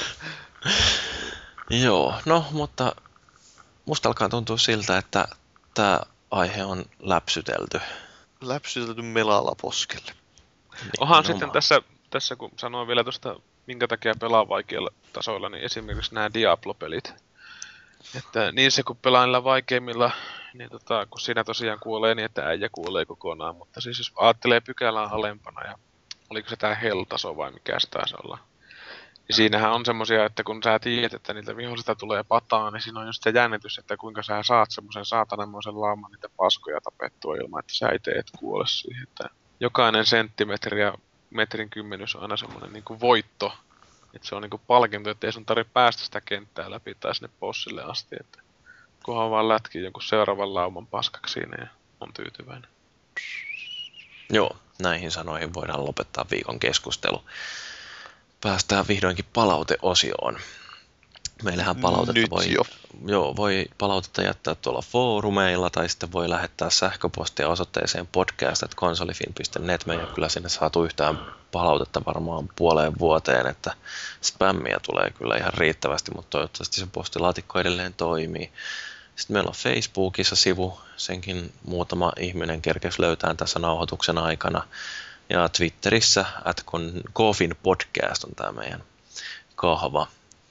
Joo, no, mutta musta alkaa tuntua siltä, että tämä aihe on läpsytelty. Läpsytelty melalla poskelle. Onhan sitten tässä, kun sanoin vielä tuosta, minkä takia pelaa vaikeilla tasoilla, niin esimerkiksi nämä Diablo-pelit. Että niin se, kun pelaa niillä vaikeimmilla, niin kun siinä tosiaan kuolee niin, että äijä kuolee kokonaan. Mutta siis jos ajattelee pykälää alempana, ja oliko se tää Hell-taso vai mikä se taisi olla, niin siinähän on semmosia, että kun sä tiedät, että niiltä vihollisilta tulee pataa, niin siinä on just se jännitys, että kuinka sä saat semmoisen saatananmoisen lauman niitä paskoja tapettua ilman, että sä itse et kuole siihen. Että jokainen senttimetri ja metrin kymmenys on aina semmoinen niin kuin voitto. Että se on niin kuin palkinto, että ei sun tarvitse päästä sitä kenttää läpi tai sinne bossille asti. Että kunhan vaan lätkii jonkun seuraavan lauman paskaksi siinä ja on tyytyväinen. Joo, näihin sanoihin voidaan lopettaa viikon keskustelu. Päästään vihdoinkin palauteosioon. Meillähän palautetta voi palautetta jättää tuolla foorumeilla tai sitten voi lähettää sähköpostia osoitteeseen podcast@konsolifin.net. Me ei ole kyllä sinne saatu yhtään palautetta varmaan puoleen vuoteen, että spämmiä tulee kyllä ihan riittävästi, mutta toivottavasti se postilaatikko edelleen toimii. Sitten meillä on Facebookissa sivu, senkin muutama ihminen kerkesi löytää tässä nauhoituksen aikana. Ja Twitterissä @kofinpodcast on tämä meidän kahva.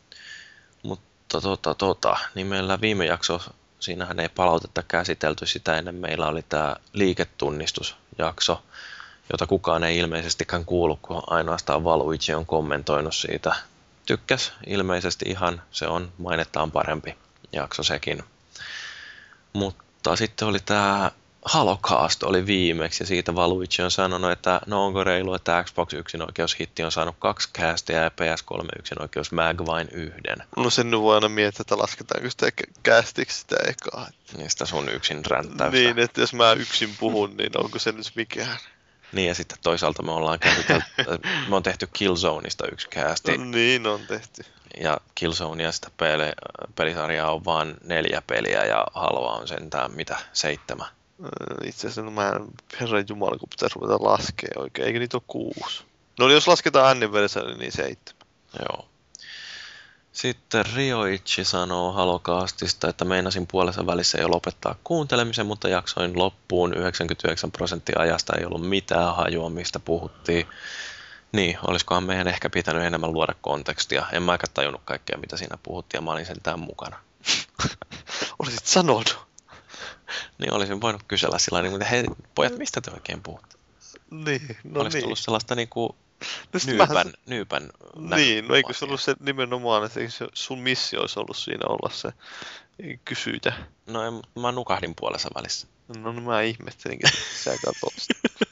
Mutta niin meillä viime jakso, siinähän ei palautetta käsitelty, sitä ennen meillä oli tämä liiketunnistusjakso, jota kukaan ei ilmeisestikään kuulu, kun ainoastaan Valuigi on kommentoinut siitä. Tykkäs ilmeisesti ihan, se on mainettaan parempi jakso sekin. Mutta sitten oli tämä Halocast oli viimeksi ja siitä Valuigi on sanonut, että no onko reilu, että Xbox yksinoikeushitti on saanut 2 castia ja PS3 yksinoikeus Mag vain 1. No sen nyt voi aina miettiä, että lasketaanko sitä castiksi sitä ekaa. Niin sitä sun yksin ränttäystä. Niin, että jos mä yksin puhun, niin onko se nyt mikään? Niin ja sitten toisaalta me ollaan me on tehty Killzoneista 1 casti. No, niin on tehty. Ja Killzone ja sitä pelisarjaa on vaan 4 peliä ja Haloa on sentään 7. Itse asiassa herran jumala, kun pitäisi ruveta laskea oikein, eikö niitä ole 6? No jos lasketaan anniversary, niin 7. Joo. Sitten Rioichi sanoo Halokaastista, että meinasin puolessa välissä jo lopettaa kuuntelemisen, mutta jaksoin loppuun 99% ajasta ei ollut mitään hajua, mistä puhuttiin. Niin, olisikohan meidän ehkä pitänyt enemmän luoda kontekstia. En mäkään tajunnut kaikkea, mitä siinä puhuttiin, ja mä olin sentään mukana. Olisit sanonut. Niin olisin voinut kysellä sillä tavalla, että hei pojat, mistä te oikein puhutte? Niin, no Olisi niin. tullut sellaista niinku No sit nyypän niin, no eikö se näkökulmaa ollut se nimenomaan, että eikö se sun missio olisi ollut siinä olla se kysyjä? No mä nukahdin puolessa välissä. No mä ihmettelinkin, että sä katot sitä.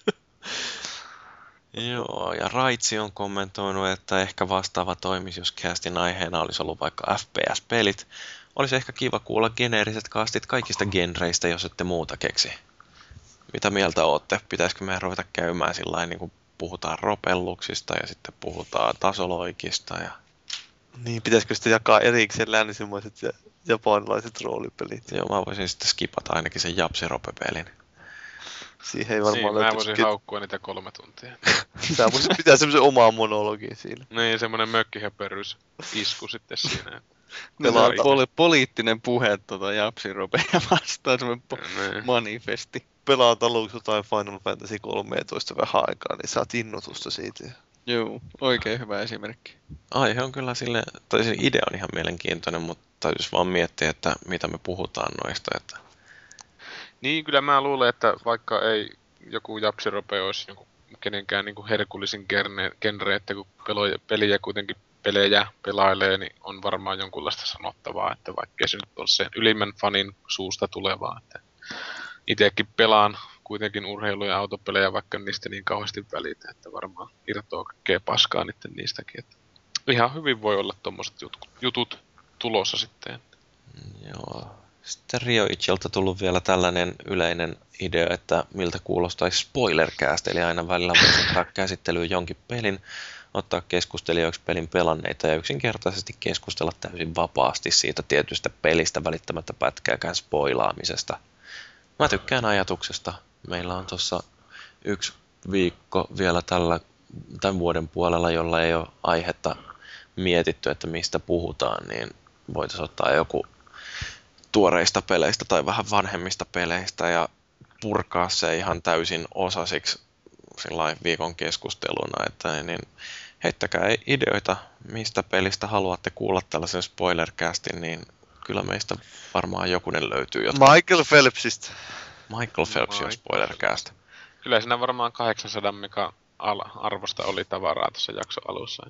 Joo, ja Raitsi on kommentoinut, että ehkä vastaava toimisi, jos castin aiheena olisi ollut vaikka FPS-pelit. Olisi ehkä kiva kuulla geneeriset castit kaikista genreistä, jos ette muuta keksi. Mitä mieltä ootte? Pitäisikö meidän ruveta käymään sillain, niin kuin puhutaan ropelluksista ja sitten puhutaan tasoloikista ja... Niin, pitäisikö sitten jakaa erikseen länsimaiset ja japanilaiset roolipelit? Joo, mä voisin sitten skipata ainakin sen japsiropepelin. Siihen ei varmaan Mä voisin haukkua niitä 3 tuntia. Sä voisit pitää semmoisen omaa monologin siinä. Niin, semmonen mökkihöpörys isku sitten siinä. Poliittinen puhe Japsiropeja vastaan, semmoinen Niin. manifesti. Pelaat aluksi jotain Final Fantasy 13 vähän aikaa, niin saat innotusta siitä. Joo, oikein hyvä esimerkki. Aihe on kyllä sille, tai se idea on ihan mielenkiintoinen, mutta täytyisi vaan miettiä, että mitä me puhutaan noista. Että... Niin, kyllä mä luulen, että vaikka ei joku japsirope olisi joku kenenkään niin kuin herkullisin genre, että kun pelejä pelailee, niin on varmaan jonkunlaista sanottavaa, että vaikka se nyt ole sen ylimmän fanin suusta tulevaa. Että itsekin pelaan kuitenkin urheilu- ja autopelejä, vaikka niistä niin kauheasti välitä, että varmaan irtoaa kaikkea paskaa niistäkin. Että ihan hyvin voi olla tommoset jutut tulossa sitten. Joo. Sitten Rioichilta tullut vielä tällainen yleinen idea, että miltä kuulostaisi spoilercast, eli aina välillä voisi ottaa käsittelyyn jonkin pelin, ottaa keskustelijoiksi pelin pelanneita ja yksinkertaisesti keskustella täysin vapaasti siitä tietystä pelistä välittämättä pätkääkään spoilaamisesta. Mä tykkään ajatuksesta. Meillä on tuossa 1 viikko vielä tämän vuoden puolella, jolla ei ole aihetta mietitty, että mistä puhutaan, niin voitaisiin ottaa joku tuoreista peleistä tai vähän vanhemmista peleistä ja purkaa se ihan täysin osasiksi sillain viikon keskusteluna, että niin heittäkää ideoita, mistä pelistä haluatte kuulla tällaisen spoilercastin, niin kyllä meistä varmaan jokunen löytyy. Michael Phelpsistä. Michael Phelps on spoilercast. Kyllä siinä varmaan 800 mikä arvosta oli tavaraa tuossa jakson alussa.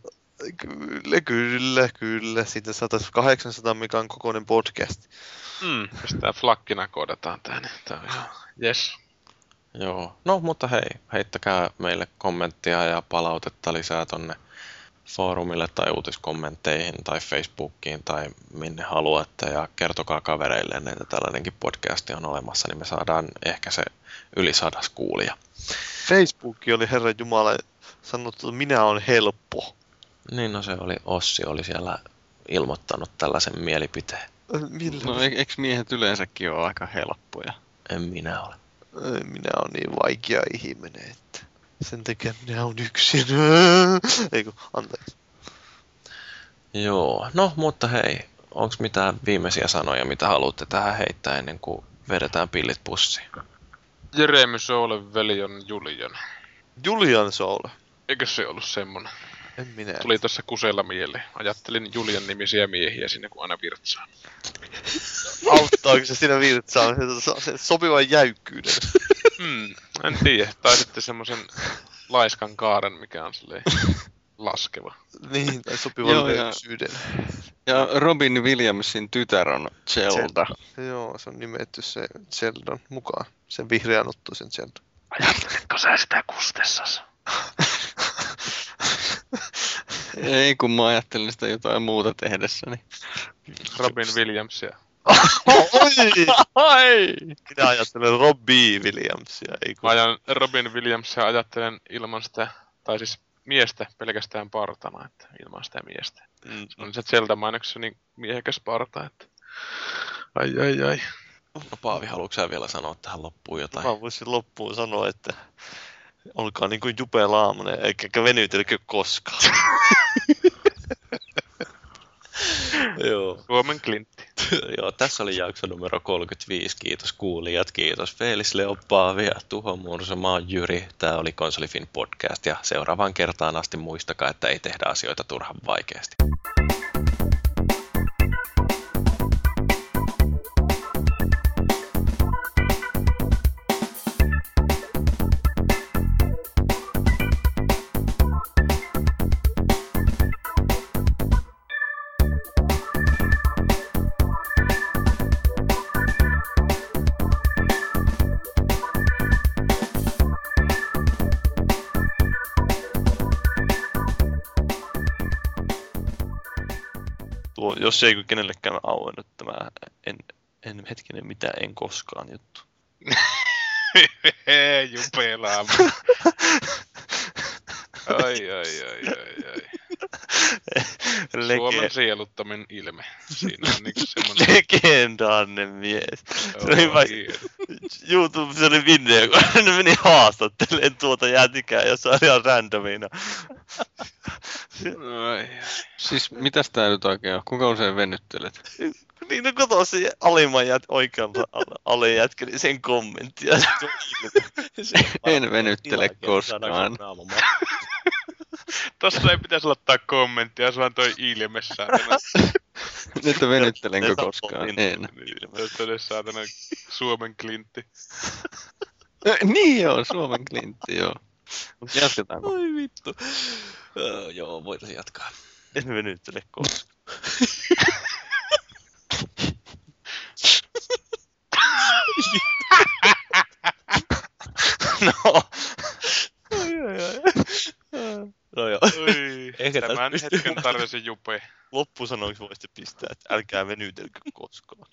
Kyllä. Siitä saataisiin 800 mikan kokoinen podcast. Sitä flakkina koodataan tää, niin tää on ihan jes. Joo, no mutta hei, heittäkää meille kommenttia ja palautetta lisää tonne foorumille tai uutiskommentteihin tai Facebookiin tai minne haluatte ja kertokaa kavereille, että tällainenkin podcast on olemassa, niin me saadaan ehkä se yli 100 kuulija. Facebook oli Herran Jumala sanonut, että minä olen helppo. Niin no Ossi oli siellä ilmoittanut tällaisen mielipiteen. No eikö miehet yleensäkin ole aika helppoja? En minä ole. Minä olen niin vaikea ihminen, että sen takia minä olen yksin. Eiku, anteeksi. Joo, no mutta hei, onko mitään viimeisiä sanoja, mitä haluatte tähän heittää ennen kuin vedetään pillit pussiin? Jeremy Soulen veli on Julian. Julian Soule. Eikö se ollut semmonen? En minä. Tuli tuossa kuseella mieleen. Ajattelin Julian nimisiä miehiä sinne, kun aina virtsaa. Auttaako se siinä virtsaa sen sopivan jäykkyyden? En tiedä. Tai sitten semmosen laiskan kaaren, mikä on silleen laskeva. Niin, tai sopivan löyksyyden. Ja Robin Williamsin tytär on Zelda. Joo, se on nimetty se Zeldan mukaan. Sen vihreän ottoisen Zelda. Ajattelitko sä sitä kustessas? Ei, kun mä ajattelin sitä jotain muuta tehdessäni. Robin Williamsia. Oi! Minä ajattelen Robbie Williamsia. Ei kun... Robin Williamsia ajattelen ilman sitä, tai siis miestä pelkästään partana, että ilman sitä miestä. Se on se Zelda-mainoksessa niin miehekäs parta, että ai. No Paavi, haluatko sä vielä sanoa tähän loppuun jotain? Mä voisin loppuun sanoa, että olkaa niin kuin Jupe Laamonen, eikä venytelkö koskaan. Joo. Suomen Clintti. Joo, tässä oli jakso numero 35. Kiitos kuulijat, kiitos Felis Leoppaavi ja Tuho Murso. Mä oon Jyri. Tää oli Konsolifin podcast ja seuraavaan kertaan asti muistakaa, että ei tehdä asioita turhan vaikeasti. Jos ei kenellekään auennut tämä hetkinen mitä en koskaan juttu. Jupelaamu. Ai. Suomen sieluttomin ilme. Siinä on niinku semmonen... Legendaarinen mies. Se oli YouTube, se oli video, kun ne meni haastatteleen tuota jätikää, jos on ihan randomina. Siis mitäs tää nyt oikein on? Kuinka usein venyttelet? Niin, no kato se alimman oikealla alejätkä, sen kommenttia. En venyttele koskaan. Tossa ei pitäisi laittaa kommenttia, se vaan toi ilme saatana. Nyt venyttelenkö koskaan? En. Tuossa edes saatana Suomen Clintti. Niin joo, Suomen Clintti, joo. Mut jatketaanko? Oi vittu. Joo, voitaisiin jatkaa. En venyttele koskaan. No. No joo. Oi, tämän hetken tarjosi Jupe. Loppusanoiksi voisitte pistää, että älkää venytelkö koskaan.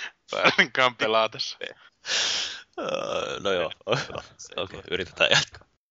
Ainakaan pelaa tässä. No joo. Okei, yritetään jatkaa.